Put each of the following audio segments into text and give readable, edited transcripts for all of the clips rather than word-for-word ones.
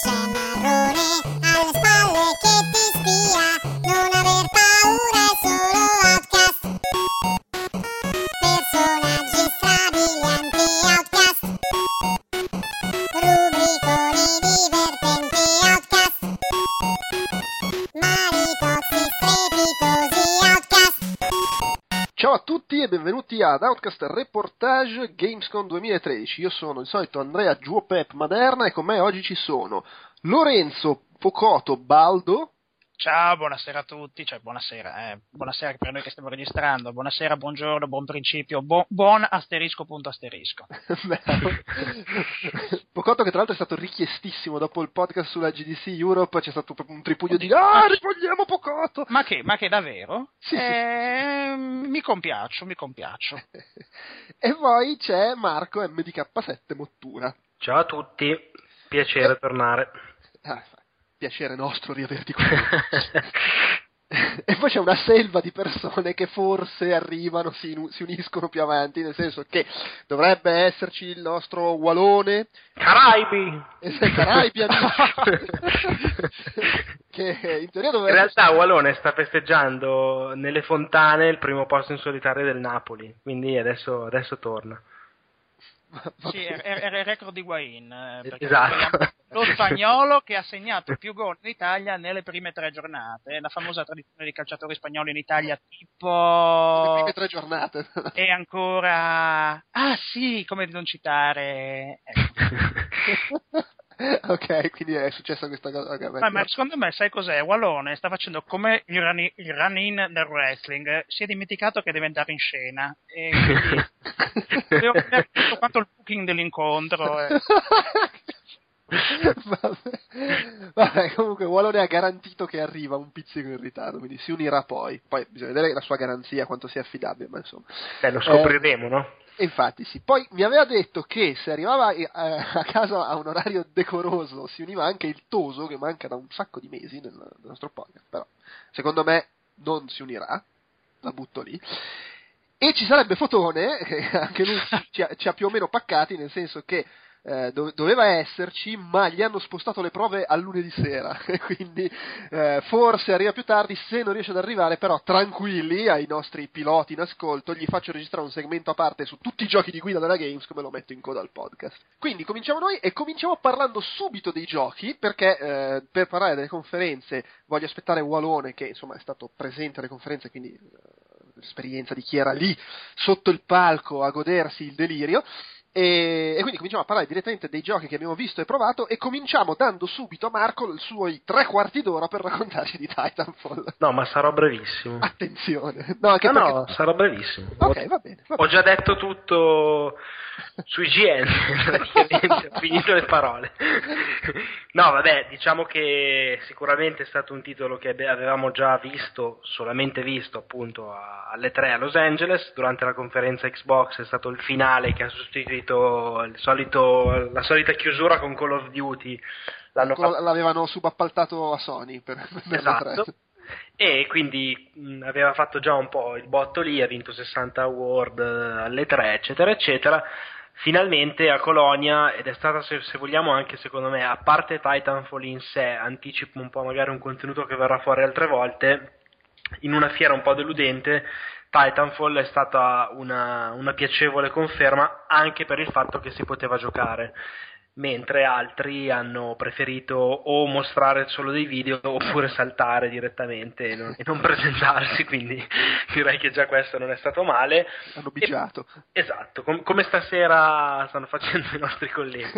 c'è marrone alle spalle che ti spia, non aver paura, è solo Outcast. Personaggi strabilianti, Outcast. Rubriconi divertenti, Outcast. Maritozzi strepitosi, Outcast. Ciao a tutti e benvenuti ad Outcast Reportage Gamescom 2013. Io sono il solito Andrea Giuopep Maderna e con me oggi ci sono Lorenzo Focoto Baldo. Ciao, buonasera a tutti, cioè buonasera per noi che stiamo registrando, buonasera, buongiorno, buon principio, buon asterisco punto asterisco. Focoto che tra l'altro è stato richiestissimo dopo il podcast sulla GDC Europe, c'è stato proprio un tripudio di rivogliamo Focoto! Ma che davvero? Sì. Mi compiaccio. E poi c'è Marco MDK7 Mottura. Ciao a tutti, piacere tornare. Piacere nostro riaverti qui. E poi c'è una selva di persone che forse arrivano, si uniscono più avanti, nel senso che dovrebbe esserci il nostro Walone Caraibi che in teoria dovrebbe... In realtà Walone sta festeggiando nelle fontane il primo posto in solitario del Napoli, quindi adesso torna. Sì, era il record di Higuaín, esatto. Lo spagnolo che ha segnato più gol in Italia nelle prime 3 giornate, la famosa tradizione dei calciatori spagnoli in Italia, tipo le prime 3 giornate. E ancora come non citare, ecco. Ok, quindi è successa questa cosa. Okay, ma secondo me sai cos'è? Wallone sta facendo come il run-in del wrestling, si è dimenticato che deve andare in scena e quindi devo vedere tutto quanto il booking dell'incontro. Vabbè, comunque Wallone ha garantito che arriva un pizzico in ritardo, quindi si unirà poi bisogna vedere la sua garanzia, quanto sia affidabile, ma insomma lo scopriremo, no? Infatti sì, poi mi aveva detto che se arrivava a casa a un orario decoroso si univa anche il Toso, che manca da un sacco di mesi nel nostro podcast, però secondo me non si unirà, la butto lì. E ci sarebbe Fotone, che anche lui ci ha più o meno paccati, nel senso che doveva esserci, ma gli hanno spostato le prove al lunedì sera, e quindi forse arriva più tardi. Se non riesce ad arrivare, però tranquilli ai nostri piloti in ascolto, gli faccio registrare un segmento a parte su tutti i giochi di guida della Gamescom e lo metto in coda al podcast. Quindi cominciamo noi e cominciamo parlando subito dei giochi, perché per parlare delle conferenze voglio aspettare Walone, che insomma è stato presente alle conferenze, quindi l'esperienza di chi era lì sotto il palco a godersi il delirio. E quindi cominciamo a parlare direttamente dei giochi che abbiamo visto e provato, e cominciamo dando subito a Marco i suoi 3/4 d'ora per raccontarci di Titanfall. No, ma sarò brevissimo. Attenzione. No, sarò brevissimo. Ok, va bene. Ho già detto tutto su IGN, praticamente, ho finito le parole. No, vabbè, diciamo che sicuramente è stato un titolo che avevamo già solamente visto appunto alle 3 a Los Angeles. Durante la conferenza Xbox è stato il finale che ha sostituito la solita chiusura con Call of Duty. L'avevano subappaltato a Sony per esatto. E quindi aveva fatto già un po' il botto lì, ha vinto 60 award alle 3, eccetera eccetera. Finalmente a Colonia, ed è stata, se vogliamo, anche secondo me, a parte Titanfall in sé, anticipo un po' magari un contenuto che verrà fuori altre volte, in una fiera un po' deludente. Titanfall è stata una piacevole conferma, anche per il fatto che si poteva giocare, mentre altri hanno preferito o mostrare solo dei video oppure saltare direttamente e non presentarsi, quindi direi che già questo non è stato male. Hanno bigiato. Esatto, come stasera stanno facendo i nostri colleghi.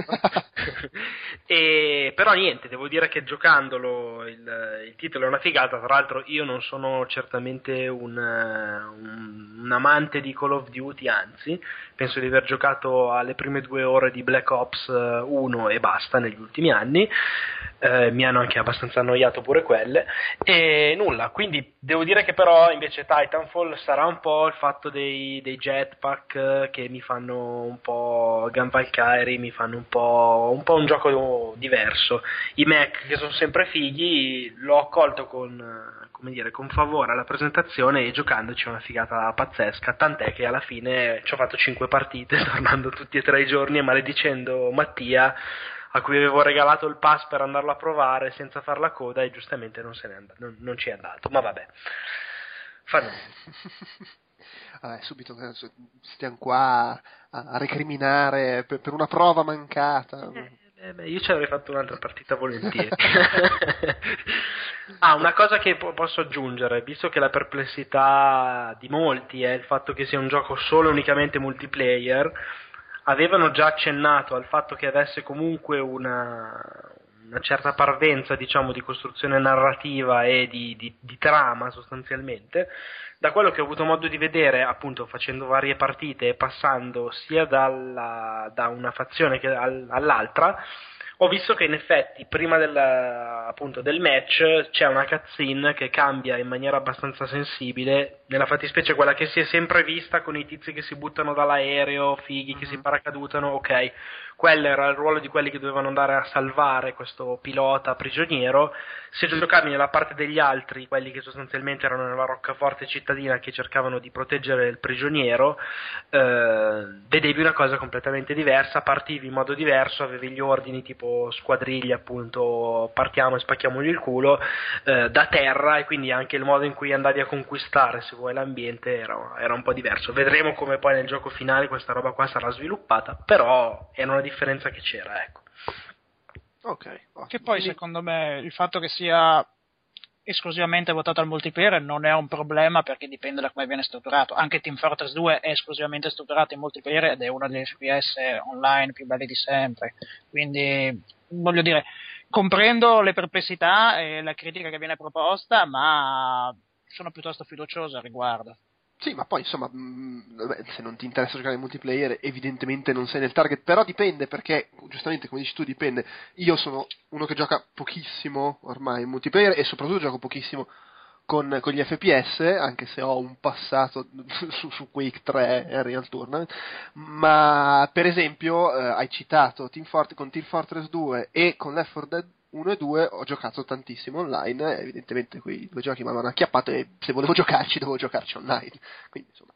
Però niente, devo dire che giocandolo il titolo è una figata. Tra l'altro io non sono certamente un amante di Call of Duty, anzi penso di aver giocato alle prime 2 ore di Black Ops 1 e basta negli ultimi anni. Mi hanno anche abbastanza annoiato pure quelle, e nulla, quindi devo dire che però invece Titanfall sarà un po' il fatto dei jetpack che mi fanno un po' Gun Valkyrie, mi fanno un po' un gioco diverso. I mech, che sono sempre fighi, l'ho accolto con favore alla presentazione, e giocandoci è una figata pazzesca, tant'è che alla fine ci ho fatto 5 partite tornando tutti e 3 i giorni e maledicendo Mattia a cui avevo regalato il pass per andarlo a provare senza far la coda e giustamente non se n'è andato, non ci è andato, ma vabbè, fa niente. Vabbè, subito stiamo qua a recriminare per una prova mancata. Io ci avrei fatto un'altra partita volentieri. Una cosa che posso aggiungere, visto che la perplessità di molti è il fatto che sia un gioco solo e unicamente multiplayer, avevano già accennato al fatto che avesse comunque una certa parvenza, diciamo, di costruzione narrativa e di trama sostanzialmente. Da quello che ho avuto modo di vedere, appunto, facendo varie partite e passando sia da una fazione che all'altra, ho visto che in effetti prima appunto del match c'è una cutscene che cambia in maniera abbastanza sensibile, nella fattispecie quella che si è sempre vista con i tizi che si buttano dall'aereo, fighi che si paracadutano, ok, quello era il ruolo di quelli che dovevano andare a salvare questo pilota prigioniero. Se giocavi nella parte degli altri, quelli che sostanzialmente erano nella roccaforte cittadina che cercavano di proteggere il prigioniero, vedevi una cosa completamente diversa, partivi in modo diverso, avevi gli ordini tipo squadriglia, appunto, partiamo e spacchiamogli il culo, da terra, e quindi anche il modo in cui andavi a conquistare, se vuoi, l'ambiente era un po' diverso. Vedremo come poi nel gioco finale questa roba qua sarà sviluppata, però era una differenza che c'era, ecco. Ok. Che poi secondo me il fatto che sia esclusivamente votato al multiplayer non è un problema, perché dipende da come viene strutturato. Anche Team Fortress 2 è esclusivamente strutturato in multiplayer ed è uno degli FPS online più belli di sempre, quindi voglio dire, comprendo le perplessità e la critica che viene proposta, ma sono piuttosto fiducioso al riguardo. Sì, ma poi insomma, se non ti interessa giocare in multiplayer, evidentemente non sei nel target, però dipende, perché giustamente come dici tu dipende. Io sono uno che gioca pochissimo ormai in multiplayer e soprattutto gioco pochissimo con gli FPS, anche se ho un passato su Quake 3 e Real Tournament, ma per esempio hai citato con Team Fortress 2 e con Left 4 Dead 1 e 2 ho giocato tantissimo online, evidentemente quei due giochi mi avevano acchiappato e se volevo giocarci dovevo giocarci online, quindi insomma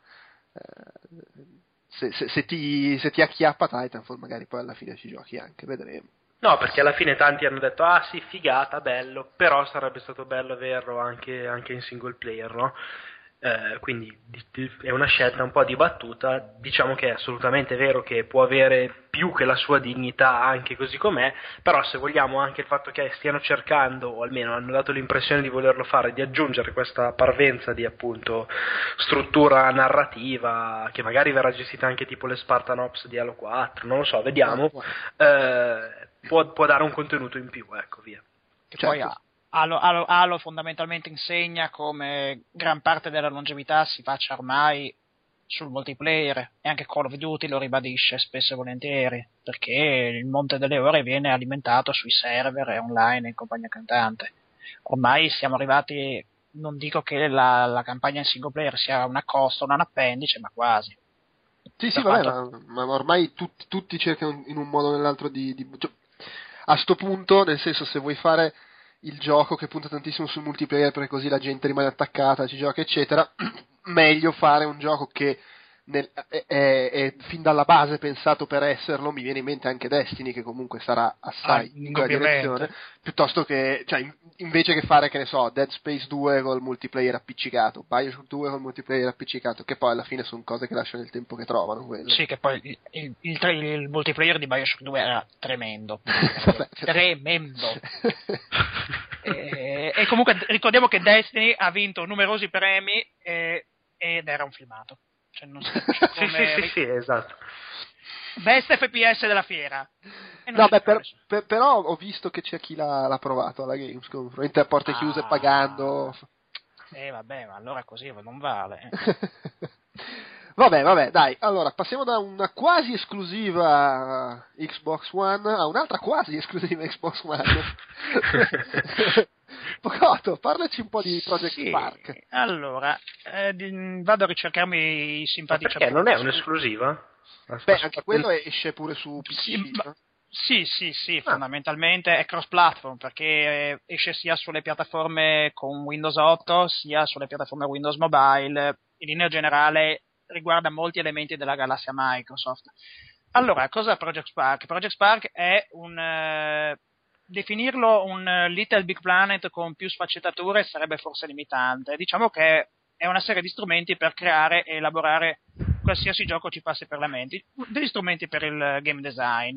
se ti acchiappa Titanfall magari poi alla fine ci giochi anche, vedremo. No, perché alla fine tanti hanno detto sì, figata, bello, però sarebbe stato bello averlo anche in single player, no? Quindi è una scelta un po' dibattuta. Diciamo che è assolutamente vero che può avere più che la sua dignità anche così com'è, però se vogliamo anche il fatto che stiano cercando, o almeno hanno dato l'impressione di volerlo fare, di aggiungere questa parvenza di appunto struttura narrativa che magari verrà gestita anche tipo le Spartan Ops di Halo 4, non lo so, vediamo, può dare un contenuto in più, ecco, via. Che certo. Poi Halo fondamentalmente insegna come gran parte della longevità si faccia ormai sul multiplayer, e anche Call of Duty lo ribadisce spesso e volentieri, perché il monte delle ore viene alimentato sui server e online in compagnia cantante. Ormai siamo arrivati, non dico che la campagna in single player sia una costa, un appendice, ma quasi. Sì, vabbè, ma ormai tutti cercano in un modo o nell'altro cioè, a sto punto, nel senso, se vuoi fare il gioco che punta tantissimo sul multiplayer perché così la gente rimane attaccata, ci gioca eccetera, meglio fare un gioco che è fin dalla base pensato per esserlo. Mi viene in mente anche Destiny, che comunque sarà assai in quella direzione, piuttosto che, cioè, invece che fare, che ne so, Dead Space 2 col multiplayer appiccicato, Bioshock 2 col multiplayer appiccicato, che poi alla fine sono cose che lasciano il tempo che trovano quello. Sì, che poi il multiplayer di Bioshock 2 era tremendo. Tremendo. E comunque ricordiamo che Destiny ha vinto numerosi premi ed era un filmato. Cioè non so come... sì, esatto. Best FPS della fiera. No, però ho visto che c'è chi l'ha provato alla Gamescom, probabilmente a porte chiuse pagando. Vabbè, ma allora così non vale. Vabbè, dai, allora passiamo da una quasi esclusiva Xbox One a un'altra quasi esclusiva Xbox One. Pocotto, parlaci un po' di Project Spark. Allora, vado a ricercarmi i simpatici. Ma perché non è un'esclusiva? Beh, anche quello esce pure su PC. Sì, fondamentalmente è cross-platform, perché esce sia sulle piattaforme con Windows 8 sia sulle piattaforme Windows Mobile. In linea generale riguarda molti elementi della galassia Microsoft. Allora, cosa è Project Spark? Project Spark è definirlo un Little Big Planet con più sfaccettature sarebbe forse limitante. Diciamo che è una serie di strumenti per creare e elaborare qualsiasi gioco ci passi per la mente, degli strumenti per il game design.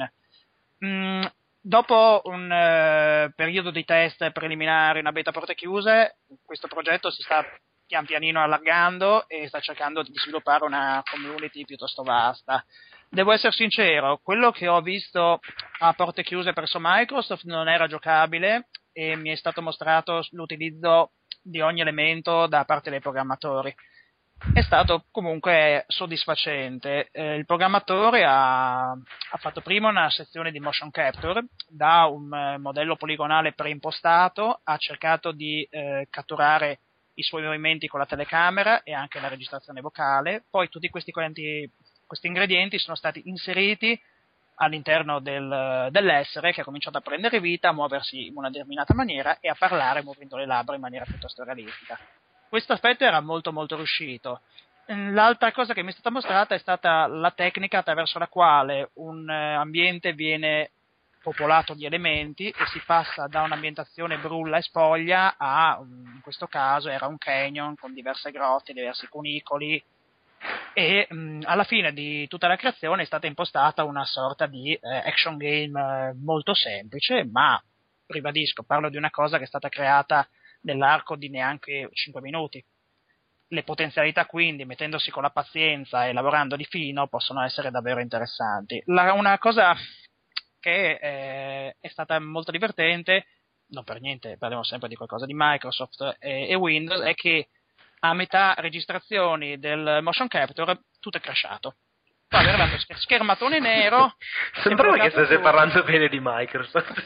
Dopo un periodo di test preliminari, una beta a porte chiuse, questo progetto si sta pian pianino allargando e sta cercando di sviluppare una community piuttosto vasta. Devo essere sincero, quello che ho visto a porte chiuse presso Microsoft non era giocabile e mi è stato mostrato l'utilizzo di ogni elemento da parte dei programmatori. È stato comunque soddisfacente. Il programmatore ha fatto prima una sezione di motion capture da un modello poligonale preimpostato, ha cercato di catturare i suoi movimenti con la telecamera e anche la registrazione vocale, poi tutti questi ingredienti sono stati inseriti all'interno dell'essere, che ha cominciato a prendere vita, a muoversi in una determinata maniera e a parlare muovendo le labbra in maniera piuttosto realistica. Questo aspetto era molto molto riuscito. L'altra cosa che mi è stata mostrata è stata la tecnica attraverso la quale un ambiente viene popolato di elementi e si passa da un'ambientazione brulla e spoglia a, in questo caso era un canyon con diverse grotte, diversi cunicoli, e alla fine di tutta la creazione è stata impostata una sorta di action game molto semplice, ma ribadisco, parlo di una cosa che è stata creata nell'arco di neanche 5 minuti. Le potenzialità quindi, mettendosi con la pazienza e lavorando di fino, possono essere davvero interessanti. Una cosa che è stata molto divertente, non per niente, parliamo sempre di qualcosa di Microsoft e Windows, è che a metà registrazioni del motion capture tutto è crashato. Poi è arrivato schermatone nero. Sembrava che stesse parlando bene di Microsoft.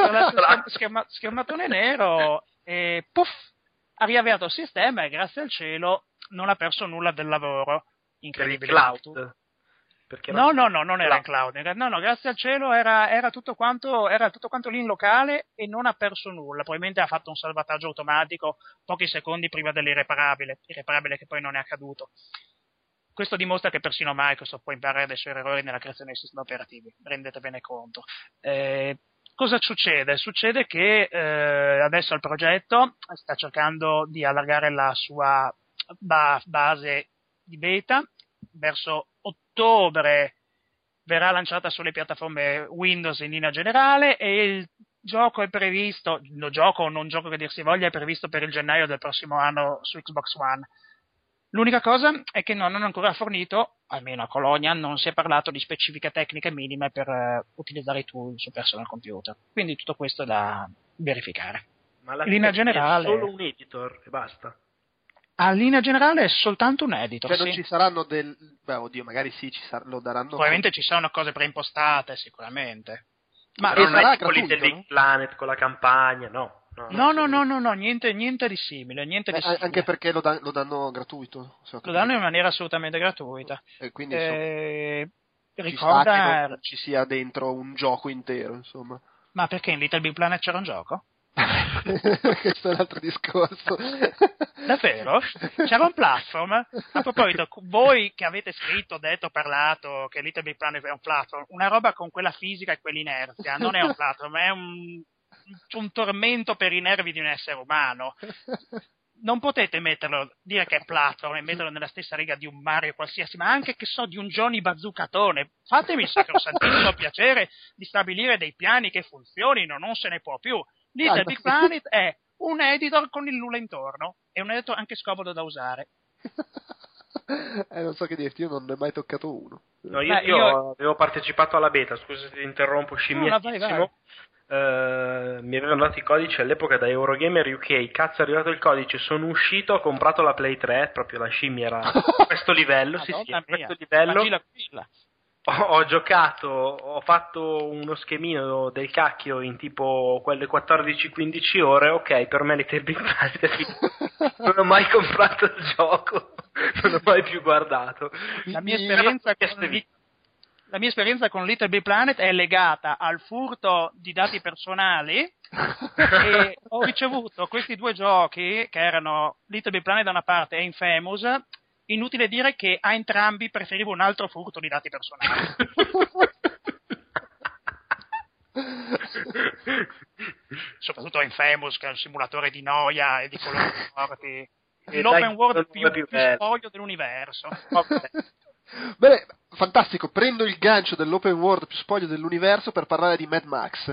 Schermatone nero e puff, ha riavviato il sistema e grazie al cielo non ha perso nulla del lavoro. Incredibile. Cloud. No, non era in cloud. No, grazie al cielo era tutto quanto lì in locale e non ha perso nulla. Probabilmente ha fatto un salvataggio automatico pochi secondi prima dell'irreparabile che poi non è accaduto. Questo dimostra che persino Microsoft può imparare dai suoi errori nella creazione dei sistemi operativi, rendetevene conto. Cosa succede? Succede che adesso il progetto sta cercando di allargare la sua base di beta. Verso ottobre verrà lanciata sulle piattaforme Windows in linea generale e il gioco è previsto, lo gioco o non gioco che dir si voglia, è previsto per il gennaio del prossimo anno su Xbox One. L'unica cosa è che non hanno ancora fornito, almeno a Colonia, non si è parlato di specifiche tecniche minime per utilizzare i tool su personal computer. Quindi tutto questo è da verificare. Ma alla in linea generale è solo un editor e basta. A linea generale è soltanto un editor. Cioè non ci saranno magari sì, lo daranno. Probabilmente ci saranno cose preimpostate, sicuramente. Ma non sarà gratuito, Little Big Planet con la campagna, no. No, niente di simile, anche perché lo danno gratuito. Lo danno in maniera assolutamente gratuita. E quindi ricorda che non ci sia dentro un gioco intero, insomma. Ma perché in Little Big Planet c'era un gioco? Questo è un altro discorso. Davvero? C'era un platform? A proposito, voi che avete scritto, detto, parlato che Little Big Planet è un platform, una roba con quella fisica e quell'inerzia, non è un platform, è un tormento per i nervi di un essere umano. Non potete dire che è platform e metterlo nella stessa riga di un Mario qualsiasi, ma anche, che so, di un Johnny Bazzucatone. Fatemi il sacrosantissimo piacere di stabilire dei piani che funzionino, non se ne può più. Little Big Planet è un editor con il nulla intorno, è un editor anche scomodo da usare. Non so che dirti, io non ne ho mai toccato uno. No, io avevo partecipato alla beta, scusa se ti interrompo, scimmiatissimo. Mi avevano dato i codici all'epoca da Eurogamer UK, cazzo è arrivato il codice, sono uscito, ho comprato la Play 3, proprio la scimmia era a questo livello, sì, a questo livello. Ho giocato, ho fatto uno schemino del cacchio in tipo quelle 14-15 ore, ok, per me Little Big Planet è finito. Non ho mai comprato il gioco, non ho mai più guardato. La mia esperienza con Little Big Planet è legata al furto di dati personali e ho ricevuto questi due giochi che erano Little Big Planet da una parte e Infamous inutile dire che a entrambi preferivo un altro furto di dati personali. Soprattutto Infamous, che è un simulatore di noia e di colori forti. L'open world più spoglio dell'universo. Bene, fantastico, prendo il gancio dell'open world più spoglio dell'universo per parlare di Mad Max,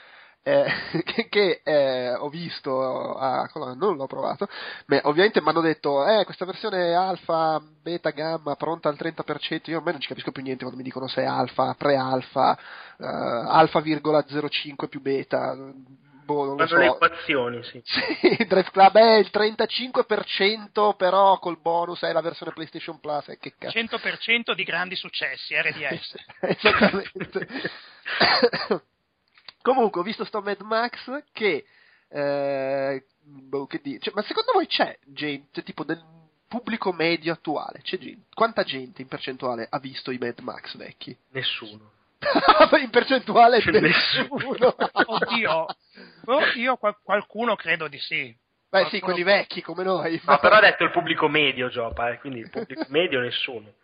che ho visto, non l'ho provato, ma ovviamente mi hanno detto, questa versione alfa, beta, gamma, pronta al 30%, io ormai non ci capisco più niente quando mi dicono se è alfa, pre-alfa, alfa,05 più beta, non lo so. Le equazioni, sì. Sì, Drive Club è il 35%, però col bonus è la versione PlayStation Plus, che cazzo. 100% di grandi successi, RDS. Esattamente. Comunque, ho visto sto Mad Max che ma secondo voi c'è gente, tipo del pubblico medio attuale, c'è gente, quanta gente in percentuale ha visto i Mad Max vecchi? Nessuno. In percentuale nessuno. Oddio, io qualcuno credo di sì. Beh sì, quelli vecchi come noi. No, però ha detto il pubblico medio, Giopa, quindi il pubblico medio nessuno.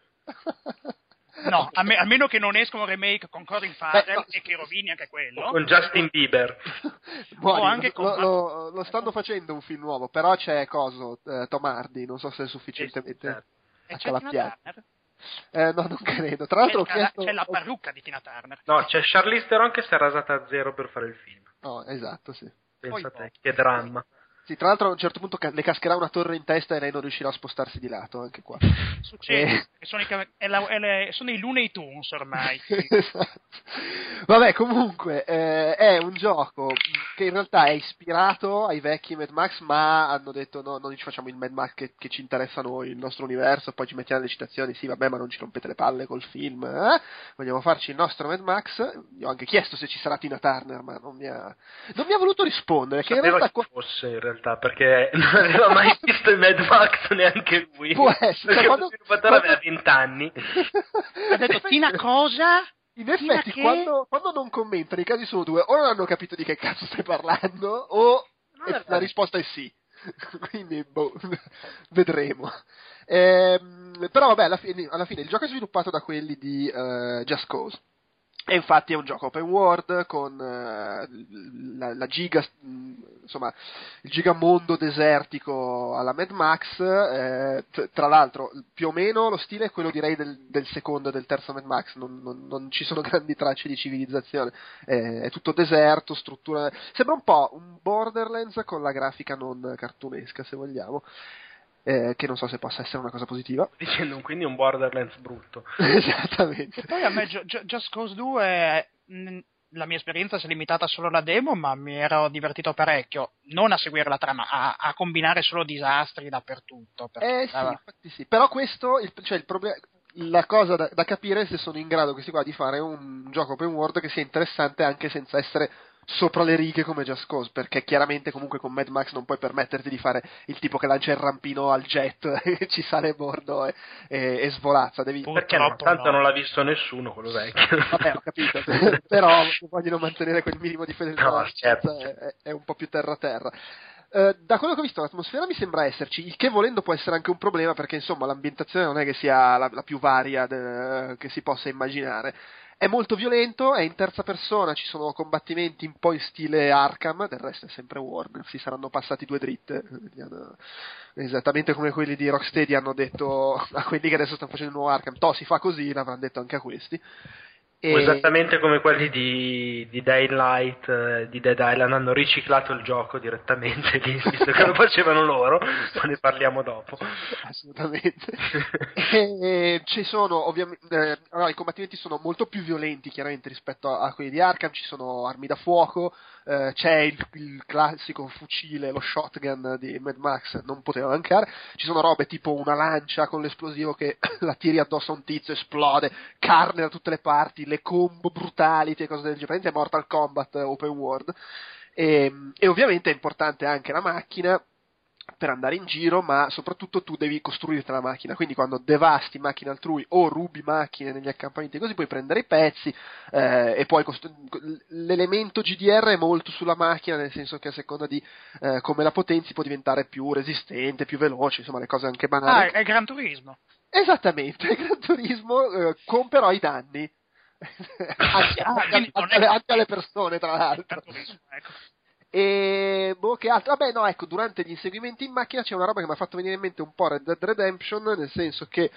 No, a meno che non escono remake con Colin Farrell e che rovini anche quello. O con Justin Bieber. Buoni, anche lo stanno facendo un film nuovo, però c'è Tom Hardy, non so se è sufficientemente accalappiato. No, non credo. Tra l'altro c'è la parrucca di Tina Turner. No, c'è Charlize Theron che si è rasata a zero per fare il film. No, esatto, sì. Pensa te, che dramma. Sì, tra l'altro a un certo punto le cascherà una torre in testa e lei non riuscirà a spostarsi di lato, anche qua. Succede, sono i Looney Tunes ormai. Esatto. Vabbè, comunque, è un gioco che in realtà è ispirato ai vecchi Mad Max, ma hanno detto no, non ci facciamo il Mad Max che ci interessa a noi, il nostro universo, poi ci mettiamo le citazioni, sì vabbè, ma non ci rompete le palle col film, vogliamo farci il nostro Mad Max. Io ho anche chiesto se ci sarà Tina Turner, ma non mi ha voluto rispondere, che in realtà fosse in realtà, perché non aveva mai visto i Mad Max neanche lui. Può essere, perché lo sviluppatore aveva 20 anni. Ha detto Tina cosa? In effetti, quando non commentano, i casi sono due: o non hanno capito di che cazzo stai parlando, o la risposta è sì. Quindi, vedremo. Però vabbè, alla fine il gioco è sviluppato da quelli di Just Cause. E infatti è un gioco open world con la giga, insomma, il gigamondo desertico alla Mad Max. Tra l'altro, più o meno lo stile è quello, direi, del secondo e del terzo Mad Max. Non ci sono grandi tracce di civilizzazione. È tutto deserto, struttura. Sembra un po' un Borderlands con la grafica non cartunesca, se vogliamo. Che non so se possa essere una cosa positiva. Dicendo quindi un Borderlands brutto. Esattamente. E poi a me Just Cause 2, la mia esperienza si è limitata solo alla demo, ma mi ero divertito parecchio, non a seguire la trama, a combinare solo disastri dappertutto. Sì, infatti sì. Però questo, il problema, la cosa da capire è se sono in grado questi qua di fare un gioco open world che sia interessante anche senza essere sopra le righe come Just Cause, perché chiaramente comunque con Mad Max non puoi permetterti di fare il tipo che lancia il rampino al jet e ci sale a bordo e svolazza. Perché no? Tanto non l'ha visto nessuno quello vecchio. Vabbè, ho capito, però vogliono mantenere quel minimo di fedeltà, no, certo. è un po' più terra-terra. Da quello che ho visto l'atmosfera mi sembra esserci, il che volendo può essere anche un problema, perché insomma l'ambientazione non è che sia la più varia che si possa immaginare. È molto violento, è in terza persona, ci sono combattimenti un po' in stile Arkham, del resto è sempre Warner, si saranno passati due dritte, esattamente come quelli di Rocksteady hanno detto a quelli che adesso stanno facendo il nuovo Arkham, si fa così, l'avranno detto anche a questi. Esattamente come quelli di Daylight, di Dead Island, hanno riciclato il gioco direttamente, visto che lo facevano loro, ma ne parliamo dopo. Assolutamente. E ci sono ovviamente, allora, i combattimenti sono molto più violenti chiaramente rispetto a quelli di Arkham, ci sono armi da fuoco, c'è il classico fucile, lo shotgun di Mad Max, non poteva mancare, ci sono robe tipo una lancia con l'esplosivo che la tiri addosso a un tizio, esplode, carne da tutte le parti, le combo brutality e cose del genere, è Mortal Kombat open world, e ovviamente è importante anche la macchina, per andare in giro, ma soprattutto tu devi costruirti la macchina, quindi quando devasti macchine altrui o rubi macchine negli accampamenti così puoi prendere i pezzi e poi l'elemento GDR è molto sulla macchina, nel senso che a seconda di come la potenzi può diventare più resistente, più veloce, insomma le cose anche banali. È Gran Turismo. Esattamente, è Gran Turismo con però i danni anche alle persone, tra l'altro. Ecco. E che altro? Vabbè, no, ecco, durante gli inseguimenti in macchina c'è una roba che mi ha fatto venire in mente un po' Red Dead Redemption, nel senso che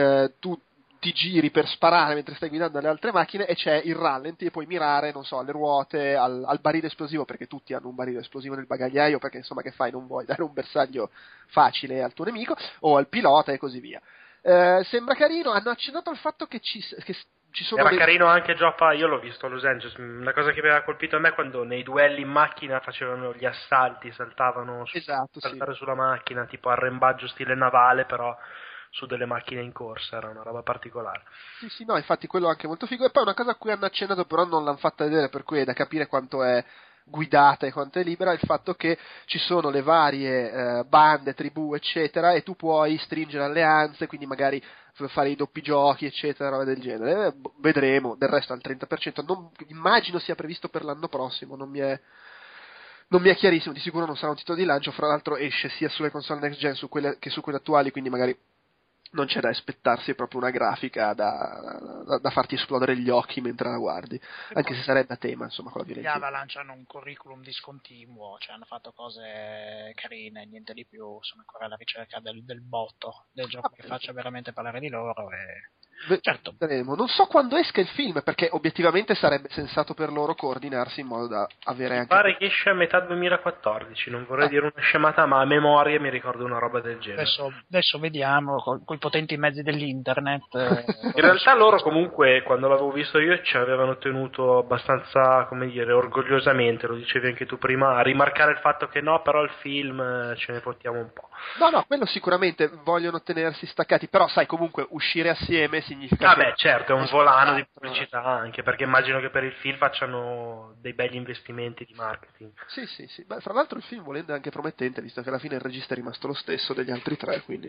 tu ti giri per sparare mentre stai guidando alle altre macchine e c'è il rallenti e puoi mirare, non so, alle ruote, al barile esplosivo, perché tutti hanno un barile esplosivo nel bagagliaio, perché insomma che fai, non vuoi dare un bersaglio facile al tuo nemico, o al pilota e così via. Sembra carino, hanno accennato al fatto che ci sono era carino anche Gioppa, io l'ho visto a Los Angeles, una cosa che mi aveva colpito a me quando nei duelli in macchina facevano gli assalti, saltavano saltare sulla macchina, tipo arrembaggio stile navale, però su delle macchine in corsa, era una roba particolare. Sì, no, infatti quello è anche molto figo. E poi una cosa a cui hanno accennato però non l'hanno fatta vedere, per cui è da capire quanto è guidata e quanto è libera, il fatto che ci sono le varie bande, tribù eccetera, e tu puoi stringere alleanze, quindi magari fare i doppi giochi eccetera, roba del genere. Vedremo, del resto al 30% non, immagino sia previsto per l'anno prossimo, non mi è chiarissimo, di sicuro non sarà un titolo di lancio, fra l'altro esce sia sulle console next gen che su quelle attuali, quindi magari non c'è da aspettarsi proprio una grafica da farti esplodere gli occhi mentre la guardi, anche se sarebbe a tema, insomma, con la violenza. Gli Avalanche hanno un curriculum discontinuo, cioè hanno fatto cose carine, niente di più, sono ancora alla ricerca del botto, del gioco che faccia veramente parlare di loro e... Certo. Vedremo. Non so quando esca il film, perché obiettivamente sarebbe sensato per loro coordinarsi in modo da avere anche... Pare che esce a metà 2014, non vorrei dire una scemata, ma a memoria mi ricordo una roba del genere. Adesso vediamo, coi potenti mezzi dell'internet. In realtà loro comunque, quando l'avevo visto io, ci avevano tenuto abbastanza, come dire, orgogliosamente, lo dicevi anche tu prima, a rimarcare il fatto che no, però il film ce ne portiamo un po'. No, quello sicuramente vogliono tenersi staccati, però sai, comunque uscire assieme significa che... certo, è un volano di pubblicità, anche perché immagino che per il film facciano dei begli investimenti di marketing. Sì. Beh, fra l'altro il film volendo è anche promettente, visto che alla fine il regista è rimasto lo stesso degli altri tre, quindi...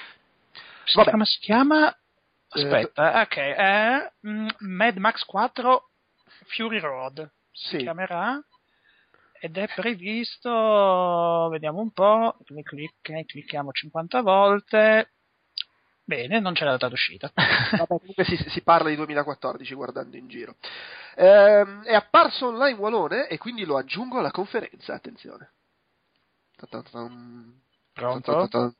Come si chiama? Aspetta, ok, è Mad Max 4 Fury Road, si chiamerà, ed è previsto, vediamo un po', clicchiamo 50 volte... Bene, non c'è la data d'uscita. Vabbè, comunque si parla di 2014 guardando in giro. È apparso online Walone e quindi lo aggiungo alla conferenza, attenzione. Pronto?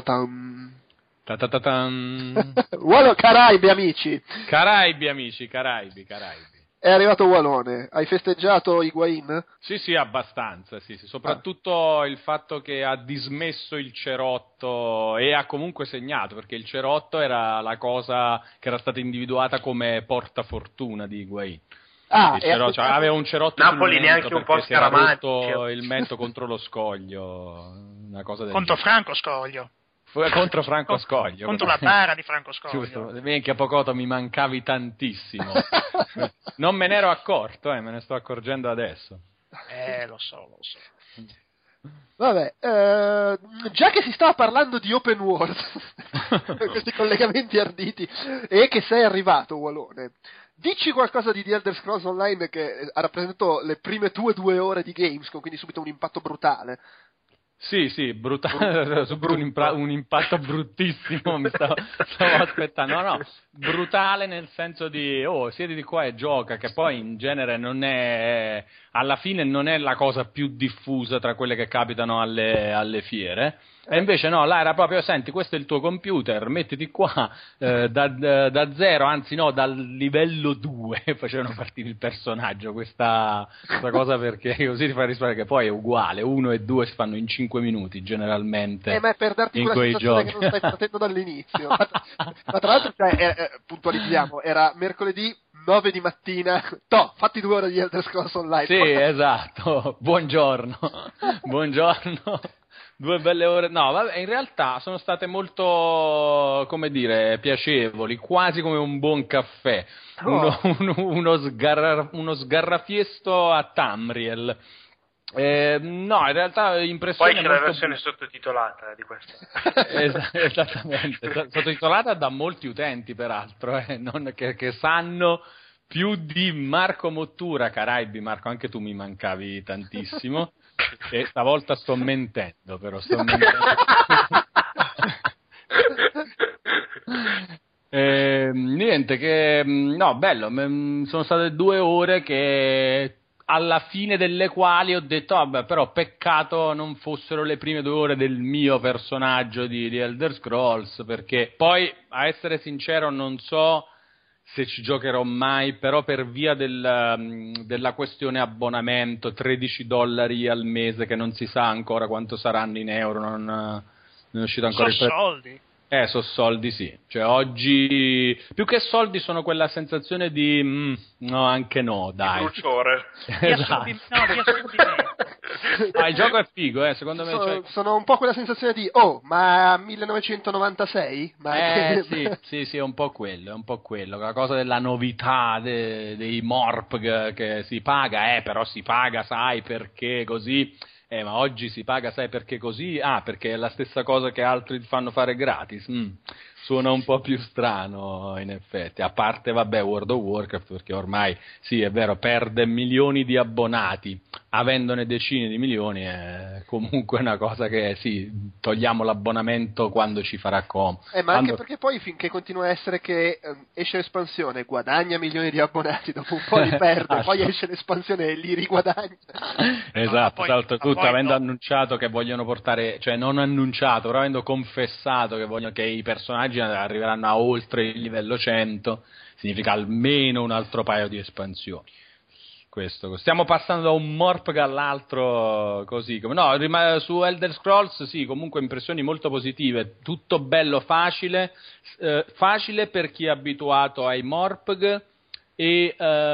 Caraibi amici. Caraibi. È arrivato Walone, hai festeggiato Higuain? Sì, abbastanza, sì. Soprattutto il fatto che ha dismesso il cerotto e ha comunque segnato, perché il cerotto era la cosa che era stata individuata come portafortuna di Higuain. Aveva un cerotto Napoli neanche un po' scaramantico, il mento contro lo scoglio, una cosa del contro genere. Franco Scoglio. Contro Franco Scoglio. Contro la bara di Franco Scoglio. Giusto, minchia Pocotto, mi mancavi tantissimo. Non me ne ero accorto, me ne sto accorgendo adesso. Lo so. Vabbè, già che si stava parlando di open world, questi collegamenti arditi, e che sei arrivato, Walone, dici qualcosa di The Elder Scrolls Online che ha rappresentato le prime 2 ore di Gamescom, quindi subito un impatto brutale. Sì, brutale, un impatto bruttissimo, mi stavo aspettando, no, brutale nel senso di, siedi qua e gioca, che poi in genere non è, alla fine non è la cosa più diffusa tra quelle che capitano alle fiere. E invece no, là era proprio, senti, questo è il tuo computer, mettiti qua, da zero, anzi no, dal livello 2 facevano partire il personaggio, questa cosa, perché così ti fa risparmiare, che poi è uguale, 1 e 2 si fanno in 5 minuti generalmente. Ma è per darti quella sensazione che non stai partendo dall'inizio. Ma tra l'altro, puntualizziamo, era mercoledì 9 di mattina, fatti 2 ore di Elder Scrolls Online. Sì, esatto, buongiorno. 2 belle ore, no, vabbè, in realtà sono state molto, come dire, piacevoli, quasi come un buon caffè, uno sgarrafiesto a Tamriel, No, in realtà impressione Poi c'è la versione sottotitolata di questa. Esattamente, sottotitolata da molti utenti peraltro, non che sanno più di Marco Mottura. Caraibi, Marco, anche tu mi mancavi tantissimo, e stavolta sto mentendo, però sto mentendo. Niente, che no, bello, sono state 2 ore che alla fine delle quali ho detto vabbè, però peccato non fossero le prime 2 ore del mio personaggio di Elder Scrolls, perché poi, a essere sincero, non so se ci giocherò mai, però per via della questione abbonamento, $13 al mese, che non si sa ancora quanto saranno in euro, non è uscito ancora il prezzo. Soldi? So soldi, sì. Cioè oggi più che soldi sono quella sensazione di no, anche no, dai. Bruciore. Esatto. Il gioco è figo, secondo me. Sono un po' quella sensazione di ma 1996? Sì, è un po' quello, la cosa della novità dei Morpg che si paga, però si paga, sai perché così. Ma oggi si paga, sai perché così? Perché è la stessa cosa che altri fanno fare gratis. Suona un po' più strano, in effetti. A parte, vabbè, World of Warcraft, perché ormai, sì, è vero, perde milioni di abbonati, avendone decine di milioni, è comunque una cosa che, sì, togliamo l'abbonamento quando ci farà comodo. Ma anche perché poi, finché continua a essere che esce l'espansione, guadagna milioni di abbonati, dopo un po' li perde, poi esce l'espansione e li riguadagna. Esatto, tra l'altro tutto, avendo annunciato che vogliono portare, cioè non annunciato, però avendo confessato che i personaggi arriveranno a oltre il livello 100, significa almeno un altro paio di espansioni. Questo. Stiamo passando da un Morpg all'altro così come no, su Elder Scrolls sì, comunque impressioni molto positive, tutto bello facile per chi è abituato ai Morpg, e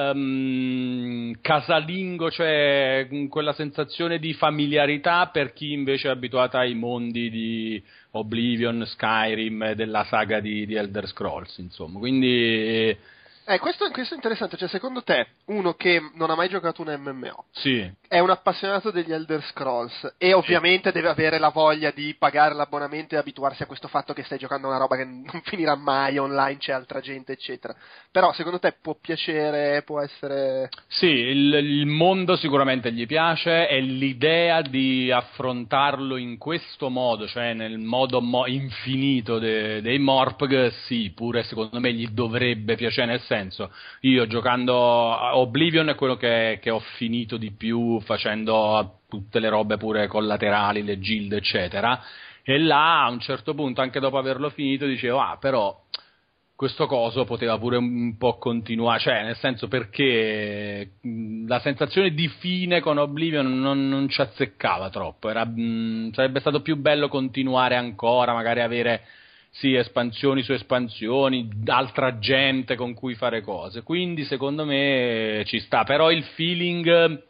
casalingo, cioè quella sensazione di familiarità per chi invece è abituato ai mondi di Oblivion, Skyrim, della saga di Elder Scrolls, insomma. Quindi questo è interessante, cioè secondo te uno che non ha mai giocato un MMO sì, è un appassionato degli Elder Scrolls e ovviamente deve avere la voglia di pagare l'abbonamento e abituarsi a questo fatto che stai giocando una roba che non finirà mai, online c'è altra gente eccetera, però secondo te può piacere, può essere... Sì, il mondo sicuramente gli piace, e l'idea di affrontarlo in questo modo, cioè nel modo infinito dei Morpg, sì, pure secondo me gli dovrebbe piacere, nel senso, io giocando Oblivion è quello che ho finito di più, facendo tutte le robe pure collaterali, le guild eccetera, e là a un certo punto, anche dopo averlo finito, dicevo però questo coso poteva pure un po' continuare, cioè nel senso, perché la sensazione di fine con Oblivion non ci azzeccava troppo, sarebbe stato più bello continuare ancora, magari avere sì, espansioni su espansioni, altra gente con cui fare cose, quindi secondo me ci sta, però il feeling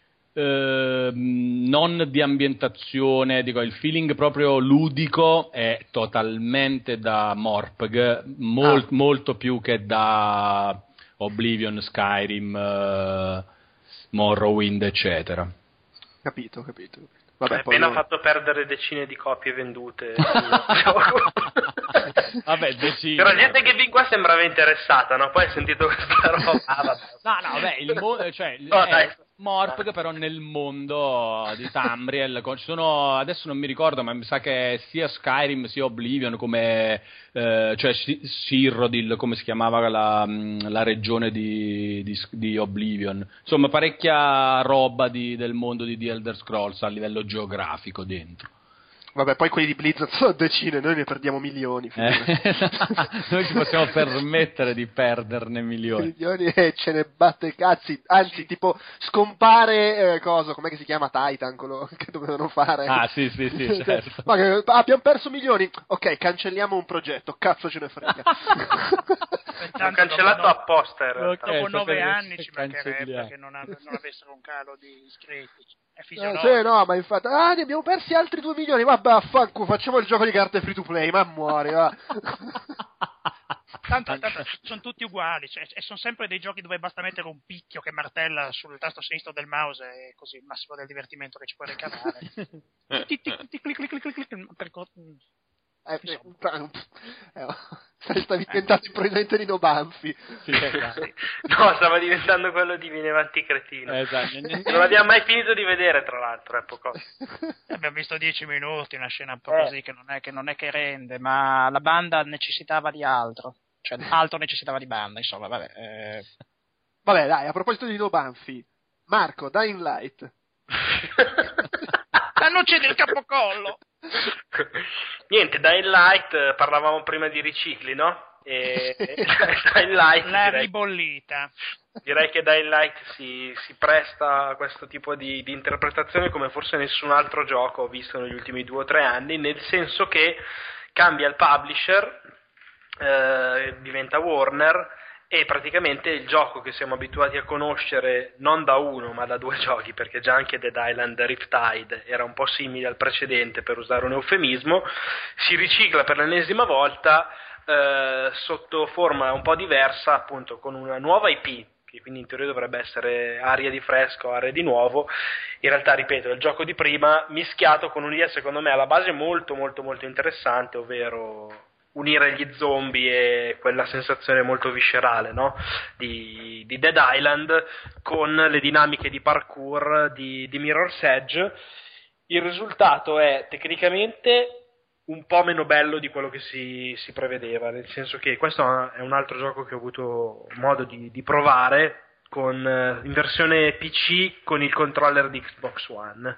non di ambientazione, dico, il feeling proprio ludico è totalmente da Morpg, molto più che da Oblivion, Skyrim, Morrowind eccetera. Capito. Vabbè, appena fatto perdere decine di copie vendute. Vabbè, decine. Però gente che fin qua sembrava interessata, no? Poi hai sentito questa roba. Vabbè, Morpg però nel mondo di Tamriel ci sono, adesso non mi ricordo, ma mi sa che sia Skyrim sia Oblivion, come cioè Cyrodiil, come si chiamava la regione di Oblivion, insomma parecchia roba del mondo di Elder Scrolls a livello geografico dentro. Vabbè, poi quelli di Blizzard sono decine, noi ne perdiamo milioni. Noi ci possiamo permettere di perderne milioni e ce ne batte cazzi, anzi tipo scompare com'è che si chiama, Titan, quello che dovevano fare. Sì, certo. Ma abbiamo perso milioni, ok, cancelliamo un progetto, cazzo ce ne frega. L'ho cancellato apposta in realtà. Dopo 9 anni ci mancherebbe che non avessero un calo di iscritti. Sì, no, ma infatti ne abbiamo persi altri 2 milioni, vabbè, affanculo, facciamo il gioco di carte free to play, ma muori, va. tanto sono tutti uguali, cioè, e sono sempre dei giochi dove basta mettere un picchio che martella sul tasto sinistro del mouse e così il massimo del divertimento che ci puoi ricavare. Stavi diventando il presidente di No Banfi. Sì, esatto. No, stava diventando quello di Viene avanti cretino. Esatto. Non l'abbiamo mai finito di vedere, tra l'altro, è poco. Abbiamo visto 10 minuti, una scena un po' così che non è che rende, ma la banda necessitava di altro, cioè altro necessitava di banda, insomma, vabbè. Vabbè, dai, a proposito di No Banfi, Marco, Dying Light. La noce del capocollo! Niente, Dying Light, parlavamo prima di ricicli, no? E Dying Light, la ribollita. Direi che Dying Light si presta a questo tipo di interpretazione come forse nessun altro gioco ho visto negli ultimi 2 o 3 anni, nel senso che cambia il publisher, diventa Warner, e praticamente il gioco che siamo abituati a conoscere non da 1 ma da 2 giochi, perché già anche Dead Island Riptide era un po' simile al precedente, per usare un eufemismo, si ricicla per l'ennesima volta sotto forma un po' diversa, appunto con una nuova IP, che quindi in teoria dovrebbe essere aria di fresco, aria di nuovo. In realtà, ripeto, è il gioco di prima mischiato con un'idea secondo me alla base molto molto molto interessante, ovvero unire gli zombie e quella sensazione molto viscerale, no? di Dead Island con le dinamiche di parkour di Mirror's Edge. Il risultato è tecnicamente un po' meno bello di quello che si prevedeva, nel senso che questo è un altro gioco che ho avuto modo di provare in versione PC con il controller di Xbox One.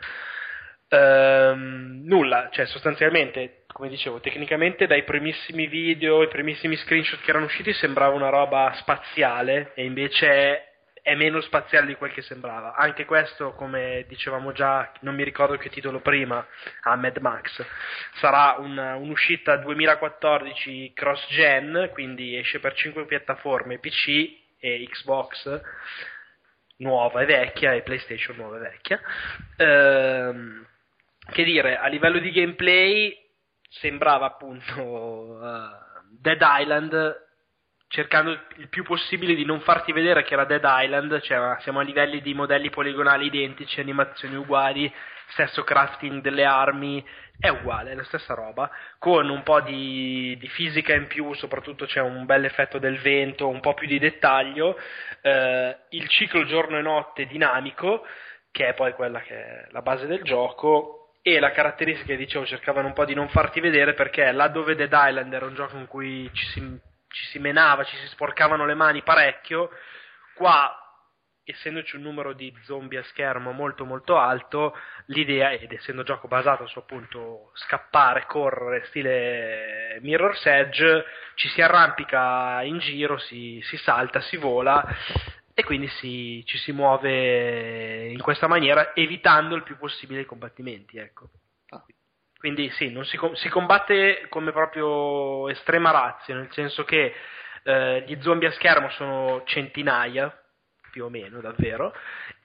Nulla, cioè sostanzialmente, come dicevo, tecnicamente dai primissimi video, i primissimi screenshot che erano usciti sembrava una roba spaziale, e invece è meno spaziale di quel che sembrava. Anche questo, come dicevamo già, non mi ricordo che titolo prima, a Mad Max, sarà un'uscita 2014 cross-gen, quindi esce per 5 piattaforme, PC e Xbox nuova e vecchia e PlayStation nuova e vecchia. Che dire, a livello di gameplay sembrava appunto Dead Island, cercando il più possibile di non farti vedere che era Dead Island, cioè siamo a livelli di modelli poligonali identici, animazioni uguali, stesso crafting delle armi, è uguale, è la stessa roba, con un po' di fisica in più, soprattutto c'è un bel effetto del vento, un po' più di dettaglio, il ciclo giorno e notte dinamico, che è poi quella che è la base del gioco, e la caratteristica che dicevo cercavano un po' di non farti vedere, perché laddove Dead Island era un gioco in cui ci si menava, ci si sporcavano le mani parecchio, qua, essendoci un numero di zombie a schermo molto molto alto, l'idea, ed essendo un gioco basato su appunto scappare, correre, stile Mirror's Edge, ci si arrampica in giro, si salta, si vola, e quindi ci si muove in questa maniera, evitando il più possibile i combattimenti, ecco. Quindi sì, non si combatte come proprio estrema razio, nel senso che gli zombie a schermo sono centinaia, più o meno, davvero,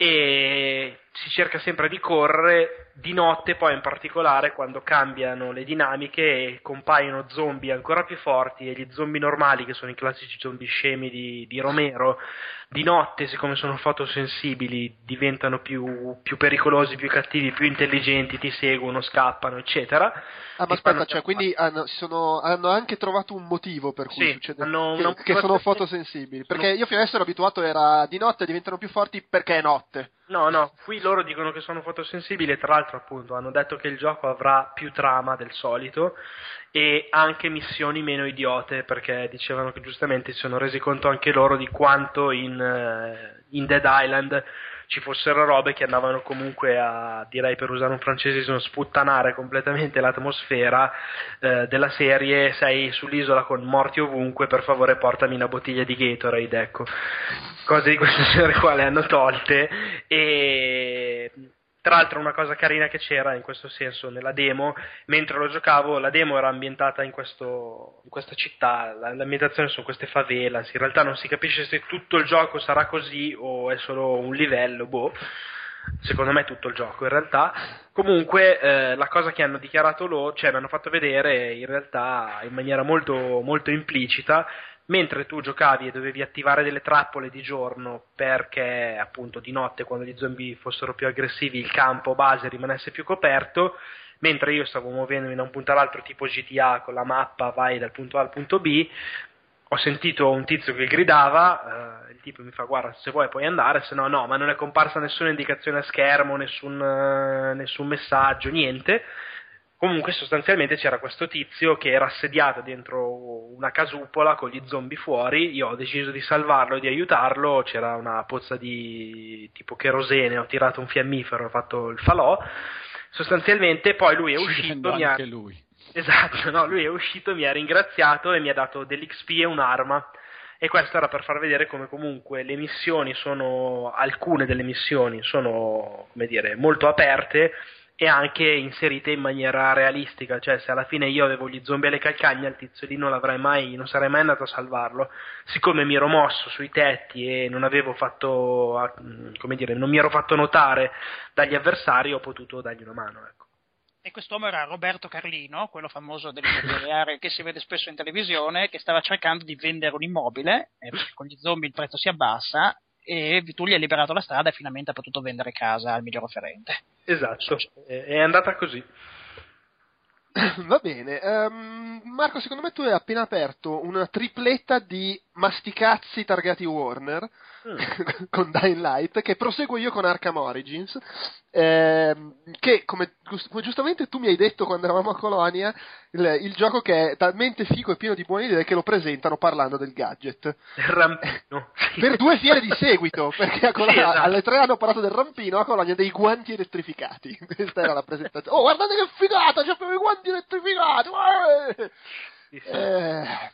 e si cerca sempre di correre di notte, poi in particolare quando cambiano le dinamiche e compaiono zombie ancora più forti, e gli zombie normali, che sono i classici zombie scemi di Romero, di notte, siccome sono fotosensibili, diventano più pericolosi, più cattivi, più intelligenti, ti seguono, scappano, eccetera. Ah, ma aspetta, cioè, quindi hanno anche trovato un motivo per cui succede che sono fotosensibili, perché io fino adesso ero abituato, era di notte, diventano più forti perché è notte. No, qui loro dicono che sono fotosensibili, e tra l'altro appunto hanno detto che il gioco avrà più trama del solito e anche missioni meno idiote, perché dicevano che giustamente si sono resi conto anche loro di quanto in Dead Island ci fossero robe che andavano comunque a, direi per usare un francesismo, sputtanare completamente l'atmosfera della serie: sei sull'isola con morti ovunque, per favore portami una bottiglia di Gatorade, ecco, cose di questo genere qua le hanno tolte. E tra l'altro una cosa carina che c'era in questo senso nella demo, mentre lo giocavo, la demo era ambientata in questa città, l'ambientazione sono queste favelas, in realtà non si capisce se tutto il gioco sarà così o è solo un livello, secondo me tutto il gioco in realtà. Comunque la cosa che hanno dichiarato loro, cioè mi hanno fatto vedere in realtà in maniera molto, molto implicita, mentre tu giocavi e dovevi attivare delle trappole di giorno perché appunto di notte, quando gli zombie fossero più aggressivi, il campo base rimanesse più coperto, mentre io stavo muovendomi da un punto all'altro tipo GTA con la mappa, vai dal punto A al punto B, ho sentito un tizio che gridava, il tipo mi fa guarda se vuoi puoi andare, se no no, ma non è comparsa nessuna indicazione a schermo, nessun messaggio, niente. Comunque sostanzialmente c'era questo tizio che era assediato dentro una casupola con gli zombie fuori, io ho deciso di salvarlo e di aiutarlo, c'era una pozza di tipo cherosene, ho tirato un fiammifero, ho fatto il falò, sostanzialmente poi lui è uscito, anche lui. Esatto, no, lui è uscito, mi ha ringraziato e mi ha dato dell'XP e un'arma. E questo era per far vedere come comunque le missioni sono, alcune delle missioni sono, come dire, molto aperte e anche inserite in maniera realistica, cioè se alla fine io avevo gli zombie alle calcagna, il tizio lì non sarei mai andato a salvarlo. Siccome mi ero mosso sui tetti e non avevo fatto, come dire, non mi ero fatto notare dagli avversari, ho potuto dargli una mano, ecco. E quest'uomo era Roberto Carlino, quello famoso dell'immobiliare che si vede spesso in televisione, che stava cercando di vendere un immobile, perché con gli zombie il prezzo si abbassa, e tu gli hai liberato la strada e finalmente ha potuto vendere casa al miglior offerente. Esatto, è andata così. Va bene, Marco, secondo me tu hai appena aperto una tripletta di masticazzi targati Warner con Dying Light, che proseguo io con Arkham Origins, che come giustamente tu mi hai detto quando eravamo a Colonia, il gioco che è talmente figo e pieno di buone idee che lo presentano parlando del gadget. Il rampino. Per 2 fiere di seguito, perché a Colonia, Sì, esatto. alle 3 hanno parlato del rampino, a Colonia dei guanti elettrificati. Questa era la presentazione. Oh, guardate che figata, c'abbiamo i guanti elettrificati! Sì, sì.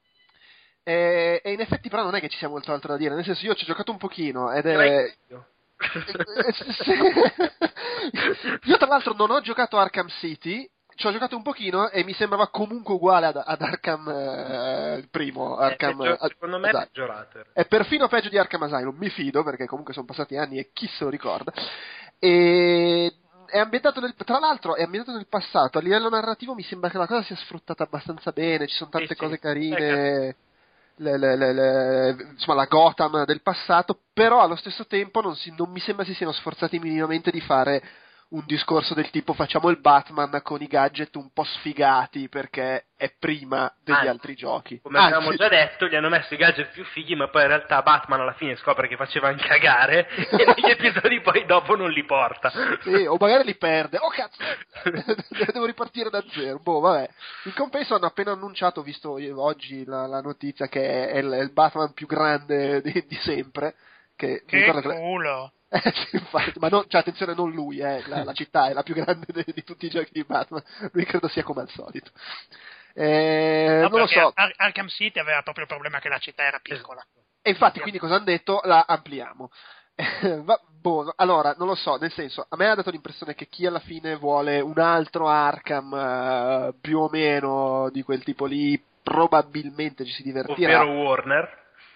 E in effetti però non è che ci sia molto altro da dire, nel senso io ci ho giocato un pochino ed Direi è... io. Io tra l'altro non ho giocato Arkham City, ci ho giocato un pochino e mi sembrava comunque uguale ad Arkham il primo Arkham, secondo me è esatto. peggiorato. È perfino peggio di Arkham Asylum, mi fido perché comunque sono passati anni e chi se lo ricorda. E è ambientato tra l'altro è ambientato nel passato, a livello narrativo mi sembra che la cosa sia sfruttata abbastanza bene, ci sono tante cose carine, insomma la Gotham del passato, però allo stesso tempo non mi sembra si siano sforzati minimamente di fare un discorso del tipo facciamo il Batman con i gadget un po' sfigati perché è prima degli altri giochi. Come abbiamo già detto, gli hanno messo i gadget più fighi, ma poi in realtà Batman alla fine scopre che faceva cagare e negli episodi poi dopo non li porta. Sì, o magari li perde. Oh cazzo, devo ripartire da zero. Boh, vabbè. In compenso hanno appena annunciato, ho visto oggi la notizia che è il Batman più grande di sempre. Che culo! Sì, infatti, ma no, cioè, attenzione, non lui, la città è la più grande di tutti i giochi di Batman. Lui credo sia come al solito. No, non lo so. Arkham City aveva proprio il problema che la città era piccola. E infatti, quindi cosa hanno detto? La ampliamo. Allora, non lo so, nel senso, a me ha dato l'impressione che chi alla fine vuole un altro Arkham più o meno di quel tipo lì, probabilmente ci si divertirà. Ovvero Warner.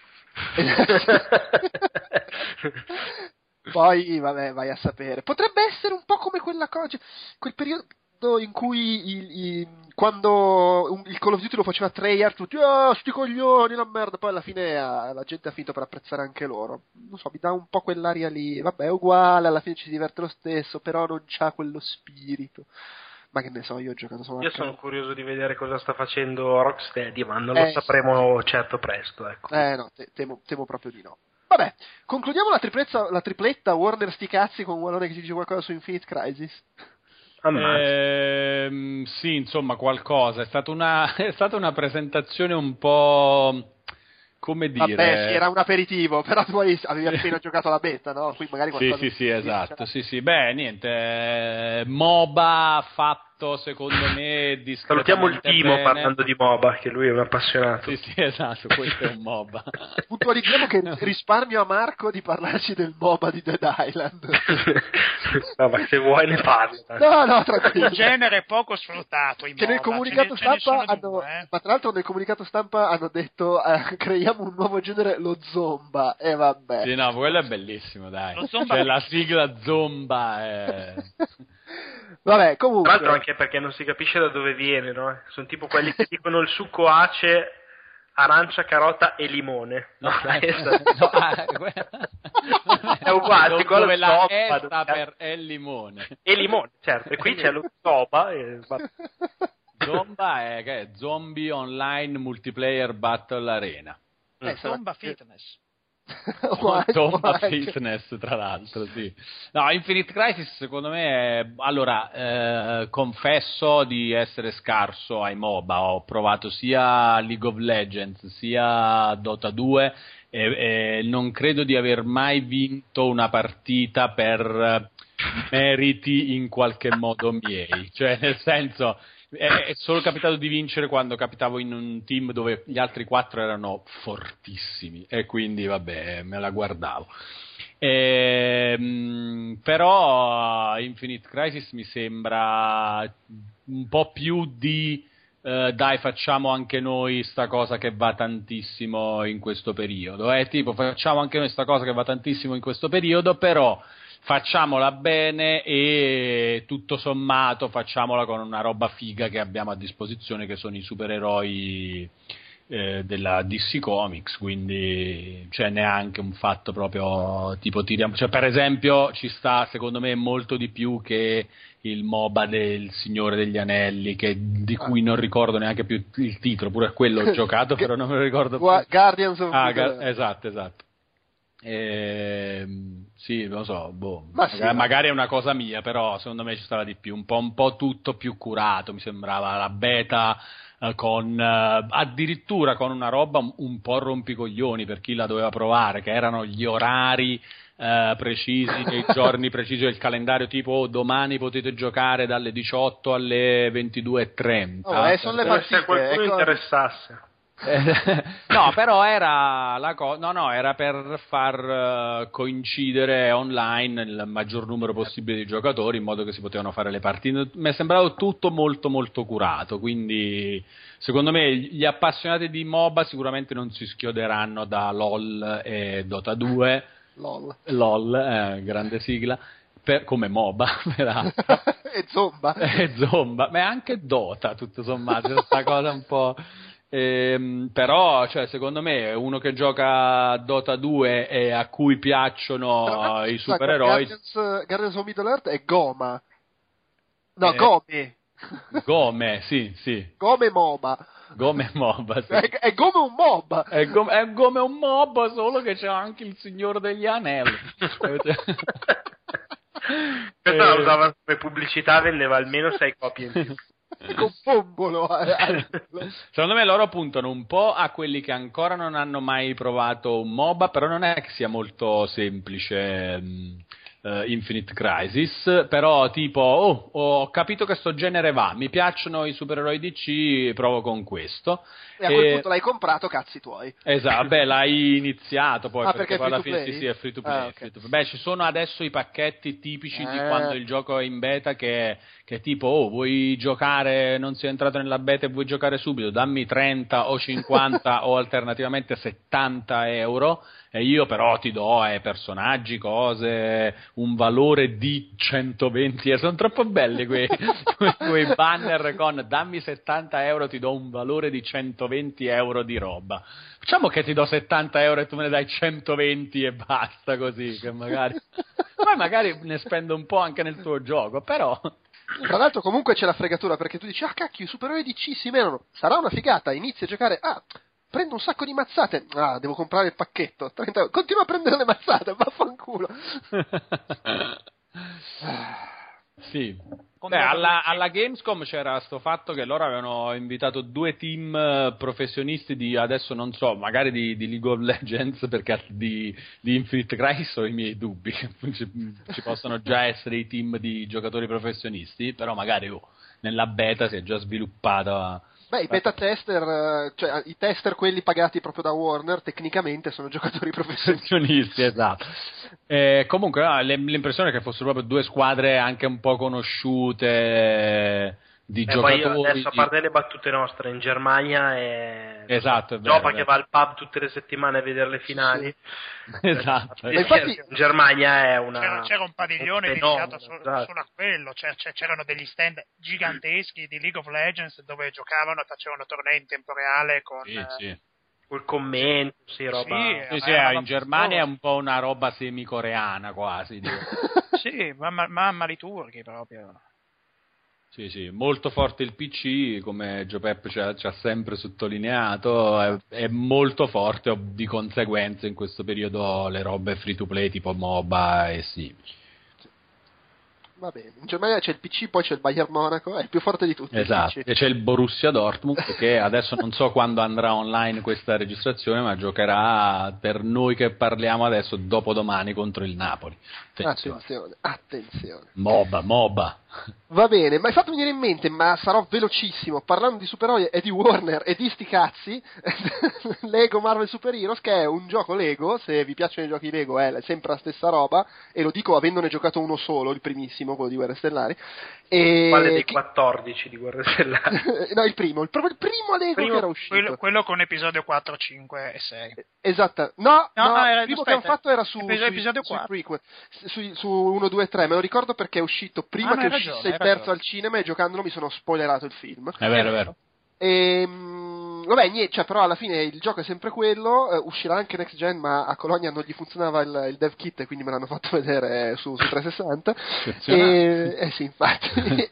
Poi, vabbè, vai a sapere. Potrebbe essere un po' come quella cosa, quel periodo in cui quando il Call of Duty lo faceva Treyarch, tutti sti coglioni, la merda, poi alla fine la gente ha finito per apprezzare anche loro. Non so, mi dà un po' quell'aria lì. Vabbè, è uguale, alla fine ci si diverte lo stesso, però non c'ha quello spirito. Ma che ne so, io ho giocato solo Io sono curioso di vedere cosa sta facendo Rocksteady, ma non lo sapremo certo presto, ecco. No, temo proprio di no. Vabbè, concludiamo la tripletta Warner sti cazzi con Wallone che ci dice qualcosa su Infinite Crisis. Sì, insomma, qualcosa. È stata una presentazione un po'... come dire... Vabbè, sì, era un aperitivo, però tu avevi appena giocato la beta, no? Qui magari qualcosa sì, esatto. Sì. Beh, niente, MOBA fatto fatto secondo me Salutiamo il discretamente Timo bene. parlando di MOBA, che lui è un appassionato. Sì, esatto, questo è un MOBA. Puntualizziamo che risparmio a Marco di parlarci del MOBA di Dead Island. No, ma se vuoi ne parlo. No, tranquillo. Un genere poco sfruttato. Che nel comunicato stampa hanno, eh. ma tra l'altro nel comunicato stampa hanno detto creiamo un nuovo genere, lo zomba, e vabbè. Sì, no, quello è bellissimo, dai. Lo Zomba- Cioè, la sigla Zomba è... Vabbè, Tra comunque. l'altro anche perché non si capisce da dove viene, no? Sono tipo quelli che dicono il succo ace, arancia, carota e limone. No, No, è uguale, dove quello la zoba, E sta dove- per è limone. E limone, certo. E qui c'è lo zoba. E... Zomba è, che è Zombie Online Multiplayer Battle Arena. Zomba Fitness. Zomba Fitness, tra l'altro, sì. No, Infinite Crisis secondo me è... Allora, confesso di essere scarso ai MOBA. Ho provato sia League of Legends sia Dota 2 e non credo di aver mai vinto una partita per meriti in qualche modo miei. Cioè, nel senso... È solo capitato di vincere quando capitavo in un team dove gli altri 4 erano fortissimi e quindi vabbè me la guardavo. Però Infinite Crisis mi sembra un po' più di dai, facciamo anche noi sta cosa che va tantissimo in questo periodo, tipo facciamo anche noi sta cosa che va tantissimo in questo periodo, però facciamola bene e tutto sommato facciamola con una roba figa che abbiamo a disposizione, che sono i supereroi della DC Comics, quindi cioè neanche un fatto proprio tipo tiriamo, cioè per esempio ci sta secondo me molto di più che il MOBA del Signore degli Anelli, di cui non ricordo neanche più il titolo, pure quello ho giocato però non me lo ricordo più. Guardians of the esatto. Sì, non lo so, magari è una cosa mia, però secondo me ci stava di più, un po' tutto più curato, mi sembrava la beta con addirittura con una roba un po' rompicoglioni per chi la doveva provare, che erano gli orari precisi, dei giorni precisi del calendario, tipo domani potete giocare dalle 18 alle 22:30. Sono le Se partite, qualcuno interessasse. No, però era era per far coincidere online il maggior numero possibile di giocatori in modo che si potevano fare le partite. Mi è sembrato tutto molto molto curato, quindi secondo me gli appassionati di MOBA sicuramente non si schioderanno da LOL e Dota 2. LOL, grande sigla. Come MOBA peraltro. e Zomba, ma anche Dota tutto sommato, questa cosa un po'. Però cioè, secondo me uno che gioca a Dota 2 e a cui piacciono i supereroi. Guardians of Middle Earth è Goma. No, Gome, sì. Gome MOBA. Gome MOBA, sì. È come un MOBA. È come un MOBA, solo che c'è anche il Signore degli Anelli. Questa la usava come pubblicità, vendeva almeno 6 copie in più. Con Pombolo. Secondo me loro puntano un po' a quelli che ancora non hanno mai provato un MOBA, però non è che sia molto semplice Infinite Crisis, però tipo ho capito che sto genere va, mi piacciono i supereroi DC, provo con questo. E a quel punto l'hai comprato, cazzi tuoi. Esatto, beh, l'hai iniziato poi perché poi alla free to fine play? sì, è free to play, Okay. Beh, ci sono adesso i pacchetti tipici di quando il gioco è in beta che tipo, vuoi giocare, non sei entrato nella beta e vuoi giocare subito, dammi 30 o 50 o alternativamente 70 euro e io però ti do personaggi, cose, un valore di 120 euro. Sono troppo belli quei banner con dammi 70 euro, ti do un valore di 120 euro di roba. Facciamo che ti do 70 euro e tu me ne dai 120 e basta, così che magari poi magari ne spendo un po' anche nel tuo gioco, però tra l'altro comunque c'è la fregatura, perché tu dici cacchio, i supereroi DC si menano, sarà una figata, inizi a giocare, prendo un sacco di mazzate, devo comprare il pacchetto, 30 euro. Continua a prendere le mazzate, vaffanculo. Sì. Con Beh, due alla Gamescom c'era sto fatto che loro avevano invitato 2 team professionisti di, adesso non so, magari di League of Legends, perché di Infinite Crisis ho i miei dubbi, ci possono già essere i team di giocatori professionisti, però magari nella beta si è già sviluppata. Beh, i beta tester, cioè i tester quelli pagati proprio da Warner, tecnicamente sono giocatori professionisti. Esatto. Comunque l'impressione è che fossero proprio 2 squadre anche un po' conosciute di giocatori. Poi adesso, a parte le battute nostre, in Germania è esatto, è vero, Giopa che va al pub tutte le settimane a vedere le finali. Sì. Esatto. Infatti, in Germania è una c'era un padiglione dedicato solo a quello, c'erano degli stand giganteschi di League of Legends dove giocavano e facevano tornei in tempo reale con Sì. col commento, roba. Sì, in Germania è un po' una roba semicoreana quasi. Sì, mamma di turchi proprio. Sì, molto forte il PC, come Giuseppe ci ha sempre sottolineato, è molto forte, di conseguenza in questo periodo le robe free to play tipo MOBA e simili. Va bene, in Germania c'è il PC, poi c'è il Bayern Monaco, è il più forte di tutti. Esatto, e c'è il Borussia Dortmund che adesso non so quando andrà online questa registrazione, ma giocherà per noi che parliamo adesso dopodomani contro il Napoli. Attenzione. MOBA. Va bene, ma hai fatto venire in mente, ma sarò velocissimo, parlando di supereroi e di Warner e di sti cazzi, Lego Marvel Super Heroes, che è un gioco Lego, se vi piacciono i giochi Lego è sempre la stessa roba, e lo dico avendone giocato uno solo, il primissimo, quello di Guerre Stellari. Quale dei 14 di Guerre Stellari? No, il primo Lego che era uscito. Quello con episodio 4, 5 e 6. Esatto, no, il primo che hanno aspetta, fatto era su episodio 4. Sui prequel, su 1, 2, 3, me lo ricordo perché è uscito prima che uscisse il terzo al cinema e giocandolo mi sono spoilerato il film. È vero. E vabbè, niente, cioè, però alla fine il gioco è sempre quello, uscirà anche Next Gen, ma a Colonia non gli funzionava il dev kit e quindi me l'hanno fatto vedere su 360. Sì, infatti.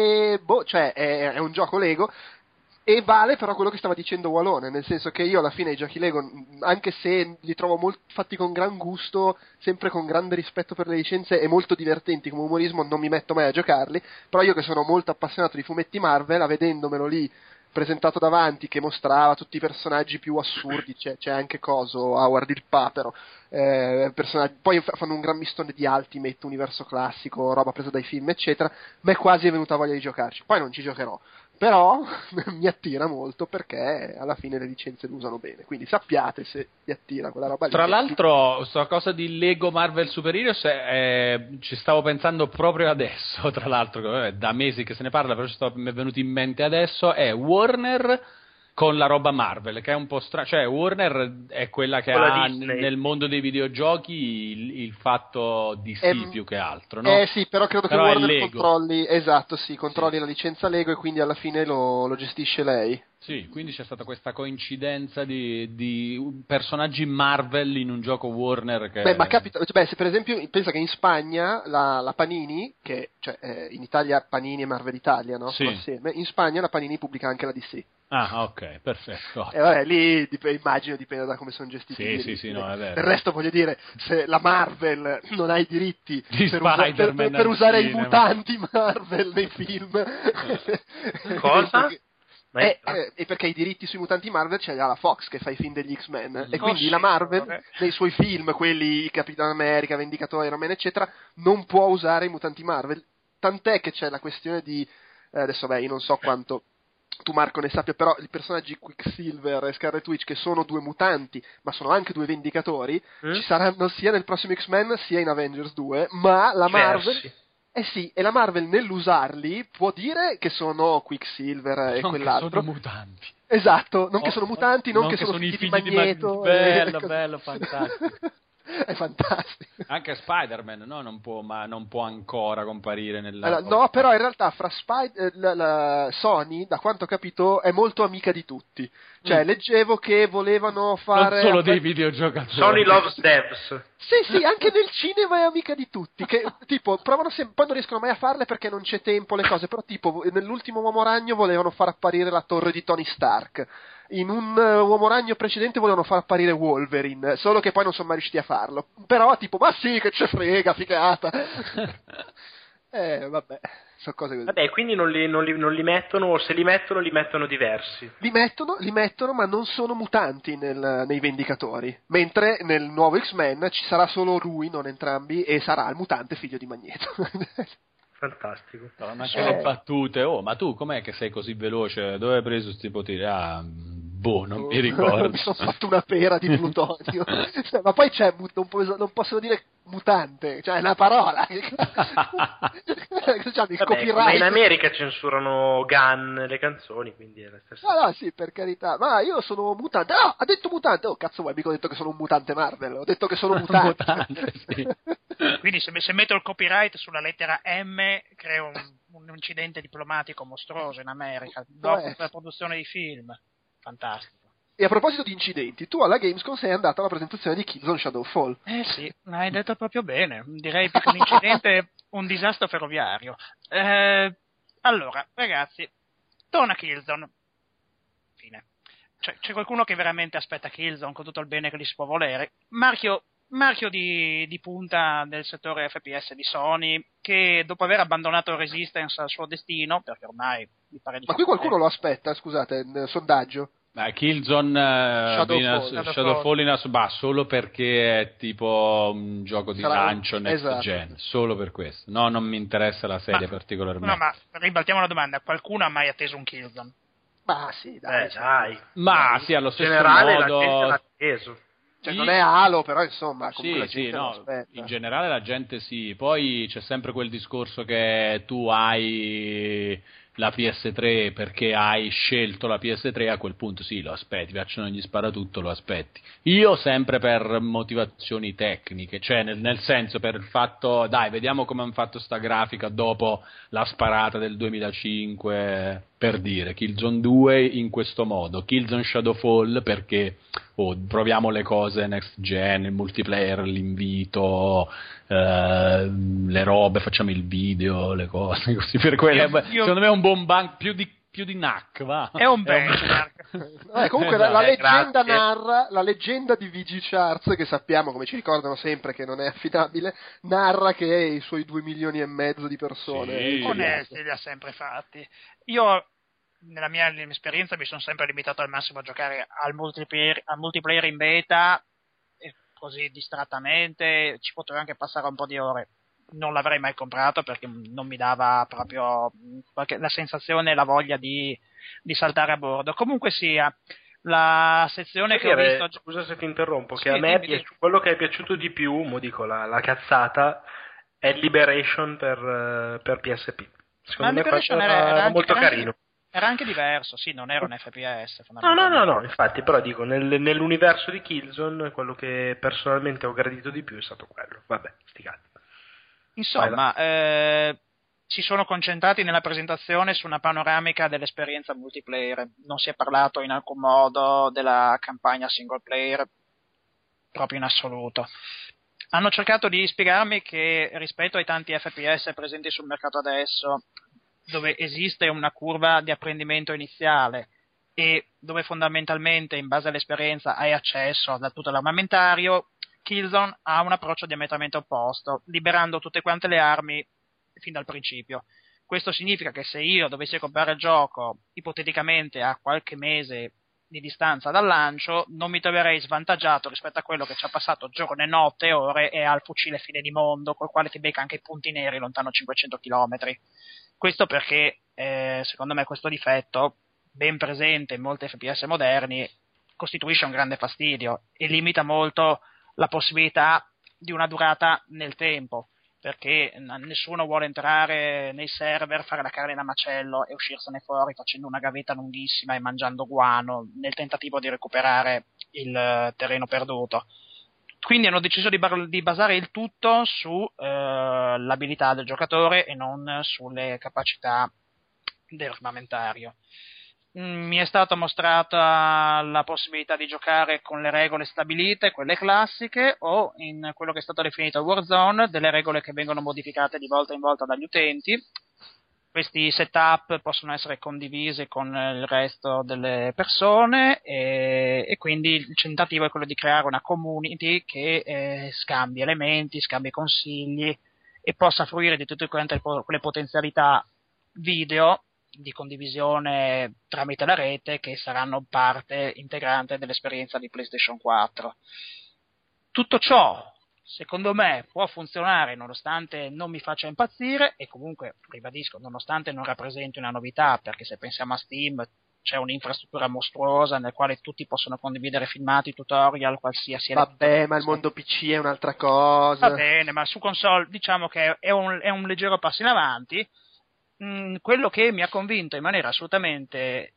Cioè è un gioco Lego. E vale però quello che stava dicendo Walone, nel senso che io alla fine i giochi Lego, anche se li trovo fatti con gran gusto, sempre con grande rispetto per le licenze e molto divertenti come umorismo, non mi metto mai a giocarli, però io che sono molto appassionato di fumetti Marvel, vedendomelo lì presentato davanti che mostrava tutti i personaggi più assurdi, c'è anche Howard il Papero, personaggi, poi fanno un gran mistone di Ultimate, universo classico, roba presa dai film eccetera, mi è quasi venuta voglia di giocarci, poi non ci giocherò, però mi attira molto perché alla fine le licenze le usano bene, quindi sappiate se vi attira quella roba lì. Tra l'altro sta cosa di Lego Marvel Super Heroes ci stavo pensando proprio adesso, tra l'altro da mesi che se ne parla, però mi è venuto in mente adesso, è Warner con la roba Marvel, che è un po' strano, cioè Warner è quella che ha nel mondo dei videogiochi il fatto di sì più che altro, no? Sì, però credo che Warner controlli la licenza Lego e quindi alla fine lo gestisce lei. Sì, quindi c'è stata questa coincidenza di personaggi Marvel in un gioco Warner che... ma capita, se per esempio pensa che in Spagna la Panini, che cioè in Italia Panini e Marvel Italia, no? Sì. Assieme, in Spagna la Panini pubblica anche la DC. Ah, ok, perfetto. E vabbè, lì immagino dipende da come sono gestiti. Sì, no, è vero. Del resto voglio dire, se la Marvel non ha i diritti per per usare i mutanti Marvel nei film... Cosa? E perché i diritti sui mutanti Marvel ce li ha la Fox che fa i film degli X-Men e quindi la Marvel nei suoi film, quelli Capitan America, Vendicatore, Iron Man eccetera, non può usare i mutanti Marvel, tant'è che c'è la questione di adesso io non so quanto tu Marco ne sappia, però i personaggi Quicksilver e Scarlet Witch, che sono 2 mutanti ma sono anche 2 vendicatori, ci saranno sia nel prossimo X-Men sia in Avengers 2, ma la Marvel sì, e la Marvel nell'usarli può dire che sono Quicksilver e quell'altro. Che sono mutanti. Esatto, non che sono mutanti, non che sono i figli di Magneto. Bello, fantastico. È fantastico. Anche Spider-Man, no? Non può ancora comparire nella... No, però in realtà fra la Sony, da quanto ho capito, è molto amica di tutti. Cioè, leggevo che volevano fare... Non solo dei videogiocatori. Sony loves devs. Sì, anche nel cinema è amica di tutti. Che, tipo, provano sempre, poi non riescono mai a farle perché non c'è tempo, le cose. Però, tipo, nell'ultimo Uomo Ragno volevano far apparire la torre di Tony Stark. In un Uomo Ragno precedente volevano far apparire Wolverine, solo che poi non sono mai riusciti a farlo. Però, tipo, ma sì, che ce frega, figata. Vabbè, sono cose così. Vabbè, quindi non li mettono, o se li mettono diversi. Li mettono, ma non sono mutanti nei Vendicatori. Mentre nel nuovo X-Men ci sarà solo lui, non entrambi, e sarà il mutante figlio di Magneto. Fantastico. No, ma anche le battute. Oh, ma tu com'è che sei così veloce? Dove hai preso sti poteri? Non mi ricordo. Mi sono fatto una pera di plutonio. Ma poi c'è, non possono dire mutante, cioè è una parola. C'hanno il Vabbè, copyright. ma in America censurano Gun le canzoni, quindi è la stessa. No, sì, per carità. Ma io sono mutante. No, ha detto mutante. Oh, cazzo vuoi? Mica ho detto che sono un mutante Marvel. Ho detto che sono mutante. Sì. Quindi se metto il copyright sulla lettera M creo un incidente diplomatico mostruoso in America dopo la produzione di film. Fantastico. E a proposito di incidenti, tu alla Gamescom sei andato alla presentazione di Killzone Shadowfall. Sì, hai detto proprio bene. Direi più che un incidente, un disastro ferroviario. Allora, ragazzi, torna Killzone. Fine. C'è qualcuno che veramente aspetta Killzone con tutto il bene che gli si può volere. Marchio di punta del settore FPS di Sony, che dopo aver abbandonato Resistance al suo destino, perché ormai mi pare di... Ma qui qualcuno lo aspetta, scusate, nel sondaggio. Killzone Shadowfall solo perché è tipo un gioco di lancio next gen, solo per questo. No, non mi interessa la serie particolarmente. No, ma ribaltiamo la domanda, qualcuno ha mai atteso un Killzone? Ma sì, dai. Ma sì, allo stesso generale modo... la gente l'ha atteso. Cioè, non è Halo, però insomma, comunque sì, la gente no, in generale la gente sì. Poi c'è sempre quel discorso che tu hai la PS3 perché hai scelto la PS3, a quel punto sì, lo aspetti, piacciono gli sparatutto, lo aspetti. Io sempre per motivazioni tecniche, cioè nel senso per il fatto, dai, vediamo come hanno fatto sta grafica dopo la sparata del 2005, per dire, Killzone 2 in questo modo, Killzone Shadowfall perché proviamo le cose next gen, il multiplayer, l'invito, le robe, facciamo il video, le cose così, per quelle secondo me è un buon bank più di NAC, va. È un benchmark. Comunque la leggenda narra, la leggenda di VG Charts, che sappiamo, come ci ricordano sempre, che non è affidabile, narra che i suoi 2 milioni e mezzo di persone onesti li ha sempre fatti. Io nella mia esperienza mi sono sempre limitato al massimo a giocare al multiplayer in beta, e così distrattamente ci potevo anche passare un po' di ore. Non l'avrei mai comprato perché non mi dava proprio la sensazione e la voglia di saltare a bordo. Comunque sia, la sezione che ho visto... Scusa se ti interrompo, che a me quello che è piaciuto di più, la cazzata, è Liberation per PSP. Secondo me era molto carino. Era anche diverso, sì, non era un FPS. No, infatti, però dico, nell'universo di Killzone, quello che personalmente ho gradito di più è stato quello. Vabbè, sti cazzi. Insomma, si sono concentrati nella presentazione su una panoramica dell'esperienza multiplayer. Non si è parlato in alcun modo della campagna single player, proprio in assoluto. Hanno cercato di spiegarmi che rispetto ai tanti FPS presenti sul mercato adesso, dove esiste una curva di apprendimento iniziale e dove fondamentalmente in base all'esperienza hai accesso a tutto l'armamentario, Killzone ha un approccio diametralmente opposto, liberando tutte quante le armi fin dal principio. Questo significa che se io dovessi comprare il gioco ipoteticamente a qualche mese di distanza dal lancio, non mi troverei svantaggiato rispetto a quello che ci ha passato giorno e notte, ore, e ha il fucile fine di mondo, col quale ti becca anche i punti neri lontano 500 km. Questo perché, secondo me, questo difetto, ben presente in molti FPS moderni, costituisce un grande fastidio e limita molto la possibilità di una durata nel tempo, perché nessuno vuole entrare nei server, fare la carne da macello e uscirsene fuori facendo una gavetta lunghissima e mangiando guano nel tentativo di recuperare il terreno perduto. Quindi hanno deciso di basare il tutto su l'abilità del giocatore e non sulle capacità dell'armamentario. Mi è stata mostrata la possibilità di giocare con le regole stabilite, quelle classiche, o in quello che è stato definito Warzone, delle regole che vengono modificate di volta in volta dagli utenti. Questi setup possono essere condivisi con il resto delle persone e quindi il tentativo è quello di creare una community che scambi elementi, scambi consigli e possa fruire di tutte quante quelle potenzialità video di condivisione tramite la rete che saranno parte integrante dell'esperienza di PlayStation 4. Tutto ciò, secondo me, può funzionare nonostante non mi faccia impazzire, e comunque, ribadisco, nonostante non rappresenti una novità, perché se pensiamo a Steam c'è un'infrastruttura mostruosa nel quale tutti possono condividere filmati, tutorial, qualsiasi. Vabbè, ma il mondo PC è un'altra cosa. Va bene, ma su console diciamo che è un leggero passo in avanti. Quello che mi ha convinto in maniera assolutamente,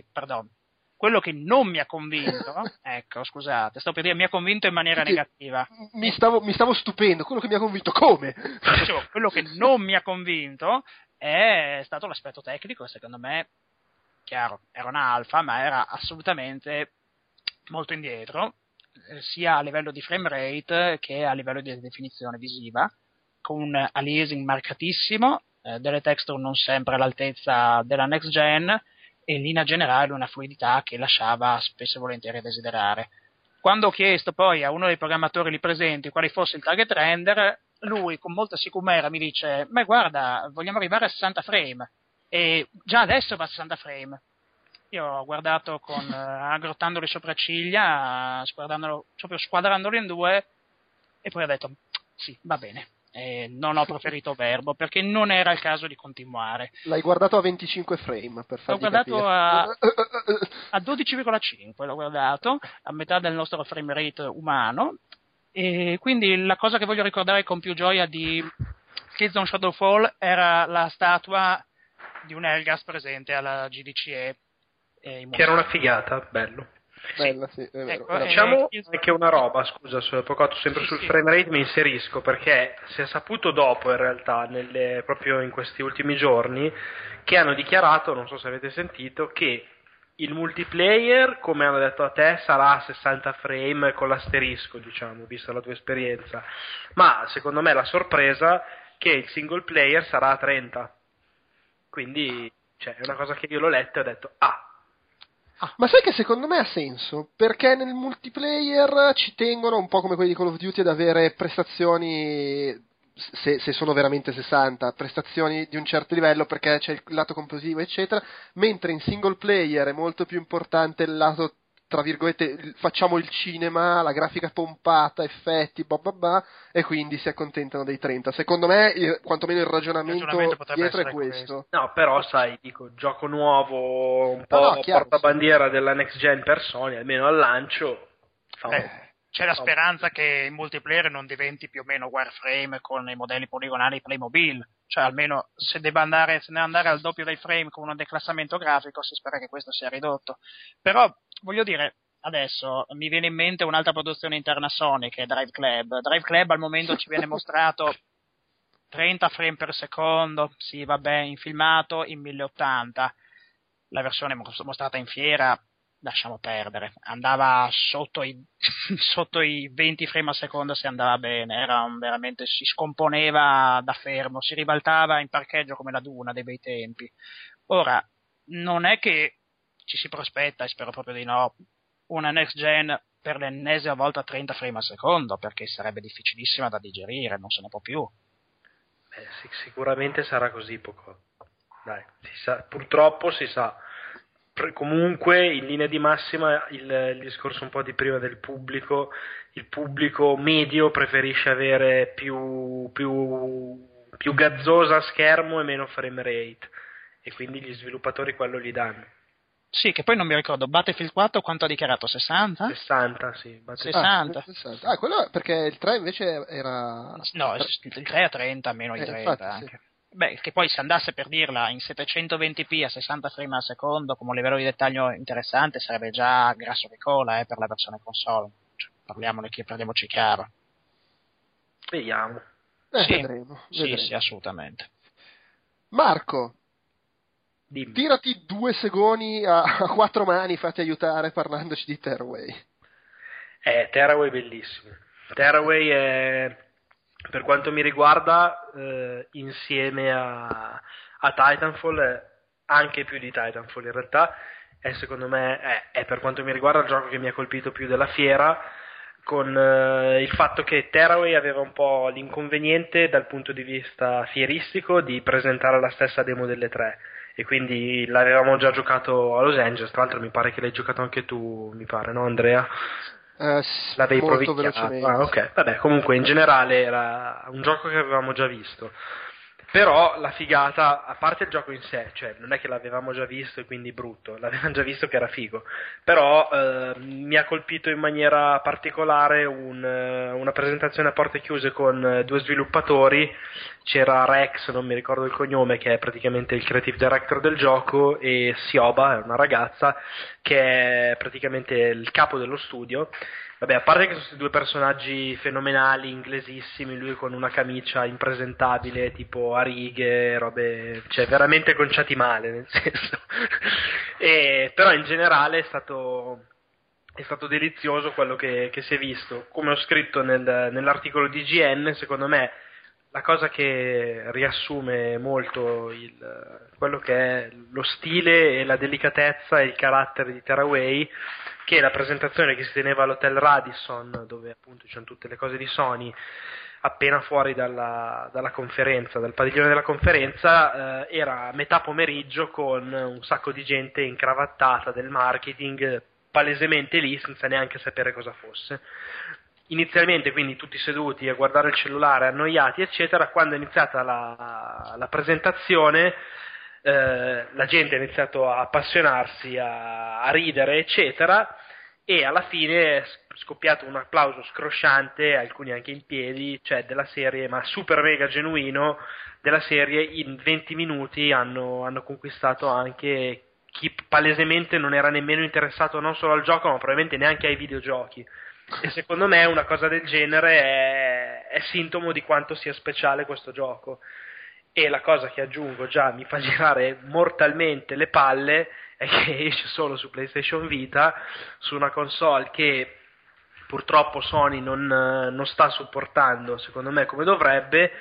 quello che non mi ha convinto, ecco, scusate, sto per dire mi ha convinto in maniera negativa. Mi stavo stupendo, quello che mi ha convinto, come? Dicevo, quello che non mi ha convinto è stato l'aspetto tecnico, secondo me, chiaro, era una alfa, ma era assolutamente molto indietro, sia a livello di frame rate che a livello di definizione visiva, con un aliasing marcatissimo, delle texture non sempre all'altezza della next gen, e in linea generale una fluidità che lasciava spesso e volentieri a desiderare. Quando ho chiesto poi a uno dei programmatori lì presenti quale fosse il target render, lui con molta sicumera mi dice: ma guarda, vogliamo arrivare a 60 frame, e già adesso va a 60 frame. Io ho guardato aggrottando le sopracciglia, proprio squadrandolo in due, e poi ho detto sì, va bene. Non ho proferito verbo perché non era il caso di continuare. L'hai guardato a 25 frame per farti capire. L'ho guardato a 12,5, l'ho guardato a metà del nostro frame rate umano, e quindi la cosa che voglio ricordare con più gioia di Killzone Shadowfall era la statua di un Elgas presente alla GDCE, che era una figata, bello. Bella, sì, è vero. Ecco, diciamo anche una roba, scusa, sempre sul frame rate mi inserisco, perché si è saputo dopo in realtà, proprio in questi ultimi giorni, che hanno dichiarato, non so se avete sentito, che il multiplayer, come hanno detto a te, sarà a 60 frame con l'asterisco, diciamo, vista la tua esperienza, ma secondo me la sorpresa è che il single player sarà a 30, quindi è una cosa che io l'ho letta e ho detto ma sai che secondo me ha senso, perché nel multiplayer ci tengono, un po' come quelli di Call of Duty, ad avere prestazioni, se sono veramente 60, prestazioni di un certo livello, perché c'è il lato competitivo eccetera, mentre in single player è molto più importante il lato, tra virgolette, facciamo il cinema, la grafica pompata, effetti, e quindi si accontentano dei 30. Secondo me, quantomeno il ragionamento dietro è questo. No, però sai, dico, gioco nuovo, un po' portabandiera della next gen per Sony, almeno al lancio. C'è la speranza che il multiplayer non diventi più o meno Warframe con i modelli poligonali Playmobil, cioè almeno se deve andare al doppio dei frame con un declassamento grafico, si spera che questo sia ridotto. Però voglio dire, adesso mi viene in mente un'altra produzione interna Sony, che è Drive Club. Drive Club al momento ci viene mostrato 30 frame per secondo, sì vabbè, in filmato in 1080. La versione mostrata in fiera, lasciamo perdere, andava sotto i 20 frame al secondo se andava bene, veramente si scomponeva da fermo, si ribaltava in parcheggio come la Duna dei bei tempi. Ora, non è che ci si prospetta, e spero proprio di no, una next gen per l'ennesima volta a 30 frame al secondo, perché sarebbe difficilissima da digerire, non se ne può più. Sicuramente sarà così poco. Dai, purtroppo si sa. Comunque, in linea di massima, il discorso un po' di prima del pubblico, il pubblico medio preferisce avere più gazzosa a schermo e meno frame rate, e quindi gli sviluppatori quello gli danno. Sì, che poi non mi ricordo, Battlefield 4 quanto ha dichiarato? 60? 60, sì. 60. Quello perché il 3 invece era... No, il 3 a 30, meno i 30 infatti, anche. Sì. Beh, che poi se andasse per dirla in 720p a 60 frame al secondo, con un livello di dettaglio interessante, sarebbe già grasso che cola per la versione console. Parliamoci chiaro. Vediamo. Vedremo. Sì, assolutamente. Marco, dimmi. Tirati 2 segoni a 4 mani, fatti aiutare parlandoci di Tearaway. Tearaway bellissimo. Tearaway è, per quanto mi riguarda, insieme a Titanfall, anche più di Titanfall in realtà, secondo me è per quanto mi riguarda il gioco che mi ha colpito più della fiera, con il fatto che Tearaway aveva un po' l'inconveniente dal punto di vista fieristico di presentare la stessa demo delle 3, e quindi l'avevamo già giocato a Los Angeles. Tra l'altro mi pare che l'hai giocato anche tu, mi pare, no Andrea? L'avevi molto provicchiato. velocemente. Ok, vabbè, comunque in generale era un gioco che avevamo già visto. Però la figata, a parte il gioco in sé, cioè non è che l'avevamo già visto e quindi brutto, l'avevamo già visto che era figo, però mi ha colpito in maniera particolare una presentazione a porte chiuse con 2 sviluppatori. C'era Rex, non mi ricordo il cognome, che è praticamente il creative director del gioco, e Sioba, è una ragazza che è praticamente il capo dello studio. Vabbè, a parte che sono questi 2 personaggi fenomenali, inglesissimi, lui con una camicia impresentabile, tipo a righe, robe, cioè veramente conciati male, nel senso. Però in generale è stato delizioso quello che si è visto. Come ho scritto nell'articolo di IGN, secondo me la cosa che riassume molto quello che è lo stile e la delicatezza e il carattere di Tearaway, che la presentazione che si teneva all'hotel Radisson, dove appunto c'erano tutte le cose di Sony, appena fuori dalla conferenza, dal padiglione della conferenza, era a metà pomeriggio con un sacco di gente incravattata del marketing, palesemente lì senza neanche sapere cosa fosse. Inizialmente quindi tutti seduti a guardare il cellulare, annoiati eccetera. Quando è iniziata la presentazione, la gente ha iniziato a appassionarsi, a ridere eccetera, e alla fine è scoppiato un applauso scrosciante, alcuni anche in piedi, cioè della serie, ma super mega genuino, della serie. In 20 minuti hanno conquistato anche chi palesemente non era nemmeno interessato non solo al gioco, ma probabilmente neanche ai videogiochi. E secondo me una cosa del genere è sintomo di quanto sia speciale questo gioco. E la cosa che aggiungo, già mi fa girare mortalmente le palle, è che esce solo su PlayStation Vita, su una console che purtroppo Sony non sta supportando, secondo me, come dovrebbe,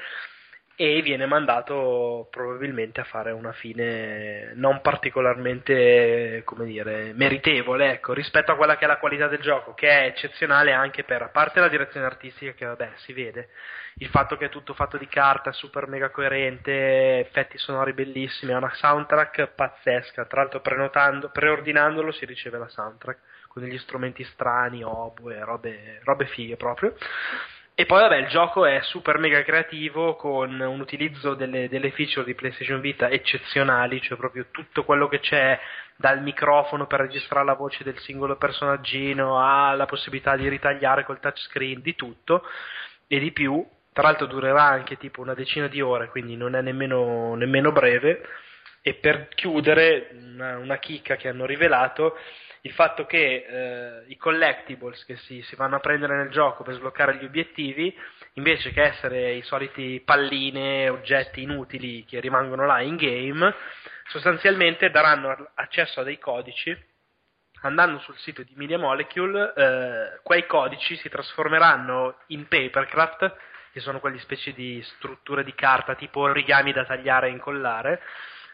e viene mandato probabilmente a fare una fine non particolarmente, come dire, meritevole, ecco, rispetto a quella che è la qualità del gioco, che è eccezionale anche per, a parte la direzione artistica, che vabbè si vede, il fatto che è tutto fatto di carta, super mega coerente, effetti sonori bellissimi, ha una soundtrack pazzesca. Tra l'altro preordinandolo si riceve la soundtrack con degli strumenti strani, oboe, robe fighe proprio. E poi vabbè, il gioco è super mega creativo, con un utilizzo delle feature di PlayStation Vita eccezionali, cioè proprio tutto quello che c'è, dal microfono per registrare la voce del singolo personaggino alla possibilità di ritagliare col touchscreen, di tutto e di più. Tra l'altro durerà anche tipo una decina di ore, quindi non è nemmeno breve. E per chiudere, una chicca che hanno rivelato, il fatto che i collectibles che si vanno a prendere nel gioco per sbloccare gli obiettivi, invece che essere i soliti palline, oggetti inutili che rimangono là in game, sostanzialmente daranno accesso a dei codici. Andando sul sito di Media Molecule, quei codici si trasformeranno in papercraft, che sono quelle specie di strutture di carta tipo origami da tagliare e incollare,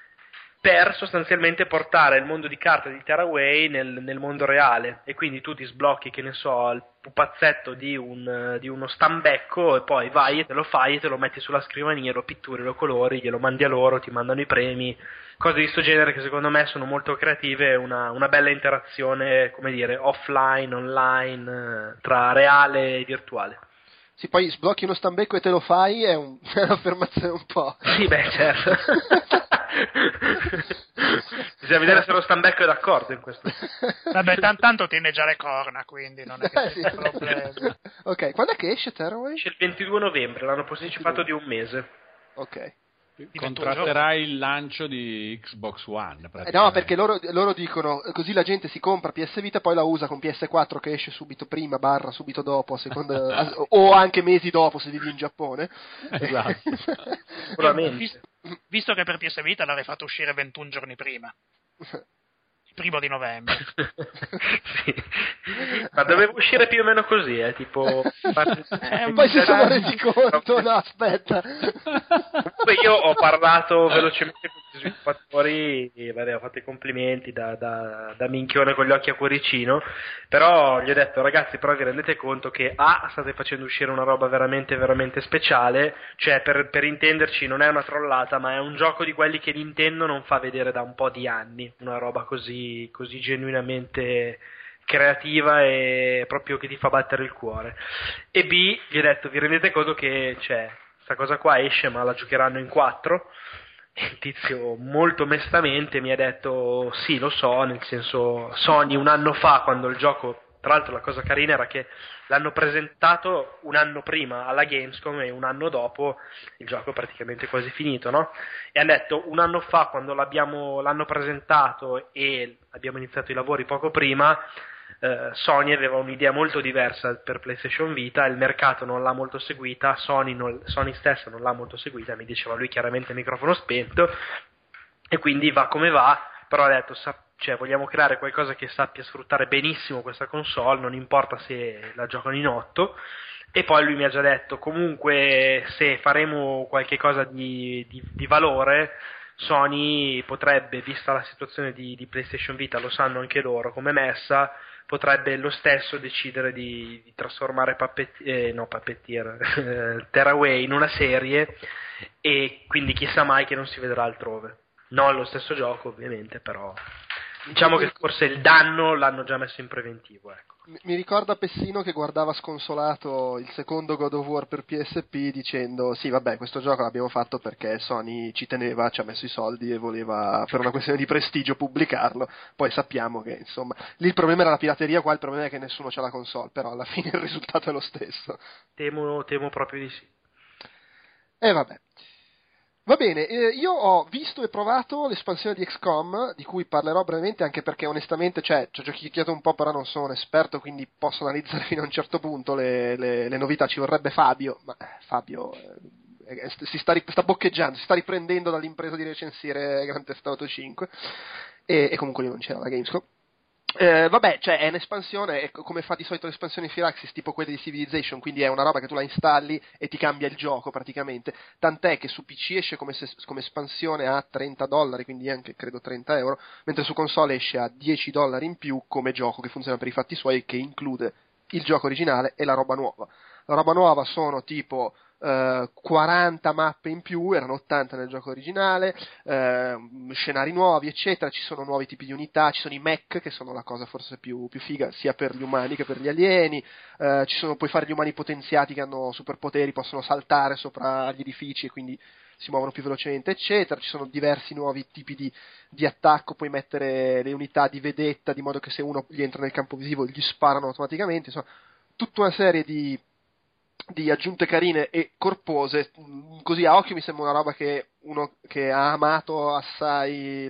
per sostanzialmente portare il mondo di carta di Tearaway nel mondo reale. E quindi tu ti sblocchi, che ne so, il pupazzetto di uno stambecco, e poi vai e te lo fai e te lo metti sulla scrivania, lo pitturi, lo colori, glielo mandi a loro, ti mandano i premi, cose di sto genere che secondo me sono molto creative, una bella interazione, come dire, offline, online, tra reale e virtuale. Sì, poi sblocchi uno stambecco e te lo fai, è un'affermazione un po'. Sì, beh, certo. Bisogna vedere se lo stambecco è d'accordo in questo. Vabbè, tanto tiene già le corna, quindi non è che sia problema. Ok, quando è che esce Tearaway? Esce il 22 novembre, l'hanno posticipato di un mese. Ok. Contratterà il lancio di Xbox One. No, perché loro dicono così la gente si compra PS Vita, poi la usa con PS4 che esce subito prima, subito dopo, a seconda, o anche mesi dopo se vivi in Giappone. Esatto. Visto che per PS Vita l'aveva fatto uscire 21 giorni prima. 1 novembre. Sì. Ma doveva uscire più o meno così, tipo... poi si sono resi conto, no, aspetta. Comunque io ho parlato velocemente con gli sviluppatori e vabbè, ho fatto i complimenti da minchione con gli occhi a cuoricino, però gli ho detto ragazzi, però vi rendete conto che state facendo uscire una roba veramente veramente speciale, cioè per intenderci non è una trollata, ma è un gioco di quelli che Nintendo non fa vedere da un po' di anni, una roba così genuinamente creativa e proprio che ti fa battere il cuore. E B, gli ho detto, vi rendete conto che sta cosa qua esce ma la giocheranno in 4? E il tizio molto mestamente mi ha detto sì, lo so, nel senso Sony un anno fa, quando il gioco, tra l'altro la cosa carina era che l'hanno presentato un anno prima alla Gamescom e un anno dopo il gioco è praticamente quasi finito, no? E hanno detto un anno fa, quando l'hanno presentato e abbiamo iniziato i lavori poco prima, Sony aveva un'idea molto diversa per PlayStation Vita, il mercato non l'ha molto seguita, Sony stessa non l'ha molto seguita, mi diceva lui chiaramente microfono spento, e quindi va come va, però ha detto vogliamo creare qualcosa che sappia sfruttare benissimo questa console, non importa se la giocano in 8. E poi lui mi ha già detto comunque se faremo qualche cosa di valore, Sony potrebbe, vista la situazione di PlayStation Vita, lo sanno anche loro come messa, potrebbe lo stesso decidere di trasformare Tearaway in una serie, e quindi chissà mai che non si vedrà altrove. Non lo stesso gioco ovviamente, però diciamo che forse il danno l'hanno già messo in preventivo, ecco. Mi ricorda Pessino che guardava sconsolato il secondo God of War per PSP dicendo sì vabbè, questo gioco l'abbiamo fatto perché Sony ci teneva, ci ha messo i soldi e voleva per una questione di prestigio pubblicarlo, poi sappiamo che insomma lì il problema era la pirateria, qua il problema è che nessuno c'ha la console, però alla fine il risultato è lo stesso. Temo proprio di sì. Vabbè. Va bene, io ho visto e provato l'espansione di XCOM, di cui parlerò brevemente anche perché onestamente, ci ho giochicchiato un po', però non sono un esperto, quindi posso analizzare fino a un certo punto le novità. Ci vorrebbe Fabio, ma Fabio si sta boccheggiando, si sta riprendendo dall'impresa di recensire Grand Theft Auto 5 e comunque lì non c'era la Gamescom. Vabbè, è un'espansione, è come fa di solito l'espansione Firaxis, tipo quelle di Civilization, quindi è una roba che tu la installi e ti cambia il gioco praticamente, tant'è che su PC esce come espansione a $30, quindi anche credo €30, mentre su console esce a $10 in più come gioco che funziona per i fatti suoi, che include il gioco originale e la roba nuova. La roba nuova sono tipo 40 mappe in più, erano 80 nel gioco originale, scenari nuovi eccetera, ci sono nuovi tipi di unità, ci sono i mech che sono la cosa forse più figa sia per gli umani che per gli alieni, puoi fare gli umani potenziati che hanno superpoteri, possono saltare sopra gli edifici e quindi si muovono più velocemente eccetera, ci sono diversi nuovi tipi di attacco, puoi mettere le unità di vedetta di modo che se uno gli entra nel campo visivo gli sparano automaticamente, insomma tutta una serie di aggiunte carine e corpose. Così a occhio mi sembra una roba che uno che ha amato assai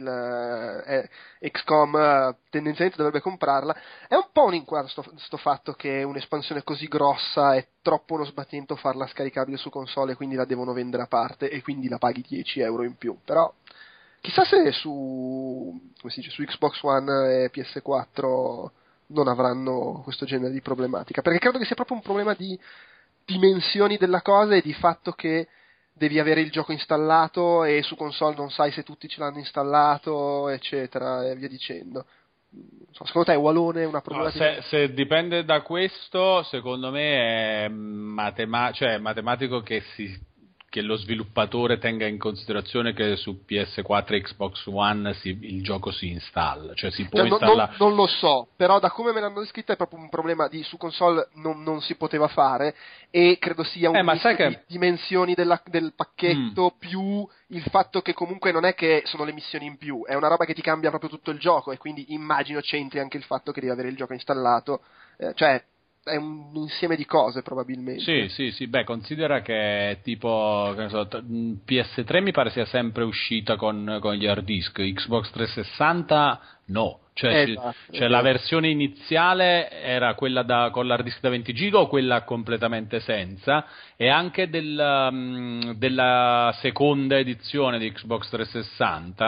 XCOM tendenzialmente dovrebbe comprarla. È un po' un inquadro sto fatto che un'espansione così grossa è troppo uno sbattimento farla scaricabile su console e quindi la devono vendere a parte e quindi la paghi €10 in più, però chissà se su Xbox One e PS4 non avranno questo genere di problematica, perché credo che sia proprio un problema di dimensioni della cosa e di fatto che devi avere il gioco installato e su console non sai se tutti ce l'hanno installato eccetera e via dicendo. Secondo te è Walone una problematica? No, se dipende da questo, secondo me è matematico che lo sviluppatore tenga in considerazione che su PS4 e Xbox One il gioco si installa, cioè si può installare. Non lo so, però da come me l'hanno descritto è proprio un problema su console non si poteva fare e credo sia un mix di dimensioni del pacchetto più il fatto che comunque non è che sono le missioni in più, è una roba che ti cambia proprio tutto il gioco e quindi immagino c'entri anche il fatto che devi avere il gioco installato, è un insieme di cose probabilmente. Sì, beh, considera che tipo PS3 mi pare sia sempre uscita con gli hard disk, Xbox 360 no, esatto. La versione iniziale era quella con l'hard disk da 20 giga o quella completamente senza, e anche della seconda edizione di Xbox 360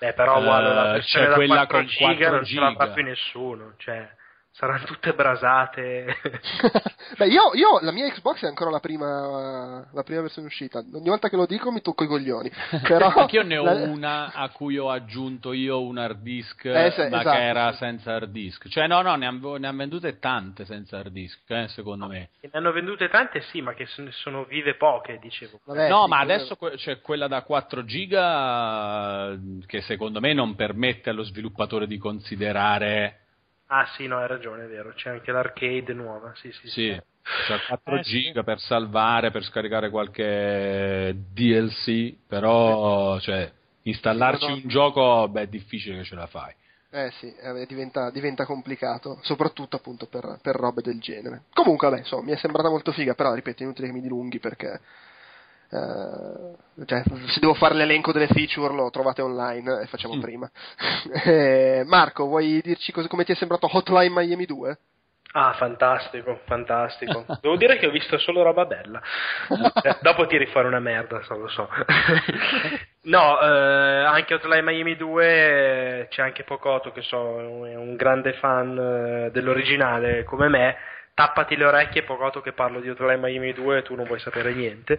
Beh, però la versione c'è da quella 4 con giga 4 non ce l'ha giga. proprio nessuno, cioè saranno tutte brasate. Beh, io la mia Xbox è ancora la prima versione uscita. Ogni volta che lo dico mi tocco i coglioni. Però Anch'io ne ho una a cui ho aggiunto io un hard disk, ma esatto, che era sì. senza hard disk. Cioè, no, ne han vendute tante senza hard disk, secondo me. Ne hanno vendute tante, sì, ma che sono vive poche, dicevo. Vabbè, No, sì, ma quello- adesso c'è quella da 4 giga che secondo me non permette allo sviluppatore di considerare. Ah sì, no, hai ragione, è vero, c'è anche l'arcade nuova, sì. Sì, c'è 4 sì. giga per salvare, per scaricare qualche DLC, però cioè, installarci Sì, no. un gioco, beh, è difficile che ce la fai. Sì, diventa complicato, soprattutto appunto per robe del genere. Comunque, vabbè, insomma, mi è sembrata molto figa, però ripeto, è inutile che mi dilunghi perché cioè, se devo fare l'elenco delle feature lo trovate online e facciamo prima. Marco, vuoi dirci come ti è sembrato Hotline Miami 2? Ah, fantastico. Devo dire che ho visto solo roba bella. Dopo tiri fuori una merda, lo so. No, anche Hotline Miami 2 c'è anche Pocotto che è un grande fan dell'originale come me. Tappati le orecchie, Pocotto, che parlo di Hotline Miami 2 e tu non vuoi sapere niente.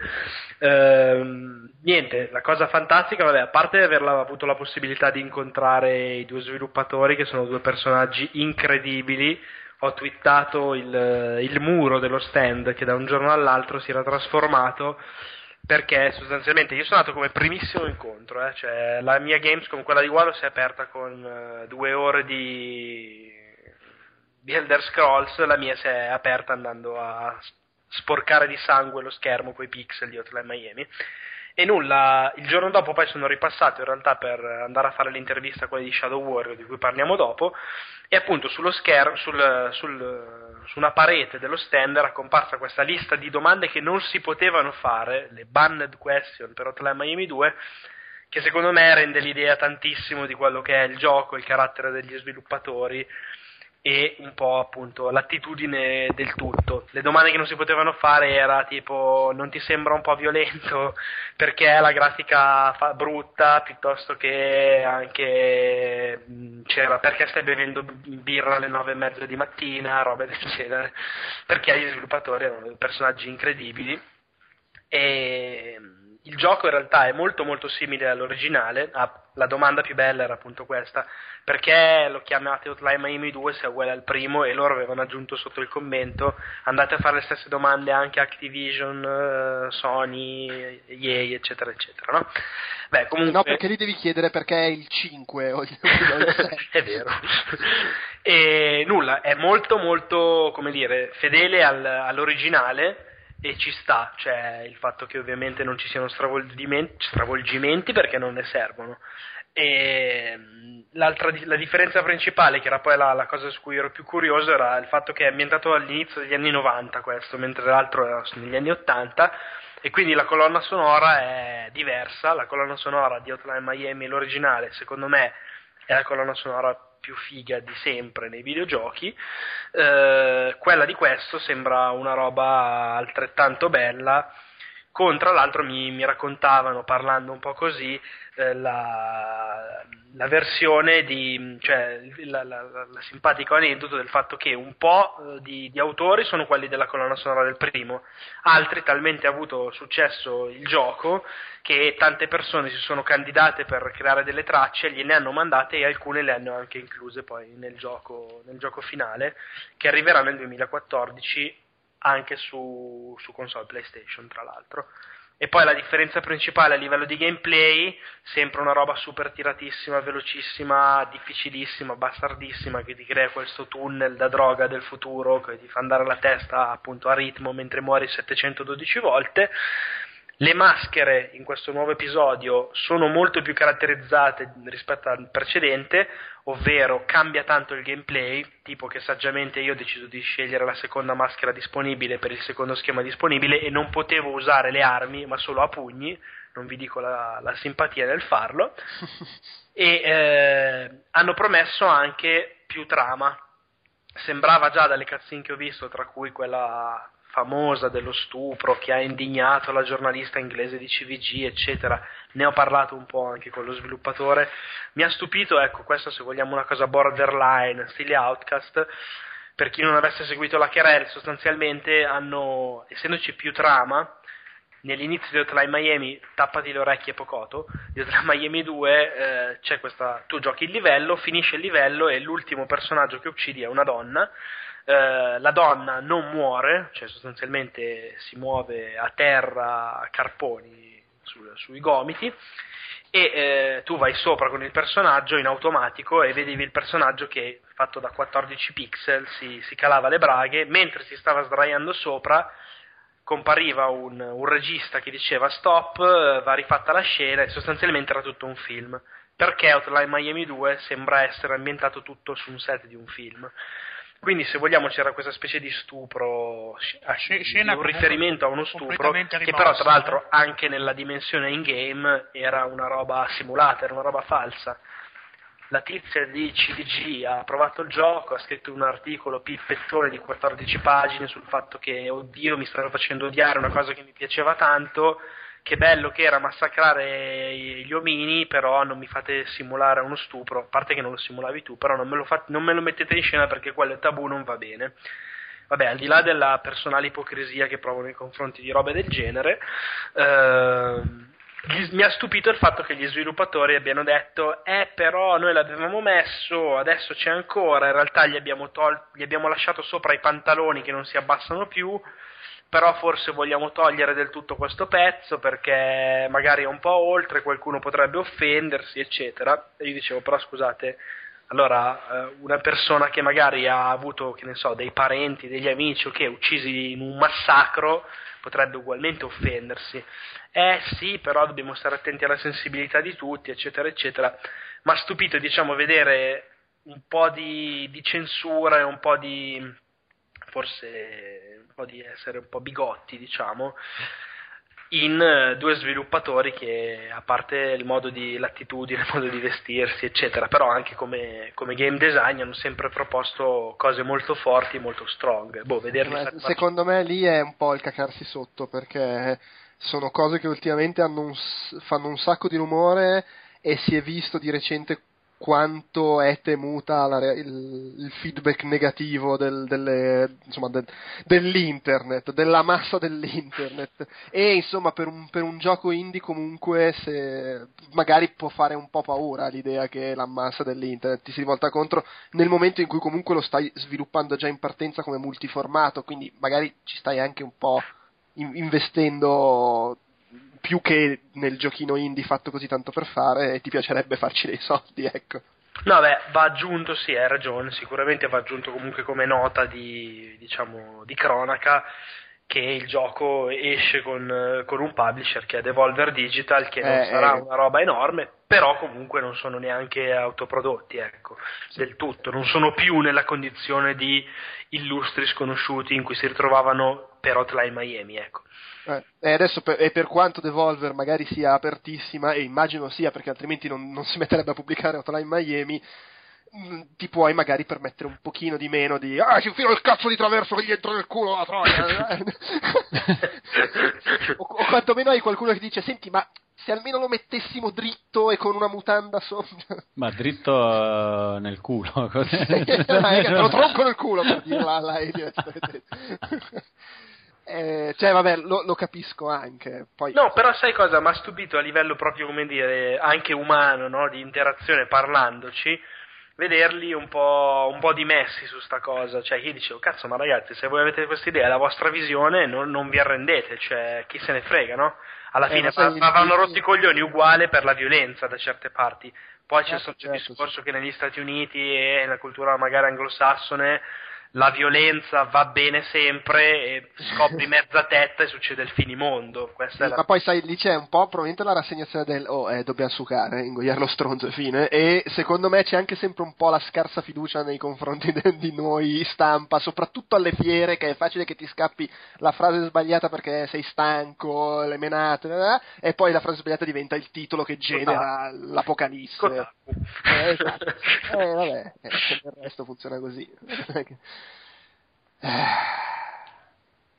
Niente, la cosa fantastica, vabbè, a parte aver avuto la possibilità di incontrare i due sviluppatori, che sono due personaggi incredibili, ho twittato il muro dello stand che da un giorno all'altro si era trasformato, perché sostanzialmente io sono andato come primissimo incontro, cioè la mia Gamescom, quella di Wallo, si è aperta con 2 ore di Elder Scrolls, la mia si è aperta andando a sporcare di sangue lo schermo coi pixel di Hotline Miami. E nulla, il giorno dopo poi sono ripassato in realtà per andare a fare l'intervista a quelli di Shadow Warrior, di cui parliamo dopo, e appunto sullo schermo, su una parete dello stand era comparsa questa lista di domande che non si potevano fare, le banned question per Hotline Miami 2, che secondo me rende l'idea tantissimo di quello che è il gioco, il carattere degli sviluppatori e un po' appunto l'attitudine del tutto. Le domande che non si potevano fare era tipo: non ti sembra un po' violento perché la grafica fa brutta, piuttosto che anche c'era perché stai bevendo birra alle 9:30 di mattina, robe del genere, perché gli sviluppatori erano dei personaggi incredibili. E il gioco in realtà è molto molto simile all'originale. La domanda più bella era appunto questa: perché lo chiamate Hotline Miami 2 se è uguale al primo? E loro avevano aggiunto sotto il commento: andate a fare le stesse domande anche a Activision, Sony, EA, eccetera eccetera, no? Beh, comunque... No, perché lì devi chiedere perché è il 5 o il 6. È vero. E nulla, è molto molto, come dire, fedele all'originale, e ci sta, cioè il fatto che ovviamente non ci siano stravolgimenti perché non ne servono. E la differenza principale, che era poi la cosa su cui ero più curioso, era il fatto che è ambientato all'inizio degli anni 90 questo, mentre l'altro era negli anni 80, e quindi la colonna sonora è diversa. La colonna sonora di Hotline Miami, l'originale, secondo me è la colonna sonora più figa di sempre nei videogiochi. Quella di questo sembra una roba altrettanto bella, tra l'altro mi raccontavano, parlando un po' così, la versione cioè la simpatico aneddoto del fatto che un po' di autori sono quelli della colonna sonora del primo, altri talmente ha avuto successo il gioco che tante persone si sono candidate per creare delle tracce, gliene hanno mandate e alcune le hanno anche incluse poi nel gioco finale, che arriverà nel 2014 anche su console PlayStation, tra l'altro. E poi la differenza principale a livello di gameplay, sempre una roba super tiratissima, velocissima, difficilissima, bastardissima, che ti crea questo tunnel da droga del futuro che ti fa andare la testa appunto a ritmo mentre muori 712 volte. Le maschere in questo nuovo episodio sono molto più caratterizzate rispetto al precedente, ovvero cambia tanto il gameplay, tipo che saggiamente io ho deciso di scegliere la seconda maschera disponibile per il secondo schema disponibile e non potevo usare le armi ma solo a pugni, non vi dico la simpatia nel farlo. E hanno promesso anche più trama. Sembrava già dalle cutscene che ho visto, tra cui quella famosa dello stupro che ha indignato la giornalista inglese di CVG, eccetera. Ne ho parlato un po' anche con lo sviluppatore. Mi ha stupito, ecco, questo se vogliamo una cosa borderline, stile Outcast. Per chi non avesse seguito la querela, sostanzialmente hanno, essendoci più trama, nell'inizio di Hotline Miami, tappati le orecchie Pocoto, di Hotline Miami 2 c'è questa, tu giochi il livello, finisce il livello e l'ultimo personaggio che uccidi è una donna. La donna non muore, cioè sostanzialmente si muove a terra a carponi sui gomiti, e tu vai sopra con il personaggio in automatico e vedevi il personaggio che, fatto da 14 pixel, si calava le braghe. Mentre si stava sdraiando sopra compariva un regista che diceva stop, va rifatta la scena, e sostanzialmente era tutto un film, perché Hotline Miami 2 sembra essere ambientato tutto su un set di un film. Quindi, se vogliamo, c'era questa specie di stupro, un riferimento a uno stupro, che però tra l'altro anche nella dimensione in-game era una roba simulata, era una roba falsa. La tizia di CDG ha provato il gioco, ha scritto un articolo pippettone di 14 pagine sul fatto che, oddio, mi stanno facendo odiare una cosa che mi piaceva tanto, che bello che era massacrare gli omini, però non mi fate simulare uno stupro, a parte che non lo simulavi tu, però non me lo mettete in scena perché quello è tabù, non va bene. Vabbè, al di là della personale ipocrisia che provo nei confronti di robe del genere, mi ha stupito il fatto che gli sviluppatori abbiano detto però noi l'avevamo messo, adesso c'è ancora, in realtà gli abbiamo lasciato sopra i pantaloni che non si abbassano più, però forse vogliamo togliere del tutto questo pezzo perché magari è un po' oltre, qualcuno potrebbe offendersi, eccetera. E io dicevo, però scusate, allora una persona che magari ha avuto, che ne so, dei parenti, degli amici che uccisi in un massacro potrebbe ugualmente offendersi. Sì, però dobbiamo stare attenti alla sensibilità di tutti, eccetera, eccetera. Ma stupito, diciamo, vedere un po' di censura e un po' di, forse un po' di essere un po' bigotti, diciamo, in due sviluppatori che, a parte il modo di l'attitudine, il modo di vestirsi, eccetera, però anche come game design hanno sempre proposto cose molto forti, molto strong. Vederli secondo me lì è un po' il cacarsi sotto, perché sono cose che ultimamente fanno un sacco di rumore e si è visto di recente quanto è temuta il feedback negativo dell'internet, della massa dell'internet, e insomma per un gioco indie comunque magari può fare un po' paura l'idea che la massa dell'internet ti si rivolta contro nel momento in cui comunque lo stai sviluppando già in partenza come multiformato, quindi magari ci stai anche un po' investendo più che nel giochino indie fatto così tanto per fare, e ti piacerebbe farci dei soldi, ecco. No, va aggiunto, sì, hai ragione, sicuramente va aggiunto comunque come nota di cronaca che il gioco esce con un publisher che è Devolver Digital, che non sarà una roba enorme, però comunque non sono neanche autoprodotti, ecco, del tutto, non sono più nella condizione di illustri sconosciuti in cui si ritrovavano per Hotline Miami, ecco. E adesso per quanto Devolver magari sia apertissima, e immagino sia perché altrimenti non si metterebbe a pubblicare Hotline Miami, ti puoi magari permettere un pochino di meno di ci infilo il cazzo di traverso che gli entra nel culo la troia o quantomeno hai qualcuno che dice senti, ma se almeno lo mettessimo dritto e con una mutanda sopra. Ma dritto nel culo, te lo tronco nel culo, per dirla alla cioè vabbè, lo capisco anche. Poi... No, però sai cosa mi ha stupito a livello proprio, come dire, anche umano, no? Di interazione, parlandoci, vederli un po' dimessi su sta cosa. Cioè io dicevo, cazzo, ma ragazzi, se voi avete questa idea, la vostra visione, non vi arrendete, cioè chi se ne frega, no? Alla fine vanno rotti i coglioni uguale per la violenza da certe parti. Poi c'è il discorso che negli Stati Uniti e nella cultura magari anglosassone la violenza va bene sempre e scopri mezza tetta e succede il finimondo. Ma poi sai, lì c'è un po' probabilmente la rassegnazione dobbiamo sucare, ingoiare lo stronzo e fine, e secondo me c'è anche sempre un po' la scarsa fiducia nei confronti di noi stampa, soprattutto alle fiere, che è facile che ti scappi la frase sbagliata perché sei stanco, le menate, e poi la frase sbagliata diventa il titolo che genera l'apocalisse. Esatto. Vabbè, il resto funziona così.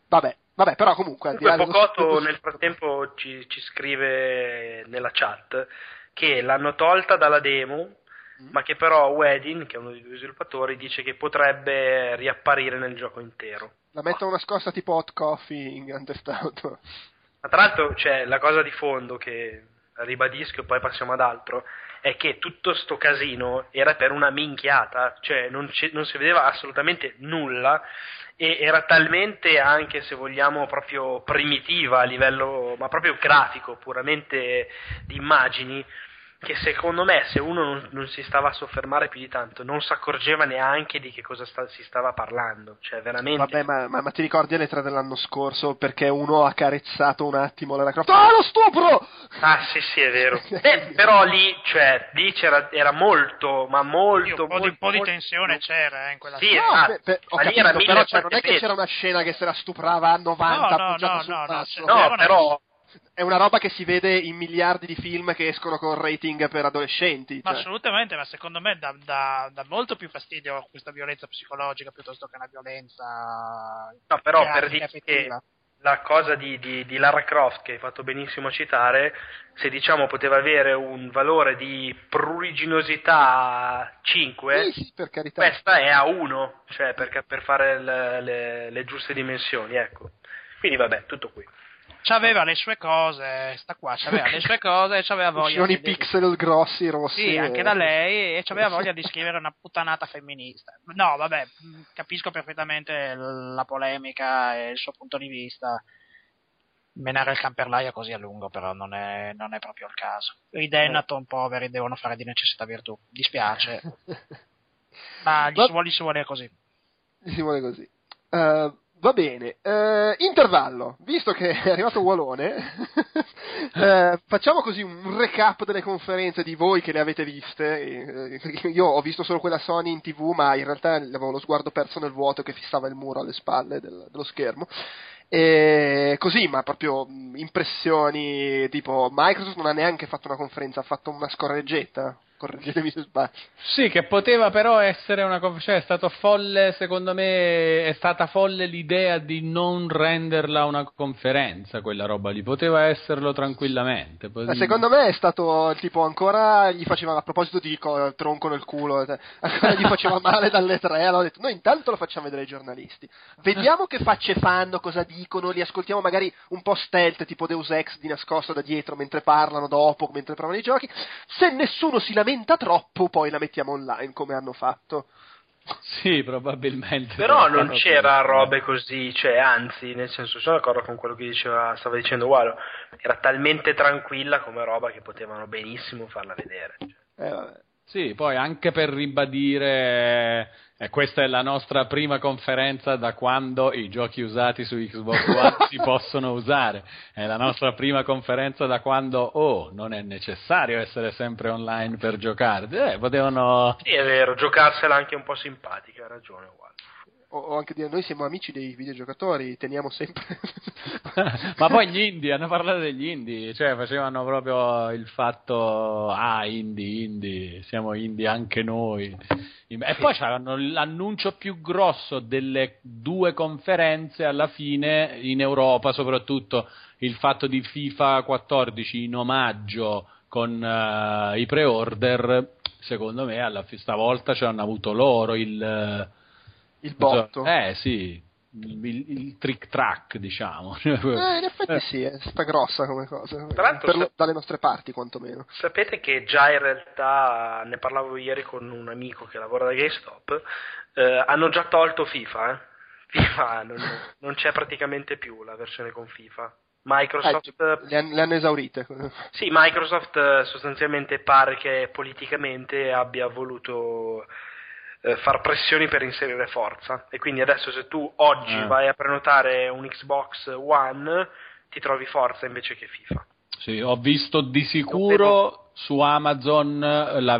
Vabbè, però comunque... al di là dello Pocoto stupido- nel frattempo ci scrive nella chat che l'hanno tolta dalla demo, ma che però Wedin, che è uno dei due sviluppatori, dice che potrebbe riapparire nel gioco intero. La mettono una scossa tipo Hot Coffee in Grand Theft Auto. Ma tra l'altro c'è la cosa di fondo che ribadisco e poi passiamo ad altro, è che tutto sto casino era per una minchiata, cioè non si vedeva assolutamente nulla e era talmente, anche se vogliamo, proprio primitiva a livello, ma proprio grafico, puramente di immagini, che secondo me se uno non si stava a soffermare più di tanto non si accorgeva neanche di che cosa si stava parlando, cioè veramente. Vabbè, ma ti ricordi le 3 dell'anno scorso perché uno ha carezzato un attimo Lara Croft? Ah, lo stupro! Ah sì, è vero. Però lì era molto, ma molto, un po' di tensione c'era in quella sì, scena. Ho ma lì capito, era però cioè, 1700. non è che c'era una scena che se la stuprava a 90 appoggiata sul basso. No, però È una roba che si vede in miliardi di film che escono con rating per adolescenti. Ma cioè. assolutamente, ma secondo me dà molto più fastidio questa violenza psicologica piuttosto che una violenza. No, però grafica, per dire che effettiva. la cosa di Lara Croft, che hai fatto benissimo a citare, se diciamo poteva avere un valore di pruriginosità 5, Sì, per carità. questa è a 1, cioè per fare le giuste dimensioni, ecco. Quindi vabbè, tutto qui. C'aveva le sue cose, c'aveva le sue cose e c'aveva voglia Uscivano i di... pixel grossi, rossi. Sì, anche da lei, e c'aveva voglia di scrivere una puttanata femminista. No, vabbè, capisco perfettamente la polemica e il suo punto di vista. Menare il camperlaio così a lungo, però non è proprio il caso. I Denaton, poveri, devono fare di necessità virtù. Dispiace, ma gli si vuole così. Si vuole così. Va bene, intervallo, visto che è arrivato Walone, facciamo così un recap delle conferenze di voi che le avete viste. Io ho visto solo quella Sony in TV, ma in realtà avevo lo sguardo perso nel vuoto che fissava il muro alle spalle dello schermo. E così, ma proprio impressioni, tipo Microsoft non ha neanche fatto una conferenza, ha fatto una scorreggetta. Correggetemi se sbaglio. Sì, che poteva però essere una cosa, cioè è stato folle, secondo me è stata folle l'idea di non renderla una conferenza, quella roba lì, poteva esserlo tranquillamente. Secondo me è stato tipo ancora gli faceva, a proposito di tronco nel culo, ancora gli faceva male dalle 3, allora ho detto noi intanto lo facciamo vedere ai giornalisti, vediamo che facce fanno, cosa dicono, li ascoltiamo magari un po' stealth, tipo Deus Ex di nascosto da dietro mentre parlano dopo, mentre provano i giochi, se nessuno si lamenta troppo poi la mettiamo online come hanno fatto. Sì, probabilmente. Però non c'era robe così, cioè anzi, nel senso, sono d'accordo con quello che stava dicendo Walo, era talmente tranquilla come roba che potevano benissimo farla vedere. Vabbè. Sì, poi anche per ribadire, questa è la nostra prima conferenza da quando i giochi usati su Xbox One si possono usare, è la nostra prima conferenza da quando non è necessario essere sempre online per giocare, potevano... Sì, è vero, giocarsela anche un po' simpatica, ha ragione, guarda. O anche dire noi siamo amici dei videogiocatori, teniamo sempre. Ma poi gli indie, hanno parlato degli indie, cioè facevano proprio il fatto indie, siamo indie anche noi. E poi c'erano l'annuncio più grosso delle 2 conferenze alla fine in Europa, soprattutto il fatto di FIFA 14 in omaggio con i pre-order. Secondo me stavolta ci hanno avuto loro il botto. Sì, il trick track, diciamo. In effetti sì, è stata grossa come cosa. Tra l'altro, dalle nostre parti, quantomeno. Sapete che già in realtà, ne parlavo ieri con un amico che lavora da GameStop, hanno già tolto FIFA. FIFA non c'è praticamente più la versione con FIFA. Microsoft le hanno esaurite. Sì, Microsoft sostanzialmente pare che politicamente abbia voluto far pressioni per inserire Forza, e quindi adesso se tu oggi vai a prenotare un Xbox One ti trovi Forza invece che FIFA. Sì, ho visto di sicuro su Amazon la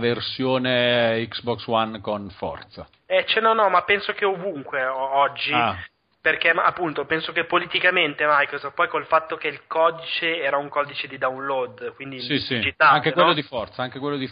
versione Xbox One con Forza. No, ma penso che ovunque oggi perché appunto penso che politicamente Microsoft, poi col fatto che il codice era un codice di download, quindi digitale, anche quello di Forza,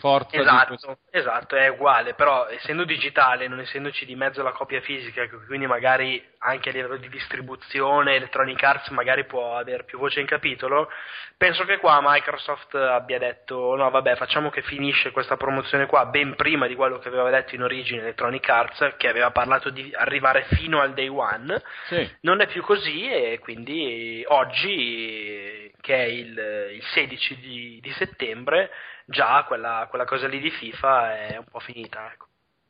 esatto, è uguale, però essendo digitale, non essendoci di mezzo la copia fisica, quindi magari anche a livello di distribuzione Electronic Arts magari può avere più voce in capitolo, penso che qua Microsoft abbia detto no vabbè, facciamo che finisce questa promozione qua ben prima di quello che aveva detto in origine Electronic Arts, che aveva parlato di arrivare fino al day one. Sì. Non è più così, e quindi oggi, che è il 16 di settembre, già quella cosa lì di FIFA è un po' finita, ecco.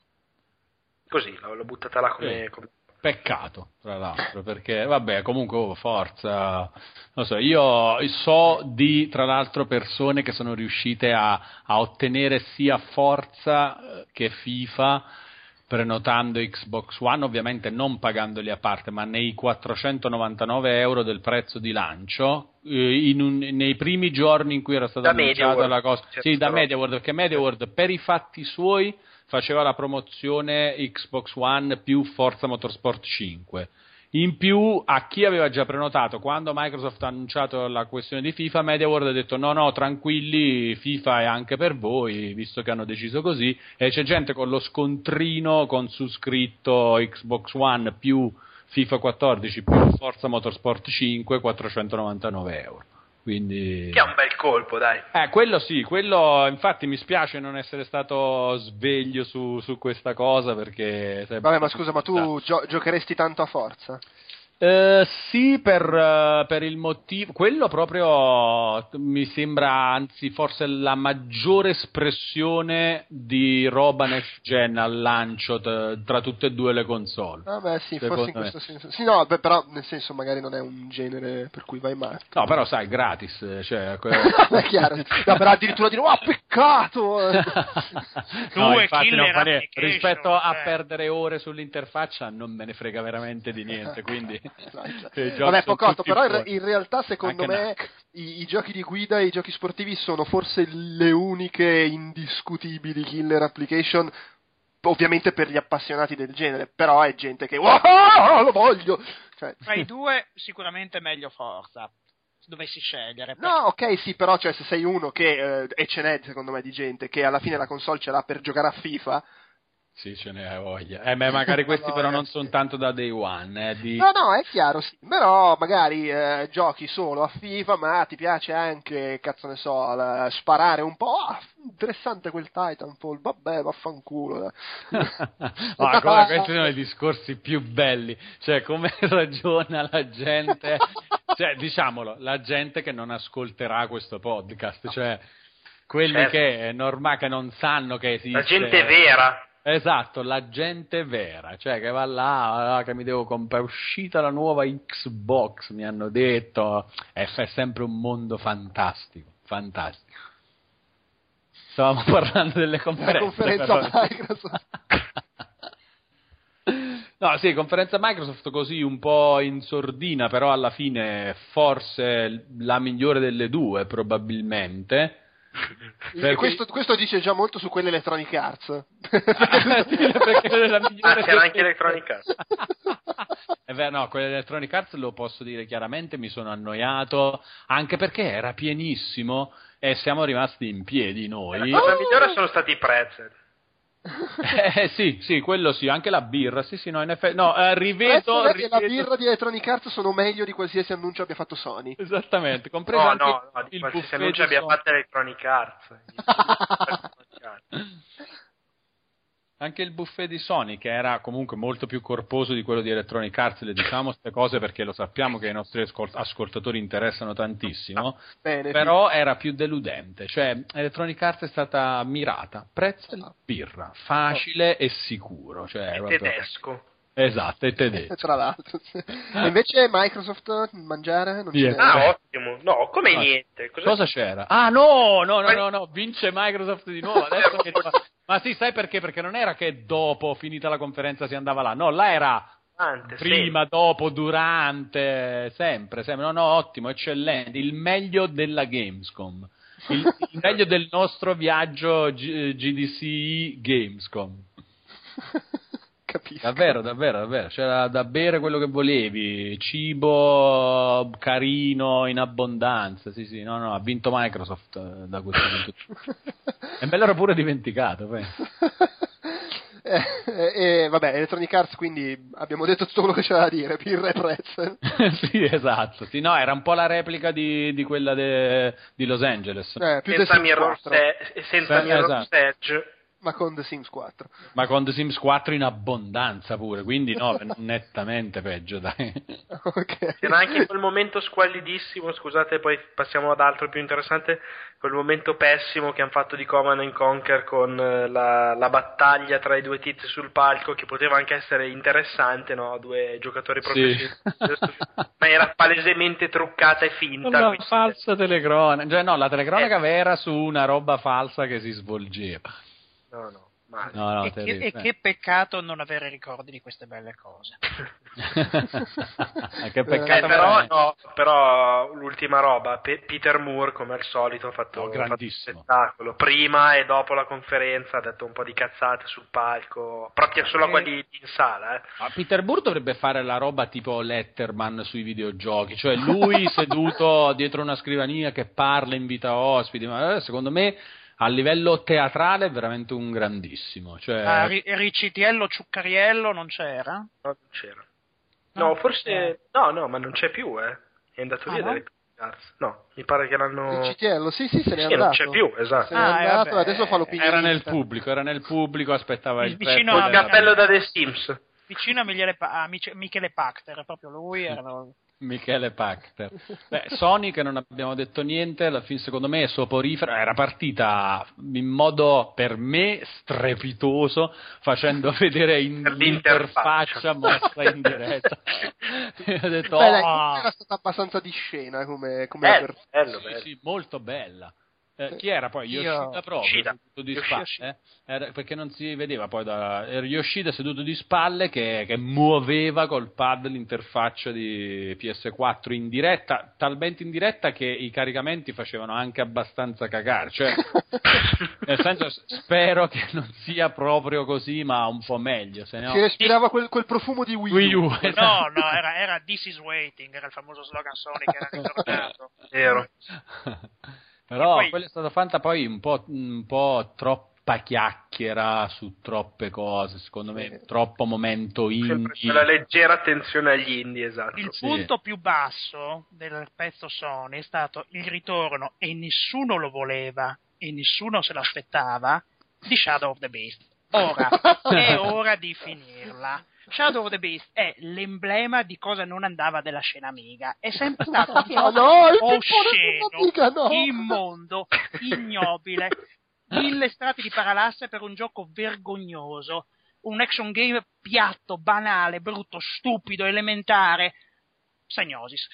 Così l'ho buttata là come... Peccato, tra l'altro, perché vabbè, comunque Forza, non so, io so di, tra l'altro, persone che sono riuscite a ottenere sia Forza che FIFA prenotando Xbox One, ovviamente non pagandoli a parte, ma nei 499 euro del prezzo di lancio, nei primi giorni in cui era stata annunciata la cosa. Sì, da MediaWorld, perché MediaWorld per i fatti suoi faceva la promozione Xbox One più Forza Motorsport 5. In più, a chi aveva già prenotato, quando Microsoft ha annunciato la questione di FIFA, MediaWorld ha detto no, tranquilli, FIFA è anche per voi, visto che hanno deciso così, e c'è gente con lo scontrino con su scritto Xbox One più FIFA 14 più Forza Motorsport 5, 499 euro. Quindi... Che è un bel colpo, dai. Quello sì, quello infatti mi spiace non essere stato sveglio su questa cosa, perché... Vabbè, ma scusa, ma tu giocheresti tanto a Forza? Sì, per il motivo, quello proprio mi sembra, anzi forse la maggiore espressione di roba next gen al lancio tra tutte e due le console. Vabbè, sì, forse in questo senso. Sì, no, però nel senso magari non è un genere per cui vai matto. No, però sai, gratis, cioè... è chiaro. No, però addirittura dire, peccato! No, infatti non fa niente. Rispetto a perdere ore sull'interfaccia non me ne frega veramente di niente, quindi... Vabbè, pocotto, però in realtà secondo me i giochi di guida e i giochi sportivi sono forse le uniche indiscutibili killer application, ovviamente per gli appassionati del genere, però è gente che lo voglio, cioè... Tra i due sicuramente meglio Forza, se dovessi scegliere. No, ok, sì, però cioè, se sei uno che e ce n'è secondo me di gente che alla fine la console ce l'ha per giocare a FIFA. Sì, ce n'è voglia. Magari questi però non sono tanto da day one. No, è chiaro, sì. Però magari giochi solo a FIFA, ma ti piace anche, cazzo ne so, sparare un po'. Interessante quel Titanfall, vabbè, vaffanculo. Questi sono i discorsi più belli. Cioè, come ragiona la gente... cioè, diciamolo, la gente che non ascolterà questo podcast. Cioè, quelli che è normale, che non sanno che esiste... La gente vera. Esatto, la gente vera, cioè che va là, che mi devo comprare, è uscita la nuova Xbox, mi hanno detto, è sempre un mondo fantastico. Stavamo parlando delle conferenze. La conferenza Microsoft. No, sì, conferenza Microsoft così un po' in sordina, però alla fine forse la migliore delle due, probabilmente. Questo dice già molto su quelle Electronic Arts. Perché la migliore c'era anche Electronic Arts. No, quelle Electronic Arts lo posso dire chiaramente, mi sono annoiato, anche perché era pienissimo e siamo rimasti in piedi noi. La migliore sono stati i pretzel. Sì, quello sì, anche la birra, sì, no, in effetti, no, rivedo... La birra di Electronic Arts sono meglio di qualsiasi annuncio abbia fatto Sony. Esattamente, compreso anche il qualsiasi annuncio abbia fatto Electronic Arts. Anche il buffet di Sony, che era comunque molto più corposo di quello di Electronic Arts, le diciamo queste cose perché lo sappiamo che i nostri ascoltatori interessano tantissimo, però era più deludente, cioè Electronic Arts è stata mirata, prezzo e birra, facile e sicuro, cioè è tedesco. Esatto, è tedesco. Tra l'altro. E invece Microsoft mangiare non c'è. Ottimo. No, come niente. Cosa c'era? No, vince Microsoft di nuovo. Adesso che... Ma sì, sai perché? Perché non era che dopo, finita la conferenza, si andava là. No, là era prima, dopo, durante, sempre. No, ottimo, eccellente. Il meglio della Gamescom. Il meglio del nostro viaggio GDC Gamescom. capisco. Davvero. C'era da bere quello che volevi, cibo carino in abbondanza. Sì, no, ha vinto Microsoft da questo punto di vista. E me l'ero pure dimenticato. Vabbè, Electronic Arts, quindi abbiamo detto tutto quello che c'era da dire, birra e pretzel. Sì, esatto. Sì, no, era un po' la replica di quella di Los Angeles. Più senza The Sims 4, Mirror's Edge. ma con The Sims 4. Ma con The Sims 4 in abbondanza pure, quindi no, nettamente peggio, dai. Ok. C'era anche quel momento squallidissimo, scusate, poi passiamo ad altro più interessante, quel momento pessimo che hanno fatto di Command & Conquer con la battaglia tra i due tizi sul palco, che poteva anche essere interessante, no? Due giocatori professionisti, ma era palesemente truccata e finta. Una falsa telecronaca, cioè no, la telecronaca vera su una roba falsa che si svolgeva. No, male. No, e che peccato non avere ricordi di queste belle cose. Che peccato. Però l'ultima roba, Peter Moore come al solito ha fatto un spettacolo prima e dopo la conferenza, ha detto un po' di cazzate sul palco, proprio solo quelli in sala. Peter Moore dovrebbe fare la roba tipo Letterman sui videogiochi, cioè lui seduto dietro una scrivania che parla, invita ospiti, ma secondo me a livello teatrale è veramente un grandissimo. Cioè... Ricitiello Ciuccariello non c'era? No, non c'era. No, forse... No, ma non c'è più, È andato via dalle Arts. No, mi pare che l'hanno... Ricitiello, sì, se ne è andato. Non c'è più, esatto. Se ne è andato, adesso fa l'opinionista. Era nel pubblico, aspettava il vicino il cappello da The Sims. Vicino a Michele Pachter, proprio lui era... Michele Pachter. Sony, che non abbiamo detto niente, alla fine secondo me è soporifera, era partita in modo per me strepitoso, facendo vedere l'interfaccia mossa in diretta. E ho detto era stata abbastanza di scena come bello. Sì, molto bella. Chi era poi? Yoshida proprio seduto di spalle, perché non si vedeva poi era Yoshida seduto di spalle che muoveva col pad l'interfaccia di PS4 in diretta, talmente in diretta che i caricamenti facevano anche abbastanza cagare, cioè nel senso spero che non sia proprio così, ma un po' meglio, se no si respirava quel profumo di Wii U. No, era This is Waiting, era il famoso slogan Sony che era ritornato. Vero. Però quello è stato fatta poi un po' troppa chiacchiera su troppe cose, secondo me, troppo momento indie. La leggera attenzione agli indie, esatto. Il punto più basso del pezzo Sony è stato il ritorno, e nessuno lo voleva, e nessuno se l'aspettava, di Shadow of the Beast. Ora, è ora di finirla. Shadow of the Beast è l'emblema di cosa non andava della scena Amiga. È sempre stato un gioco osceno, immondo, ignobile, 1000 strati di paralasse per un gioco vergognoso, un action game piatto, banale, brutto, stupido, elementare. Psygnosis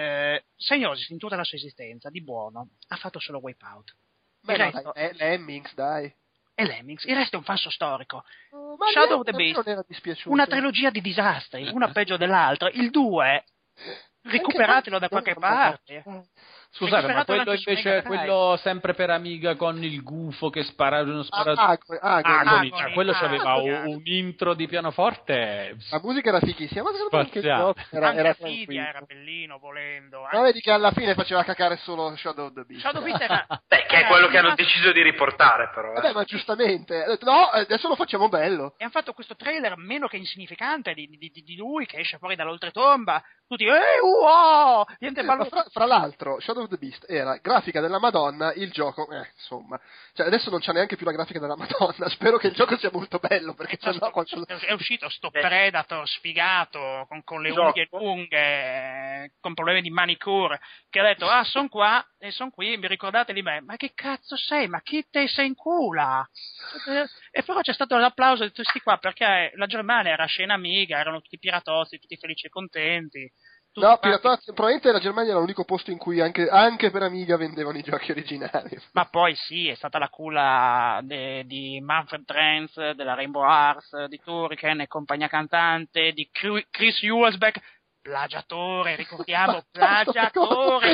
in tutta la sua esistenza di buono ha fatto solo Wipeout. Lemmings, dai. E Lemmings, il resto è un falso storico. Shadow of the Beast, una trilogia di disastri, una peggio dell'altra. Il 2, recuperatelo da qualche parte. Scusate, ma quello invece, quello sempre per Amiga con il gufo che spara uno sparatutto. Quello c'aveva un intro di pianoforte. La musica era fighissima, ma secondo me anche il gioco era Fidia era bellino, volendo. Ma vedi che alla fine faceva cacare solo Shadow of the Beast. Shadow of the Beast era... che è quello che hanno deciso di riportare, però. Vabbè, ma giustamente. No, adesso lo facciamo bello. E hanno fatto questo trailer meno che insignificante di lui che esce fuori dall'oltretomba. Tutti, niente ballo. Fra l'altro, Shadow of the Beast era grafica della Madonna, il gioco, insomma. Cioè, adesso non c'è neanche più la grafica della Madonna. Spero che il gioco sia molto bello, perché è uscito sto Predator sfigato, con le unghie lunghe, con problemi di manicure, che ha detto, son qua, e son qui, mi ricordate di me. Ma che cazzo sei? Ma chi te sei in cula? E però c'è stato l'applauso di tutti qua, perché la Germania era scena Amiga, erano tutti piratozzi, tutti felici e contenti. No, probabilmente la Germania era l'unico posto in cui anche per Amiga vendevano i giochi originali. Ma poi sì, è stata la culla di Manfred Trenz, della Rainbow Arts, di Turrican e compagnia cantante, di Chris Hülsbeck, plagiatore, ricordiamo, plagiatore.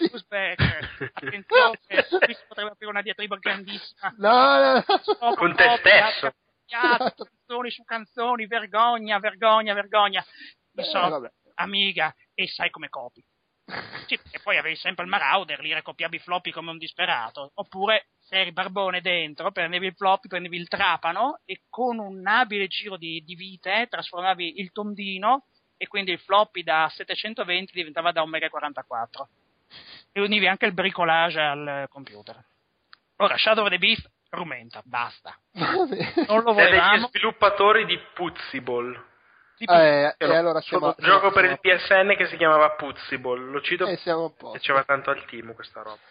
Attenzione, questo potrebbe aprire una diatriba grandissima. No. Con te stesso. canzoni su canzoni, vergogna. Mi sono vabbè. Amiga, e sai come copi. Sì, e poi avevi sempre il Marauder, lì recopiavi i floppy come un disperato. Oppure, se eri barbone dentro, prendevi il floppy, prendevi il trapano e con un abile giro di vite trasformavi il tondino e quindi il floppy da 720 diventava da 1,44 MB. E univi anche il bricolage al computer. Ora, Shadow of the Beast rumenta, basta. Vabbè. Non lo Siete gli volevamo. sviluppatori di Puzziball. E allora Un gioco per il PSN che si chiamava Puzziball, lo cito siamo a perché posto. piaceva tanto al team questa roba.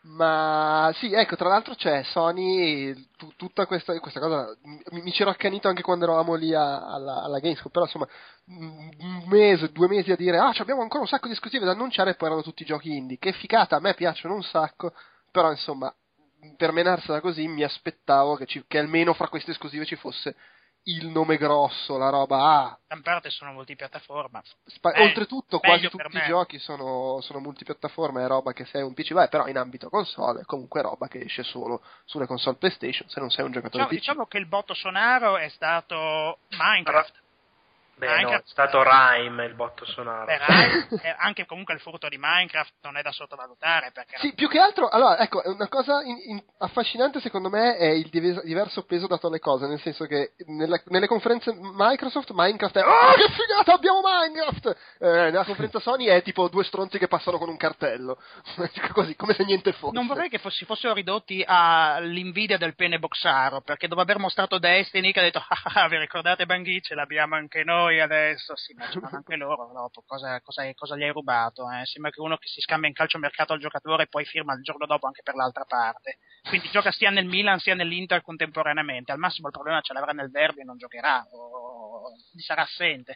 Ma sì, ecco, tra l'altro c'è Sony, tutta questa cosa, mi c'ero accanito anche quando eravamo lì alla Gamescom, però insomma, un mese, 2 mesi a dire, abbiamo ancora un sacco di esclusive da annunciare e poi erano tutti giochi indie, che figata, a me piacciono un sacco, però insomma, per menarsela così mi aspettavo che almeno fra queste esclusive ci fosse il nome grosso, la roba In parte sono multipiattaforma. oltretutto quasi meglio per tutti i me. giochi sono multipiattaforma, è roba che sei un PC, vai, però in ambito console è comunque roba che esce solo sulle console PlayStation, se non sei un giocatore PC. Diciamo che il botto sonaro è stato Minecraft. Beh, no, è Minecraft. stato Rime il botto sonaro. Per anche comunque il furto di Minecraft non è da sottovalutare perché Sì, più che altro, allora, ecco, una cosa affascinante secondo me è il diverso peso dato alle cose, nel senso che nelle conferenze Microsoft, Minecraft è che figata, abbiamo Minecraft! Nella conferenza Sony è tipo 2 stronzi che passano con un cartello, così, come se niente fosse. non vorrei che si fossero ridotti all'invidia del pene boxaro, perché dopo aver mostrato Destiny che ha detto vi ricordate Bangui, ce l'abbiamo anche noi adesso, sì, ma ce l'hanno anche loro dopo, cosa gli hai rubato? Sembra che uno che si scambia in calciomercato al giocatore e poi firma il giorno dopo anche per l'altra parte, quindi gioca sia nel Milan sia nell'Inter contemporaneamente, al massimo il problema ce l'avrà nel derby e non giocherà o sarà assente.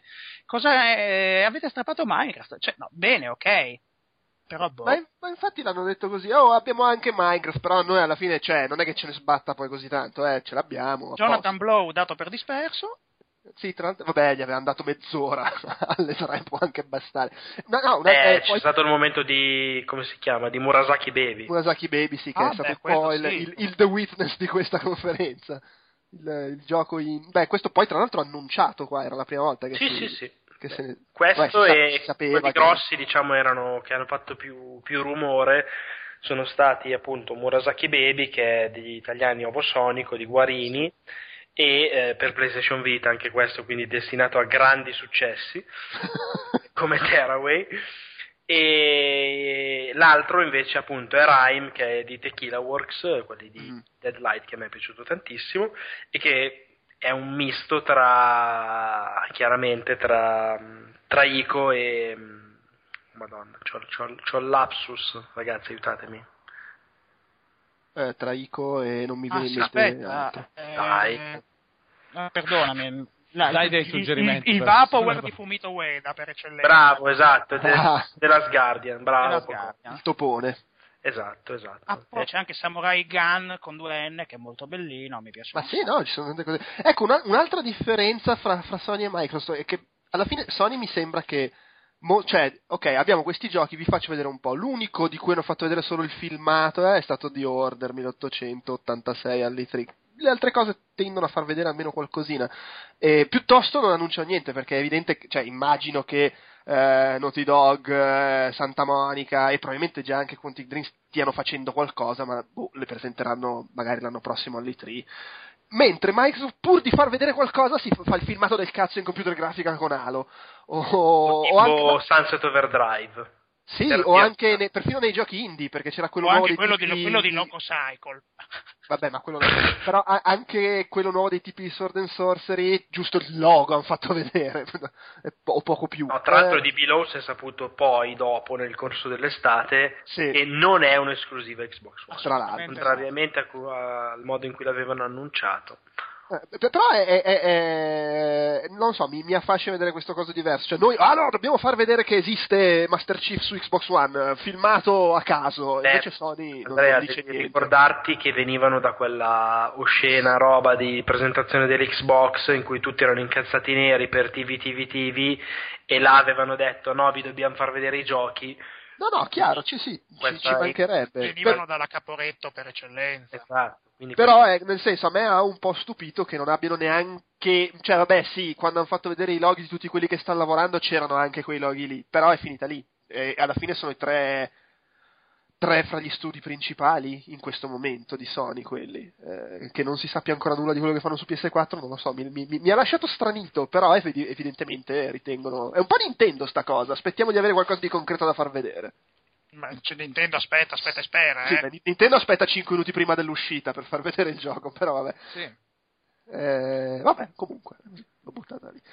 Avete strappato Minecraft? Cioè, no, bene, ok, però Ma infatti l'hanno detto così, abbiamo anche Minecraft, però noi alla fine, non è che ce ne sbatta poi così tanto, ce l'abbiamo. Jonathan Blow dato per disperso. Sì, tra l'altro, vabbè, gli avevano dato mezz'ora alle 3, può anche bastare. C'è poi stato il momento di, come si chiama, di Murasaki Baby. Murasaki Baby, sì, che è stato un po' il The Witness di questa conferenza. Il gioco questo poi tra l'altro annunciato qua, era la prima volta che Sì. che Questo si e sapeva quelli grossi, diciamo, che hanno fatto più rumore sono stati appunto Murasaki Baby, che è degli italiani Ovo Sonico di Guarini, e per PlayStation Vita anche questo, quindi destinato a grandi successi come Tearaway, e l'altro invece appunto è Rime, che è di Tequila Works, quelli di Deadlight, che a me è piaciuto tantissimo e che è un misto chiaramente tra Ico e Madonna, c'ho il lapsus, ragazzi, aiutatemi. Tra Ico e non mi viene in mente aspetta, altro. Dai. Perdonami, dai dei suggerimenti. il Vaporware di Fumito Ueda per eccellenza. Bravo, esatto, della Asgardian, bravo. Il topone. Esatto. Poi c'è anche Samurai Gun con 2N che è molto bellino, mi piace. Ma sì, no, ci sono tante cose. Ecco, un'altra differenza fra Sony e Microsoft è che alla fine Sony mi sembra che ok, abbiamo questi giochi, vi faccio vedere un po'. L'unico di cui hanno fatto vedere solo il filmato è stato The Order 1886 all'E3. Le altre cose tendono a far vedere almeno qualcosina. Piuttosto non annunciano niente, perché è evidente, immagino che Naughty Dog, Santa Monica e probabilmente già anche Quantic Dream stiano facendo qualcosa, ma le presenteranno magari l'anno prossimo all'E3. Mentre Microsoft, pur di far vedere qualcosa, si fa il filmato del cazzo in computer grafica con Halo. O anche Sunset Overdrive. Sì, o anche perfino nei giochi indie, perché c'era quello nuovo dei quello tipi di Loco Cycle. Vabbè, ma quello però anche quello nuovo dei tipi di Sword and Sorcery, giusto il logo hanno fatto vedere, o poco più. No, tra l'altro di Below si è saputo poi, dopo, nel corso dell'estate, sì, che non è un'esclusiva Xbox One. Tra l'altro. Contrariamente al modo in cui l'avevano annunciato. Però non so, mi affascina vedere questo coso diverso. Cioè noi, no, dobbiamo far vedere che esiste Master Chief su Xbox One, filmato a caso. Invece Sony Andrea, non dice devi niente. ricordarti che venivano da quella oscena roba di presentazione dell'Xbox in cui tutti erano incazzati neri per TV e là avevano detto no, vi dobbiamo far vedere i giochi. No, chiaro, ci mancherebbe. Venivano dalla Caporetto per eccellenza. Esatto. Però nel senso, a me ha un po' stupito che non abbiano neanche che, cioè vabbè sì, quando hanno fatto vedere i loghi di tutti quelli che stanno lavorando c'erano anche quei loghi lì, però è finita lì. E alla fine sono i tre fra gli studi principali in questo momento di Sony, quelli. Che non si sappia ancora nulla di quello che fanno su PS4, non lo so, mi ha lasciato stranito, però evidentemente ritengono... È un po' Nintendo sta cosa, aspettiamo di avere qualcosa di concreto da far vedere. Ma c'è Nintendo, aspetta e spera, Sì, beh, Nintendo aspetta 5 minuti prima dell'uscita per far vedere il gioco, però vabbè. Sì. Vabbè, comunque, l'ho buttata lì.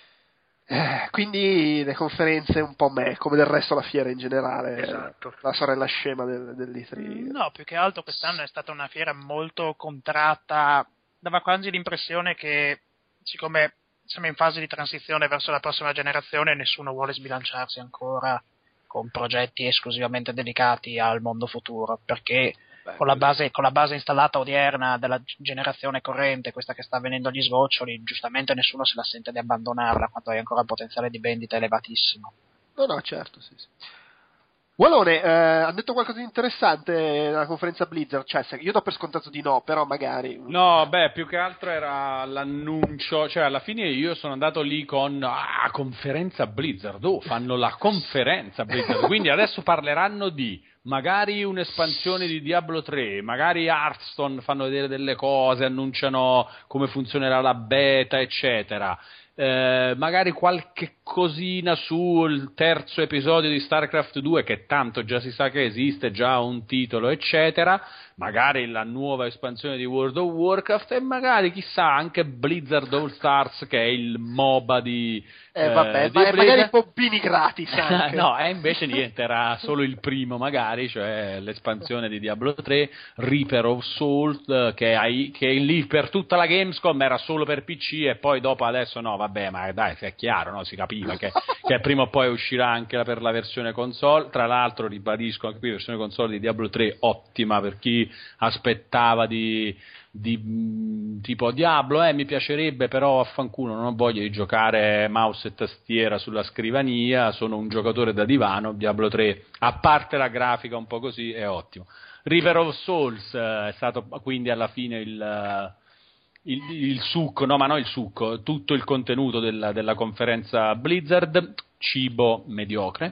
Quindi le conferenze un po' come del resto la fiera in generale, Esatto. La sorella scema dell'E3. No, più che altro quest'anno è stata una fiera molto contratta, dava quasi l'impressione che, siccome siamo in fase di transizione verso la prossima generazione, nessuno vuole sbilanciarsi ancora con progetti esclusivamente dedicati al mondo futuro, perché con la base installata odierna della generazione corrente, questa che sta avvenendo agli sgoccioli, giustamente nessuno se la sente di abbandonarla quando hai ancora un potenziale di vendita elevatissimo. No, certo, sì. Wallone, ha detto qualcosa di interessante nella conferenza Blizzard? Cioè, io do per scontato di no, però magari... No, più che altro era l'annuncio, cioè alla fine io sono andato lì con conferenza Blizzard, fanno la conferenza Blizzard, quindi adesso parleranno di magari un'espansione di Diablo 3, magari Hearthstone, fanno vedere delle cose, annunciano come funzionerà la beta, eccetera. Magari qualche cosina sul terzo episodio di StarCraft 2, che tanto già si sa che esiste, già un titolo, eccetera. Magari la nuova espansione di World of Warcraft e magari chissà anche Blizzard All Stars, che è il MOBA di vabbè, di magari bobbini gratis anche. No, invece niente, era solo il primo magari, cioè l'espansione di Diablo 3, Reaper of Souls, che lì per tutta la Gamescom era solo per PC e poi dopo adesso no, vabbè, ma dai, è chiaro, no? Si capiva che prima o poi uscirà anche per la versione console. Tra l'altro ribadisco anche qui, versione console di Diablo 3 ottima per chi aspettava di tipo Diablo, mi piacerebbe, però affanculo, non ho voglia di giocare mouse e tastiera sulla scrivania, sono un giocatore da divano. Diablo 3, a parte la grafica un po' così, è ottimo. River of Souls è stato quindi alla fine il succo, no, ma non il succo, tutto il contenuto della conferenza Blizzard, cibo mediocre.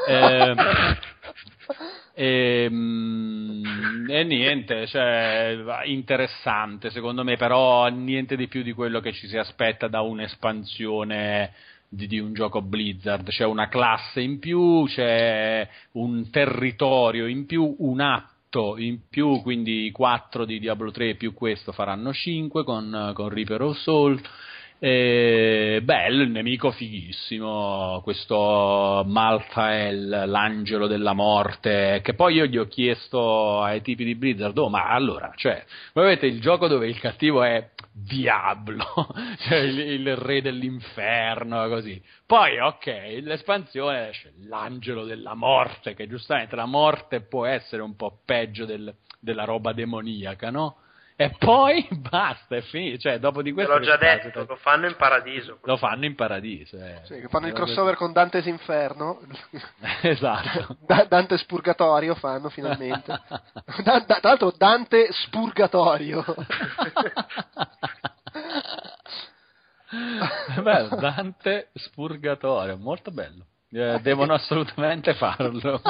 E niente, cioè interessante secondo me, però niente di più di quello che ci si aspetta da un'espansione di un gioco Blizzard. C'è una classe in più, c'è un territorio in più, un atto in più, quindi 4 di Diablo 3 più questo faranno 5 con Reaper of Souls. Bello, il nemico fighissimo, questo Malthael, l'angelo della morte, che poi io gli ho chiesto ai tipi di Blizzard, ma allora, cioè, voi avete il gioco dove il cattivo è Diablo, cioè il re dell'inferno, così. Poi, ok, l'espansione esce l'angelo della morte, che giustamente la morte può essere un po' peggio della roba demoniaca, no? E poi basta, è finito. Cioè, dopo di questo. L'ho già detto, lo fanno in paradiso. Lo fanno in paradiso. Sì, che fanno il crossover con Dante's Inferno. Esatto. Dante's Purgatorio fanno finalmente. Tra l'altro, Dante Spurgatorio. Bello, Dante Spurgatorio, molto bello. Devono assolutamente farlo.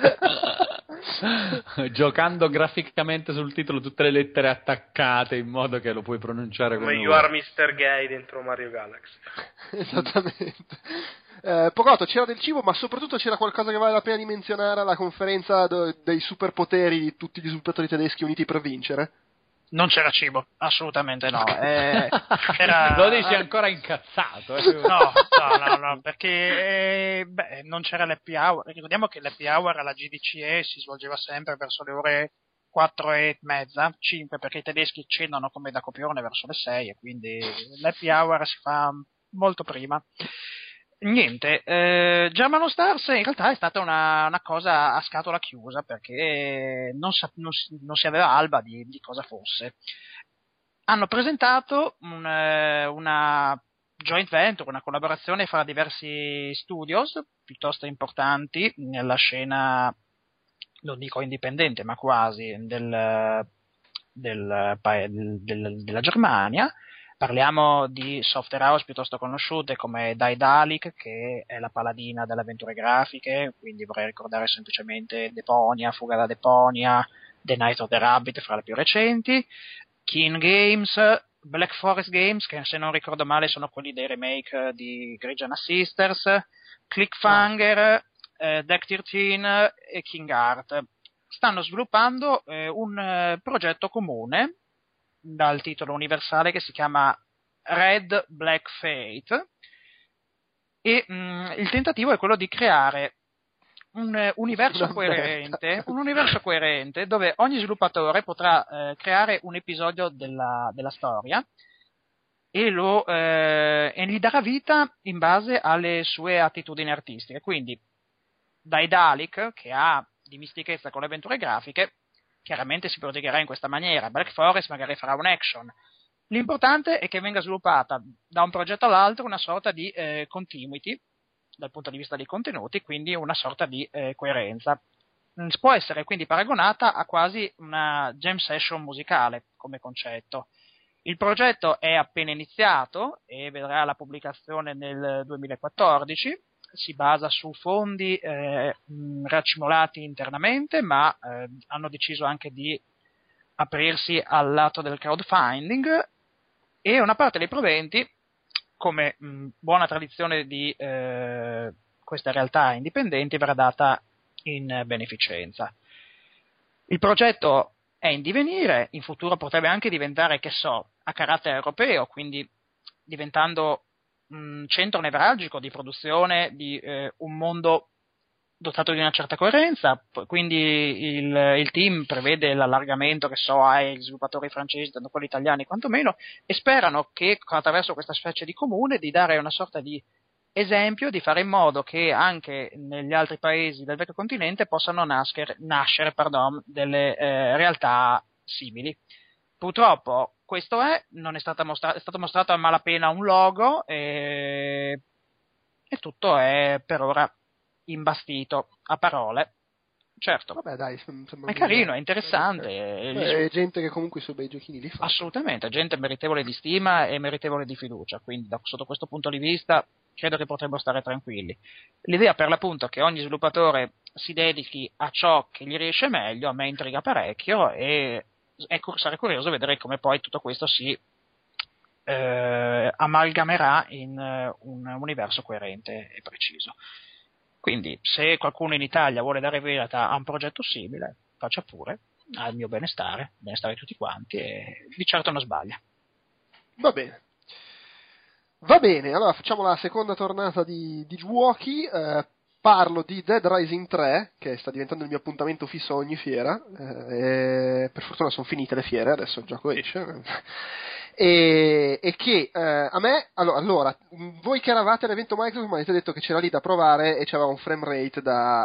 Giocando graficamente sul titolo tutte le lettere attaccate in modo che lo puoi pronunciare come You Are Mr. Gay dentro Mario Galaxy. Esattamente. Pocotto, c'era del cibo, ma soprattutto c'era qualcosa che vale la pena di menzionare alla conferenza dei superpoteri di tutti gli sviluppatori tedeschi uniti per vincere? Non c'era cibo, assolutamente no. Lo dici ancora incazzato. No, perché non c'era l'happy hour. Ricordiamo che l'happy hour alla GDCE si svolgeva sempre verso le ore 4 e mezza, 5, perché i tedeschi cenano come da copione verso le 6 e quindi l'happy hour si fa molto prima. Niente, German Stars in realtà è stata una cosa a scatola chiusa, perché non si aveva alba di cosa fosse. Hanno presentato una joint venture, una collaborazione fra diversi studios piuttosto importanti nella scena, non dico indipendente, ma quasi della Germania. Parliamo di software house piuttosto conosciute come Daedalic, che è la paladina delle avventure grafiche, quindi vorrei ricordare semplicemente Deponia, Fuga da Deponia, The Night of the Rabbit fra le più recenti, Keen Games, Black Forest Games, che se non ricordo male sono quelli dei remake di Greggiana Sisters, Clickfanger, Deck 13 e King Art. Stanno sviluppando un progetto comune dal titolo universale che si chiama Red Black Fate, e il tentativo è quello di creare un universo coerente dove ogni sviluppatore potrà creare un episodio della storia e gli darà vita in base alle sue attitudini artistiche. Quindi Daedalic, che ha dimistichezza con le avventure grafiche, chiaramente si proteggerà in questa maniera. Black Forest magari farà un action. L'importante è che venga sviluppata da un progetto all'altro una sorta di continuity dal punto di vista dei contenuti, quindi una sorta di coerenza. Può essere quindi paragonata a quasi una jam session musicale come concetto. Il progetto è appena iniziato e vedrà la pubblicazione nel 2014. Si basa su fondi raccimolati internamente, ma hanno deciso anche di aprirsi al lato del crowdfunding, e una parte dei proventi, come buona tradizione di queste realtà indipendenti, verrà data in beneficenza. Il progetto è in divenire, in futuro potrebbe anche diventare, a carattere europeo, quindi diventando centro nevralgico di produzione di un mondo dotato di una certa coerenza. Quindi il team prevede l'allargamento ai sviluppatori francesi, tanto quelli italiani quantomeno, e sperano che attraverso questa specie di comune di dare una sorta di esempio, di fare in modo che anche negli altri paesi del vecchio continente possano nascere delle realtà simili. Purtroppo questo non è stato mostrato a malapena un logo e tutto è per ora imbastito a parole. Certo, Vabbè, dai, sembra è carino, è interessante. È gente che comunque i suoi bei giochini li fa. Assolutamente, gente meritevole di stima e meritevole di fiducia, quindi sotto questo punto di vista credo che potremmo stare tranquilli. L'idea per l'appunto che ogni sviluppatore si dedichi a ciò che gli riesce meglio a me intriga parecchio, e sarei curioso di vedere come poi tutto questo si amalgamerà in un universo coerente e preciso. Quindi se qualcuno in Italia vuole dare vita a un progetto simile, faccia pure, al mio benestare di tutti quanti, e di certo non sbaglia. Va bene, allora facciamo la seconda tornata di giochi. Parlo di Dead Rising 3, che sta diventando il mio appuntamento fisso a ogni fiera, e per fortuna sono finite le fiere, adesso il gioco esce, e che a me, allora, voi che eravate all'evento Microsoft mi avete detto che c'era lì da provare e c'aveva un frame rate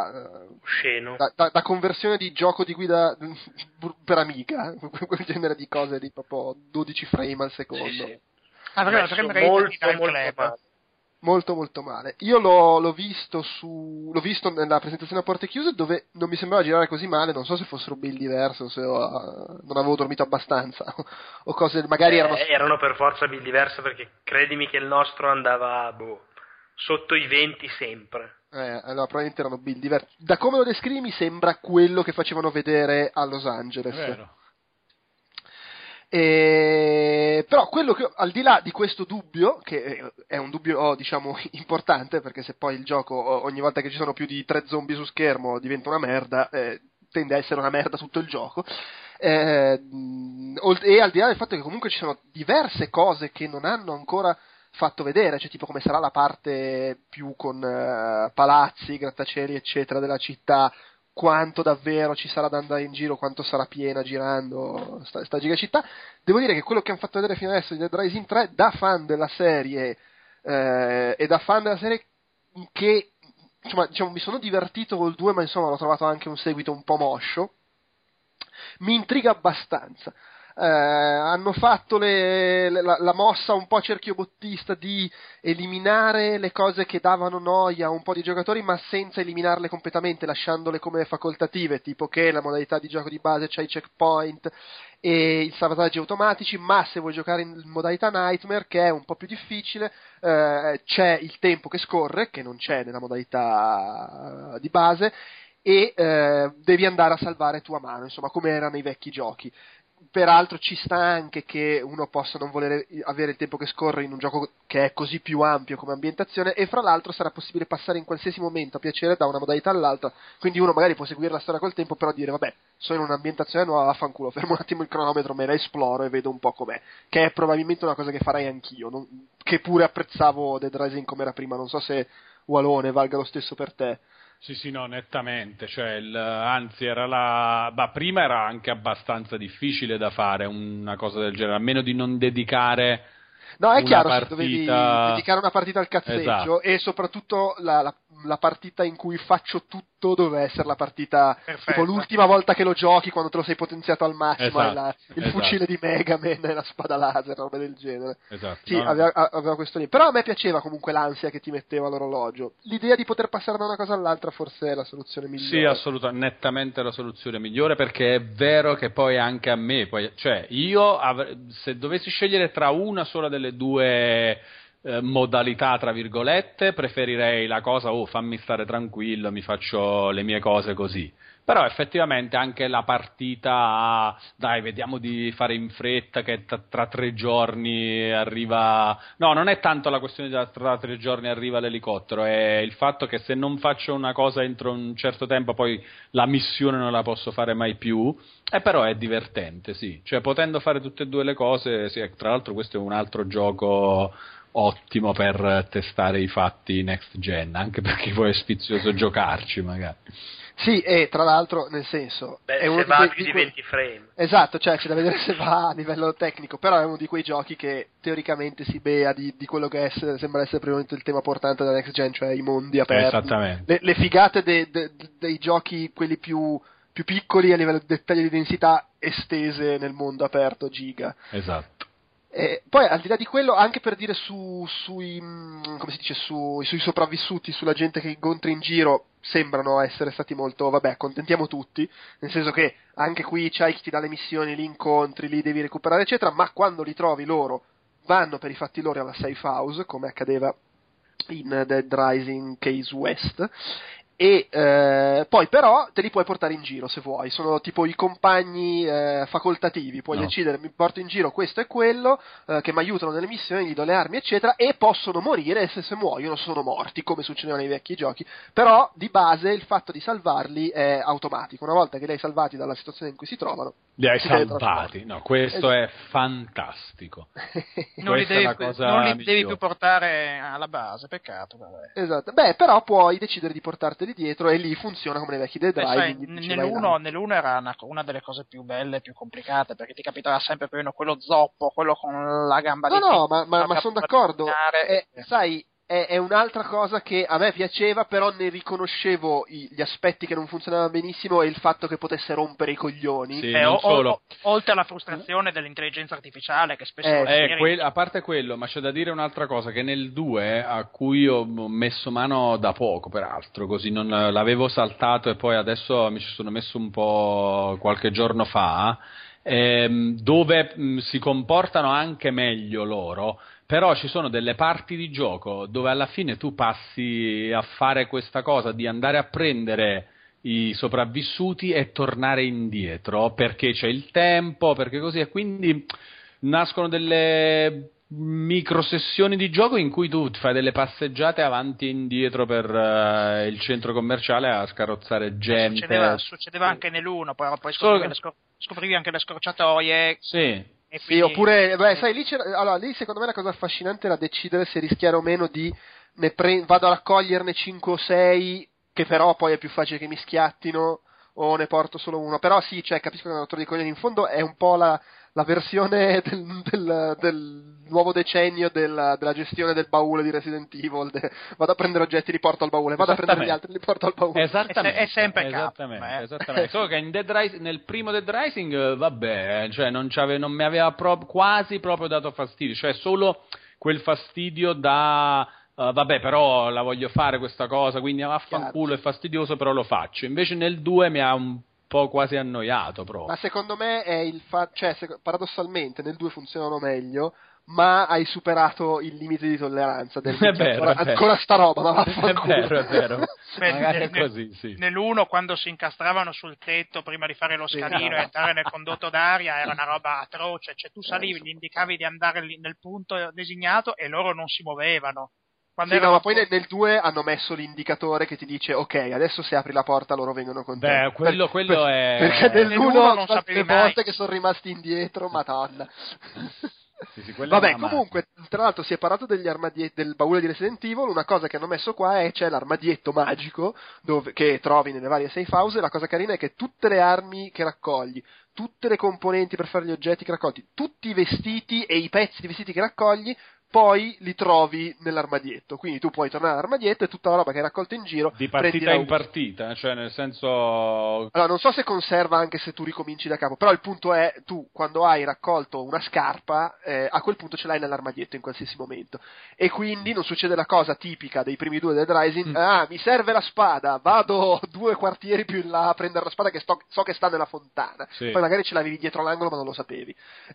da conversione di gioco di guida per Amiga, quel genere di cose di proprio 12 frame al secondo. Sì. Frame rate Molto molto male. Io l'ho visto nella presentazione a porte chiuse, dove non mi sembrava girare così male. Non so se fossero build diverse o se non avevo dormito abbastanza o cose magari erano per forza build diverse, perché credimi che il nostro andava sotto i 20 sempre. Allora probabilmente erano build diverse. Da come lo descrivi mi sembra quello che facevano vedere a Los Angeles. È vero. Però quello che, al di là di questo dubbio, che è un dubbio diciamo importante, perché se poi il gioco ogni volta che ci sono più di 3 zombie su schermo diventa una merda, tende a essere una merda tutto il gioco, e al di là del fatto che comunque ci sono diverse cose che non hanno ancora fatto vedere, cioè tipo come sarà la parte più con palazzi, grattacieli eccetera della città, quanto davvero ci sarà da andare in giro, quanto sarà piena girando sta gigacittà. Devo dire che quello che hanno fatto vedere fino adesso di Dead Rising 3, da fan della serie e da fan della serie che insomma, mi sono divertito col 2, ma insomma l'ho trovato anche un seguito un po' moscio, mi intriga abbastanza. hanno fatto la mossa un po' cerchiobottista di eliminare le cose che davano noia a un po' di giocatori, ma senza eliminarle completamente, lasciandole come facoltative, tipo che la modalità di gioco di base c'ha i checkpoint e i salvataggi automatici, ma se vuoi giocare in modalità Nightmare, che è un po' più difficile, c'è il tempo che scorre, che non c'è nella modalità di base, e devi andare a salvare tu a mano, insomma, come era nei vecchi giochi. Peraltro ci sta anche che uno possa non volere avere il tempo che scorre in un gioco che è così più ampio come ambientazione, e fra l'altro sarà possibile passare in qualsiasi momento a piacere da una modalità all'altra, quindi uno magari può seguire la storia col tempo, però dire vabbè, sono in un'ambientazione nuova, vaffanculo, fermo un attimo il cronometro, me la esploro e vedo un po' com'è, che è probabilmente una cosa che farei anch'io, che pure apprezzavo Dead Rising come era prima. Non so se Walone valga lo stesso per te. Sì, no, nettamente, cioè anzi prima era anche abbastanza difficile da fare una cosa del genere, a meno di non dedicare No, è una chiaro, partita... dovevi dedicare una partita al cazzeggio, esatto. E soprattutto la partita in cui faccio tutto doveva essere la partita tipo l'ultima volta che lo giochi, quando te lo sei potenziato al massimo, il fucile di Mega Man e la spada laser, roba del genere. Esatto. Sì, aveva questo lì. Però a me piaceva comunque l'ansia che ti metteva l'orologio. L'idea di poter passare da una cosa all'altra forse è la soluzione migliore. Sì, assolutamente, nettamente la soluzione migliore, perché è vero che poi anche a me, cioè io se dovessi scegliere tra una sola delle due modalità, tra virgolette, preferirei la cosa, fammi stare tranquillo, mi faccio le mie cose così. Però effettivamente anche la partita, dai, vediamo di fare in fretta, che tra 3 giorni arriva... No, non è tanto la questione di tra 3 giorni arriva l'elicottero, è il fatto che se non faccio una cosa entro un certo tempo, poi la missione non la posso fare mai più, però è divertente, sì. Cioè, potendo fare tutte e due le cose, sì, tra l'altro questo è un altro gioco ottimo per testare i fatti next gen, anche perché poi è sfizioso giocarci magari. Sì, e tra l'altro, nel senso... Beh, è uno se va a più di 20 frame. Esatto, cioè c'è da vedere se va a livello tecnico, però è uno di quei giochi che teoricamente si bea di quello che sembra essere probabilmente il tema portante della next gen, cioè i mondi aperti. Esattamente. Le figate dei giochi, quelli più piccoli a livello di dettaglio di densità, estese nel mondo aperto, giga. Esatto. Poi al di là di quello, anche per dire sui come si dice, sui sopravvissuti, sulla gente che incontri in giro, sembrano essere stati molto, vabbè, accontentiamo tutti, nel senso che anche qui c'hai chi ti dà le missioni, li incontri, li devi recuperare eccetera, ma quando li trovi loro vanno per i fatti loro alla safe house, come accadeva in Dead Rising Case West, e poi però te li puoi portare in giro se vuoi, sono tipo i compagni facoltativi, puoi decidere, mi porto in giro questo e quello che mi aiutano nelle missioni, gli do le armi eccetera, e possono morire, e se muoiono sono morti come succedeva nei vecchi giochi, però di base il fatto di salvarli è automatico, una volta che li hai salvati dalla situazione in cui si trovano, li hai salvati, no, questo è fantastico. Non li devi più portare alla base, peccato, vabbè. Esatto, beh, però puoi decidere di portarteli dietro e lì funziona come nei vecchi Dead Rising. Nell'uno era una delle cose più belle e più complicate, perché ti capitava sempre più quello zoppo, quello con la gamba di ma sono d'accordo, sai, è un'altra cosa che a me piaceva, però ne riconoscevo gli aspetti che non funzionavano benissimo e il fatto che potesse rompere i coglioni. Sì, non solo. Oltre alla frustrazione dell'intelligenza artificiale, che spesso a parte quello, ma c'è da dire un'altra cosa, che nel 2, a cui ho messo mano da poco peraltro, così non l'avevo saltato e poi adesso mi ci sono messo un po' qualche giorno fa, dove si comportano anche meglio loro, però ci sono delle parti di gioco dove alla fine tu passi a fare questa cosa di andare a prendere i sopravvissuti e tornare indietro, perché c'è il tempo, perché così, e quindi nascono delle microsessioni di gioco in cui tu fai delle passeggiate avanti e indietro per il centro commerciale a scarrozzare gente. Succedeva anche nell'1, poi scoprivi anche le scorciatoie. Sì. Sì, oppure, sai, lì secondo me la cosa affascinante era decidere se rischiare o meno di vado a raccoglierne 5 o 6, che però poi è più facile che mi schiattino, o ne porto solo uno. Però sì, cioè, capisco che è una rottura di coglioni, in fondo è un po' la la versione del nuovo decennio della gestione del baule di Resident Evil. Vado a prendere oggetti, li porto al baule, vado a prendere gli altri, li porto al baule. Esattamente. È sempre esattamente, esattamente. Solo che in nel primo Dead Rising, vabbè, cioè non mi aveva quasi proprio dato fastidio, cioè solo quel fastidio da... vabbè, però la voglio fare questa cosa, quindi vaffanculo, è fastidioso, però lo faccio. Invece nel 2 mi ha un po' quasi annoiato proprio. Ma secondo me è il fatto, cioè paradossalmente nel 2 funzionano meglio, ma hai superato il limite di tolleranza del è vero, ancora sta roba, ma vaffanculo. È vero. Magari è così, sì. Nell'1 quando si incastravano sul tetto prima di fare lo scalino e entrare nel condotto d'aria era una roba atroce, cioè tu salivi, gli indicavi di andare nel punto designato e loro non si muovevano. Sì, no, ma poi nel 2 hanno messo l'indicatore che ti dice ok, adesso se apri la porta loro vengono con te. Beh, quello è... Perché nell'1 non sono sapevi le mai. volte che sono rimasti indietro, madonna. Sì, Vabbè, comunque, tra l'altro si è parlato degli del baule di Resident Evil, una cosa che hanno messo qua è c'è l'armadietto magico che trovi nelle varie safe house, e la cosa carina è che tutte le armi che raccogli, tutte le componenti per fare gli oggetti che raccogli, tutti i vestiti e i pezzi di vestiti che raccogli, poi li trovi nell'armadietto, quindi tu puoi tornare all'armadietto e tutta la roba che hai raccolto in giro di partita in partita, cioè nel senso... Allora, non so se conserva anche se tu ricominci da capo, però il punto è, tu quando hai raccolto una scarpa, a quel punto ce l'hai nell'armadietto in qualsiasi momento, e quindi non succede la cosa tipica dei primi due Dead Rising, mi serve la spada, vado 2 quartieri più in là a prendere la spada che so che sta nella fontana, sì. Poi magari ce l'avevi dietro l'angolo ma non lo sapevi,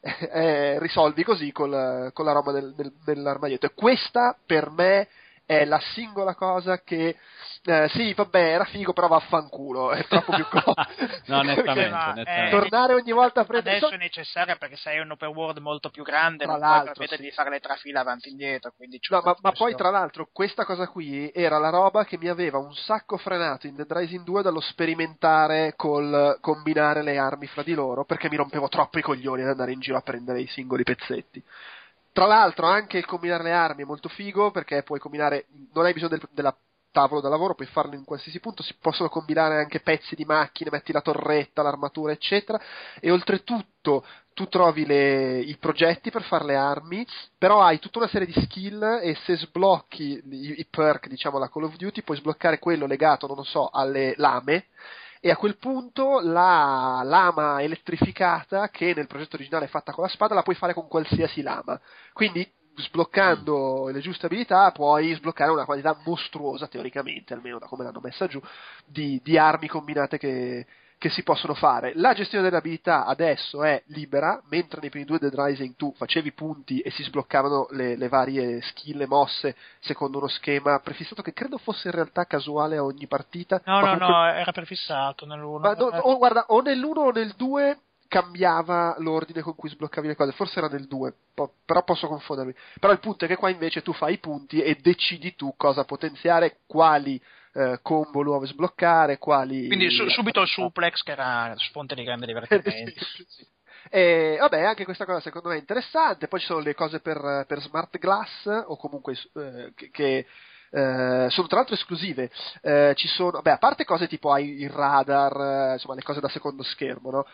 risolvi così con la roba dell'armadietto, e questa per me è la singola cosa che sì, vabbè, era figo, però vaffanculo, è troppo più comodo. No, nettamente. Tornare ogni volta a prendere... Adesso è necessaria perché sei un open world molto più grande, Tra non puoi l'altro, permettere sì. di fare le trafile avanti e indietro, quindi No, ma poi tra l'altro questa cosa qui era la roba che mi aveva un sacco frenato in Dead Rising 2 dallo sperimentare col combinare le armi fra di loro, perché mi rompevo troppo i coglioni ad andare in giro a prendere i singoli pezzetti. Tra l'altro anche il combinare le armi è molto figo, perché puoi combinare, non hai bisogno della tavolo da lavoro, puoi farlo in qualsiasi punto, si possono combinare anche pezzi di macchine, metti la torretta, l'armatura eccetera, e oltretutto tu trovi i progetti per fare le armi, però hai tutta una serie di skill, e se sblocchi i perk, diciamo, la Call of Duty, puoi sbloccare quello legato, non lo so, alle lame, e a quel punto la lama elettrificata, che nel progetto originale è fatta con la spada, la puoi fare con qualsiasi lama, quindi sbloccando le giuste abilità puoi sbloccare una quantità mostruosa, teoricamente, almeno da come l'hanno messa giù, di armi combinate che si possono fare. La gestione delle abilità adesso è libera, mentre nei primi due Dead Rising tu facevi punti e si sbloccavano le varie skill e mosse secondo uno schema prefissato che credo fosse in realtà casuale a ogni partita. No, era prefissato nell'1. Guarda, o nell'1 o nel 2 cambiava l'ordine con cui sbloccavi le cose, forse era nel 2, però posso confondermi. Però il punto è che qua invece tu fai i punti e decidi tu cosa potenziare, quali combo nuove sbloccare, quali... Quindi subito il suplex, che era fonte di grande divertimento. Sì. E vabbè, anche questa cosa secondo me è interessante. Poi ci sono le cose per smart glass, o comunque che sono tra l'altro esclusive. Ci sono, a parte cose tipo hai il radar, insomma le cose da secondo schermo, no?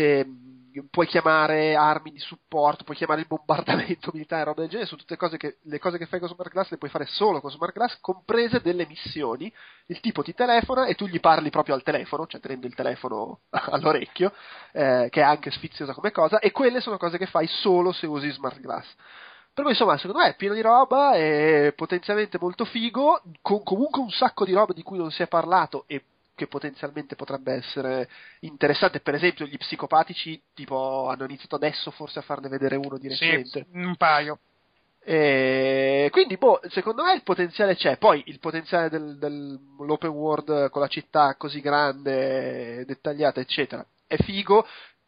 Puoi chiamare armi di supporto, puoi chiamare il bombardamento militare, roba del genere. Sono tutte le cose che fai con Smart Glass le puoi fare solo con Smart Glass, comprese delle missioni. Il tipo ti telefona e tu gli parli proprio al telefono, cioè tenendo il telefono all'orecchio, che è anche sfiziosa come cosa, e quelle sono cose che fai solo se usi Smart Glass. Per cui insomma secondo me è pieno di roba, è potenzialmente molto figo, con comunque un sacco di roba di cui non si è parlato e che potenzialmente potrebbe essere interessante. Per esempio gli psicopatici hanno iniziato adesso forse a farne vedere uno di recente. Sì, un paio. Quindi secondo me il potenziale c'è. Poi il potenziale dell'open world con la città così grande, dettagliata eccetera è figo.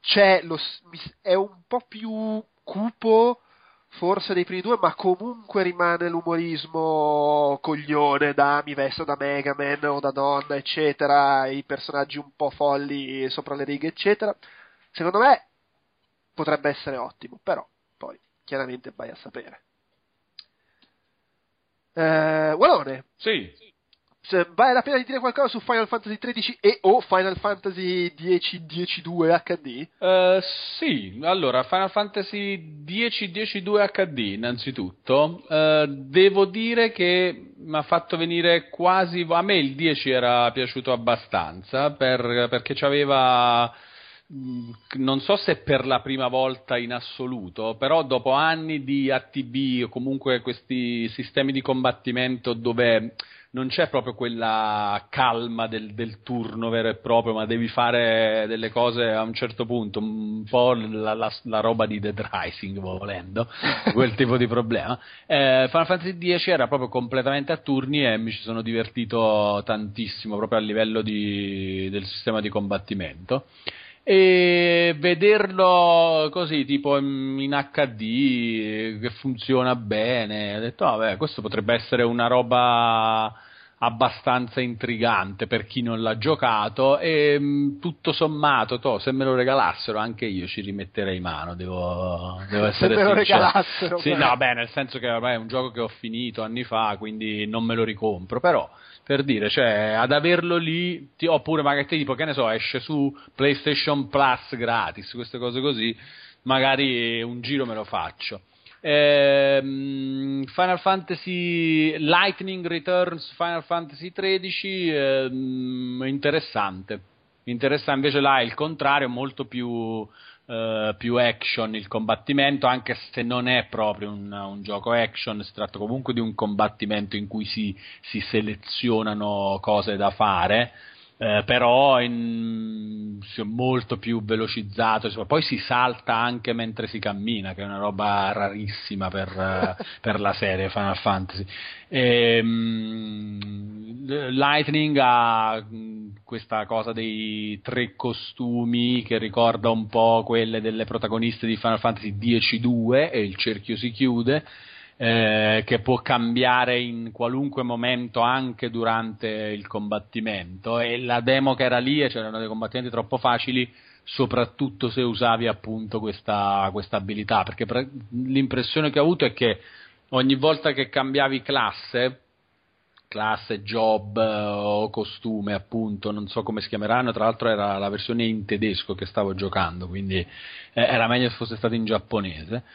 È un po' più cupo forse dei primi due, ma comunque rimane l'umorismo coglione da mi vesto da Mega Man o da donna eccetera, i personaggi un po' folli sopra le righe eccetera. Secondo me potrebbe essere ottimo, però poi chiaramente vai a sapere. Gualone, sì. vale la pena di dire qualcosa su Final Fantasy XIII e o Final Fantasy X-10-2 HD? Sì, allora Final Fantasy X-10-2 HD innanzitutto, devo dire che mi ha fatto venire quasi, a me il 10 era piaciuto abbastanza perché c'aveva, non so se per la prima volta in assoluto, però dopo anni di ATB o comunque questi sistemi di combattimento dove non c'è proprio quella calma del turno vero e proprio, ma devi fare delle cose a un certo punto, un po' la roba di Dead Rising, volendo, quel tipo di problema. Final Fantasy X era proprio completamente a turni e mi ci sono divertito tantissimo proprio a livello del sistema di combattimento. E vederlo così tipo in HD che funziona bene, ho detto vabbè, questo potrebbe essere una roba abbastanza intrigante per chi non l'ha giocato e tutto sommato se me lo regalassero anche io ci rimetterei mano, devo essere me lo sincero. regalassero, sì, no, beh, nel senso che ormai è un gioco che ho finito anni fa, quindi non me lo ricompro, però per dire, cioè, ad averlo lì, oppure magari tipo, che ne so, esce su PlayStation Plus gratis, queste cose così, magari un giro me lo faccio. Final Fantasy Lightning Returns Final Fantasy XIII, interessante, invece là è il contrario, molto più action il combattimento, anche se non è proprio un gioco action, si tratta comunque di un combattimento in cui si selezionano cose da fare, però molto più velocizzato, poi si salta anche mentre si cammina, che è una roba rarissima per la serie Final Fantasy. Lightning ha questa cosa dei 3 costumi che ricorda un po' quelle delle protagoniste di Final Fantasy X-2 e il cerchio si chiude, che può cambiare in qualunque momento anche durante il combattimento, e la demo che era lì, c'erano dei combattimenti troppo facili soprattutto se usavi appunto questa abilità, perché l'impressione che ho avuto è che ogni volta che cambiavi classe, job o costume, appunto, non so come si chiameranno, tra l'altro era la versione in tedesco che stavo giocando, quindi era meglio se fosse stato in giapponese,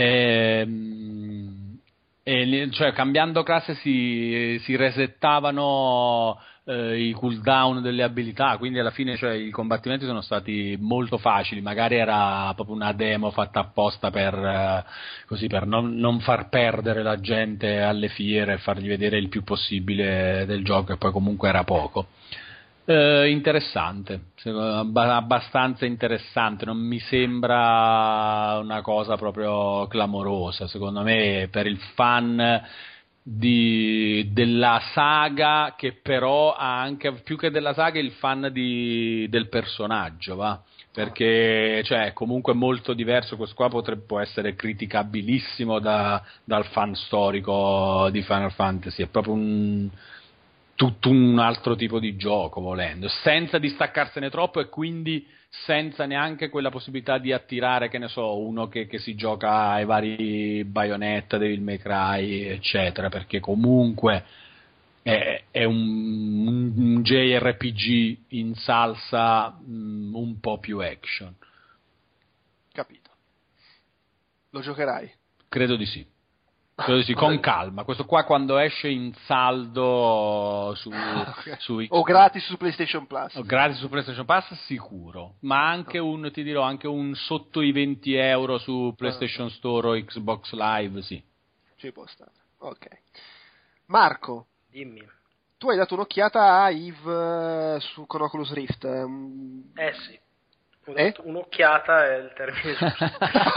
cioè cambiando classe si resettavano i cooldown delle abilità, quindi alla fine, cioè, i combattimenti sono stati molto facili, magari era proprio una demo fatta apposta per non far perdere la gente alle fiere e fargli vedere il più possibile del gioco, e poi comunque era poco. Interessante, abbastanza interessante, non mi sembra una cosa proprio clamorosa, secondo me, per il fan della saga, che però ha anche, più che della saga, il fan del personaggio, va? Perché, cioè, è comunque molto diverso. Questo qua può essere criticabilissimo dal fan storico di Final Fantasy, è proprio tutto un altro tipo di gioco, volendo, senza distaccarsene troppo, e quindi senza neanche quella possibilità di attirare, che ne so, uno che si gioca ai vari Bayonetta, Devil May Cry, eccetera, perché comunque è un JRPG in salsa, un po' più action. Capito. Lo giocherai? Credo di sì. Con calma. Questo qua quando esce in saldo su o gratis su PlayStation Plus. O gratis su PlayStation Plus sicuro, ma anche ti dirò anche un sotto i €20 su PlayStation Store o Xbox Live, sì. Ci può stare. Ok. Marco, dimmi. Tu hai dato un'occhiata a Eve con Oculus Rift. Sì. Un'occhiata è il termine giusto.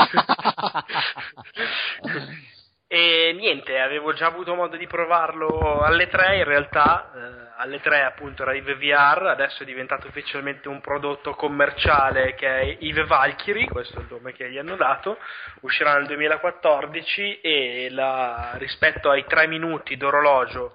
E niente, avevo già avuto modo di provarlo alle 3, in realtà alle 3 appunto era Eve VR, adesso è diventato ufficialmente un prodotto commerciale che è Eve Valkyrie, questo è il nome che gli hanno dato, uscirà nel 2014 e rispetto ai 3 minuti d'orologio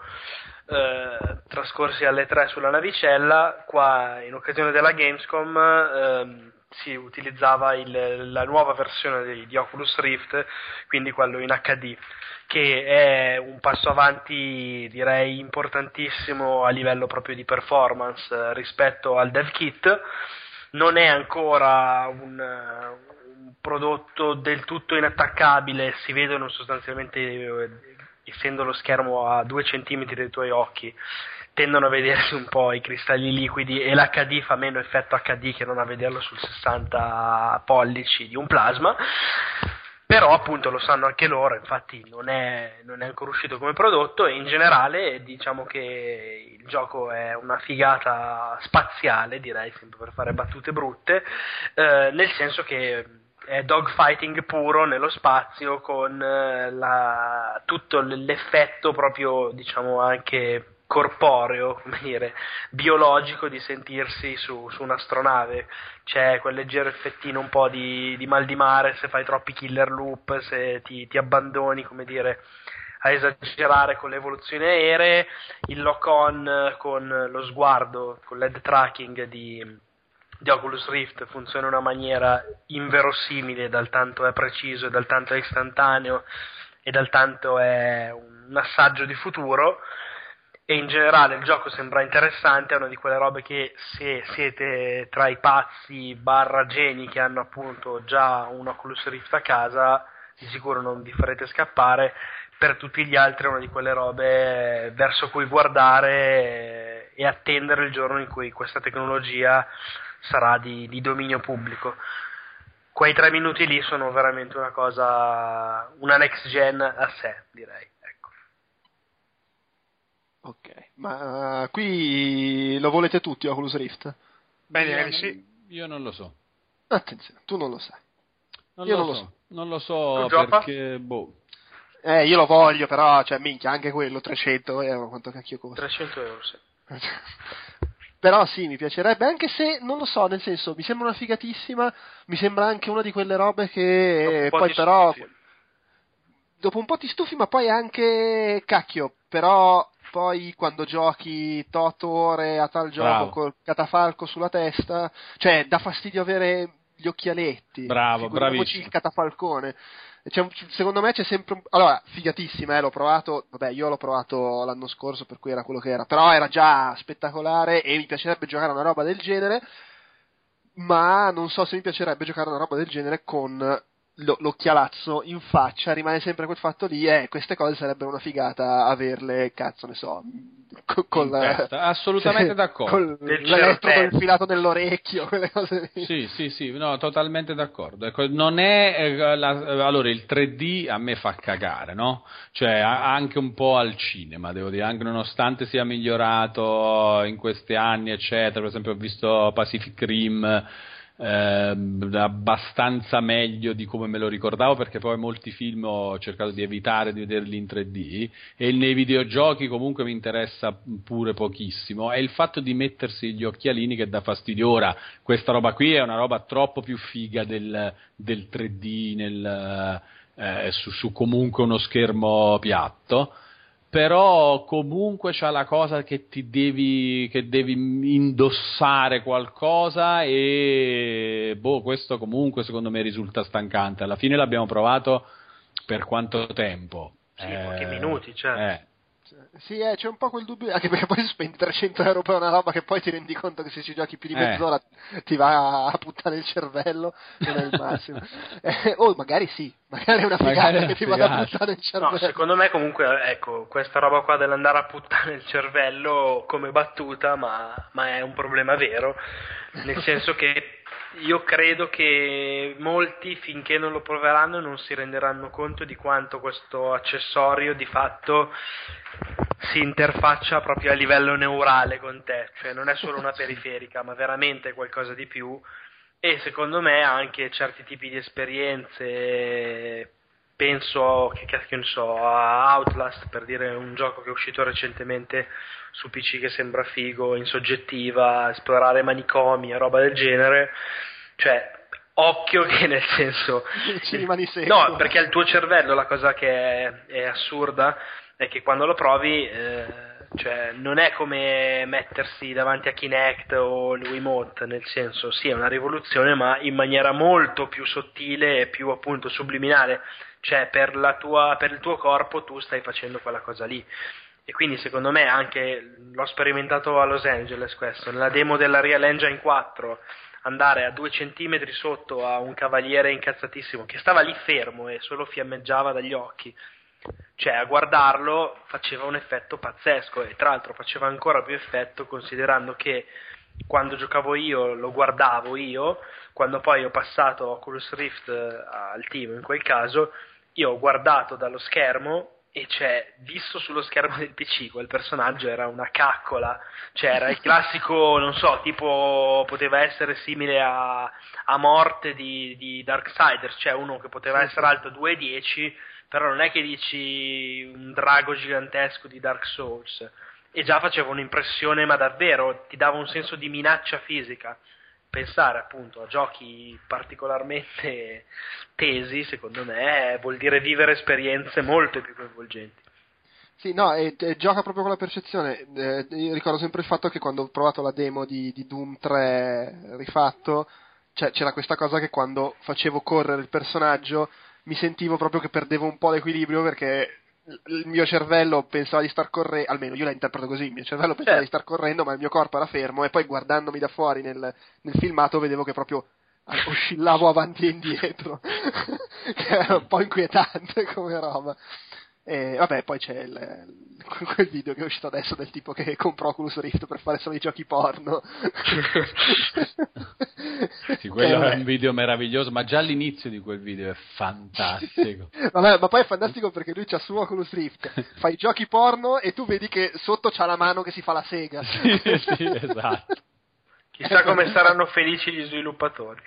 trascorsi alle 3 sulla navicella, qua in occasione della Gamescom si utilizzava la nuova versione di Oculus Rift, quindi quello in HD, che è un passo avanti direi importantissimo a livello proprio di performance rispetto al dev kit. Non è ancora un prodotto del tutto inattaccabile, si vedono sostanzialmente, essendo lo schermo a 2 centimetri dai tuoi occhi, tendono a vedersi un po' i cristalli liquidi, e l'HD fa meno effetto HD che non a vederlo sul 60 pollici di un plasma. Però appunto lo sanno anche loro, infatti non è ancora uscito come prodotto, e in generale diciamo che il gioco è una figata spaziale, direi, sempre per fare battute brutte, nel senso che è dogfighting puro nello spazio, con tutto l'effetto proprio, diciamo, anche corporeo, come dire, biologico, di sentirsi su un'astronave. C'è quel leggero effettino un po' di mal di mare se fai troppi killer loop, se ti abbandoni, come dire, a esagerare con le evoluzioni aeree. Il lock-on con lo sguardo, con l'head tracking di Oculus Rift funziona in una maniera inverosimile, dal tanto è preciso e dal tanto è istantaneo e dal tanto è un assaggio di futuro. E in generale il gioco sembra interessante, è una di quelle robe che, se siete tra i pazzi barra geni che hanno appunto già un Oculus Rift a casa, di sicuro non vi farete scappare. Per tutti gli altri è una di quelle robe verso cui guardare e attendere il giorno in cui questa tecnologia sarà di dominio pubblico. Quei 3 minuti lì sono veramente una next gen a sé, direi. Ok, ma qui lo volete tutti Oculus Rift? Beh, direi sì. Io non lo so. Attenzione, tu non lo sai. Non lo so perché, io lo voglio, però, cioè, minchia, anche quello, 300 euro, quanto cacchio costa? 300 euro, sì. Però sì, mi piacerebbe, anche se, non lo so, nel senso, mi sembra una figatissima, mi sembra anche una di quelle robe che poi però... Dopo un po' ti stufi, ma poi anche, cacchio, però... Poi quando giochi 8 ore a tal gioco col catafalco sulla testa, cioè dà fastidio avere gli occhialetti. Bravo, bravissimo. Il catafalcone. Secondo me c'è sempre allora, figatissima, l'ho provato, vabbè, io l'ho provato l'anno scorso, per cui era quello che era, però era già spettacolare e mi piacerebbe giocare a una roba del genere, ma non so se mi piacerebbe giocare a una roba del genere con l'occhialazzo in faccia. Rimane sempre quel fatto lì, queste cose sarebbero una figata averle, cazzo ne so, assolutamente d'accordo, con l'elettrodo infilato nell'orecchio, quelle cose lì. Sì, no, totalmente d'accordo. Ecco, non è allora il 3D a me fa cagare, no? Cioè anche un po' al cinema, devo dire, anche nonostante sia migliorato in questi anni, eccetera. Per esempio ho visto Pacific Rim abbastanza meglio di come me lo ricordavo, perché poi molti film ho cercato di evitare di vederli in 3D, e nei videogiochi comunque mi interessa pure pochissimo. È il fatto di mettersi gli occhialini che dà fastidio. Ora questa roba qui è una roba troppo più figa del 3D su comunque uno schermo piatto, però comunque c'ha la cosa che devi indossare qualcosa, e questo comunque secondo me risulta stancante. Alla fine l'abbiamo provato per quanto tempo? Sì, pochi minuti, certo. Sì, c'è un po' quel dubbio, anche perché poi spendi 300 euro per una roba che poi ti rendi conto che se ci giochi più di mezz'ora ti va a puttane il cervello, non è il massimo. Magari sì, magari è una figata che ti va a puttane il cervello. No, secondo me comunque, ecco, questa roba qua dell'andare a puttane il cervello come battuta, ma è un problema vero, nel senso che io credo che molti, finché non lo proveranno, non si renderanno conto di quanto questo accessorio di fatto si interfaccia proprio a livello neurale con te, cioè non è solo una periferica, ma veramente qualcosa di più. E secondo me anche certi tipi di esperienze, penso a Outlast, per dire, un gioco che è uscito recentemente su PC che sembra figo, in soggettiva, esplorare manicomi e roba del genere, cioè occhio, che nel senso ci rimani secco. No, perché al tuo cervello la cosa che è assurda è che quando lo provi, cioè non è come mettersi davanti a Kinect o il Wiimote, nel senso sì è una rivoluzione ma in maniera molto più sottile e più appunto subliminale, cioè per il tuo corpo tu stai facendo quella cosa lì. E quindi secondo me anche l'ho sperimentato a Los Angeles questo, nella demo della Real Engine 4, andare a 2 centimetri sotto a un cavaliere incazzatissimo che stava lì fermo e solo fiammeggiava dagli occhi, cioè a guardarlo faceva un effetto pazzesco, e tra l'altro faceva ancora più effetto considerando che quando giocavo io lo guardavo io, quando poi ho passato Oculus Rift al team in quel caso, io ho guardato dallo schermo e cioè, visto sullo schermo del PC quel personaggio era una caccola, cioè era il classico, non so, tipo poteva essere simile a Morte di Darksiders, cioè uno che poteva essere alto 2,10, però non è che dici un drago gigantesco di Dark Souls, e già faceva un'impressione, ma davvero ti dava un senso di minaccia fisica. Pensare appunto a giochi particolarmente tesi, secondo me, vuol dire vivere esperienze molto più coinvolgenti. Sì, no, e gioca proprio con la percezione. Io ricordo sempre il fatto che quando ho provato la demo di Doom 3 rifatto, cioè, c'era questa cosa che quando facevo correre il personaggio mi sentivo proprio che perdevo un po' l'equilibrio, perché il mio cervello pensava di star correndo, almeno io la interpreto così, il mio cervello pensava di star correndo ma il mio corpo era fermo, e poi guardandomi da fuori nel filmato vedevo che proprio oscillavo avanti e indietro che era un po' inquietante come roba. E vabbè, poi c'è quel video che è uscito adesso del tipo che comprò Oculus Rift per fare solo i giochi porno. Sì, quello è un video meraviglioso, ma già l'inizio di quel video è fantastico. Vabbè, ma poi è fantastico perché lui c'ha su Oculus Rift, fa i giochi porno e tu vedi che sotto c'ha la mano che si fa la sega. Sì, sì, esatto. Chissà come saranno felici gli sviluppatori.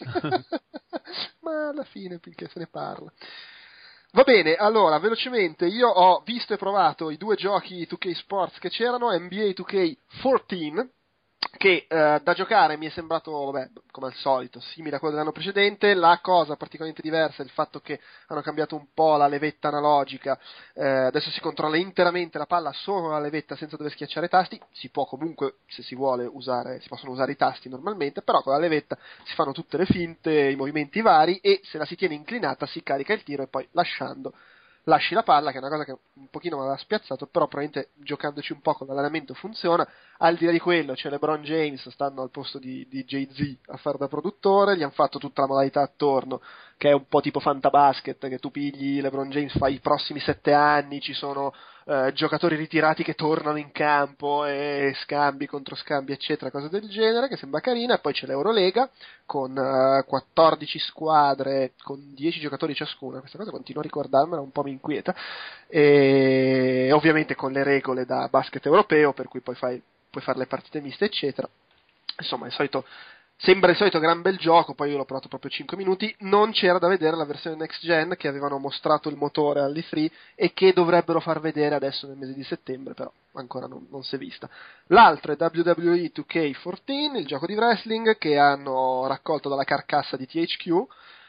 Ma alla fine, finché se ne parla. Va bene, allora, velocemente, io ho visto e provato i 2 giochi 2K Sports che c'erano, NBA 2K14, che da giocare mi è sembrato, vabbè, come al solito, simile a quello dell'anno precedente. La cosa particolarmente diversa è il fatto che hanno cambiato un po' la levetta analogica, adesso si controlla interamente la palla solo con la levetta senza dover schiacciare i tasti. Si può comunque, se si vuole, si possono usare i tasti normalmente, però con la levetta si fanno tutte le finte, i movimenti vari, e se la si tiene inclinata si carica il tiro e poi lasci la palla, che è una cosa che un pochino mi aveva spiazzato, però probabilmente giocandoci un po' con l'allenamento funziona. Al di là di quello c'è LeBron James, stanno al posto di Jay-Z a fare da produttore, gli hanno fatto tutta la modalità attorno, che è un po' tipo Fantabasket, che tu pigli LeBron James, fai i prossimi 7 anni, ci sono giocatori ritirati che tornano in campo e scambi contro scambi eccetera, cose del genere, che sembra carina. E poi c'è l'Eurolega con 14 squadre con 10 giocatori ciascuna, questa cosa continuo a ricordarmela, un po' mi inquieta, e ovviamente con le regole da basket europeo, per cui poi puoi fare le partite miste eccetera. Insomma, sembra il solito gran bel gioco. Poi io l'ho provato proprio 5 minuti. Non c'era da vedere la versione next gen, che avevano mostrato il motore all'E3 e che dovrebbero far vedere adesso nel mese di settembre, però ancora non si è vista. L'altro è WWE 2K14, il gioco di wrestling che hanno raccolto dalla carcassa di THQ,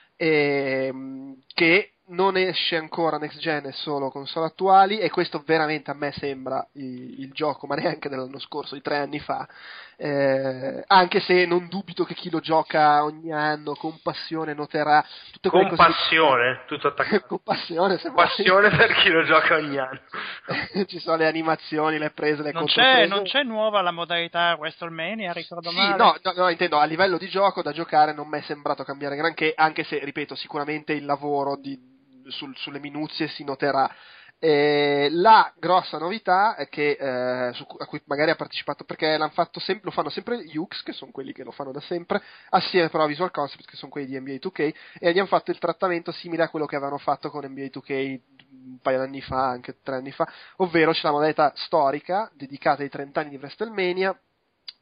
che non esce ancora next gen, è solo console attuali, e questo veramente a me sembra il gioco, ma neanche dell'anno scorso, di 3 anni fa, anche se non dubito che chi lo gioca ogni anno con passione noterà tutte quelle cose. Passione, tutto attaccato. Con passione, se passione per chi lo gioca ogni anno. Ci sono le animazioni, le prese, le controprese. Non c'è nuova la modalità WrestleMania, ricordo sì, male? No, intendo, a livello di gioco da giocare non mi è sembrato cambiare granché, anche se, ripeto, sicuramente il lavoro sulle minuzie si noterà. La grossa novità è che a cui magari ha partecipato, perché lo fanno sempre gli UX, che sono quelli che lo fanno da sempre, assieme però a Visual Concepts, che sono quelli di NBA 2K, e gli hanno fatto il trattamento simile a quello che avevano fatto con NBA 2K un paio d'anni fa, anche 3 anni fa, ovvero c'è la modalità storica dedicata ai 30 anni di WrestleMania,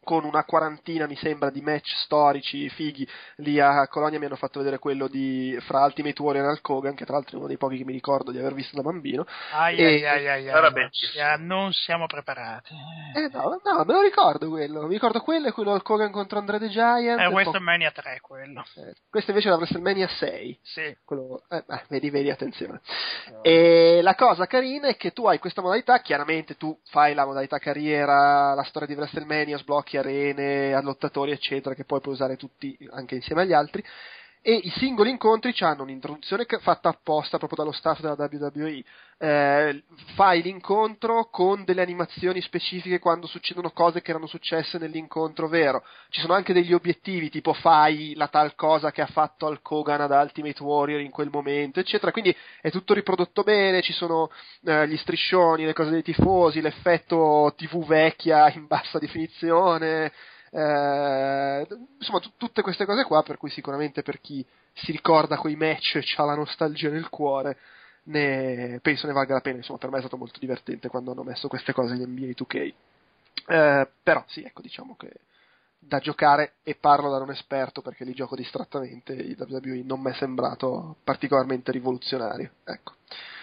con una quarantina, mi sembra, di match storici fighi. Lì a Colonia mi hanno fatto vedere quello fra Ultimate Warrior e Hulk Hogan, che tra l'altro è uno dei pochi che mi ricordo di aver visto da bambino. Era bellissimo. Non siamo preparati. No, me lo ricordo quello. Mi ricordo quello e quello Hulk Hogan contro Andre the Giant. È WrestleMania 3 quello. Questo invece era WrestleMania 6. Sì. Quello, vedi, attenzione. E la cosa carina è che tu hai questa modalità, chiaramente tu fai la modalità carriera, la storia di WrestleMania, sblocchi arene, lottatori eccetera, che poi puoi usare tutti anche insieme agli altri, e i singoli incontri hanno un'introduzione fatta apposta proprio dallo staff della WWE. Fai l'incontro con delle animazioni specifiche quando succedono cose che erano successe nell'incontro vero. Ci sono anche degli obiettivi, tipo fai la tal cosa che ha fatto Hulk Hogan ad Ultimate Warrior in quel momento, eccetera. Quindi è tutto riprodotto bene, ci sono gli striscioni, le cose dei tifosi, l'effetto TV vecchia in bassa definizione, insomma tutte queste cose qua, per cui sicuramente per chi si ricorda quei match e c'ha la nostalgia nel cuore, penso ne valga la pena. Insomma, per me è stato molto divertente quando hanno messo queste cose in NBA 2K. Però sì, ecco, diciamo che da giocare, e parlo da non esperto perché li gioco distrattamente, il WWE non mi è sembrato particolarmente rivoluzionario, ecco.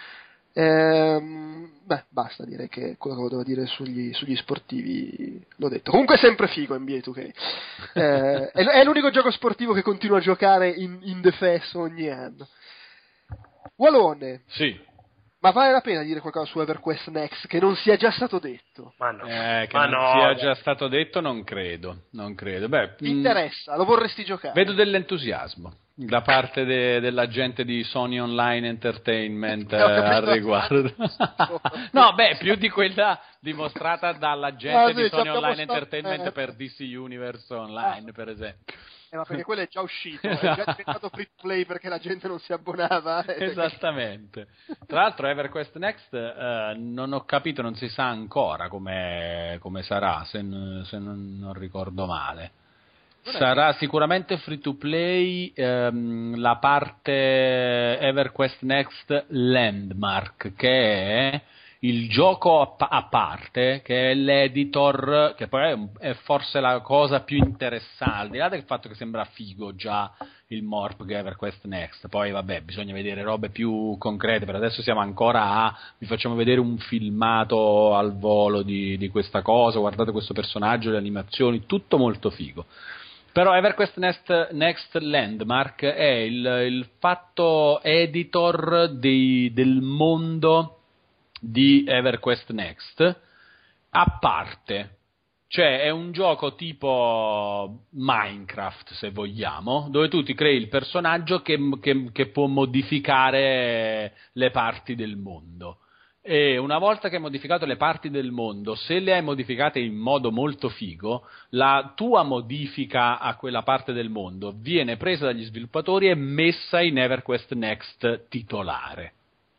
Basta, direi che quello che volevo dire sugli sportivi l'ho detto. Comunque è sempre figo NBA 2K. È l'unico gioco sportivo che continuo a giocare in defesso ogni anno. Walone. Sì. Ma vale la pena dire qualcosa su EverQuest Next che non sia già stato detto? Ma no. Che non sia già stato detto non credo. Beh, ti interessa? Lo vorresti giocare? Vedo dell'entusiasmo da parte della gente di Sony Online Entertainment al riguardo. No, beh, più di quella dimostrata dalla gente di Sony Online Entertainment per DC Universe Online, per esempio. Ma perché quello è già uscito, è già diventato free to play perché la gente non si abbonava. Esattamente. Tra l'altro EverQuest Next non ho capito, non si sa ancora come sarà, se non ricordo male. Sarà sicuramente free to play la parte EverQuest Next Landmark, che è il gioco a parte, che è l'editor, che poi è forse la cosa più interessante, al di là del fatto che sembra figo già il Morp che EverQuest Next. Poi vabbè, bisogna vedere robe più concrete. Per adesso siamo ancora vi facciamo vedere un filmato al volo di questa cosa, guardate questo personaggio, le animazioni, tutto molto figo. Però EverQuest Next Landmark è il fatto editor del mondo di EverQuest Next a parte, cioè è un gioco tipo Minecraft, se vogliamo, dove tu ti crei il personaggio che può modificare le parti del mondo. E una volta che hai modificato le parti del mondo, se le hai modificate in modo molto figo, la tua modifica a quella parte del mondo viene presa dagli sviluppatori e messa in EverQuest Next titolare.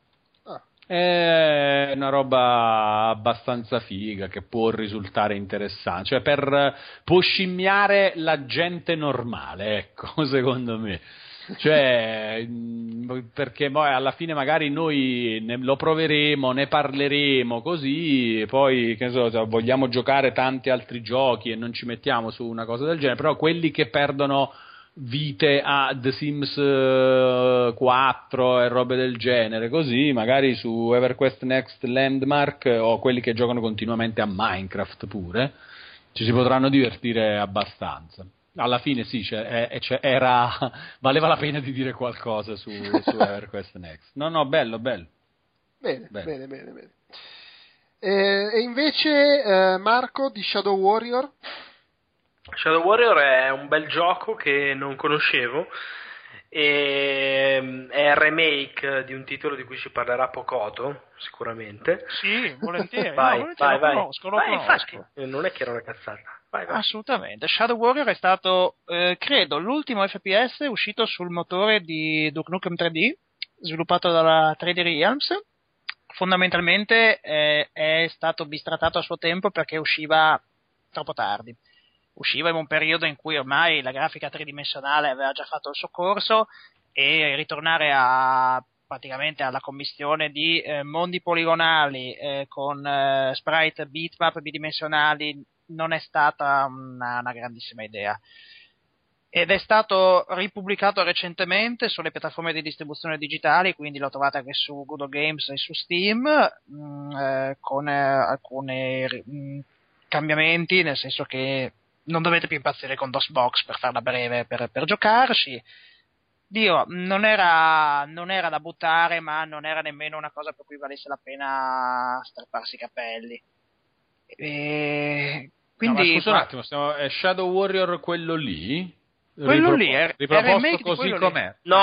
È una roba abbastanza figa che può risultare interessante, cioè può scimmiare la gente normale, ecco, secondo me. Cioè, perché poi alla fine magari noi lo proveremo, ne parleremo così, poi che ne so, vogliamo giocare tanti altri giochi e non ci mettiamo su una cosa del genere, però quelli che perdono vite a The Sims 4 e robe del genere, così magari su EverQuest Next Landmark, o quelli che giocano continuamente a Minecraft pure, ci si potranno divertire abbastanza. Alla fine sì, valeva la pena di dire qualcosa su EverQuest Next. No, bello. Bene. E invece Marco di Shadow Warrior? Shadow Warrior è un bel gioco che non conoscevo, è il remake di un titolo di cui ci parlerà Pocoto, sicuramente. Sì, volentieri. Vai. Lo conosco. Infatti, non è che era una cazzata. Vai. Assolutamente. Shadow Warrior è stato, credo, l'ultimo FPS uscito sul motore di Duke Nukem 3D, sviluppato dalla 3D Realms. Fondamentalmente è stato bistrattato a suo tempo perché usciva troppo tardi. Usciva in un periodo in cui ormai la grafica tridimensionale aveva già fatto il suo corso, e ritornare praticamente alla commistione di mondi poligonali con sprite bitmap bidimensionali non è stata una grandissima idea. Ed è stato ripubblicato recentemente sulle piattaforme di distribuzione digitali, quindi lo trovate anche su Good Old Games e su Steam, con alcuni cambiamenti, nel senso che non dovete più impazzire con DOSBox, per farla breve, per giocarci. Dio, non era da buttare, ma non era nemmeno una cosa per cui valesse la pena strapparsi i capelli. Quindi, ma scusa un attimo, è Shadow Warrior quello lì? Quello lì è riproposto così com'è. No,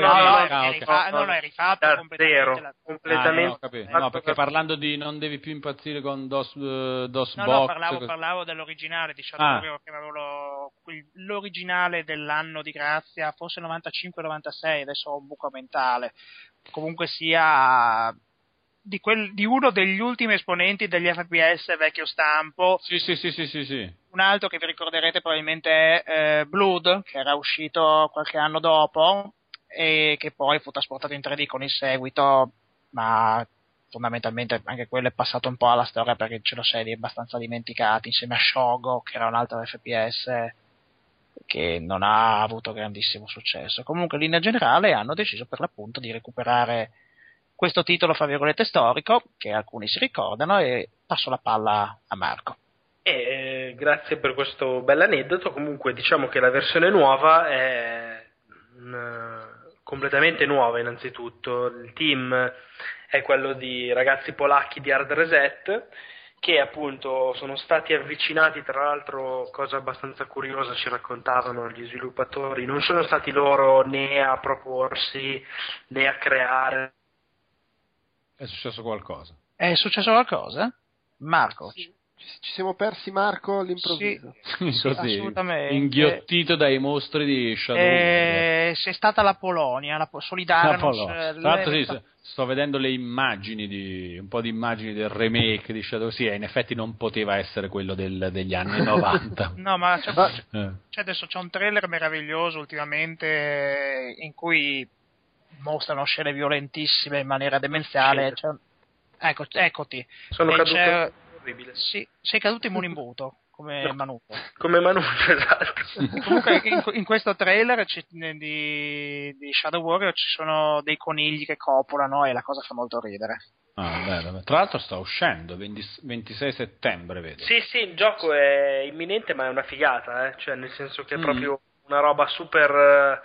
è rifatto da completamente. zero, completamente. No, perché parlando di non devi più impazzire con DOSBox. No, parlavo dell'originale di Shadow Warrior, che avevo l'originale dell'anno di grazia, forse 95-96, adesso ho un buco mentale. Comunque sia di uno degli ultimi esponenti degli FPS vecchio stampo. Sì. Un altro che vi ricorderete probabilmente è Blood, che era uscito qualche anno dopo e che poi fu trasportato in 3D con il seguito, ma fondamentalmente anche quello è passato un po' alla storia perché ce lo sei abbastanza dimenticati, insieme a Shogo, che era un altro FPS che non ha avuto grandissimo successo. Comunque in linea generale hanno deciso per l'appunto di recuperare questo titolo fra virgolette storico, che alcuni si ricordano, e passo la palla a Marco. Grazie per questo bell'aneddoto. Comunque diciamo che la versione nuova è completamente nuova. Innanzitutto il team è quello di ragazzi polacchi di Hard Reset, che appunto sono stati avvicinati, tra l'altro cosa abbastanza curiosa ci raccontavano gli sviluppatori, non sono stati loro né a proporsi né a creare. È successo qualcosa? È successo qualcosa? Marco? Sì. Ci siamo persi Marco all'improvviso. Sì, così, assolutamente. Inghiottito dai mostri di Shadow Warrior. C'è stata la Polonia, Solidarność. Tra l'altro sto vedendo le immagini un po' di immagini del remake di Shadow. Sì, in effetti non poteva essere quello degli anni 90. No, ma adesso c'è un trailer meraviglioso ultimamente in cui mostrano scene violentissime in maniera demenziale. Eccoti. Sono caduto. Sì, sei caduto in un imbuto come Manuto. Come Manuto, esatto. Comunque in questo trailer di Shadow Warrior ci sono dei conigli che copulano e la cosa fa molto ridere. Bello. Tra l'altro sta uscendo 26 settembre, vedo. Sì, il gioco è imminente, ma è una figata, cioè nel senso che è proprio una roba super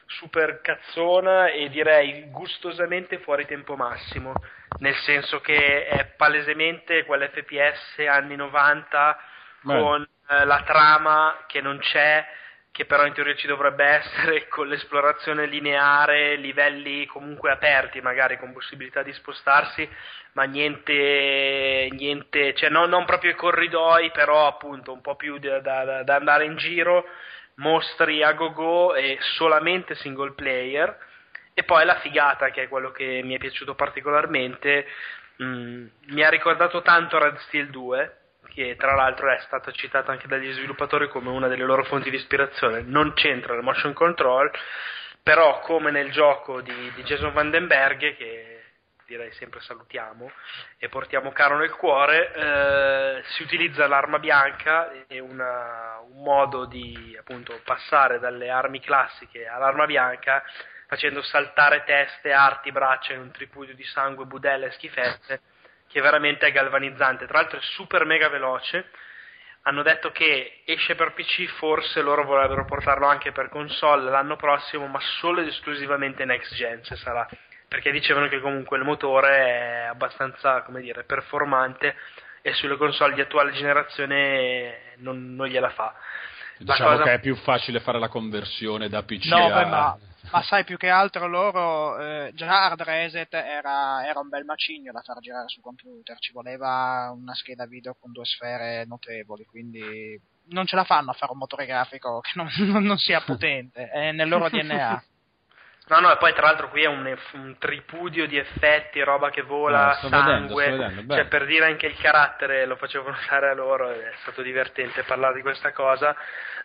cazzona e direi gustosamente fuori tempo massimo, nel senso che è palesemente quell'FPS anni 90 con la trama che non c'è, che però in teoria ci dovrebbe essere, con l'esplorazione lineare, livelli comunque aperti magari con possibilità di spostarsi, ma niente, cioè non proprio i corridoi, però appunto un po' più da andare in giro, mostri a go e solamente single player. E poi la figata, che è quello che mi è piaciuto particolarmente, mi ha ricordato tanto Red Steel 2, che tra l'altro è stata citata anche dagli sviluppatori come una delle loro fonti di ispirazione. Non c'entra il motion control, però come nel gioco di Jason Vandenberg, che direi sempre salutiamo e portiamo caro nel cuore, si utilizza l'arma bianca e un modo di appunto passare dalle armi classiche all'arma bianca facendo saltare teste, arti, braccia in un tripudio di sangue, budelle e schifezze, che veramente è galvanizzante. Tra l'altro è super mega veloce. Hanno detto che esce per PC, forse loro vorrebbero portarlo anche per console l'anno prossimo, ma solo ed esclusivamente next gen se sarà, perché dicevano che comunque il motore è abbastanza, come dire, performante e sulle console di attuale generazione non gliela fa. Diciamo che è più facile fare la conversione da PC ma sai, più che altro loro già Hard Reset era un bel macigno da far girare sul computer, ci voleva una scheda video con 2 sfere notevoli, quindi non ce la fanno a fare un motore grafico che non sia potente, è nel loro DNA. No, e poi tra l'altro qui è un tripudio di effetti, roba che vola, sangue, vedendo, cioè per dire anche il carattere, lo facevo notare a loro, è stato divertente parlare di questa cosa,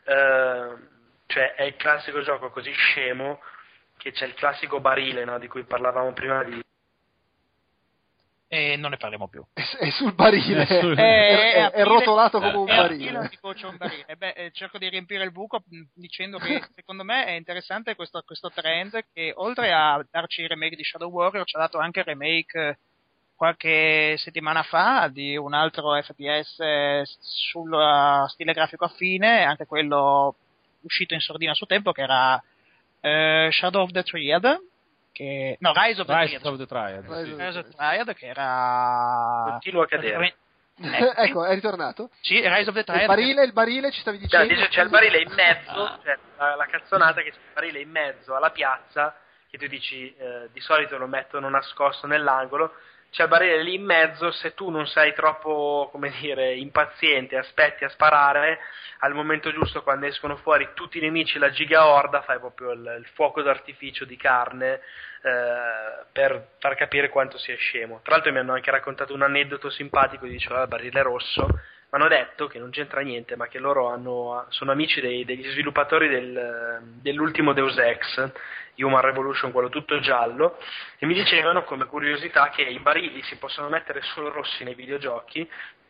cioè è il classico gioco così scemo che c'è il classico barile, no, di cui parlavamo prima E non ne parliamo più. È sul barile, è rotolato come un barile. Cerco di riempire il buco dicendo che secondo me è interessante questo trend che oltre a darci il remake di Shadow Warrior ci ha dato anche il remake qualche settimana fa di un altro FPS sul stile grafico affine, anche quello uscito in sordina a suo tempo, che era Shadow of the Triad. Rise of the Triad, che era... Continua a cadere. Ecco, è ritornato. Sì, Rise of the Triad. Il barile ci stavi dicendo? C'è il barile in mezzo, cioè la cazzonata che c'è il barile in mezzo alla piazza, che tu dici di solito lo mettono nascosto nell'angolo. C'è il barile lì in mezzo, se tu non sei troppo, come dire, impaziente, aspetti a sparare, al momento giusto, quando escono fuori tutti i nemici, la giga orda, fai proprio il fuoco d'artificio di carne per far capire quanto sia scemo. Tra l'altro mi hanno anche raccontato un aneddoto simpatico, diceva il barile rosso, mi hanno detto che non c'entra niente, ma che loro sono amici degli sviluppatori dell'ultimo Deus Ex, Human Revolution, quello tutto giallo, e mi dicevano come curiosità che i barili si possono mettere solo rossi nei videogiochi.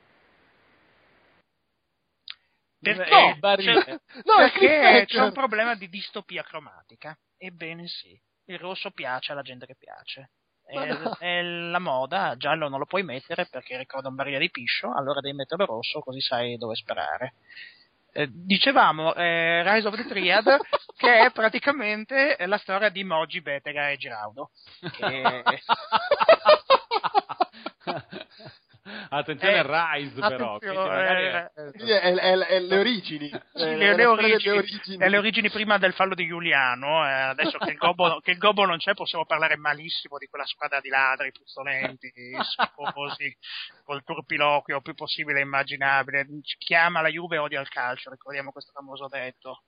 Perché? Perché c'è un problema di distopia cromatica. Ebbene sì, il rosso piace alla gente che piace. È la moda, giallo non lo puoi mettere perché ricorda un barile di piscio, allora devi metterlo rosso così sai dove sperare. Dicevamo Rise of the Triad, che è praticamente la storia di Moji, Betega e Giraudo. Attenzione Rise però. È le origini. È le origini prima del fallo di Giuliano. Adesso che il Gobbo non c'è possiamo parlare malissimo di quella squadra di ladri puzzolenti, schifosi, col turpiloquio più possibile e immaginabile. Chiama la Juve e odia il calcio, ricordiamo questo famoso detto.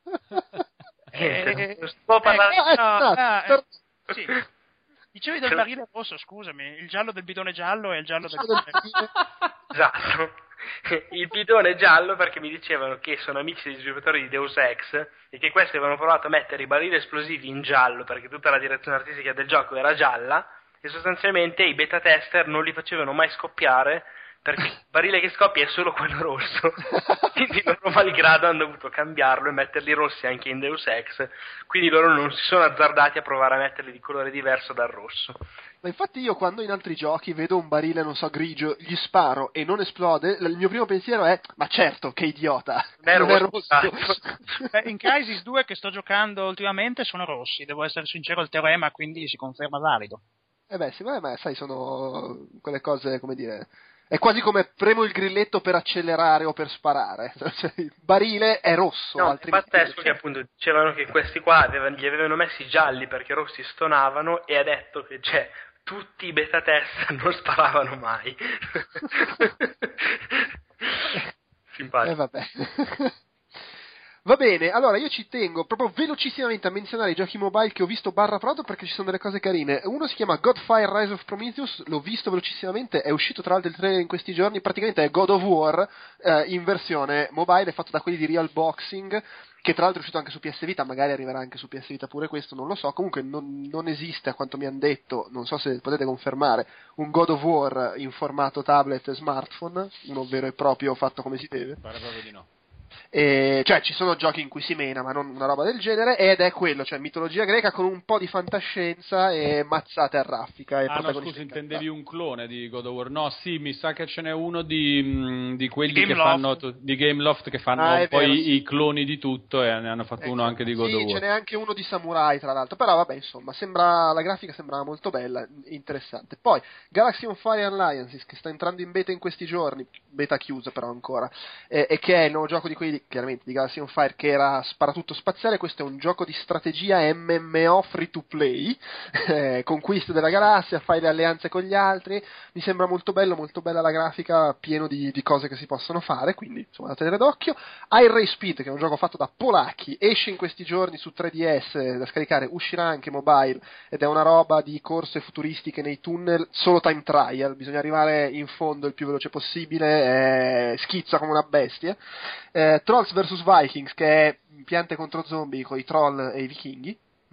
Può parlare? Sì. Dicevi del barile rosso, scusami, il giallo del bidone giallo e il giallo del bidone. Esatto, il bidone giallo perché mi dicevano che sono amici degli sviluppatori di Deus Ex e che questi avevano provato a mettere i barili esplosivi in giallo perché tutta la direzione artistica del gioco era gialla e sostanzialmente i beta tester non li facevano mai scoppiare perché il barile che scoppia è solo quello rosso, quindi loro malgrado hanno dovuto cambiarlo e metterli rossi anche in Deus Ex, quindi loro non si sono azzardati a provare a metterli di colore diverso dal rosso. Ma infatti io quando in altri giochi vedo un barile, non so, grigio, gli sparo e non esplode, il mio primo pensiero è ma certo, che idiota, non è rosso. In Crysis 2 che sto giocando ultimamente sono rossi, devo essere sincero, il teorema quindi si conferma valido. Sì, ma sai, sono quelle cose, come dire... È quasi come premo il grilletto per accelerare o per sparare. Cioè, il barile è rosso. No, è pazzesco che appunto dicevano che questi qua li avevano messi gialli perché rossi stonavano e ha detto che tutti i beta test non sparavano mai. Simpatico. Vabbè. Va bene, allora io ci tengo proprio velocissimamente a menzionare i giochi mobile che ho visto prodotto perché ci sono delle cose carine. Uno si chiama Godfire Rise of Prometheus, l'ho visto velocissimamente, è uscito tra l'altro il trailer in questi giorni, praticamente è God of War in versione mobile, fatto da quelli di Real Boxing, che tra l'altro è uscito anche su PS Vita, magari arriverà anche su PS Vita pure questo, non lo so, comunque non esiste a quanto mi hanno detto, non so se potete confermare, un God of War in formato tablet e smartphone, uno vero e proprio fatto come si deve. Pare proprio di no. Cioè ci sono giochi in cui si mena ma non una roba del genere ed è quello, cioè mitologia greca con un po' di fantascienza e mazzate a raffica e no scusa, intendevi un clone di God of War? No, sì, mi sa che ce n'è uno di quelli che fanno di Gameloft che fanno poi i cloni di tutto e ne hanno fatto uno anche di God of War. Sì, ce n'è anche uno di Samurai tra l'altro, però vabbè insomma la grafica sembrava molto bella, interessante. Poi Galaxy on Fire Alliances che sta entrando in beta in questi giorni, beta chiusa però ancora, e che è il nuovo gioco di quelli chiaramente di Galaxy on Fire che era sparatutto spaziale. Questo è un gioco di strategia MMO free to play, conquiste della galassia, fai le alleanze con gli altri, mi sembra molto bello, molto bella la grafica, pieno di cose che si possono fare, quindi insomma da tenere d'occhio. Air Ray Speed che è un gioco fatto da polacchi, esce in questi giorni su 3DS da scaricare, uscirà anche mobile ed è una roba di corse futuristiche nei tunnel, solo time trial, bisogna arrivare in fondo il più veloce possibile, schizza come una bestia. Trolls vs Vikings che è piante contro zombie con i troll e i vichinghi.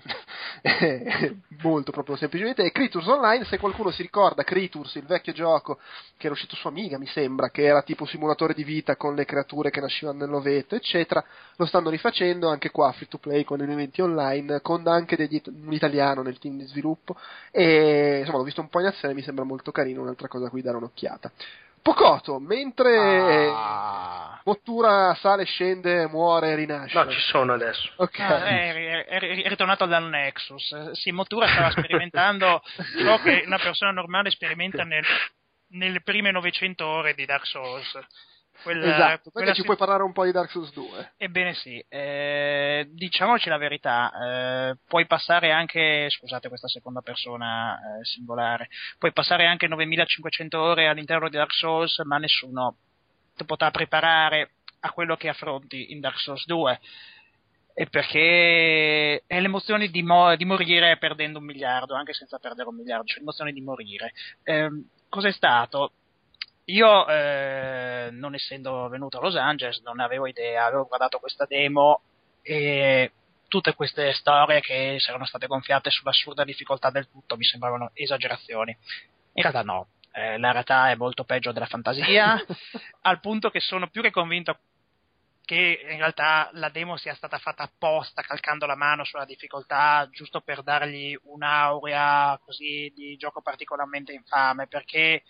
molto proprio semplicemente. E Creatures Online, se qualcuno si ricorda Creatures, il vecchio gioco che era uscito su Amiga, mi sembra, che era tipo simulatore di vita con le creature che nascevano nell'ovetto, eccetera, lo stanno rifacendo anche qua, free to play, con elementi online, con anche un italiano nel team di sviluppo, e insomma l'ho visto un po' in azione, mi sembra molto carino, un'altra cosa a cui dare un'occhiata. Pocoto, mentre Bottura sale, scende, muore, rinasce. No, ci sono adesso. Ok. È ritornato dal Nexus. Sì, Motura stava sperimentando ciò che una persona normale sperimenta nelle prime 900 ore di Dark Souls. Esatto, perché ci puoi parlare un po' di Dark Souls 2? Ebbene sì, diciamoci la verità, puoi passare anche, scusate questa seconda persona singolare, puoi passare anche 9500 ore all'interno di Dark Souls, ma nessuno ti potrà preparare a quello che affronti in Dark Souls 2, e perché è l'emozione di morire perdendo 1 miliardo, anche senza perdere 1 miliardo, cioè l'emozione di morire. Cos'è stato? Io, non essendo venuto a Los Angeles, non avevo idea, avevo guardato questa demo e tutte queste storie che si erano state gonfiate sull'assurda difficoltà del tutto mi sembravano esagerazioni. In realtà no, la realtà è molto peggio della fantasia, al punto che sono più che convinto che in realtà la demo sia stata fatta apposta, calcando la mano sulla difficoltà, giusto per dargli un'aurea così di gioco particolarmente infame, perché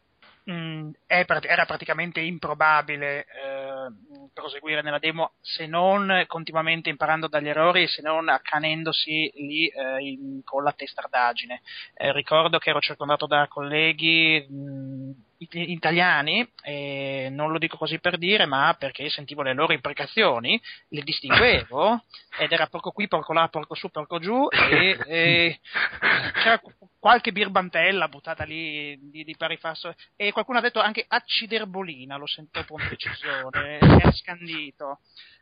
era praticamente improbabile proseguire nella demo se non continuamente imparando dagli errori e se non accanendosi lì con la testardaggine. Ricordo che ero circondato da colleghi italiani, e non lo dico così per dire, ma perché sentivo le loro imprecazioni, le distinguevo ed era porco qui, porco là, porco su, porco giù, e c'era qualche birbantella buttata lì di pari passo, e qualcuno ha detto anche acciderbolina, l'ho sentito con precisione, è scandito.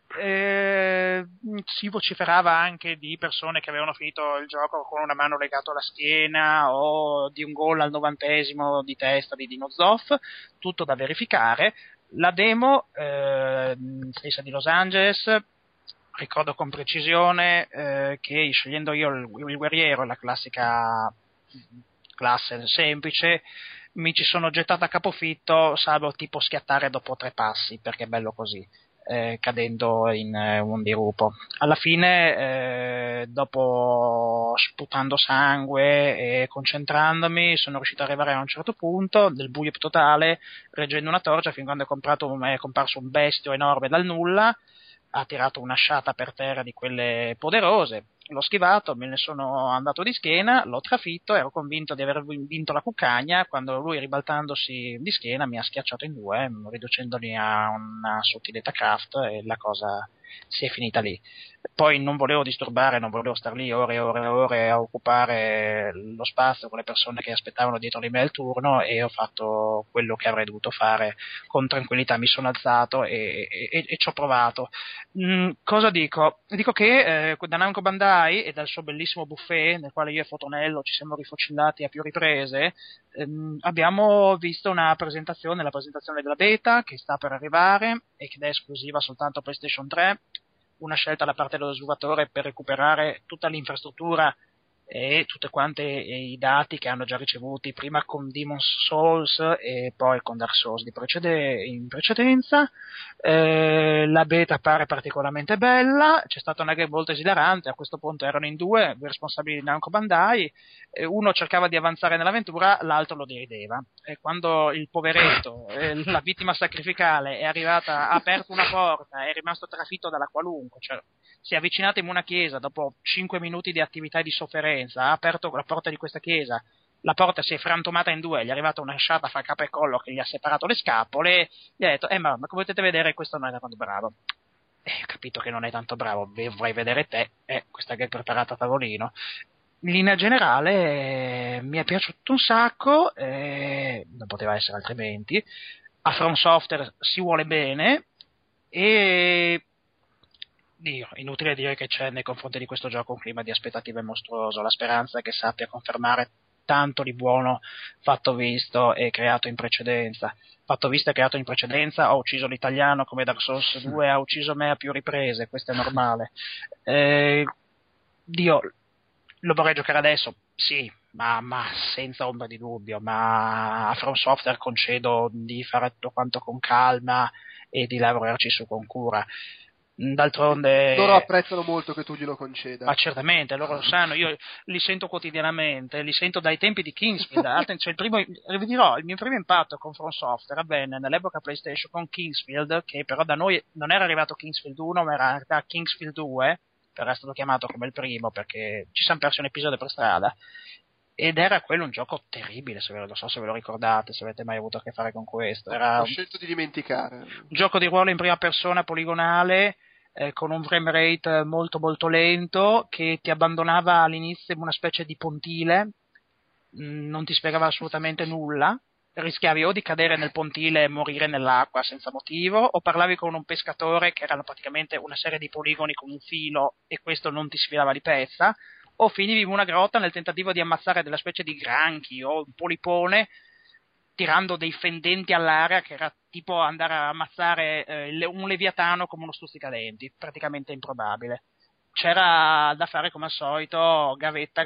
Si vociferava anche di persone che avevano finito il gioco con una mano legata alla schiena, o di un gol al 90esimo di testa di Dino Zoff, tutto da verificare. La demo stessa di Los Angeles, ricordo con precisione che scegliendo io il guerriero, la classica classe semplice, mi ci sono gettato a capofitto, salvo tipo schiattare dopo 3 passi, perché è bello così, cadendo in un dirupo. Alla fine, dopo sputando sangue e concentrandomi, sono riuscito ad arrivare a un certo punto del buio totale, reggendo una torcia, fin quando è comparso un bestio enorme dal nulla, ha tirato una sciata per terra di quelle poderose, l'ho schivato, me ne sono andato di schiena, l'ho trafitto, ero convinto di aver vinto la cuccagna, quando lui, ribaltandosi di schiena, mi ha schiacciato in 2, riducendoli a una sottiletta craft, e la cosa si è finita lì. Poi non volevo disturbare, non volevo star lì ore e ore e ore a occupare lo spazio con le persone che aspettavano dietro di me il turno, e ho fatto quello che avrei dovuto fare con tranquillità. Mi sono alzato e ci ho provato. Cosa dico? Dico che da Namco Bandai e dal suo bellissimo buffet, nel quale io e Fotonello ci siamo rifocillati a più riprese, abbiamo visto la presentazione della beta che sta per arrivare e che è esclusiva soltanto PlayStation 3, una scelta da parte dello sviluppatore per recuperare tutta l'infrastruttura e tutte quante i dati che hanno già ricevuti prima con Demon's Souls e poi con Dark Souls in precedenza. La beta pare particolarmente bella, c'è stata una game molto esilarante. A questo punto erano in 2 i responsabili di Namco Bandai, uno cercava di avanzare nell'avventura, l'altro lo derideva, e quando il poveretto, la vittima sacrificale, è arrivata, ha aperto una porta, è rimasto trafitto dalla qualunque, cioè si è avvicinato in una chiesa, dopo 5 minuti di attività e di sofferenza, ha aperto la porta di questa chiesa, la porta si è frantumata in 2, gli è arrivata una sciata fra capo e collo che gli ha separato le scapole, gli ha detto, ma come potete vedere questo non è tanto bravo. Ho capito che non è tanto bravo, vorrei vedere te, questa che è preparata a tavolino. In linea generale mi è piaciuto un sacco, non poteva essere altrimenti. A From Software si vuole bene, e inutile dire che c'è nei confronti di questo gioco un clima di aspettative mostruoso, la speranza è che sappia confermare tanto di buono fatto visto e creato in precedenza. Fatto visto e creato in precedenza, ha ucciso l'italiano come Dark Souls 2 ha ucciso me a più riprese, questo è normale. Lo vorrei giocare adesso? Sì, ma senza ombra di dubbio, ma a From Software concedo di fare tutto quanto con calma e di lavorarci su con cura. D'altronde loro apprezzano molto che tu glielo conceda. ma certamente, loro lo sanno, io li sento quotidianamente, li sento dai tempi di Kingsfield. Cioè vi dirò, il mio primo impatto con From Software avvenne nell'epoca PlayStation con Kingsfield, che però da noi non era arrivato Kingsfield 1, ma era arrivato Kingsfield 2, era stato chiamato come il primo perché ci siamo persi un episodio per strada, ed era quello un gioco terribile, non so se ve lo ricordate, se avete mai avuto a che fare con questo. Era Ho scelto di dimenticare. un gioco di ruolo in prima persona poligonale, con un frame rate molto molto lento, che ti abbandonava all'inizio in una specie di pontile, non ti spiegava assolutamente nulla, rischiavi o di cadere nel pontile e morire nell'acqua senza motivo, o parlavi con un pescatore che erano praticamente una serie di poligoni con un filo e questo non ti sfilava di pezza, o finivi in una grotta nel tentativo di ammazzare della specie di granchi o un polipone tirando dei fendenti all'aria, che era tipo andare a ammazzare un leviatano come uno stuzzicadenti, praticamente improbabile. C'era da fare come al solito gavetta,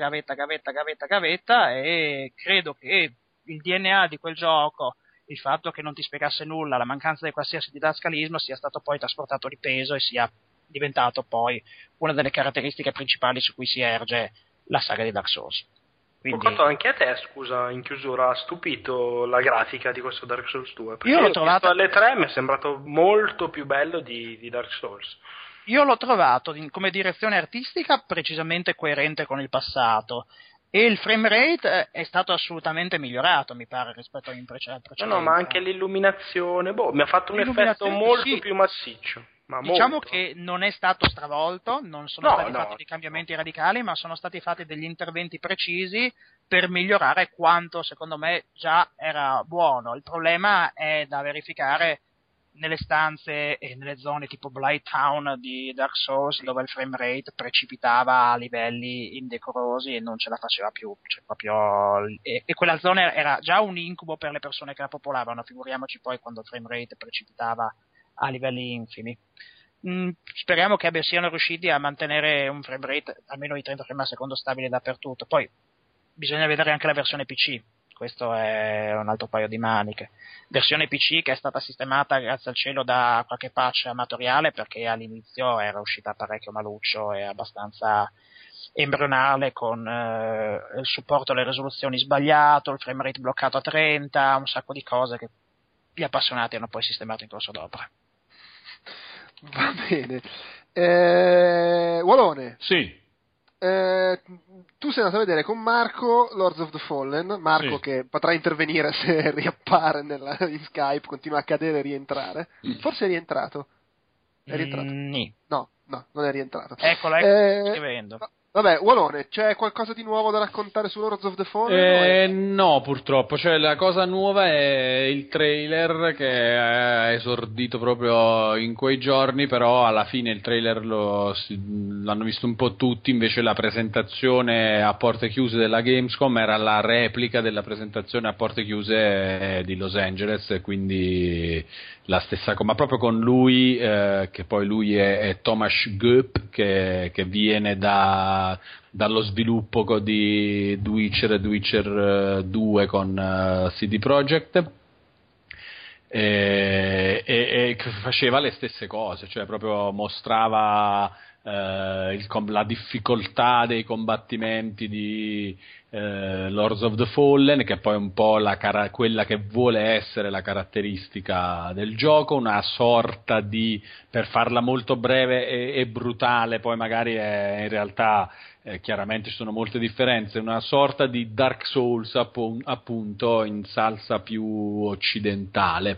e credo che il DNA di quel gioco, il fatto che non ti spiegasse nulla, la mancanza di qualsiasi didascalismo sia stato poi trasportato di peso e sia diventato poi una delle caratteristiche principali su cui si erge la saga di Dark Souls. Quindi, anche a te, scusa, in chiusura, ha stupito la grafica di questo Dark Souls 2? Perché io l'ho trovato alle 3 mi è sembrato molto più bello di Dark Souls. Io l'ho trovato come direzione artistica precisamente coerente con il passato, e il frame rate è stato assolutamente migliorato, mi pare, rispetto al precedente. No, ma anche l'illuminazione, mi ha fatto un effetto molto più massiccio. Diciamo molto. Che non è stato stravolto, non sono stati fatti dei cambiamenti radicali, ma sono stati fatti degli interventi precisi per migliorare quanto secondo me già era buono. Il problema è da verificare nelle stanze e nelle zone tipo Blight Town di Dark Souls, dove il frame rate precipitava a livelli indecorosi e non ce la faceva più, cioè proprio, e quella zona era già un incubo per le persone che la popolavano, figuriamoci poi quando il frame rate precipitava a livelli infimi. Speriamo che siano riusciti a mantenere un frame rate almeno di 30 frame al secondo stabile dappertutto. Poi bisogna vedere anche la versione PC, questo è un altro paio di maniche. Versione PC che è stata sistemata grazie al cielo da qualche patch amatoriale, perché all'inizio era uscita parecchio maluccio e abbastanza embrionale, con il supporto alle risoluzioni sbagliato, il frame rate bloccato a 30, un sacco di cose che gli appassionati hanno poi sistemato in corso d'opera. Va bene. Walone. Sì. Tu sei andato a vedere con Marco Lords of the Fallen, Marco, sì, che potrà intervenire se riappare in Skype, continua a cadere e rientrare. Forse è rientrato? È rientrato? No, non è rientrato. Eccolo, scrivendo. Vabbè, Walone, c'è qualcosa di nuovo da raccontare su Lords of the Fallen? No, purtroppo. Cioè, la cosa nuova è il trailer che è esordito proprio in quei giorni, però alla fine il trailer l'hanno visto un po' tutti, invece la presentazione a porte chiuse della Gamescom era la replica della presentazione a porte chiuse di Los Angeles, quindi la stessa cosa, ma proprio con lui, che poi lui è Thomas Goep, che viene dallo sviluppo di The Witcher e The Witcher 2 con CD Projekt, e faceva le stesse cose, cioè proprio mostrava la difficoltà dei combattimenti di Lords of the Fallen, che è poi un po' quella che vuole essere la caratteristica del gioco, una sorta di, per farla molto breve e brutale, poi magari in realtà chiaramente ci sono molte differenze, una sorta di Dark Souls appunto in salsa più occidentale,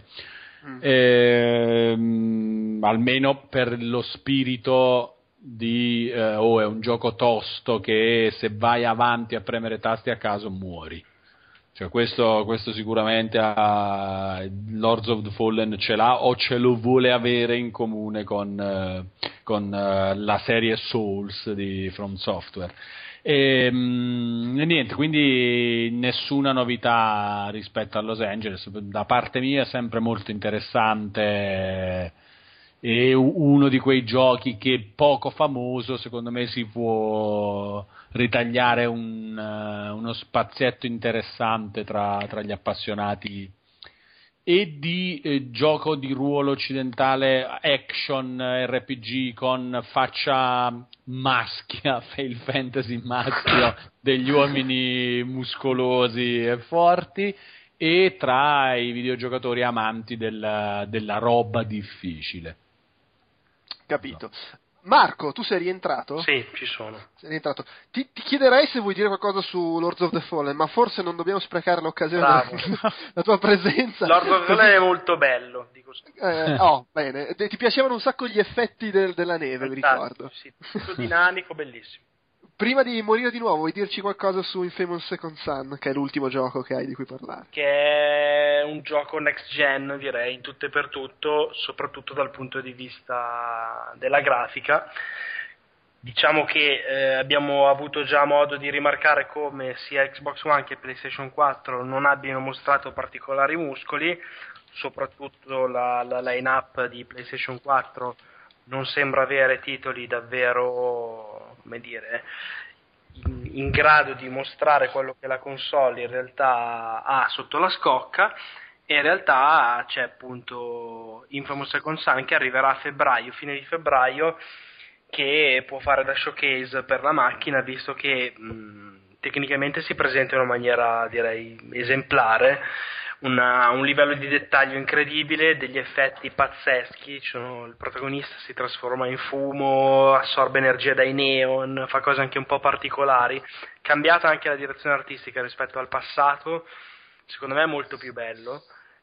almeno per lo spirito di è un gioco tosto che se vai avanti a premere tasti a caso muori, cioè questo sicuramente Lords of the Fallen ce l'ha o ce lo vuole avere in comune con la serie Souls di From Software. E niente, quindi nessuna novità rispetto a Los Angeles da parte mia, sempre molto interessante. È uno di quei giochi che poco famoso, secondo me si può ritagliare uno spazietto interessante tra gli appassionati e di gioco di ruolo occidentale, action, RPG con faccia maschia, fail fantasy maschio, degli uomini muscolosi e forti, e tra i videogiocatori amanti della roba difficile. Capito. Marco, tu sei rientrato? Sì, ci sono. Sei rientrato. Ti chiederei se vuoi dire qualcosa su Lords of the Fallen, ma forse non dobbiamo sprecare l'occasione della tua presenza. Lords of the Fallen è molto bello, dico bene. Ti piacevano un sacco gli effetti della neve, mi ricordo. Sì, tutto dinamico, bellissimo. Prima di morire di nuovo, vuoi dirci qualcosa su Infamous Second Son, che è l'ultimo gioco che hai di cui parlare? Che è un gioco next gen, direi, in tutto e per tutto, soprattutto dal punto di vista della grafica. Diciamo che abbiamo avuto già modo di rimarcare come sia Xbox One che PlayStation 4 non abbiano mostrato particolari muscoli, soprattutto la line-up di PlayStation 4 non sembra avere titoli davvero, come dire, in grado di mostrare quello che la console in realtà ha sotto la scocca, e in realtà c'è appunto Infamous Second Son che arriverà a febbraio, fine di febbraio, che può fare da showcase per la macchina, visto che tecnicamente si presenta in una maniera, direi, esemplare, un livello di dettaglio incredibile, degli effetti pazzeschi. Il protagonista si trasforma in fumo, assorbe energia dai neon, fa cose anche un po' particolari. Cambiata anche la direzione artistica rispetto al passato, secondo me è molto più bello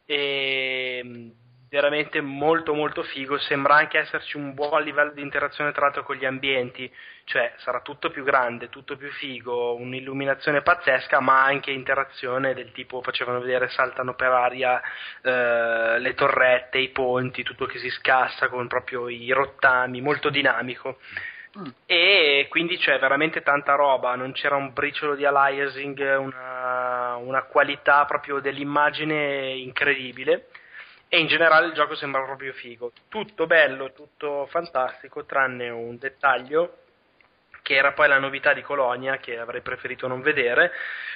e veramente molto molto figo. Sembra anche esserci un buon livello di interazione tra l'altro con gli ambienti, cioè sarà tutto più grande, tutto più figo, un'illuminazione pazzesca, ma anche interazione del tipo, facevano vedere, saltano per aria le torrette, i ponti, tutto che si scassa con proprio i rottami, molto dinamico. E quindi c'è veramente tanta roba, non c'era un briciolo di aliasing, una qualità proprio dell'immagine incredibile. E in generale il gioco sembra proprio figo, tutto bello, tutto fantastico, tranne un dettaglio che era poi la novità di Colonia, che avrei preferito non vedere,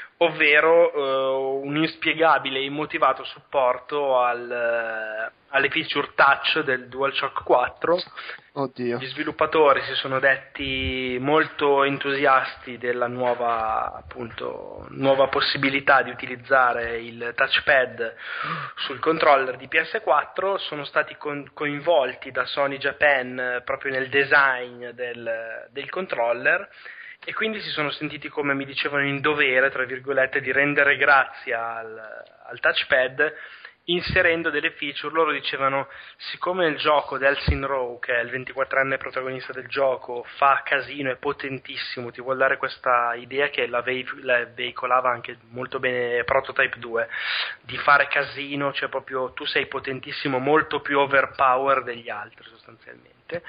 ovvero un inspiegabile e immotivato supporto alle feature touch del DualShock 4. Oddio. Gli sviluppatori si sono detti molto entusiasti della nuova possibilità di utilizzare il touchpad sul controller di PS4, sono stati coinvolti da Sony Japan proprio nel design del controller, e quindi si sono sentiti, come mi dicevano, in dovere, tra virgolette, di rendere grazia al touchpad, inserendo delle feature. Loro dicevano, siccome il gioco Delsin Rowe, che è il 24enne protagonista del gioco, fa casino, è potentissimo, ti vuol dare questa idea che la veicolava anche molto bene Prototype 2, di fare casino, cioè proprio tu sei potentissimo, molto più overpower degli altri sostanzialmente.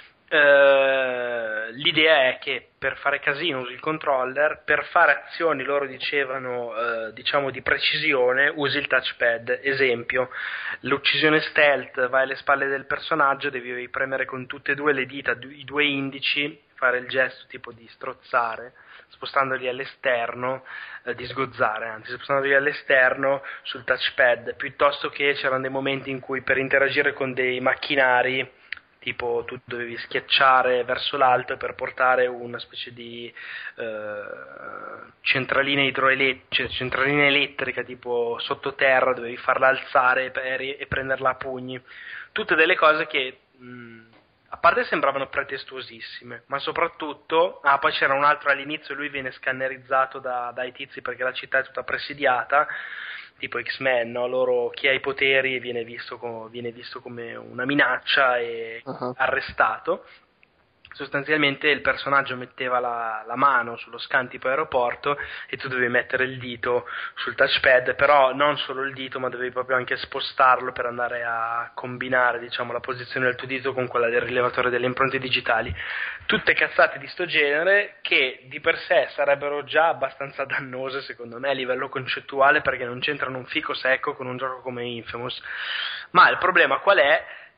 L'idea è che per fare casino usi il controller, per fare azioni, loro dicevano, diciamo di precisione, usi il touchpad. Esempio, l'uccisione stealth, vai alle spalle del personaggio, devi premere con tutte e due le dita, i due indici, fare il gesto tipo di strozzare, spostandoli all'esterno, di sgozzare, anzi, spostandoli all'esterno sul touchpad, piuttosto che c'erano dei momenti in cui per interagire con dei macchinari, tipo tu dovevi schiacciare verso l'alto e per portare una specie di centralina elettrica tipo sottoterra dovevi farla alzare e prenderla a pugni. Tutte delle cose che a parte sembravano pretestuosissime, ma soprattutto poi c'era un altro all'inizio, lui viene scannerizzato dai tizi perché la città è tutta presidiata, tipo X-Men, no? Loro, chi ha i poteri viene visto come una minaccia e arrestato. Sostanzialmente il personaggio metteva la mano sullo scantipo aeroporto e tu dovevi mettere il dito sul touchpad, però non solo il dito, ma dovevi proprio anche spostarlo per andare a combinare, diciamo, la posizione del tuo dito con quella del rilevatore delle impronte digitali. Tutte cazzate di sto genere che di per sé sarebbero già abbastanza dannose secondo me a livello concettuale, perché non c'entrano un fico secco con un gioco come Infamous. Ma il problema qual è?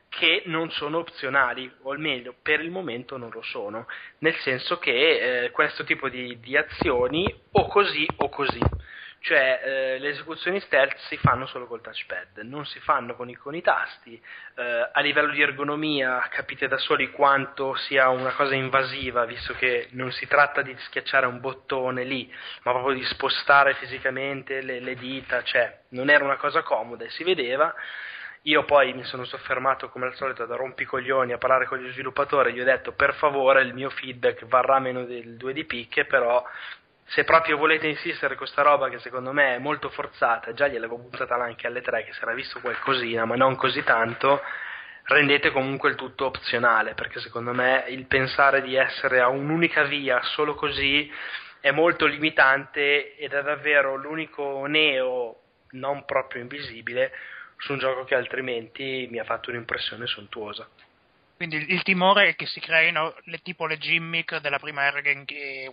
che non sono opzionali, o meglio, per il momento non lo sono, nel senso che questo tipo di azioni o così o così, cioè le esecuzioni stealth si fanno solo col touchpad, non si fanno con i tasti, a livello di ergonomia capite da soli quanto sia una cosa invasiva, visto che non si tratta di schiacciare un bottone lì, ma proprio di spostare fisicamente le dita, cioè non era una cosa comoda e si vedeva. Io poi mi sono soffermato come al solito da rompicoglioni a parlare con gli sviluppatori, gli ho detto per favore il mio feedback varrà meno del 2 di picche, però se proprio volete insistere con sta roba che secondo me è molto forzata, già gliel'avevo buttata anche alle 3 che si era visto qualcosina ma non così tanto, rendete comunque il tutto opzionale, perché secondo me il pensare di essere a un'unica via solo così è molto limitante ed è davvero l'unico neo non proprio invisibile su un gioco che altrimenti mi ha fatto un'impressione sontuosa. Quindi il timore è che si creino tipo le gimmick della prima Ergen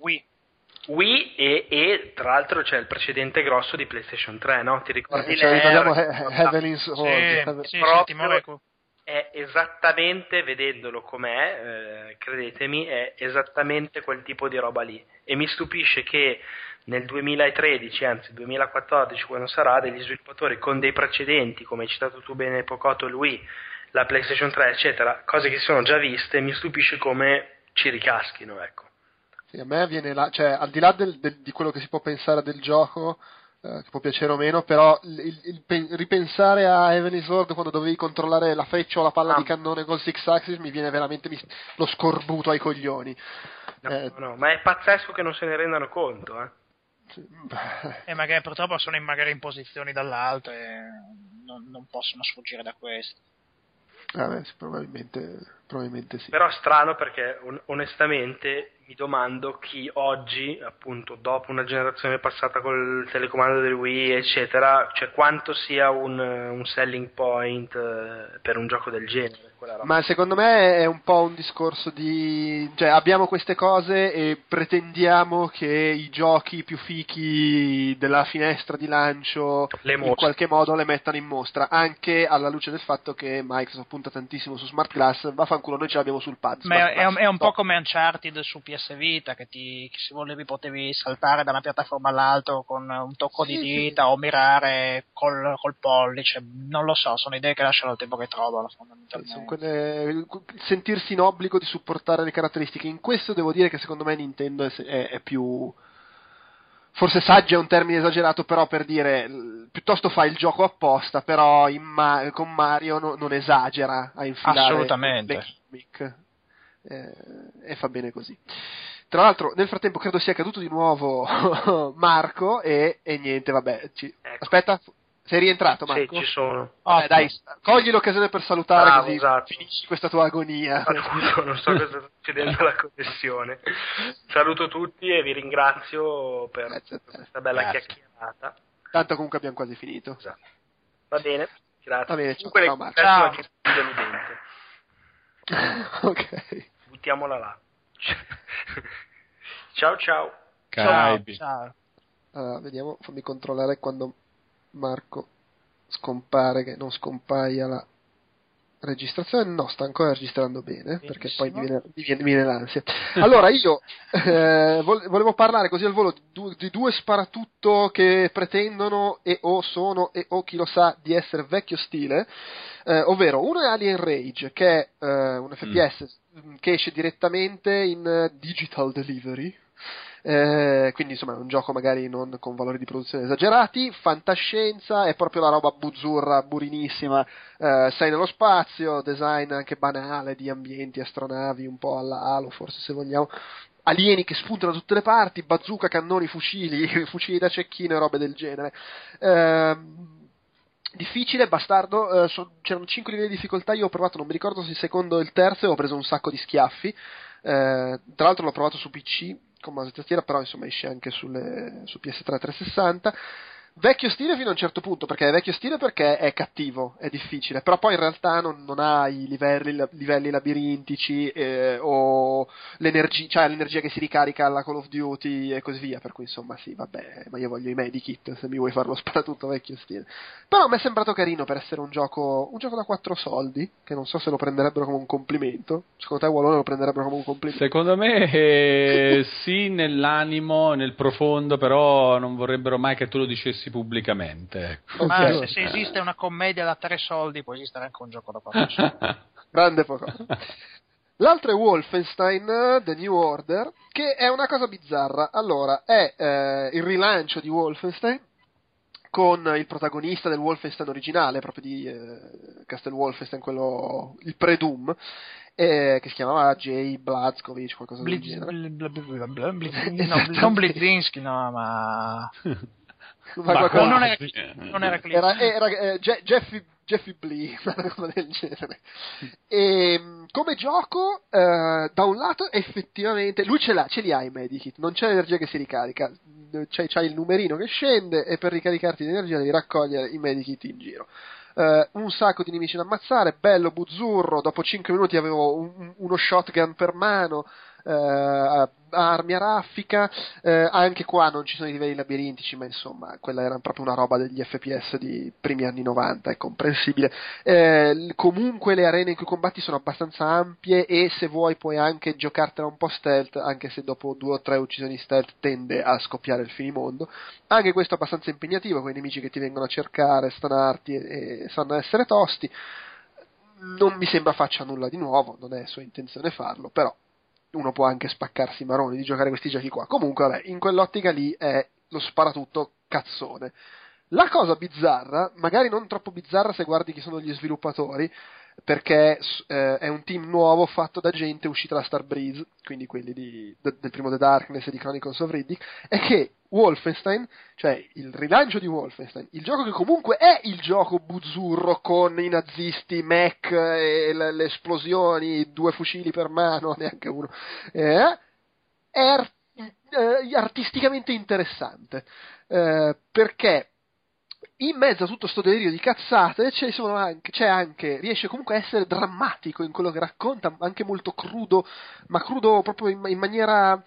Wii e tra l'altro c'è il precedente grosso di PlayStation 3, no? Ti ricordi? Ricordiamo Heavenly Sword. Sì, il timore è esattamente, vedendolo com'è, credetemi, è esattamente quel tipo di roba lì, e mi stupisce che nel 2013, anzi 2014, quando sarà, degli sviluppatori con dei precedenti, come hai citato tu bene Pocotto, lui, la PlayStation 3, eccetera, cose che si sono già viste, mi stupisce come ci ricaschino, ecco. Sì, a me viene cioè al di là di quello che si può pensare del gioco, che può piacere o meno, però ripensare a Heavenly Sword quando dovevi controllare la freccia o la palla di cannone col Six Axis mi viene veramente lo scorbuto ai coglioni. No, ma è pazzesco che non se ne rendano conto, eh. Magari purtroppo sono magari in posizioni dall'alto e non possono sfuggire da questo. Sì, probabilmente sì. Però è strano perché onestamente mi domando chi oggi, appunto dopo una generazione passata col telecomando del Wii eccetera, cioè quanto sia un selling point per un gioco del genere. Ma secondo me è un po' un discorso cioè abbiamo queste cose e pretendiamo che i giochi più fichi della finestra di lancio in qualche modo le mettano in mostra, anche alla luce del fatto che Microsoft punta tantissimo su Smart Glass. Vaffanculo, noi ce l'abbiamo sul pad. Ma è un po' come Uncharted su PS Vita, che se volevi potevi saltare da una piattaforma all'altra con un tocco di dita o mirare col pollice. Non lo so, sono idee che lasciano il tempo che trovano fondamentalmente. Sentirsi in obbligo di supportare le caratteristiche. In questo devo dire che secondo me Nintendo è più, forse saggia è un termine esagerato, però per dire piuttosto fa il gioco apposta, però con Mario non esagera a infilare assolutamente le gimmick, e fa bene così. Tra l'altro nel frattempo credo sia caduto di nuovo Marco e niente, vabbè, ecco. Aspetta, sei rientrato Marco? Sì, ci sono. Dai, cogli l'occasione per salutare, così esatto. Finisci questa tua agonia. Non so cosa sta succedendo alla connessione. Saluto tutti e vi ringrazio per questa bella chiacchierata. Tanto comunque abbiamo quasi finito. Esatto. Va bene, grazie. Va bene, ciao Marco. Ciao. Deludente. Ok. Buttiamola là. Ciao. Ciao. Allora, vediamo, fammi controllare quando Marco scompare, che non scompaia la registrazione. No, sta ancora registrando bene. Benissimo. Perché poi mi viene l'ansia. Allora io volevo parlare così al volo di due sparatutto che pretendono o sono o chi lo sa di essere vecchio stile, ovvero uno è Alien Rage, che è un FPS che esce direttamente in digital delivery. Quindi insomma è un gioco magari non con valori di produzione esagerati, fantascienza, è proprio la roba buzzurra, burinissima, sei nello spazio, design anche banale di ambienti, astronavi, un po' alla Halo forse se vogliamo, alieni che spuntano da tutte le parti, bazooka, cannoni, fucili da cecchino e robe del genere. Difficile, bastardo, c'erano 5 livelli di difficoltà, io ho provato, non mi ricordo se il secondo o il terzo, e ho preso un sacco di schiaffi. Tra l'altro l'ho provato su PC con mouse e tastiera, però insomma esce anche su PS3 360. Vecchio stile fino a un certo punto, perché è vecchio stile perché è cattivo, è difficile, però poi in realtà non ha i livelli labirintici o l'energia, cioè l'energia che si ricarica alla Call of Duty e così via, per cui insomma sì, vabbè, ma io voglio i medikit se mi vuoi farlo sparatutto vecchio stile. Però mi è sembrato carino per essere un gioco da 4 soldi, che non so se lo prenderebbero come un complimento. Secondo te, Wallone, lo prenderebbero come un complimento? Secondo me sì, nell'animo, nel profondo, però non vorrebbero mai che tu lo dicessi pubblicamente. Ma Ok. se esiste una commedia da 3 soldi, può esistere anche un gioco da 4 soldi. Grande poco. L'altro è Wolfenstein The New Order, che è una cosa bizzarra. Allora, è il rilancio di Wolfenstein con il protagonista del Wolfenstein originale, proprio di Castle Wolfenstein, quello, il pre-Doom, che si chiamava Jay Blazkowicz, qualcosa del genere. Non Blizzinski, no, ma qualcosa- non era Clint. era Jeffy Blee, una cosa del genere. E come gioco, da un lato effettivamente lui ce li ha i medikit, non c'è l'energia che si ricarica, c'hai il numerino che scende e per ricaricarti di energia devi raccogliere i medikit in giro. Un sacco di nemici da ammazzare, bello buzzurro, dopo 5 minuti avevo uno shotgun per mano, armi a raffica, anche qua non ci sono i livelli labirintici, ma insomma quella era proprio una roba degli FPS di primi anni 90, è comprensibile. Comunque le arene in cui combatti sono abbastanza ampie e se vuoi puoi anche giocartela un po' stealth, anche se dopo 2 o 3 uccisioni stealth tende a scoppiare il finimondo. Anche questo è abbastanza impegnativo, con i nemici che ti vengono a cercare, stanarti e sanno essere tosti. Non mi sembra faccia nulla di nuovo, non è sua intenzione farlo, però uno può anche spaccarsi i maroni di giocare questi giochi qua. Comunque, vabbè, in quell'ottica lì è lo sparatutto cazzone. La cosa bizzarra, magari non troppo bizzarra se guardi chi sono gli sviluppatori, perché è un team nuovo fatto da gente uscita da Starbreeze, quindi quelli del primo The Darkness e di Chronicles of Riddick, è che Wolfenstein, cioè il rilancio di Wolfenstein, il gioco che comunque è il gioco buzzurro con i nazisti, mech e le esplosioni, 2 fucili per mano, neanche uno, è artisticamente interessante, perché in mezzo a tutto sto delirio di cazzate riesce comunque a essere drammatico in quello che racconta, anche molto crudo, ma crudo proprio in maniera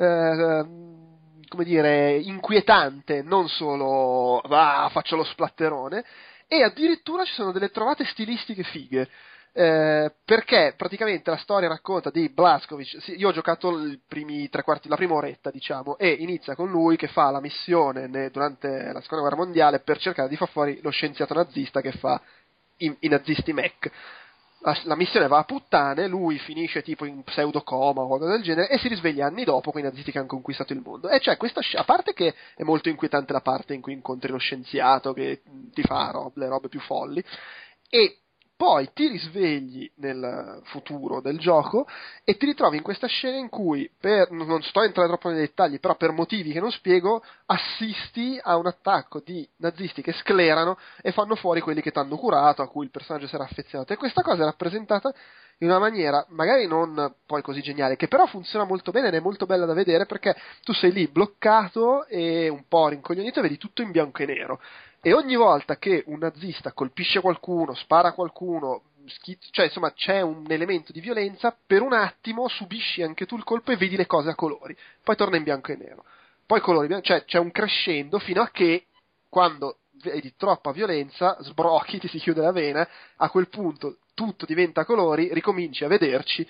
come dire, inquietante, non solo faccio lo splatterone, e addirittura ci sono delle trovate stilistiche fighe. Perché praticamente la storia racconta di Blazkowicz. Io ho giocato i primi 3/4, la prima oretta, diciamo, e inizia con lui che fa la missione durante la seconda guerra mondiale per cercare di far fuori lo scienziato nazista che fa i nazisti mech. La missione va a puttane, lui finisce tipo in pseudocoma o qualcosa del genere e si risveglia anni dopo con i nazisti che hanno conquistato il mondo. E c'è questa a parte che è molto inquietante la parte in cui incontri lo scienziato che ti fa le robe più folli, e poi ti risvegli nel futuro del gioco e ti ritrovi in questa scena in cui, non sto a entrare troppo nei dettagli, però per motivi che non spiego, assisti a un attacco di nazisti che sclerano e fanno fuori quelli che ti hanno curato, a cui il personaggio si era affezionato. E questa cosa è rappresentata in una maniera magari non poi così geniale, che però funziona molto bene ed è molto bella da vedere, perché tu sei lì bloccato e un po' rincoglionito e vedi tutto in bianco e nero. E ogni volta che un nazista colpisce qualcuno, spara a qualcuno, cioè insomma c'è un elemento di violenza, per un attimo subisci anche tu il colpo e vedi le cose a colori, poi torna in bianco e nero, poi colori bianchi, cioè c'è un crescendo fino a che quando vedi troppa violenza sbrocchi, ti si chiude la vena, a quel punto tutto diventa colori, ricominci a vederci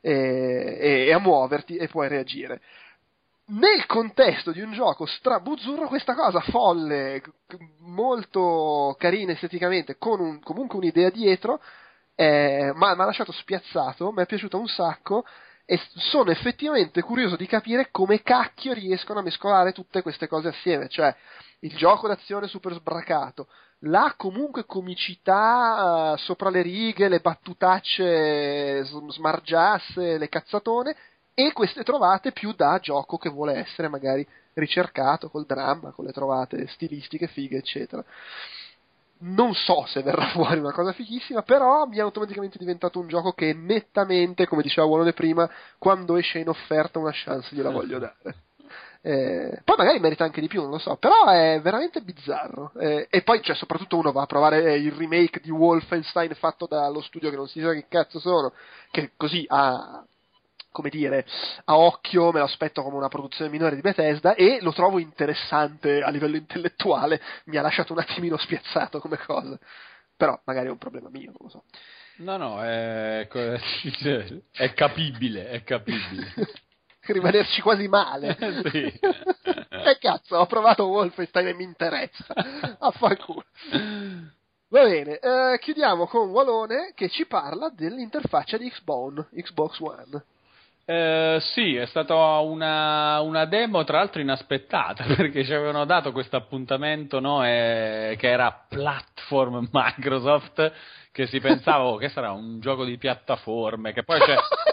e a muoverti e puoi reagire. Nel contesto di un gioco strabuzzurro, questa cosa folle, molto carina esteticamente, con comunque un'idea dietro, mi ha lasciato spiazzato, mi è piaciuto un sacco e sono effettivamente curioso di capire come cacchio riescono a mescolare tutte queste cose assieme, cioè il gioco d'azione super sbracato, la comunque comicità sopra le righe, le battutacce smargiasse, le cazzatone, e queste trovate più da gioco che vuole essere magari ricercato col dramma, con le trovate stilistiche fighe, eccetera. Non so se verrà fuori una cosa fighissima, però mi è automaticamente diventato un gioco che nettamente, come diceva Wallone prima, quando esce in offerta una chance gliela voglio dare. Poi magari merita anche di più, non lo so, però è veramente bizzarro. E poi, cioè, soprattutto uno va a provare il remake di Wolfenstein fatto dallo studio che non si sa che cazzo sono, che così come dire, a occhio me lo aspetto come una produzione minore di Bethesda, e lo trovo interessante a livello intellettuale. Mi ha lasciato un attimino spiazzato come cosa, però magari è un problema mio, non lo so. No, è capibile, è capibile. Rimanerci quasi male. Sì. Cazzo, ho provato Wolfenstein e mi interessa. Affanculo. Va bene, chiudiamo con Walone che ci parla dell'interfaccia di Xbox One. Sì, è stata una demo tra l'altro inaspettata, perché ci avevano dato questo appuntamento, no, che era Platform Microsoft, che si pensava che sarà un gioco di piattaforme, che poi c'è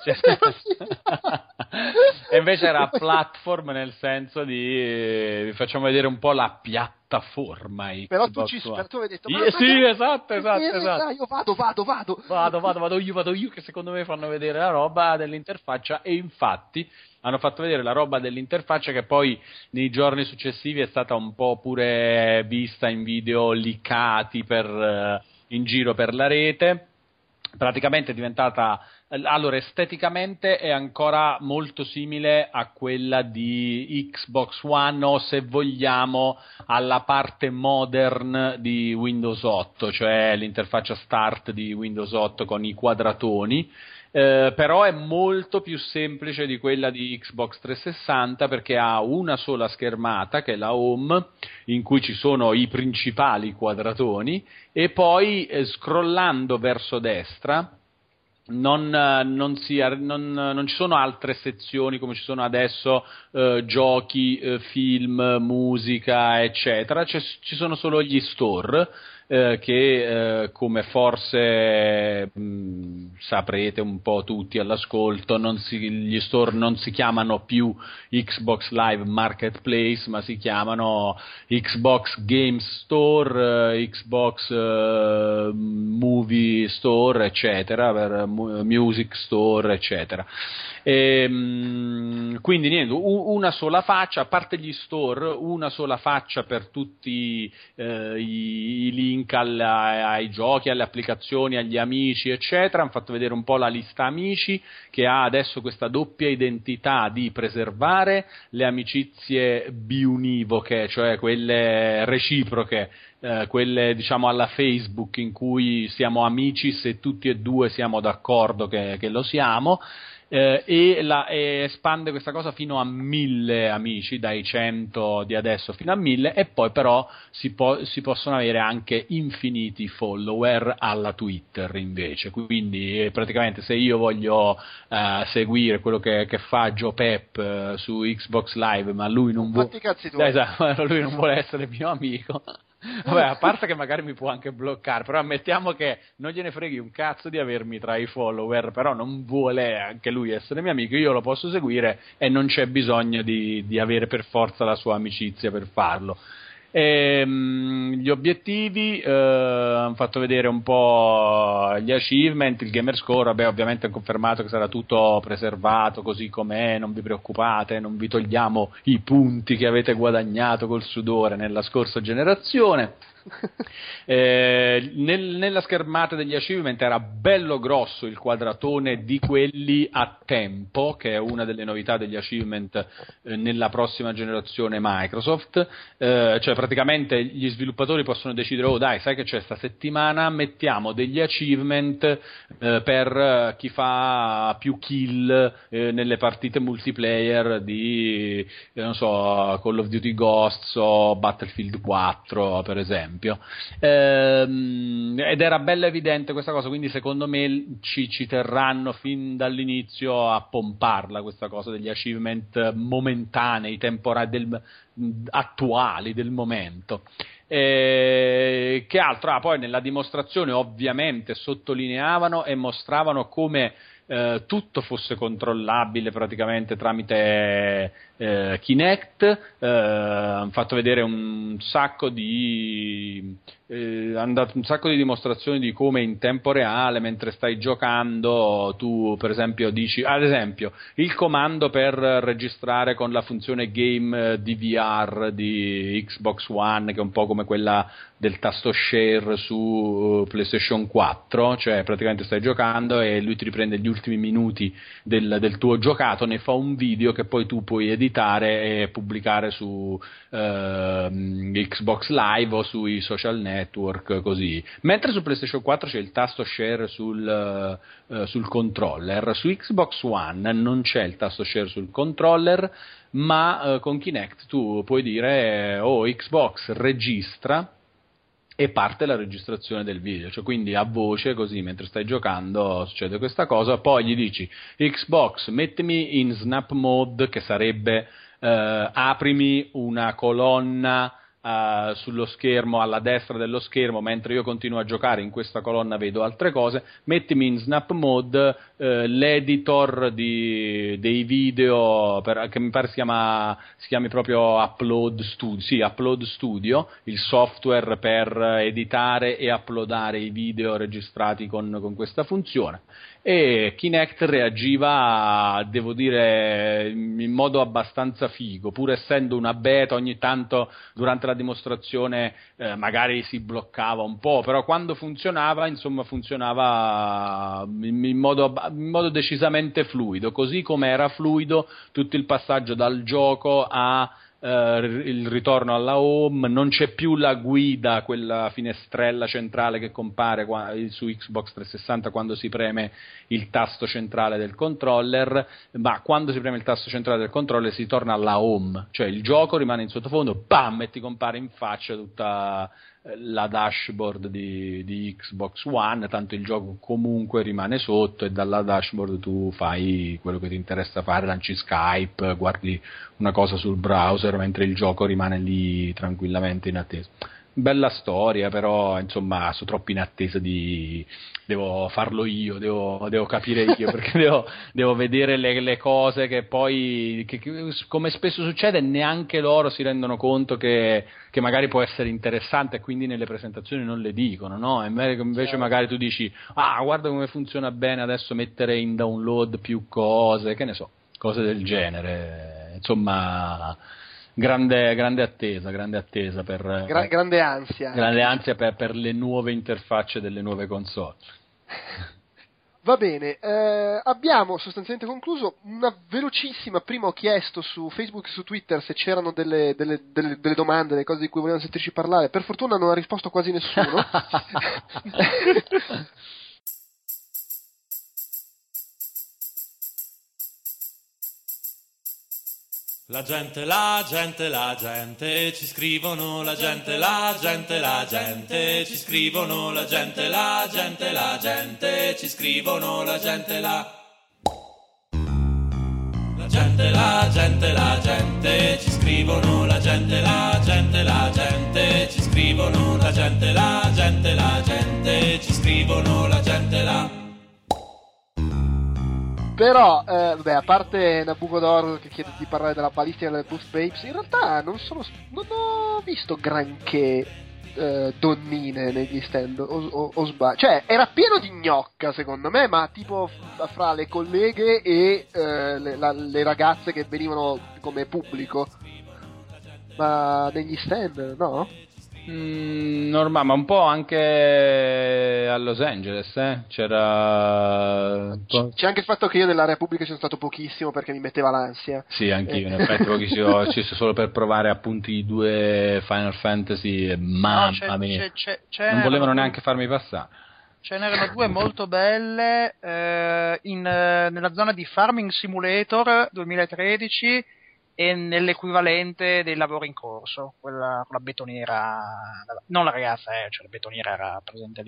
e invece era platform nel senso di vi facciamo vedere un po' la piattaforma. Però tu avevi detto sì, esatto. Io vado io che secondo me fanno vedere la roba dell'interfaccia, e infatti hanno fatto vedere la roba dell'interfaccia che poi nei giorni successivi è stata un po' pure vista in video leakati in giro per la rete. Praticamente è diventata, allora, esteticamente è ancora molto simile a quella di Xbox One, o se vogliamo alla parte modern di Windows 8, cioè l'interfaccia start di Windows 8 con i quadratoni. Però è molto più semplice di quella di Xbox 360, perché ha una sola schermata, che è la home, in cui ci sono i principali quadratoni, e poi scrollando verso destra non ci sono altre sezioni come ci sono adesso, giochi, film, musica, eccetera. Ci sono solo gli store, che come forse saprete un po' tutti all'ascolto, gli store non si chiamano più Xbox Live Marketplace, ma si chiamano Xbox Game Store, Xbox Movie Store, eccetera, per Music Store, eccetera. Quindi niente, una sola faccia, a parte gli store, una sola faccia per tutti i link ai giochi, alle applicazioni, agli amici, eccetera. Hanno fatto vedere un po' la lista amici, che ha adesso questa doppia identità di preservare le amicizie biunivoche, cioè quelle reciproche, quelle diciamo alla Facebook, in cui siamo amici se tutti e due siamo d'accordo che lo siamo, e espande questa cosa fino a 1000 amici, dai 100 di adesso fino a 1000, e poi però si possono avere anche infiniti follower alla Twitter invece. Quindi praticamente se io voglio seguire quello che fa Joe Pep su Xbox Live, ma lui non vuole, esatto, lui non vuole essere mio amico, vabbè, a parte che magari mi può anche bloccare, però ammettiamo che non gliene freghi un cazzo di avermi tra i follower, però non vuole anche lui essere mio amico, io lo posso seguire e non c'è bisogno di avere per forza la sua amicizia per farlo. Gli obiettivi, hanno fatto vedere un po' gli achievement, il gamer score, vabbè, ovviamente hanno confermato che sarà tutto preservato così com'è, non vi preoccupate, non vi togliamo i punti che avete guadagnato col sudore nella scorsa generazione. Nella schermata degli achievement era bello grosso il quadratone di quelli a tempo, che è una delle novità degli achievement nella prossima generazione Microsoft. Cioè praticamente gli sviluppatori possono decidere: oh dai, sai che c'è sta settimana, mettiamo degli achievement per chi fa più kill nelle partite multiplayer di non so, Call of Duty Ghosts o Battlefield 4 per esempio. Ed era bella evidente questa cosa, quindi secondo me ci terranno fin dall'inizio a pomparla questa cosa degli achievement momentanei, temporali, attuali, del momento. Che altro? Poi nella dimostrazione ovviamente sottolineavano e mostravano come tutto fosse controllabile praticamente tramite Kinect. Hanno fatto vedere un sacco di dimostrazioni di come in tempo reale, mentre stai giocando, tu per esempio dici, ad esempio, il comando per registrare con la funzione Game DVR di Xbox One, che è un po' come quella del tasto share su PlayStation 4, cioè praticamente stai giocando e lui ti riprende gli ultimi minuti del tuo giocato, ne fa un video che poi tu puoi editare e pubblicare su Xbox Live o sui social network, così. Mentre su PlayStation 4 c'è il tasto share sul controller, su Xbox One non c'è il tasto share sul controller, ma con Kinect tu puoi dire Xbox registra, e parte la registrazione del video, cioè quindi a voce, così mentre stai giocando succede questa cosa, poi gli dici Xbox mettimi in snap mode, che sarebbe aprimi una colonna sullo schermo, alla destra dello schermo, mentre io continuo a giocare, in questa colonna vedo altre cose, mettimi in snap mode l'editor dei video, che mi pare si chiami proprio Upload Studio, il software per editare e uploadare i video registrati con questa funzione. E Kinect reagiva, devo dire, in modo abbastanza figo, pur essendo una beta. Ogni tanto durante la dimostrazione magari si bloccava un po', però quando funzionava, insomma, funzionava in modo decisamente fluido, così come era fluido tutto il passaggio dal gioco il ritorno alla home. Non c'è più la guida, quella finestrella centrale che compare su Xbox 360 quando si preme il tasto centrale del controller, ma quando si preme il tasto centrale del controller si torna alla home, cioè il gioco rimane in sottofondo, bam, e ti compare in faccia tutta la dashboard di Xbox One, tanto il gioco comunque rimane sotto e dalla dashboard tu fai quello che ti interessa fare, lanci Skype, guardi una cosa sul browser mentre il gioco rimane lì tranquillamente in attesa. Bella storia, però insomma sono troppo in attesa devo farlo io, devo capire io, perché devo vedere le cose che poi, che come spesso succede, neanche loro si rendono conto che magari può essere interessante, e quindi nelle presentazioni non le dicono, no? Invece magari tu dici, guarda come funziona bene adesso mettere in download più cose, che ne so, cose del genere, insomma. Grande attesa per grande ansia per le nuove interfacce delle nuove console. Va bene, abbiamo sostanzialmente concluso. Una velocissima, prima ho chiesto su Facebook e su Twitter se c'erano delle domande, delle cose di cui volevano sentirci parlare. Per fortuna non ha risposto quasi nessuno. La gente ci scrivono, la gente ci scrivono, la gente ci scrivono, la gente ci scrivono, la gente ci scrivono, la gente ci scrivono, la gente Però, a parte Nabucodonosor che chiede di parlare della balistica delle Booth Babes, in realtà non ho visto granché donnine negli stand, o sbaglio. Cioè, era pieno di gnocca, secondo me, ma tipo fra le colleghe e le ragazze che venivano come pubblico. Ma negli stand, no? Normale, ma un po' anche a Los Angeles, c'era. C'è anche il fatto che io nell'area pubblica ci sono stato pochissimo perché mi metteva l'ansia. Sì, anch'io, in effetti pochissimo, solo per provare appunto i 2 Final Fantasy, mamma mia, non volevano neanche farmi passare. Ce n'erano 2 molto belle nella zona di Farming Simulator 2013 e nell'equivalente dei lavori in corso, quella con la betoniera, non la ragazza, cioè la betoniera era presente lì.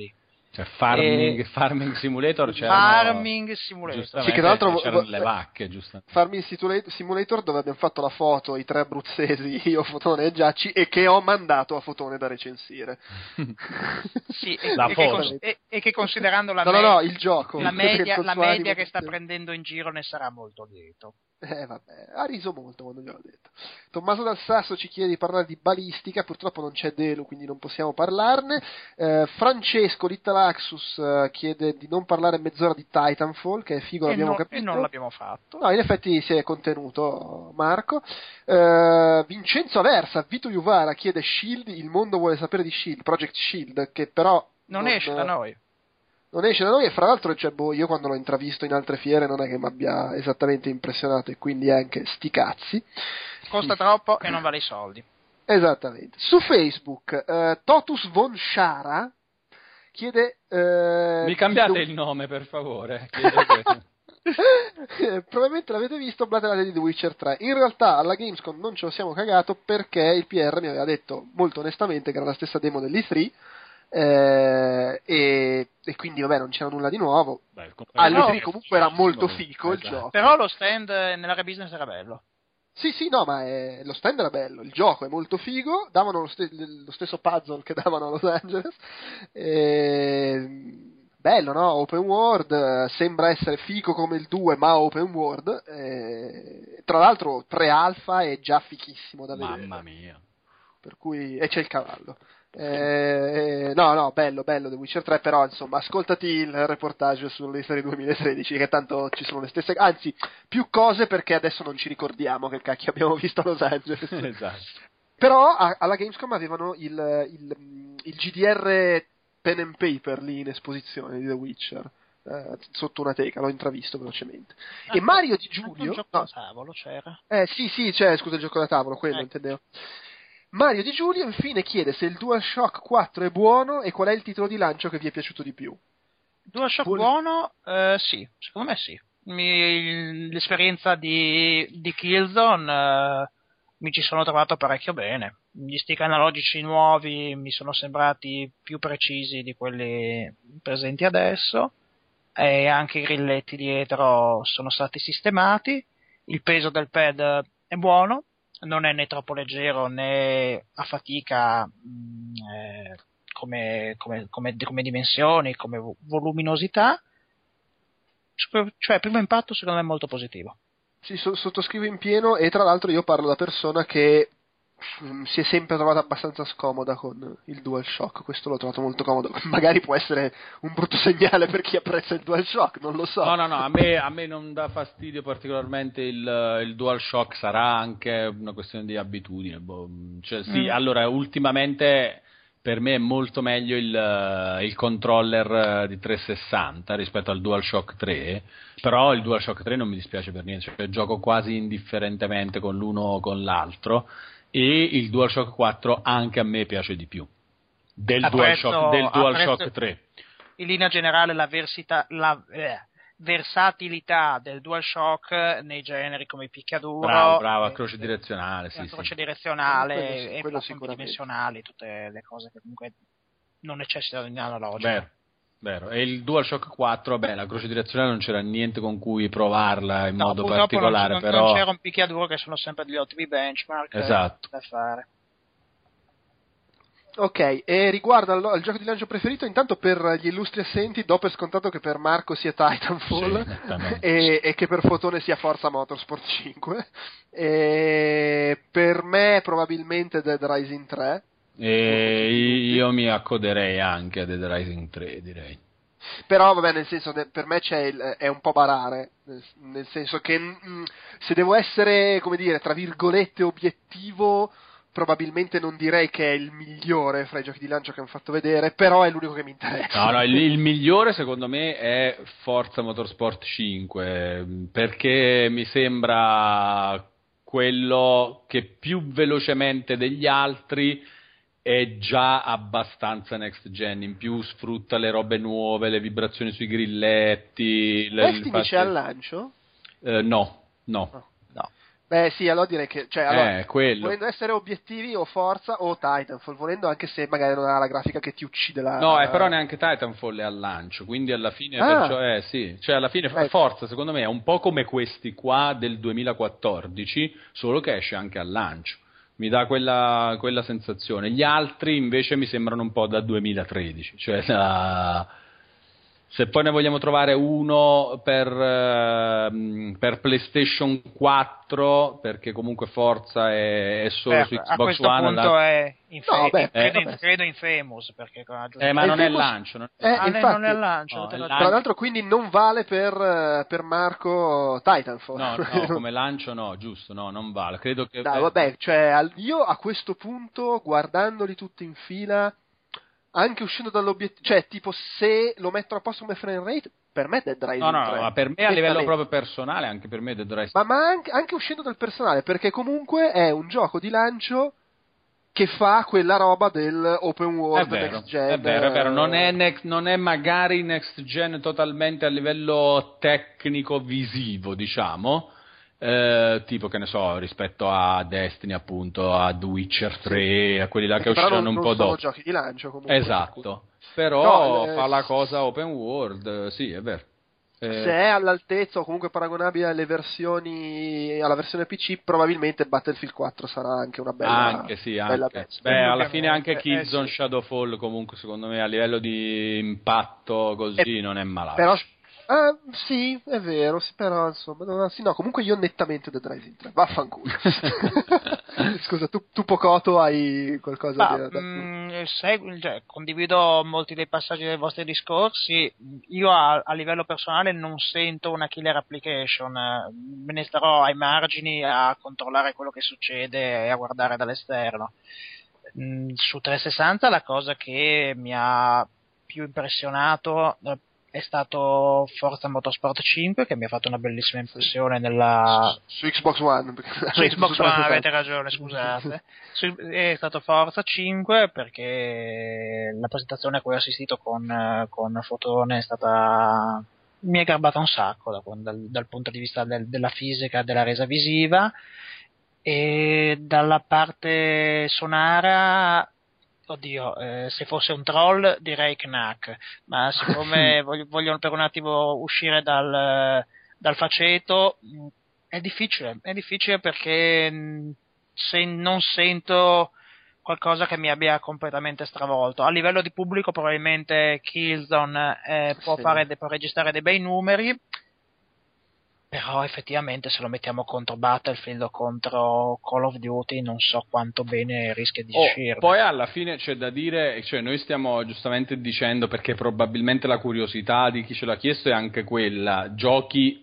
Cioè Farming Simulator Farming Simulator. Giustamente, Sì, che tra l'altro c'erano le vacche, giustamente. Farming Simulator, dove abbiamo fatto la foto, i 3 abruzzesi, io, Fotone e Giacci, e che ho mandato a Fotone da recensire. Sì, La foto. e che considerando la No, il gioco. la media animo che sta prendendo in giro ne sarà molto lieto. Vabbè, ha riso molto quando gliel'ho detto. Tommaso Dal Sasso ci chiede di parlare di balistica, purtroppo non c'è Delu, quindi non possiamo parlarne. Francesco Littalaxus chiede di non parlare mezz'ora di Titanfall, che è figo, l'abbiamo capito. E non l'abbiamo fatto. No, in effetti si è contenuto Marco. Vincenzo Aversa, Vito Juvara chiede Shield, il mondo vuole sapere di Shield, Project Shield, che però non esce da noi. Non esce da noi, e fra l'altro io quando l'ho intravisto in altre fiere non è che mi abbia esattamente impressionato, e quindi anche sti cazzi. Costa troppo e non vale i soldi. Esattamente. Su Facebook Totus von Shara chiede mi cambiate il nome, per favore. Probabilmente l'avete visto, Blaterate di The Witcher 3. In realtà alla Gamescom non ce lo siamo cagato, perché il PR mi aveva detto molto onestamente che era la stessa demo dell'E3. E quindi vabbè, non c'era nulla di nuovo. All'E3 comunque era molto fico il gioco. Però lo stand nell'area business era bello. Sì, no, ma lo stand era bello, il gioco è molto figo, davano lo stesso puzzle che davano a Los Angeles. Bello, no? Open world, sembra essere figo come il 2, ma open world. Tra l'altro pre-alpha è già fichissimo da vedere. Mamma mia. Per cui c'è il cavallo. No, bello The Witcher 3, però insomma ascoltati il reportage sulle serie 2013, che tanto ci sono le stesse, anzi più cose, perché adesso non ci ricordiamo che cacchio abbiamo visto a Los Angeles. Esatto. Però alla Gamescom avevano il GDR pen and paper lì in esposizione di The Witcher, sotto una teca, l'ho intravisto velocemente. E Mario Di Giulio, un gioco da tavolo c'era. Sì, c'è, scusa, il gioco da tavolo, quello intendevo. Mario Di Giulio infine chiede se il DualShock 4 è buono e qual è il titolo di lancio che vi è piaciuto di più. DualShock buono? Sì, secondo me sì. L'esperienza di Killzone mi ci sono trovato parecchio bene. Gli stick analogici nuovi mi sono sembrati più precisi di quelli presenti adesso, e anche i grilletti dietro sono stati sistemati. Il peso del pad è buono, non è né troppo leggero né a fatica come dimensioni, come voluminosità. Cioè, primo impatto secondo me è molto positivo. Sì, sottoscrivo in pieno, e tra l'altro io parlo da persona che si è sempre trovata abbastanza scomoda con il DualShock. Questo l'ho trovato molto comodo. Magari può essere un brutto segnale per chi apprezza il DualShock, non lo so. No, a me non dà fastidio particolarmente il DualShock, sarà anche una questione di abitudine. Allora, ultimamente per me è molto meglio il controller di 360 rispetto al DualShock 3, però il DualShock 3 non mi dispiace per niente, cioè gioco quasi indifferentemente con l'uno o con l'altro, e il DualShock 4 anche a me piace di più del DualShock 3. In linea generale la versatilità del DualShock nei generi come il picchiaduro, bravo, croce direzionale, croce direzionale e quello platform dimensionali, tutte le cose che comunque non necessitano di analogico. Vero. E il DualShock 4, la croce direzionale non c'era niente con cui provarla in modo purtroppo particolare, però non c'era un picchiaduro, che sono sempre degli ottimi benchmark da fare. Ok, e riguardo al gioco di lancio preferito, intanto per gli illustri assenti do per scontato che per Marco sia Titanfall, e che per Fotone sia Forza Motorsport 5, e per me probabilmente Dead Rising 3. E io mi accoderei anche a Dead Rising 3, direi. Però vabbè, nel senso, per me è un po' barare, nel senso che se devo essere, come dire, tra virgolette obiettivo, probabilmente non direi che è il migliore fra i giochi di lancio che hanno fatto vedere, però è l'unico che mi interessa. No, il migliore secondo me è Forza Motorsport 5, perché mi sembra quello che più velocemente degli altri è già abbastanza next gen, in più sfrutta le robe nuove, le vibrazioni sui grilletti. Destiny c'è al lancio? No. Beh sì, allora direi che, cioè, allora, quello. volendo essere obiettivi o Forza o Titanfall, volendo anche se magari non ha la grafica che ti uccide la... No, però neanche Titanfall è al lancio, quindi alla fine, perciò, sì, cioè alla fine Forza secondo me è un po' come questi qua del 2014, solo che esce anche al lancio. Mi dà quella sensazione. Gli altri invece mi sembrano un po' da 2013, cioè se poi ne vogliamo trovare uno per PlayStation 4, perché comunque Forza è solo su Xbox a questo One. Punto è credo Infamous, perché ma non è il lancio. Non è il lancio. Tra l'altro quindi non vale per Marco Titanfall. No, come lancio no, giusto, no, non vale. Credo che... Dai, vabbè, cioè io a questo punto, guardandoli tutti in fila, anche uscendo dall'obiettivo, cioè tipo se lo mettono a posto come frame rate, per me Dead Rising 3. No, ma per me a livello proprio personale, anche per me Dead Rising. Ma anche uscendo dal personale, perché comunque è un gioco di lancio che fa quella roba del open world next gen. È vero, non è magari next gen totalmente a livello tecnico visivo, diciamo. Tipo che ne so, rispetto a Destiny, appunto, a The Witcher 3, a quelli là che usciranno un po' dopo. Sono giochi di lancio comunque. Esatto, però fa la cosa open world, sì, è vero. Se è all'altezza o comunque paragonabile alla versione PC, probabilmente Battlefield 4 sarà anche una bella bella bestia. Beh, alla fine anche Killzone Shadowfall comunque secondo me a livello di impatto così non è malato. Però sì, è vero, sì, però insomma, no, comunque io nettamente Dead Rising 3, vaffanculo. Scusa, tu Pocoto hai qualcosa cioè, condivido molti dei passaggi dei vostri discorsi. Io a livello personale non sento una killer application, me ne starò ai margini a controllare quello che succede e a guardare dall'esterno. Su 360 la cosa che mi ha più impressionato è stato Forza Motorsport 5, che mi ha fatto una bellissima impressione su Xbox One. Su Xbox One avete ragione, scusate. È stato Forza 5 perché la presentazione a cui ho assistito con Fotone è stata... mi è garbata un sacco dal punto di vista della fisica, della resa visiva, e dalla parte sonara... Oddio, se fosse un troll direi Knack, ma siccome vogliono per un attimo uscire dal faceto, è difficile perché se non sento qualcosa che mi abbia completamente stravolto. A livello di pubblico probabilmente Killzone può registrare dei bei numeri, però effettivamente se lo mettiamo contro Battlefield o contro Call of Duty non so quanto bene rischia di uscire. Poi alla fine c'è da dire, cioè noi stiamo giustamente dicendo, perché probabilmente la curiosità di chi ce l'ha chiesto è anche quella, giochi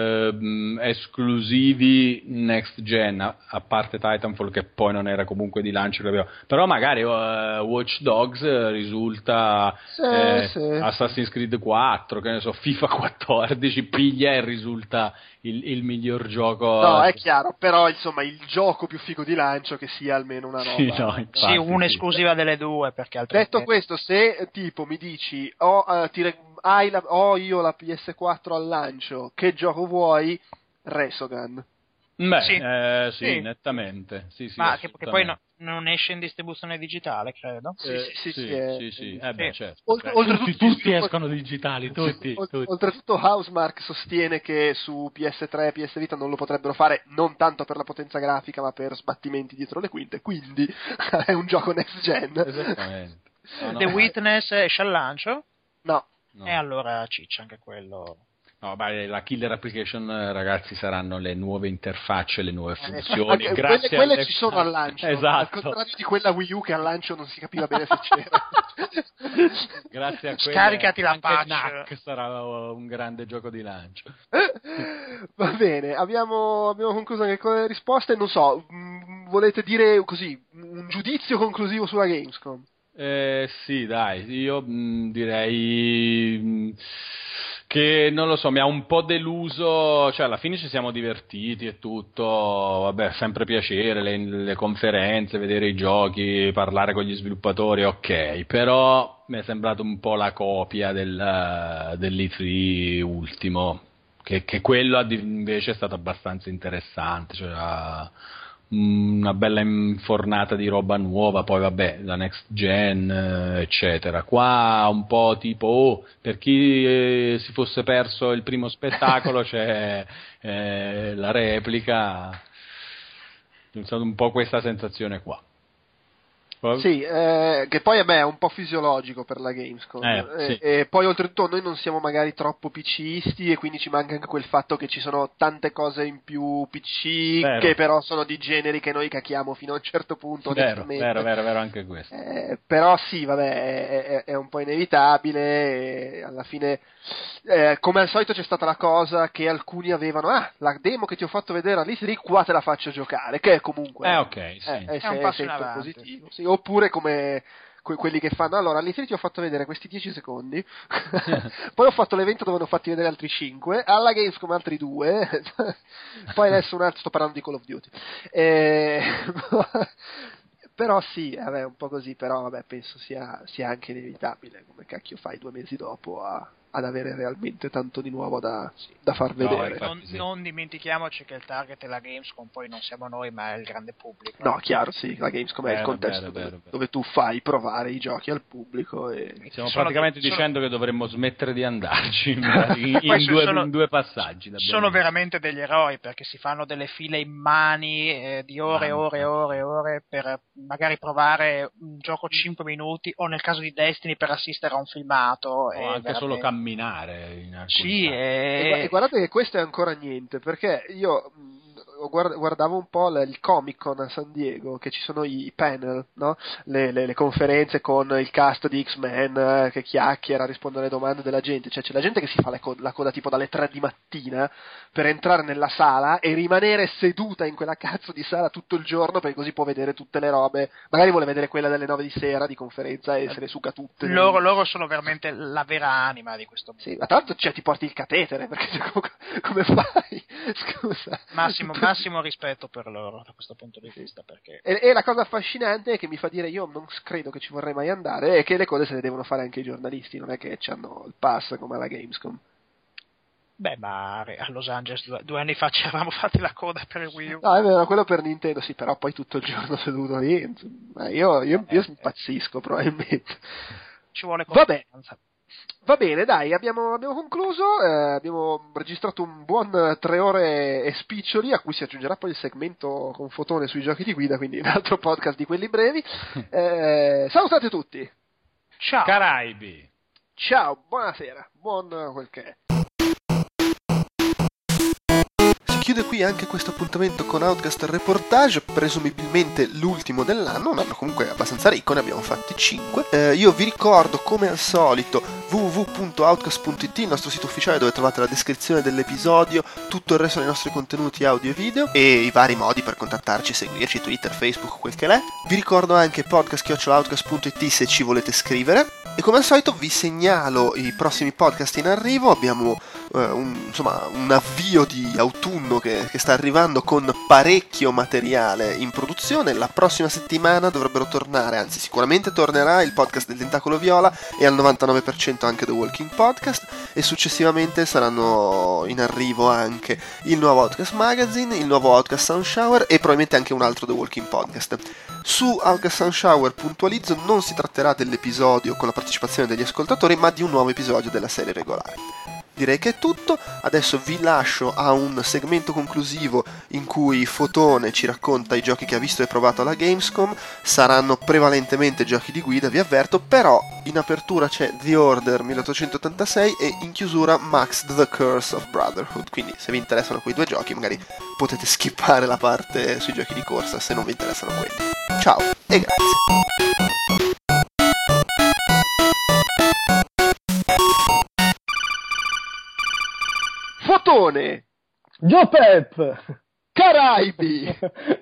esclusivi next gen, a parte Titanfall che poi non era comunque di lancio, però magari Watch Dogs risulta Assassin's Creed 4, che ne so, FIFA 14 piglia e risulta il miglior gioco. No, è chiaro, però insomma il gioco più figo di lancio che sia almeno una roba. Sì, un'esclusiva delle due, perché altrimenti... Detto questo, se tipo mi dici ho io la PS4 al lancio, che gioco vuoi? Resogun. Beh, sì, nettamente. Sì, ma che poi non esce in distribuzione digitale, credo. Sì. Certo. Oltretutto, tutti escono digitali, tutti. Oltretutto Housemarque sostiene che su PS3 e PS Vita non lo potrebbero fare, non tanto per la potenza grafica, ma per sbattimenti dietro le quinte, quindi è un gioco next gen. Esattamente. The Witness esce al lancio? No. E allora ciccia anche quello. No, la killer application, ragazzi, saranno le nuove interfacce, le nuove funzioni. Quelle ci sono al lancio, esatto. al contrario di quella Wii U che al lancio non si capiva bene se c'era. Grazie a quelle, scaricati la patch. Knack sarà un grande gioco di lancio. Va bene, abbiamo concluso anche con le risposte. Non so, volete dire così un giudizio conclusivo sulla Gamescom? Sì, dai, io direi che non lo so, mi ha un po' deluso, cioè alla fine ci siamo divertiti e tutto, vabbè, sempre piacere, le conferenze, vedere i giochi, parlare con gli sviluppatori, ok, però mi è sembrato un po' la copia dell'E3 ultimo, che quello invece è stato abbastanza interessante, cioè una bella infornata di roba nuova, poi vabbè, la next gen, eccetera. Qua un po' tipo, per chi si fosse perso il primo spettacolo c'è la replica, è stata un po' questa sensazione qua. Sì, che poi è un po' fisiologico per la Gamescom. Sì. E poi oltretutto noi non siamo magari troppo PCisti e quindi ci manca anche quel fatto che ci sono tante cose in più PC Vero. che però sono di generi che noi cacchiamo fino a un certo punto. Vero, onestamente. vero anche questo. Però sì, vabbè, è un po' inevitabile e alla fine, come al solito c'è stata la cosa che alcuni avevano, la demo che ti ho fatto vedere all'E3, qua te la faccio giocare, che è comunque Ok, sì. È un passo in sempre avanti. positivo, sì. Oppure come quelli che fanno, allora all'E3 ti ho fatto vedere questi 10 secondi, poi ho fatto l'evento dove ne ho fatti vedere altri 5, alla Gamescom altri 2, poi adesso un altro, sto parlando di Call of Duty. Però sì, vabbè, un po' così, però vabbè, penso sia anche inevitabile, come cacchio fai 2 mesi dopo ad avere realmente tanto di nuovo da far vedere. infatti, Non dimentichiamoci che il target è la Gamescom, poi non siamo noi, ma è il grande pubblico. No, chiaro, sì, la Gamescom è il contesto vero. dove tu fai provare i giochi al pubblico e... Stiamo Sono- praticamente sono- dicendo che dovremmo smettere di andarci in due passaggi. Sono veramente degli eroi, perché si fanno delle file immani di ore e ore e ore e ore per magari provare un gioco 5 minuti, o nel caso di Destiny per assistere a un filmato. O anche veramente- solo camminare in alcuni Sì, casi. E guardate che questo è ancora niente, perché io guardavo un po' il Comic Con a San Diego, che ci sono i panel, no? Le conferenze con il cast di X-Men che chiacchiera, risponde alle domande della gente, cioè c'è la gente che si fa la coda tipo dalle 3 di mattina per entrare nella sala e rimanere seduta in quella cazzo di sala tutto il giorno, perché così può vedere tutte le robe, magari vuole vedere quella delle 9 di sera di conferenza e se le suca tutte. loro sono veramente la vera anima di questo mondo. Sì, ma tra l'altro ti porti il catetere, perché come fai? Scusa. Massimo rispetto per loro da questo punto di vista, perché E la cosa affascinante è che mi fa dire, io non credo che ci vorrei mai andare, è che le cose se le devono fare anche i giornalisti, non è che hanno il pass come alla Gamescom. ma a Los Angeles 2 anni fa ci eravamo fatti la coda per il Wii U. No, è vero, quello per Nintendo, sì, però poi tutto il giorno seduto lì, insomma, io impazzisco probabilmente. Ci vuole Vabbè. costanza. Va bene, dai, abbiamo concluso, abbiamo registrato un buon 3 ore e spiccioli, a cui si aggiungerà poi il segmento con fotone sui giochi di guida, quindi un altro podcast di quelli brevi. Salutate tutti, Ciao. Caraibi. ciao, buonasera, buon quel che è. Si chiude qui anche questo appuntamento con Outcast Reportage, presumibilmente l'ultimo dell'anno, un anno comunque abbastanza ricco, ne abbiamo fatti 5. Io vi ricordo, come al solito, www.outcast.it, il nostro sito ufficiale dove trovate la descrizione dell'episodio, tutto il resto dei nostri contenuti audio e video e i vari modi per contattarci, seguirci, Twitter, Facebook, quel che l'è. Vi ricordo anche podcast@outcast.it se ci volete scrivere. E come al solito vi segnalo i prossimi podcast in arrivo. Abbiamo un avvio di autunno che sta arrivando con parecchio materiale in produzione. La prossima settimana dovrebbero tornare, anzi sicuramente tornerà il podcast del Tentacolo Viola e al 99% anche The Walking Podcast, e successivamente saranno in arrivo anche il nuovo Outcast Magazine, il nuovo Outcast Sound Shower e probabilmente anche un altro The Walking Podcast. Su Outcast Sound Shower, puntualizzo, non si tratterà dell'episodio con la partecipazione degli ascoltatori, ma di un nuovo episodio della serie regolare. Direi che è tutto, adesso vi lascio a un segmento conclusivo in cui Fotone ci racconta i giochi che ha visto e provato alla Gamescom. Saranno prevalentemente giochi di guida, vi avverto, però in apertura c'è The Order 1886 e in chiusura Max The Curse of Brotherhood, quindi se vi interessano quei due giochi magari potete skippare la parte sui giochi di corsa se non vi interessano quelli. Ciao e grazie. Fotone! Giuseppe! Caraibi!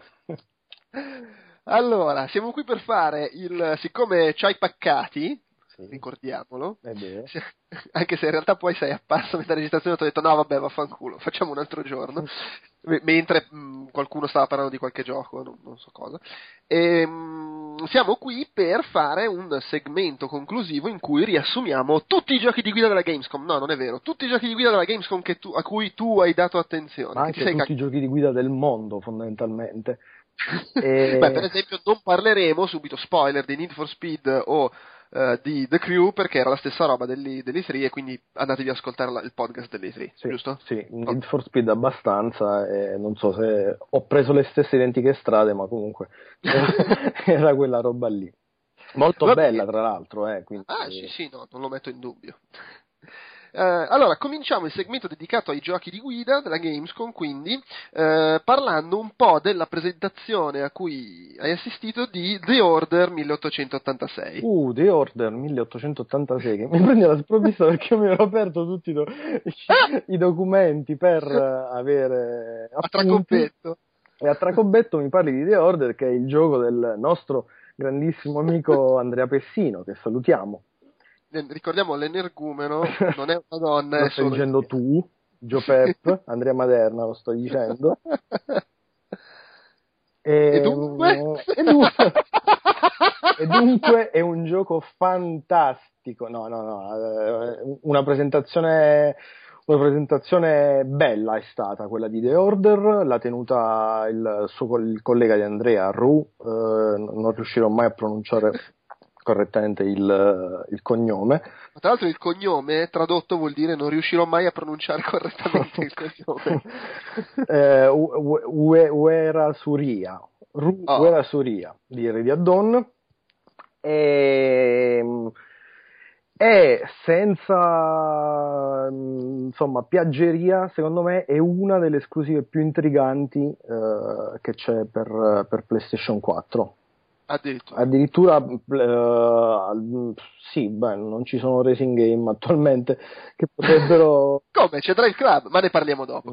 Allora, siamo qui per fare siccome c'hai paccati, ricordiamolo, anche se in realtà poi sei apparso a metà registrazione e ti ho detto no vabbè vaffanculo, facciamo un altro giorno. mentre qualcuno stava parlando di qualche gioco, non so cosa. Siamo qui per fare un segmento conclusivo in cui riassumiamo tutti i giochi di guida della Gamescom. No, non è vero, tutti i giochi di guida della Gamescom a cui tu hai dato attenzione. Ma anche tutti i giochi di guida del mondo, fondamentalmente. Beh, per esempio non parleremo, subito spoiler, di Need for Speed o di The Crew, perché era la stessa roba dell'E3, e quindi andatevi ad ascoltare il podcast dell'E3, sì, giusto? Sì, Need for Speed abbastanza, e non so se ho preso le stesse identiche strade, ma comunque era quella roba lì. Molto bella, tra l'altro. Quindi... sì, no, non lo metto in dubbio. Allora, cominciamo il segmento dedicato ai giochi di guida della Gamescom, quindi parlando un po' della presentazione a cui hai assistito di The Order 1886. The Order 1886, che mi prende la sprovvista perché io mi ero aperto tutti i documenti per avere a tracobbetto. E a tracobbetto mi parli di The Order, che è il gioco del nostro grandissimo amico Andrea Pessino, che salutiamo. Ricordiamo, l'energumeno non è una donna. Lo stai dicendo tu, Gio Pep, Andrea Maderna, lo sto dicendo. E dunque? E dunque è un gioco fantastico. No, una presentazione bella è stata quella di The Order, l'ha tenuta il collega di Andrea, Ru, non riuscirò mai a pronunciare correttamente il cognome. Ma tra l'altro il cognome tradotto vuol dire non riuscirò mai a pronunciare correttamente il cognome. Uera Suria, Uera Suria di Ready Dawn, e senza piaggeria, secondo me è una delle esclusive più intriganti che c'è per PlayStation 4. Addirittura sì, non ci sono racing game attualmente che potrebbero... Come? C'è Drive Club, ma ne parliamo dopo.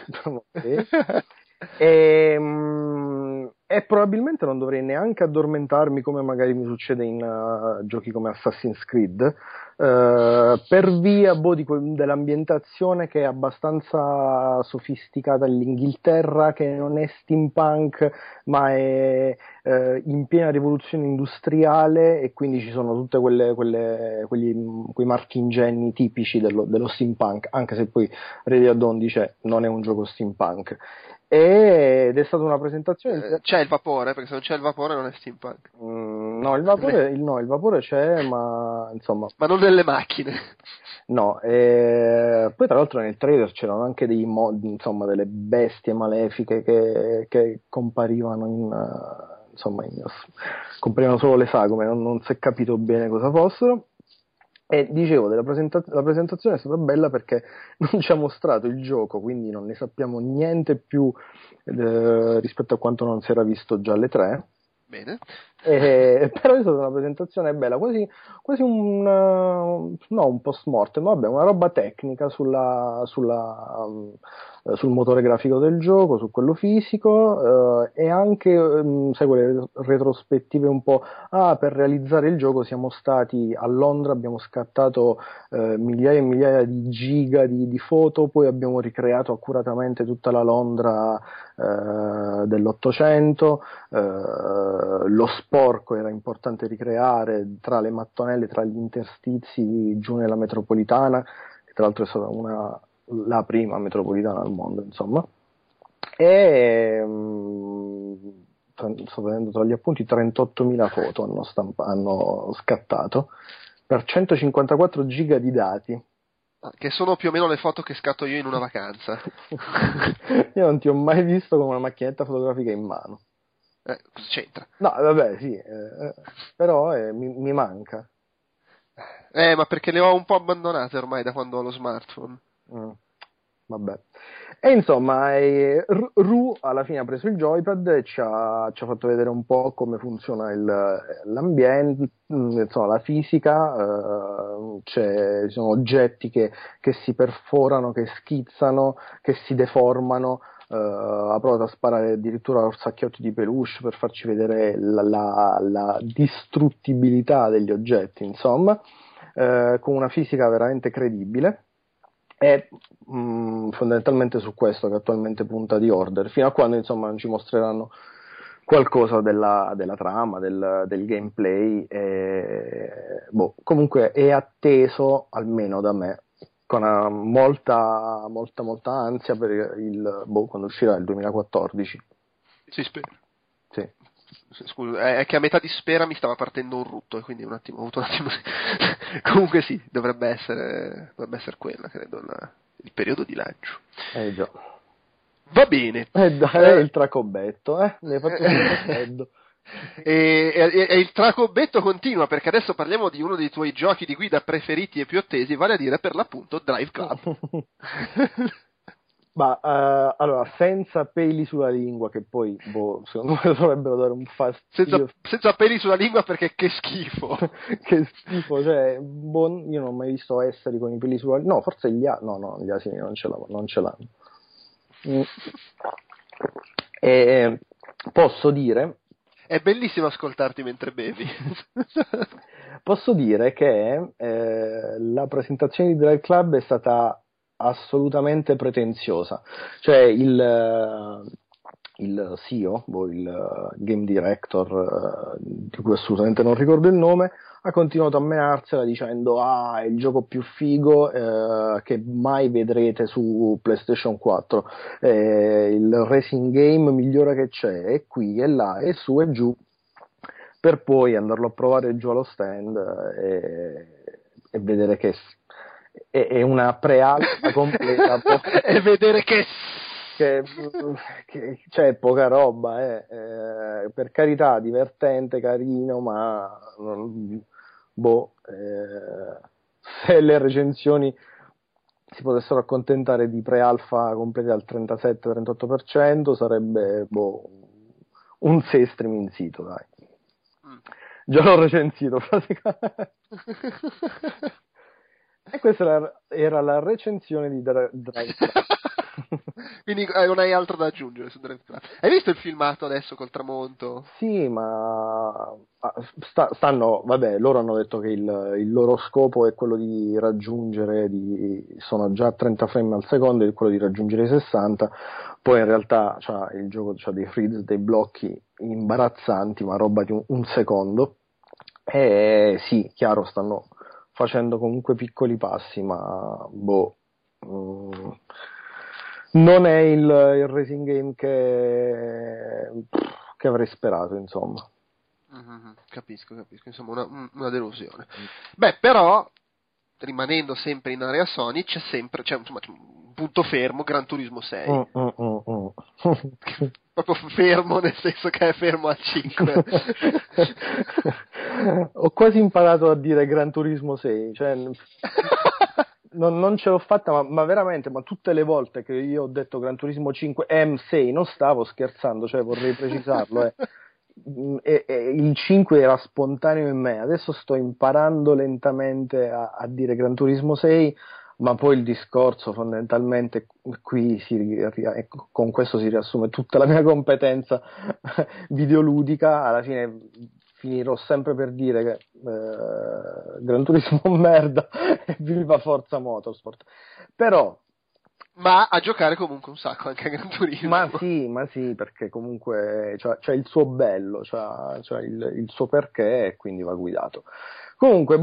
E probabilmente non dovrei neanche addormentarmi, come magari mi succede in giochi come Assassin's Creed, per via dell'ambientazione che è abbastanza sofisticata all'Inghilterra, che non è steampunk ma è in piena rivoluzione industriale, e quindi ci sono tutte quei marchi ingenui tipici dello steampunk, anche se poi Ready Dawn dice non è un gioco steampunk. Ed è stata una presentazione. C'è il vapore, perché se non c'è il vapore non è steampunk. No, il vapore c'è, ma insomma. Ma non delle macchine. No, poi tra l'altro nel trailer c'erano anche dei insomma, delle bestie malefiche che comparivano comparivano solo le sagome, non si è capito bene cosa fossero. E dicevo, la presentazione è stata bella perché non ci ha mostrato il gioco, quindi non ne sappiamo niente più rispetto a quanto non si era visto già alle 3. Bene. Però è stata una presentazione bella, quasi un post mortem, vabbè, una roba tecnica sul motore grafico del gioco, su quello fisico, e anche sai, quelle retrospettive un po'. Per realizzare il gioco siamo stati a Londra, abbiamo scattato migliaia e migliaia di giga di foto, poi abbiamo ricreato accuratamente tutta la Londra dell'800, lo sporco era importante ricreare tra le mattonelle, tra gli interstizi giù nella metropolitana, che tra l'altro è stata la prima metropolitana al mondo, insomma. E sto vedendo tra gli appunti 38.000 foto hanno scattato per 154 giga di dati. Che sono più o meno le foto che scatto io in una vacanza. Io non ti ho mai visto con una macchinetta fotografica in mano. Cosa c'entra? No, vabbè, sì, però mi manca. Ma perché le ho un po' abbandonate ormai da quando ho lo smartphone. Vabbè. E insomma, Ru alla fine ha preso il joypad e ci ha fatto vedere un po' come funziona l'ambiente, insomma, la fisica. Ci sono oggetti che si perforano, che schizzano, che si deformano. Ha provato a sparare addirittura orsacchiotti di peluche per farci vedere la distruttibilità degli oggetti, insomma, con una fisica veramente credibile. è fondamentalmente su questo che attualmente punta The Order, fino a quando insomma non ci mostreranno qualcosa della trama, del gameplay, comunque è atteso, almeno da me, con molta ansia per quando uscirà il 2014. Si spera. Sì. Scusa, è che a metà di spera mi stava partendo un rutto e quindi ho avuto un attimo comunque sì, dovrebbe essere quella, credo, il periodo di lancio. Già. Va bene. Dai, il tracobetto, ne hai fatto un freddo. E il tracobetto continua, perché adesso parliamo di uno dei tuoi giochi di guida preferiti e più attesi, vale a dire per l'appunto Drive Club. Ma allora, senza peli sulla lingua, che poi secondo me dovrebbero dare un fastidio. Senza peli sulla lingua, perché che schifo. Che schifo, cioè, io non ho mai visto esteri con i peli sulla lingua. No, forse gli asini non ce l'hanno. E posso dire, è bellissimo ascoltarti mentre bevi. Posso dire che la presentazione di Drive Club è stata assolutamente pretenziosa, cioè il CEO, il game director, di cui assolutamente non ricordo il nome, ha continuato a menarsela dicendo è il gioco più figo che mai vedrete su PlayStation 4, il racing game migliore che c'è, è qui e là e su e giù, per poi andarlo a provare giù allo stand e vedere che è una pre-alfa completa e vedere che c'è poca roba, per carità, divertente, carino, ma se le recensioni si potessero accontentare di pre-alfa completa al 37-38%, sarebbe un 6 streaming sito, dai. Già l'ho recensito praticamente. E questa era la recensione di Drive Club. Quindi non hai altro da aggiungere su Drive Club. Hai visto il filmato adesso col tramonto? Sì, ma loro hanno detto che il loro scopo è quello di raggiungere, sono già a 30 frame al secondo, è quello di raggiungere i 60, poi in realtà il gioco c'ha dei freeze, dei blocchi imbarazzanti, ma roba di un secondo, e sì, chiaro, stanno facendo comunque piccoli passi, ma non è il racing game che avrei sperato, insomma. Capisco, insomma una delusione. Beh, però rimanendo sempre in area Sony c'è un punto fermo, Gran Turismo 6. Proprio fermo, nel senso che è fermo al 5. Ho quasi imparato a dire Gran Turismo 6, cioè non ce l'ho fatta, ma veramente, ma tutte le volte che io ho detto Gran Turismo 5 M6 non stavo scherzando, cioè vorrei precisarlo, il 5 era spontaneo in me, adesso sto imparando lentamente a dire Gran Turismo 6, ma poi il discorso fondamentalmente qui con questo si riassume tutta la mia competenza videoludica, alla fine finirò sempre per dire che Gran Turismo merda e viva Forza Motorsport, però ma a giocare comunque un sacco anche a Gran Turismo. Ma sì, perché comunque c'ha il suo bello, c'ha il suo perché e quindi va guidato. Comunque,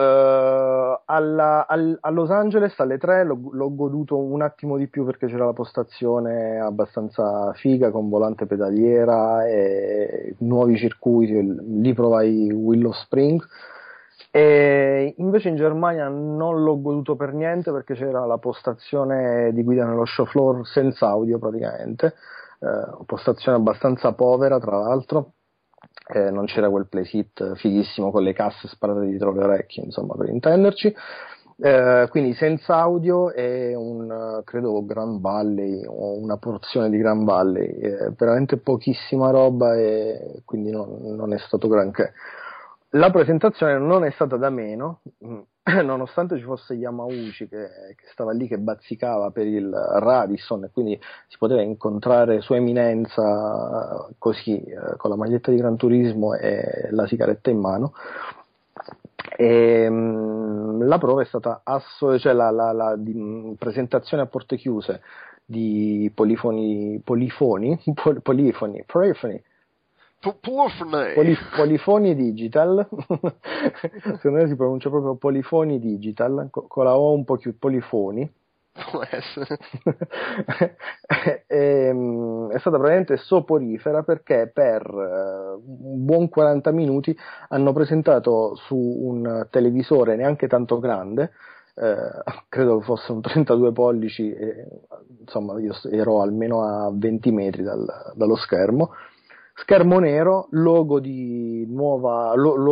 a Los Angeles alle 3 l'ho goduto un attimo di più perché c'era la postazione abbastanza figa con volante pedaliera e nuovi circuiti, lì provai Willow Spring. E invece in Germania non l'ho goduto per niente perché c'era la postazione di guida nello show floor senza audio praticamente, postazione abbastanza povera tra l'altro, non c'era quel playset fighissimo con le casse sparate dietro le orecchie, insomma, per intenderci, quindi senza audio e credo Grand Valley o una porzione di Grand Valley, veramente pochissima roba e quindi non è stato granché. La presentazione non è stata da meno, nonostante ci fosse Yamauchi che stava lì che bazzicava per il Radisson e quindi si poteva incontrare Sua Eminenza così con la maglietta di Gran Turismo e la sigaretta in mano. E, la prova è stata cioè la presentazione a porte chiuse di polifoni digital. Secondo me si pronuncia proprio polifoni digital con la O un po' più polifoni. Può essere. È stata praticamente soporifera perché per un buon 40 minuti hanno presentato su un televisore neanche tanto grande, credo che fosse un 32 pollici, insomma io ero almeno a 20 metri dallo schermo nero, logo di nuova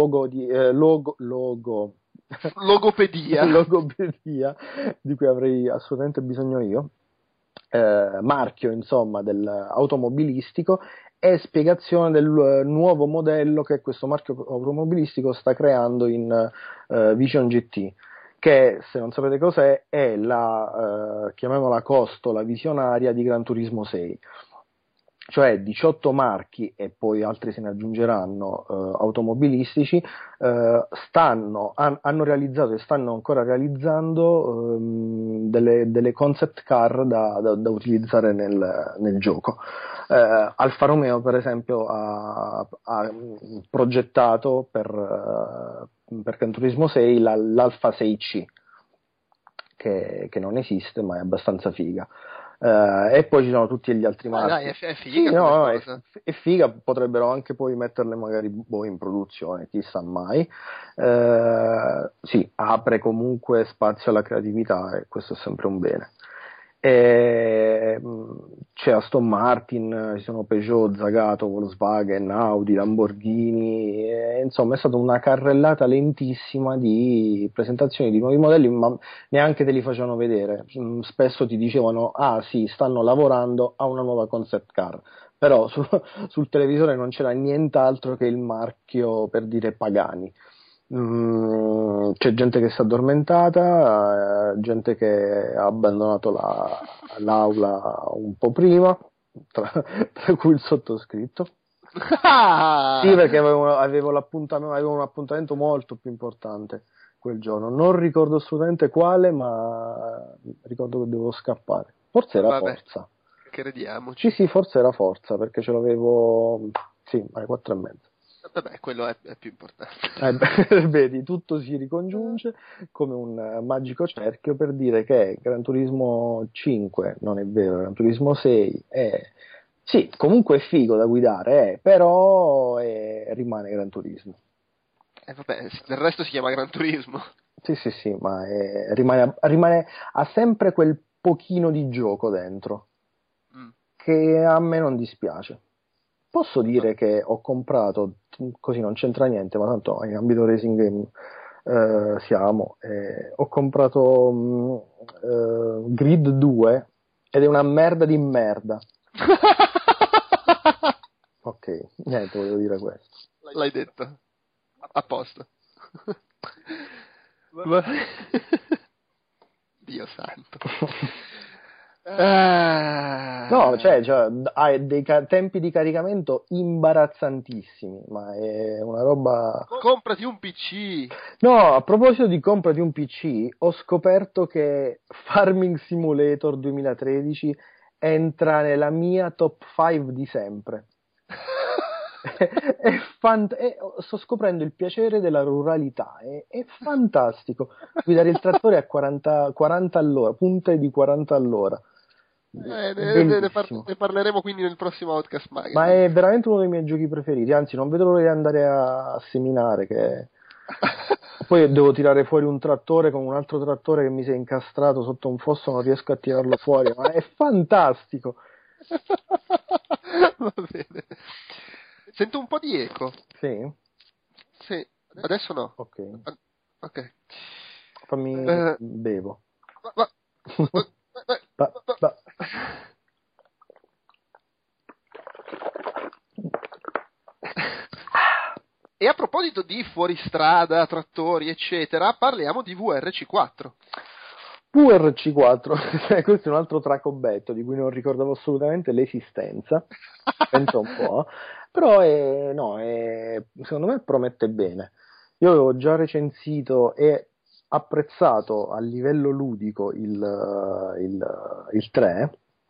Logopedia. logopedia di cui avrei assolutamente bisogno io, marchio insomma dell'automobilistico e spiegazione del nuovo modello che questo marchio automobilistico sta creando in Vision GT, che se non sapete cos'è è la chiamiamola costola visionaria di Gran Turismo 6. Cioè 18 marchi e poi altri se ne aggiungeranno automobilistici hanno realizzato e stanno ancora realizzando delle concept car da utilizzare nel gioco. Alfa Romeo per esempio ha progettato per Gran Turismo 6 l'Alfa 6C che non esiste ma è abbastanza figa. E poi ci sono tutti gli altri marchi. Dai, è figa, sì, no, è figa, potrebbero anche poi metterle magari in produzione, chissà mai. Sì, apre comunque spazio alla creatività e questo è sempre un bene. C'è Aston Martin, ci sono Peugeot, Zagato, Volkswagen, Audi, Lamborghini, insomma è stata una carrellata lentissima di presentazioni di nuovi modelli, ma neanche te li facevano vedere. Spesso ti dicevano sì, stanno lavorando a una nuova concept car, però sul televisore non c'era nient'altro che il marchio, per dire, Pagani. C'è gente che si è addormentata, gente che ha abbandonato l'aula un po' prima, tra cui il sottoscritto. Sì, perché avevo un appuntamento molto più importante quel giorno, non ricordo assolutamente quale, ma ricordo che dovevo scappare. Forse era Forza. Crediamoci. Sì, forse era Forza, perché ce l'avevo alle 4:30. Vabbè, quello è più importante. Vedi, tutto si ricongiunge come un magico cerchio per dire che Gran Turismo 5 non è vero, Gran Turismo 6 sì, comunque è figo da guidare, però rimane Gran Turismo. Vabbè, del resto si chiama Gran Turismo. Sì, ma rimane, ha sempre quel pochino di gioco dentro, che a me non dispiace. Posso dire che ho comprato, così non c'entra niente, ma tanto in ambito racing game siamo, ho comprato Grid 2 ed è una merda di merda. Ok, niente, volevo dire questo. L'hai detto. A posto. Dio santo. No, cioè ha dei tempi di caricamento imbarazzantissimi, ma è una roba. Comprati un PC. No, a proposito di comprati un PC, ho scoperto che Farming Simulator 2013 entra nella mia top 5 di sempre. Sto scoprendo il piacere della ruralità, è fantastico guidare il trattore a 40 all'ora, punte di 40 all'ora. Ne parleremo quindi nel prossimo Outcast Magazine. Ma è veramente uno dei miei giochi preferiti, anzi non vedo l'ora di andare a seminare, che poi devo tirare fuori un trattore con un altro trattore che mi si è incastrato sotto un fosso, non riesco a tirarlo fuori, ma è fantastico. Va bene. Sento un po' di eco. Sì? Sì, adesso no. Ok. Fammi bevo. E a proposito di fuoristrada, trattori, eccetera, parliamo di VRC4. VRC4, questo è un altro tracobetto di cui non ricordavo assolutamente l'esistenza, penso un po', però secondo me promette bene. Io avevo già recensito e apprezzato a livello ludico il 3,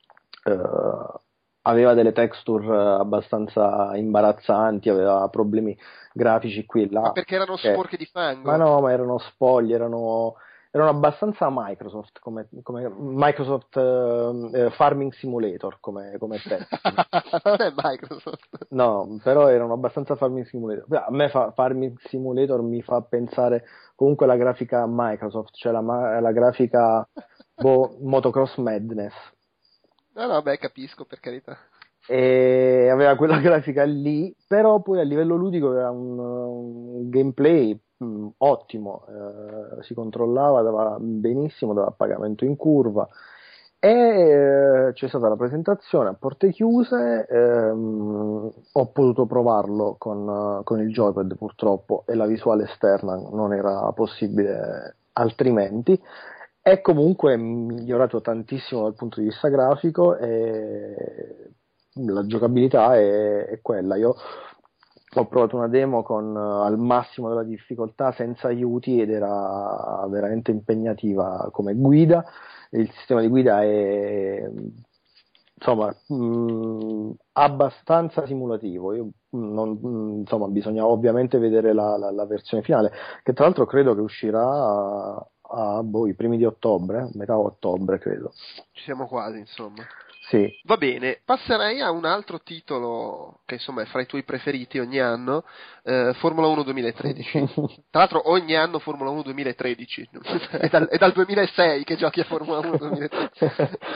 aveva delle texture abbastanza imbarazzanti, aveva problemi grafici qui e là. Ma perché erano sporche di fango? Ma no, ma erano spogli, erano abbastanza Microsoft, come Microsoft Farming Simulator, come test. Non è Microsoft. No, però erano abbastanza Farming Simulator. A me Farming Simulator mi fa pensare comunque alla grafica Microsoft, cioè la grafica Motocross Madness. No, beh, capisco, per carità. E aveva quella grafica lì, però poi a livello ludico aveva un gameplay ottimo, si controllava, dava benissimo, dava pagamento in curva, e c'è stata la presentazione a porte chiuse. Ho potuto provarlo con il joypad purtroppo, e la visuale esterna non era possibile altrimenti. È comunque migliorato tantissimo dal punto di vista grafico, e la giocabilità è quella. Io ho provato una demo con al massimo della difficoltà, senza aiuti, ed era veramente impegnativa come guida. Il sistema di guida è insomma abbastanza simulativo. Insomma, bisogna ovviamente vedere la versione finale, che tra l'altro credo che uscirà i primi di ottobre, metà ottobre credo. Ci siamo quasi, insomma. Sì. Va bene, passerei a un altro titolo che insomma è fra i tuoi preferiti ogni anno, Formula 1 2013. Tra l'altro ogni anno Formula 1 2013, è dal 2006 che giochi a Formula 1 2013.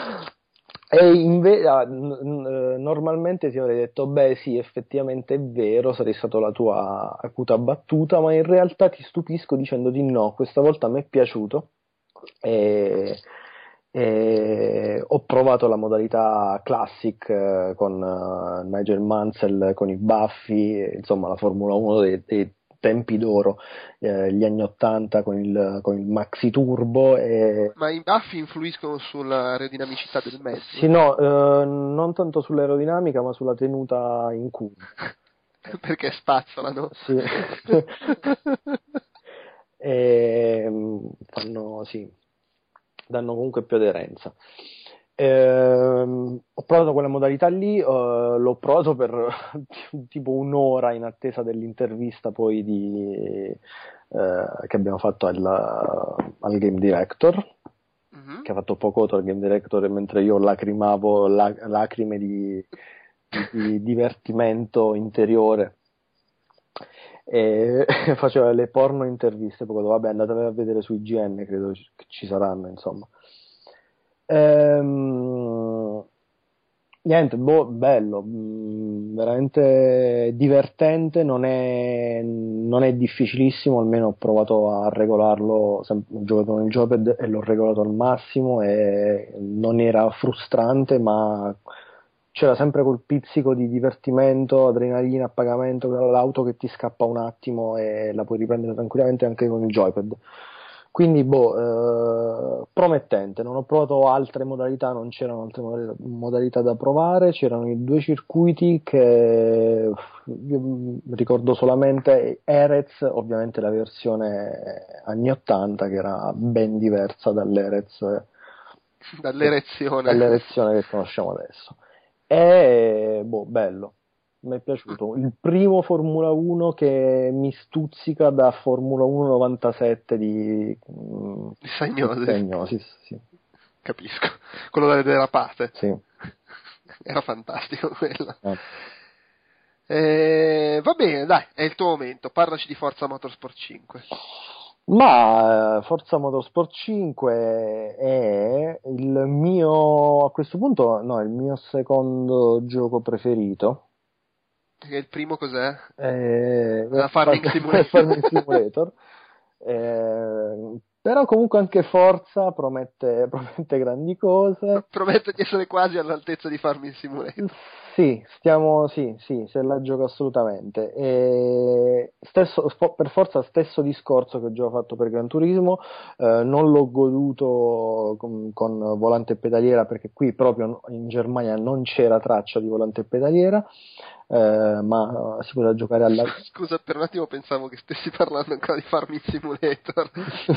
Normalmente ti avrei detto, beh sì, effettivamente è vero, sarei stato la tua acuta battuta, ma in realtà ti stupisco dicendo di no. Questa volta mi è piaciuto, e ho provato la modalità classic con Nigel Mansell con i baffi, insomma la Formula 1 dei tempi d'oro, gli anni 80 con il maxi turbo. Ma i baffi influiscono sull'aerodinamicità del mezzo? Sì, no, non tanto sull'aerodinamica, ma sulla tenuta in curva. Perché spazzolano? Sì. Danno comunque più aderenza. Ho provato quella modalità lì, l'ho provato per tipo un'ora in attesa dell'intervista poi che abbiamo fatto al Game Director, che ha fatto poco al Game Director, mentre io lacrimavo lacrime di divertimento interiore, e faceva le porno interviste. Poi vabbè, andatevele a vedere su IGN, credo che ci saranno, insomma. Niente, bello, veramente divertente, non è difficilissimo, almeno ho provato a regolarlo, ho giocato con il joypad e l'ho regolato al massimo, e non era frustrante, ma c'era sempre quel pizzico di divertimento, adrenalina a pagamento, l'auto che ti scappa un attimo e la puoi riprendere tranquillamente anche con il joypad. Quindi promettente. Non ho provato altre modalità, non c'erano altre modalità da provare, c'erano i 2 circuiti che io ricordo solamente Erez, ovviamente la versione anni 80, che era ben diversa dall'erezione che conosciamo adesso. E bello, mi è piaciuto. Il primo Formula 1 che mi stuzzica da Formula 1 97 di Sagnosi, sì. Capisco, quello delle derapate. Sì. Era fantastico quello. Va bene, dai, è il tuo momento, parlaci di Forza Motorsport 5. Ma Forza Motorsport 5 è il mio, a questo punto, no, il mio secondo gioco preferito. E il primo cos'è? La Farming Simulator. Però comunque anche Forza promette grandi cose. Promette di essere quasi all'altezza di Farming Simulator. Sì, se la gioco assolutamente. Per forza stesso discorso che ho già fatto per Gran Turismo, non l'ho goduto con volante e pedaliera perché qui proprio in Germania non c'era traccia di volante e pedaliera, ma si poteva giocare alla... Scusa, per un attimo pensavo che stessi parlando ancora di Farming Simulator.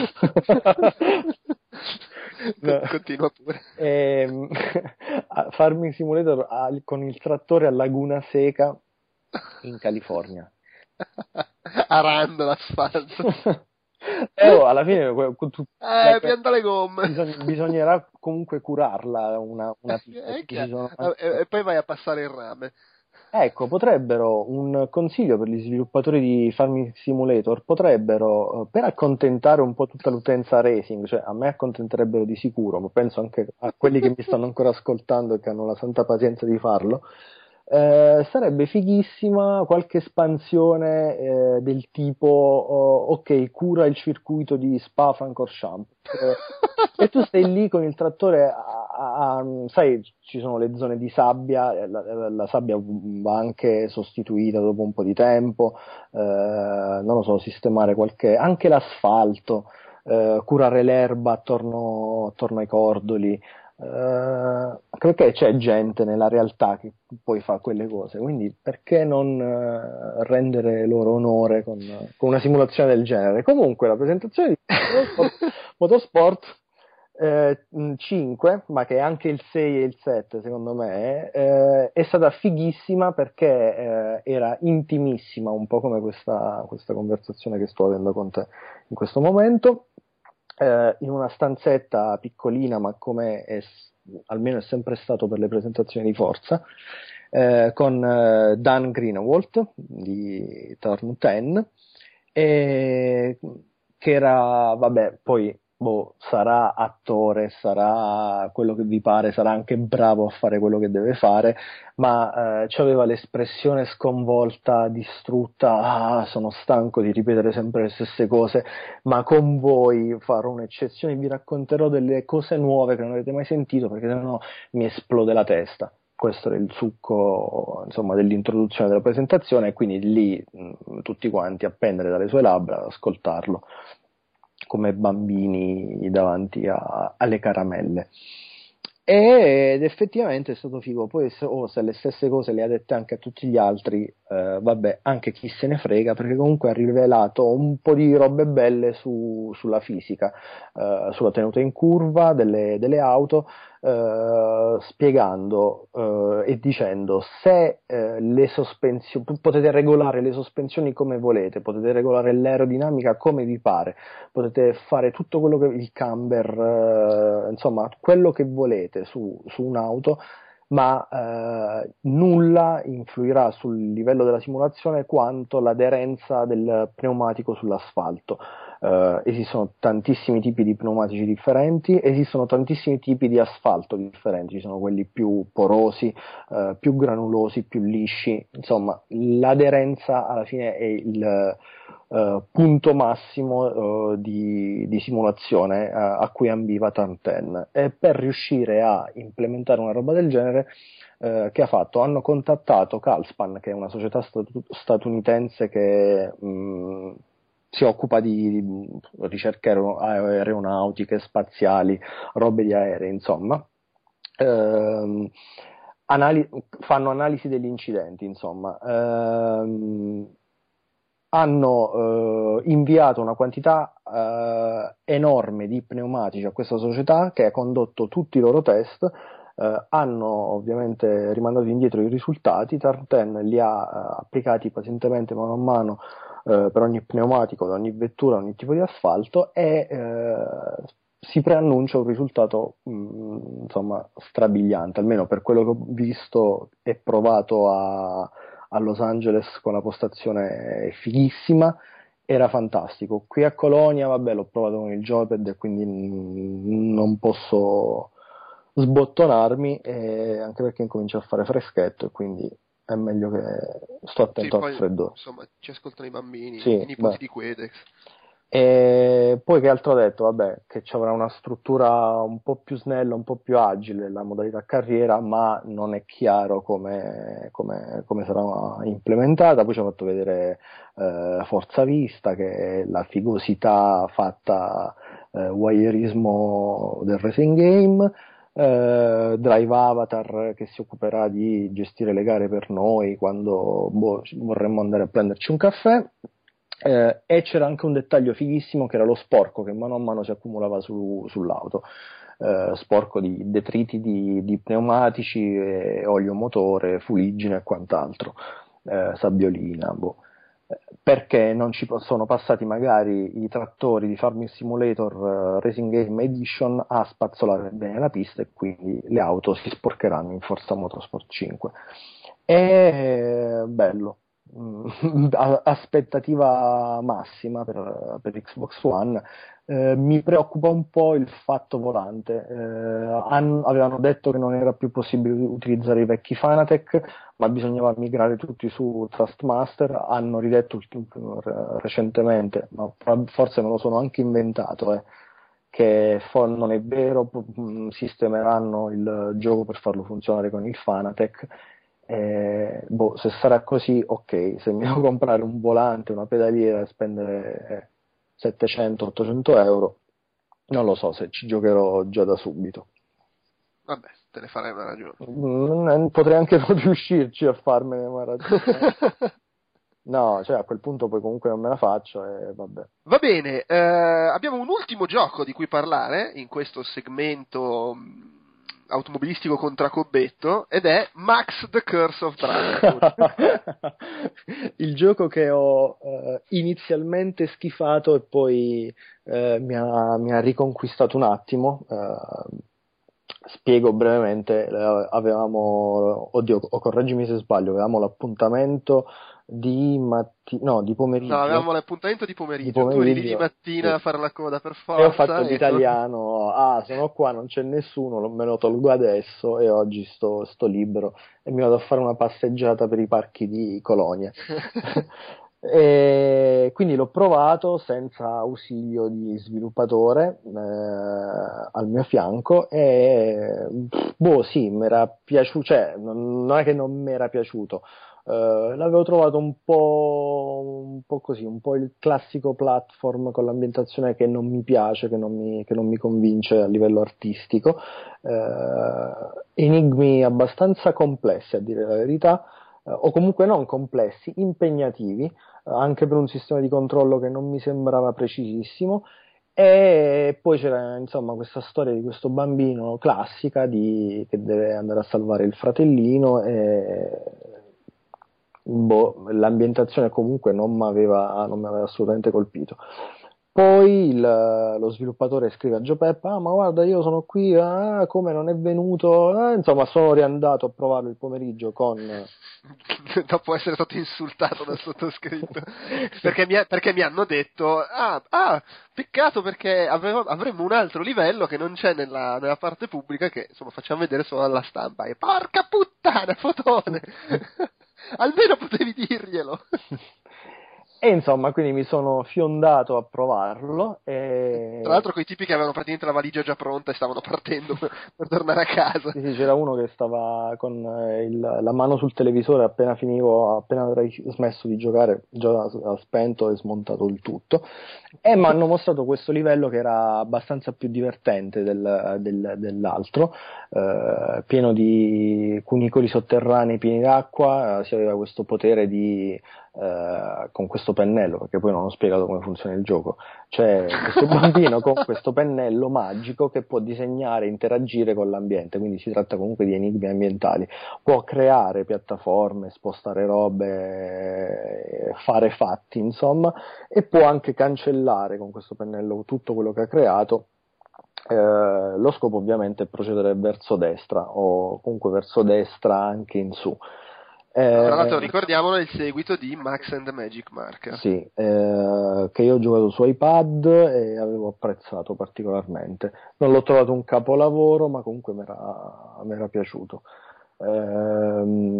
No. Continua pure. Farming Simulator con il trattore a Laguna Seca in California. Arando l'asfalto. Alla fine pianta le gomme. Bisognerà comunque curarla una pista. E poi vai a passare il rame. Ecco, un consiglio per gli sviluppatori di Farming Simulator, potrebbero, per accontentare un po' tutta l'utenza racing, cioè a me accontenterebbero di sicuro, ma penso anche a quelli che mi stanno ancora ascoltando e che hanno la santa pazienza di farlo, sarebbe fighissima qualche espansione del tipo ok, cura il circuito di Spa-Francorchamps e tu stai lì con il trattore sai, ci sono le zone di sabbia, la sabbia va anche sostituita dopo un po' di tempo, non lo so, sistemare anche l'asfalto, curare l'erba attorno ai cordoli, perché c'è gente nella realtà che poi fa quelle cose, quindi perché non rendere loro onore con una simulazione del genere. Comunque la presentazione di Motorsport 5, ma che è anche il 6 e il 7 secondo me, è stata fighissima perché era intimissima, un po' come questa conversazione che sto avendo con te in questo momento, in una stanzetta piccolina, ma come almeno è sempre stato per le presentazioni di Forza, con Dan Greenwald di Turn 10, che era, vabbè, poi sarà attore, sarà quello che vi pare, sarà anche bravo a fare quello che deve fare, ma c'aveva l'espressione sconvolta, distrutta, sono stanco di ripetere sempre le stesse cose, ma con voi farò un'eccezione, vi racconterò delle cose nuove che non avete mai sentito, perché sennò mi esplode la testa. Questo era il succo, insomma, dell'introduzione della presentazione, e quindi lì tutti quanti a pendere dalle sue labbra ad ascoltarlo come bambini davanti alle caramelle. Ed effettivamente è stato figo. Poi se le stesse cose le ha dette anche a tutti gli altri, vabbè, anche chi se ne frega, perché comunque ha rivelato un po' di robe belle sulla fisica, sulla tenuta in curva delle auto, spiegando e dicendo se le sospensioni, potete regolare le sospensioni come volete, potete regolare l'aerodinamica come vi pare, potete fare tutto quello che il camber, insomma quello che volete su un'auto, ma nulla influirà sul livello della simulazione quanto l'aderenza del pneumatico sull'asfalto. Esistono tantissimi tipi di pneumatici differenti, esistono tantissimi tipi di asfalto differenti, ci sono quelli più porosi, più granulosi, più lisci, insomma l'aderenza alla fine è il punto massimo di simulazione a cui ambiva Turn 10, e per riuscire a implementare una roba del genere che ha fatto? Hanno contattato Calspan, che è una società statunitense che si occupa di ricerche aeronautiche, spaziali, robe di aerei, insomma. Fanno analisi degli incidenti, insomma. Hanno inviato una quantità enorme di pneumatici a questa società, che ha condotto tutti i loro test. Hanno ovviamente rimandato indietro i risultati. Turn 10 li ha applicati pazientemente mano a mano per ogni pneumatico, da ogni vettura, ogni tipo di asfalto, e si preannuncia un risultato insomma strabiliante, almeno per quello che ho visto e provato a Los Angeles con la postazione fighissima. Era fantastico. Qui a Colonia, vabbè, l'ho provato con il joypad e quindi non posso sbottonarmi, anche perché incomincia a fare freschetto e quindi è meglio che sto attento al freddo. Insomma, ci ascoltano i bambini, sì, i nipoti di Quedex. E poi che altro ho detto? Vabbè, che ci avrà una struttura un po' più snella, un po' più agile la modalità carriera, ma non è chiaro come sarà implementata. Poi ci ho fatto vedere Forza Vista, che è la figosità fatta wireismo del racing game. Drive Avatar, che si occuperà di gestire le gare per noi quando vorremmo andare a prenderci un caffè. E c'era anche un dettaglio fighissimo, che era lo sporco che mano a mano si accumulava sull'auto, sporco di detriti di pneumatici, olio motore, fuliggine e quant'altro, sabbiolina, perché non ci sono passati magari i trattori di Farming Simulator Racing Game Edition a spazzolare bene la pista, e quindi le auto si sporcheranno in Forza Motorsport 5. È bello. Aspettativa massima per Xbox One. Mi preoccupa un po' il fatto volante. Avevano detto che non era più possibile utilizzare i vecchi Fanatec, ma bisognava migrare tutti su Trustmaster. Hanno ridetto recentemente, ma forse me lo sono anche inventato, che non è vero, sistemeranno il gioco per farlo funzionare con il Fanatec. Se sarà così, ok. Se mi devo comprare un volante, una pedaliera e spendere 700-800 euro, non lo so se ci giocherò già da subito. Vabbè, te ne farei una ragione. Potrei anche non riuscirci a farmene una ragione. No, cioè a quel punto poi comunque non me la faccio e vabbè. Va bene, abbiamo un ultimo gioco di cui parlare in questo segmento automobilistico contraccobetto, ed è Max the Curse of Dragon. Il gioco che ho inizialmente schifato e poi mi ha riconquistato un attimo. Spiego brevemente. Correggimi se sbaglio, avevamo l'appuntamento di pomeriggio. No, avevamo l'appuntamento di pomeriggio. Tu arrivi di mattina a fare la coda per forza. E ho fatto l'italiano, sono qua, non c'è nessuno, me lo tolgo adesso e oggi sto libero e mi vado a fare una passeggiata per i parchi di Colonia. E quindi l'ho provato senza ausilio di sviluppatore al mio fianco e sì, mi era piaciuto, cioè non è che non mi era piaciuto. L'avevo trovato un po' così, un po' il classico platform con l'ambientazione che non mi piace, che non mi convince a livello artistico, enigmi abbastanza complessi, a dire la verità, o comunque non complessi, impegnativi, anche per un sistema di controllo che non mi sembrava precisissimo. E poi c'era insomma questa storia di questo bambino classica che deve andare a salvare il fratellino e l'ambientazione comunque non mi aveva assolutamente colpito. Poi lo sviluppatore scrive a Giopeppa: ma guarda, io sono qui, come non è venuto, insomma sono riandato a provarlo il pomeriggio dopo essere stato insultato dal sottoscritto perché mi hanno detto peccato, perché avremmo un altro livello che non c'è nella parte pubblica, che insomma facciamo vedere solo alla stampa, e porca puttana, fotone. Almeno potevi dirglielo. E insomma, quindi mi sono fiondato a provarlo. E... Tra l'altro, quei tipi che avevano praticamente la valigia già pronta e stavano partendo per tornare a casa. Sì, c'era uno che stava con la mano sul televisore, appena avrei smesso di giocare, già ha spento e smontato il tutto. E mi hanno mostrato questo livello che era abbastanza più divertente dell'altro, pieno di cunicoli sotterranei pieni d'acqua. Si aveva questo potere con questo pennello, perché poi non ho spiegato come funziona il gioco. C'è questo bambino con questo pennello magico che può disegnare e interagire con l'ambiente, quindi si tratta comunque di enigmi ambientali. Può creare piattaforme, spostare robe, fare fatti, insomma, e può anche cancellare con questo pennello tutto quello che ha creato. Lo scopo ovviamente è procedere verso destra, o comunque verso destra anche in su. Tra l'altro ricordiamolo, è il seguito di Max and the Magic Mark. Sì, che io ho giocato su iPad e avevo apprezzato particolarmente. Non l'ho trovato un capolavoro, ma comunque mi era piaciuto.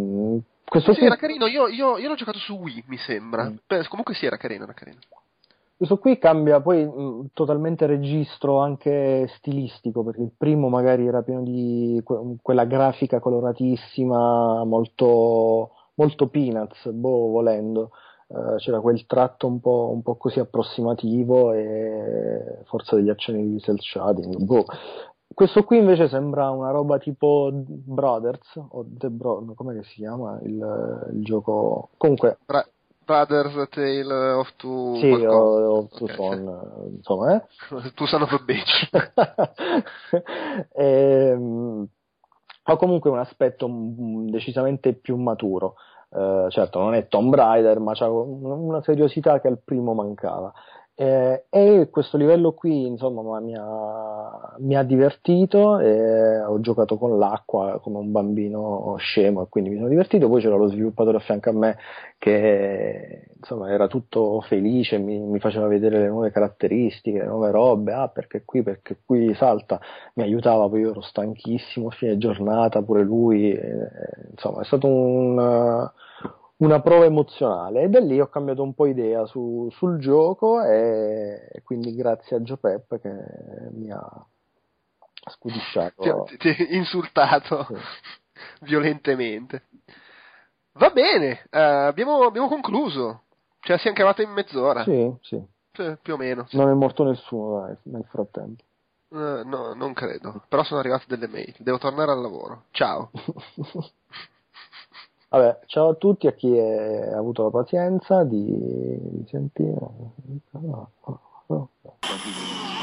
Questo sì, era carino. Io l'ho giocato su Wii, mi sembra. Comunque sì, era carino. Questo qui cambia poi totalmente registro anche stilistico, perché il primo magari era pieno di quella grafica coloratissima, molto, molto Peanuts, volendo. C'era quel tratto un po' così approssimativo e forza degli accenni di cel shading. Questo qui invece sembra una roba tipo Brothers, o com'è che si chiama il gioco? Comunque... Brothers Tale of Two... Sì, o Two Okay. Son, insomma, Tu sono per becci. Ha comunque un aspetto decisamente più maturo. Certo, non è Tomb Raider, ma c'ha una seriosità che al primo mancava. E questo livello qui, insomma, mi ha divertito, ho giocato con l'acqua come un bambino scemo e quindi mi sono divertito. Poi c'era lo sviluppatore a fianco a me che, insomma, era tutto felice, mi faceva vedere le nuove caratteristiche, le nuove robe, perché qui salta, mi aiutava, poi io ero stanchissimo a fine giornata, pure lui, insomma, è stato una prova emozionale, e da lì ho cambiato un po' idea sul gioco, e quindi grazie a Joe Pep che mi ha scudisciato. Ti ha insultato Sì. violentemente. Va bene, abbiamo concluso. Cioè, siamo cavati in mezz'ora. Sì, Più o meno. non è morto nessuno nel frattempo. No, non credo. Però sono arrivate delle mail. Devo tornare al lavoro. Ciao. Vabbè, ciao a tutti, a chi ha avuto la pazienza di sentire.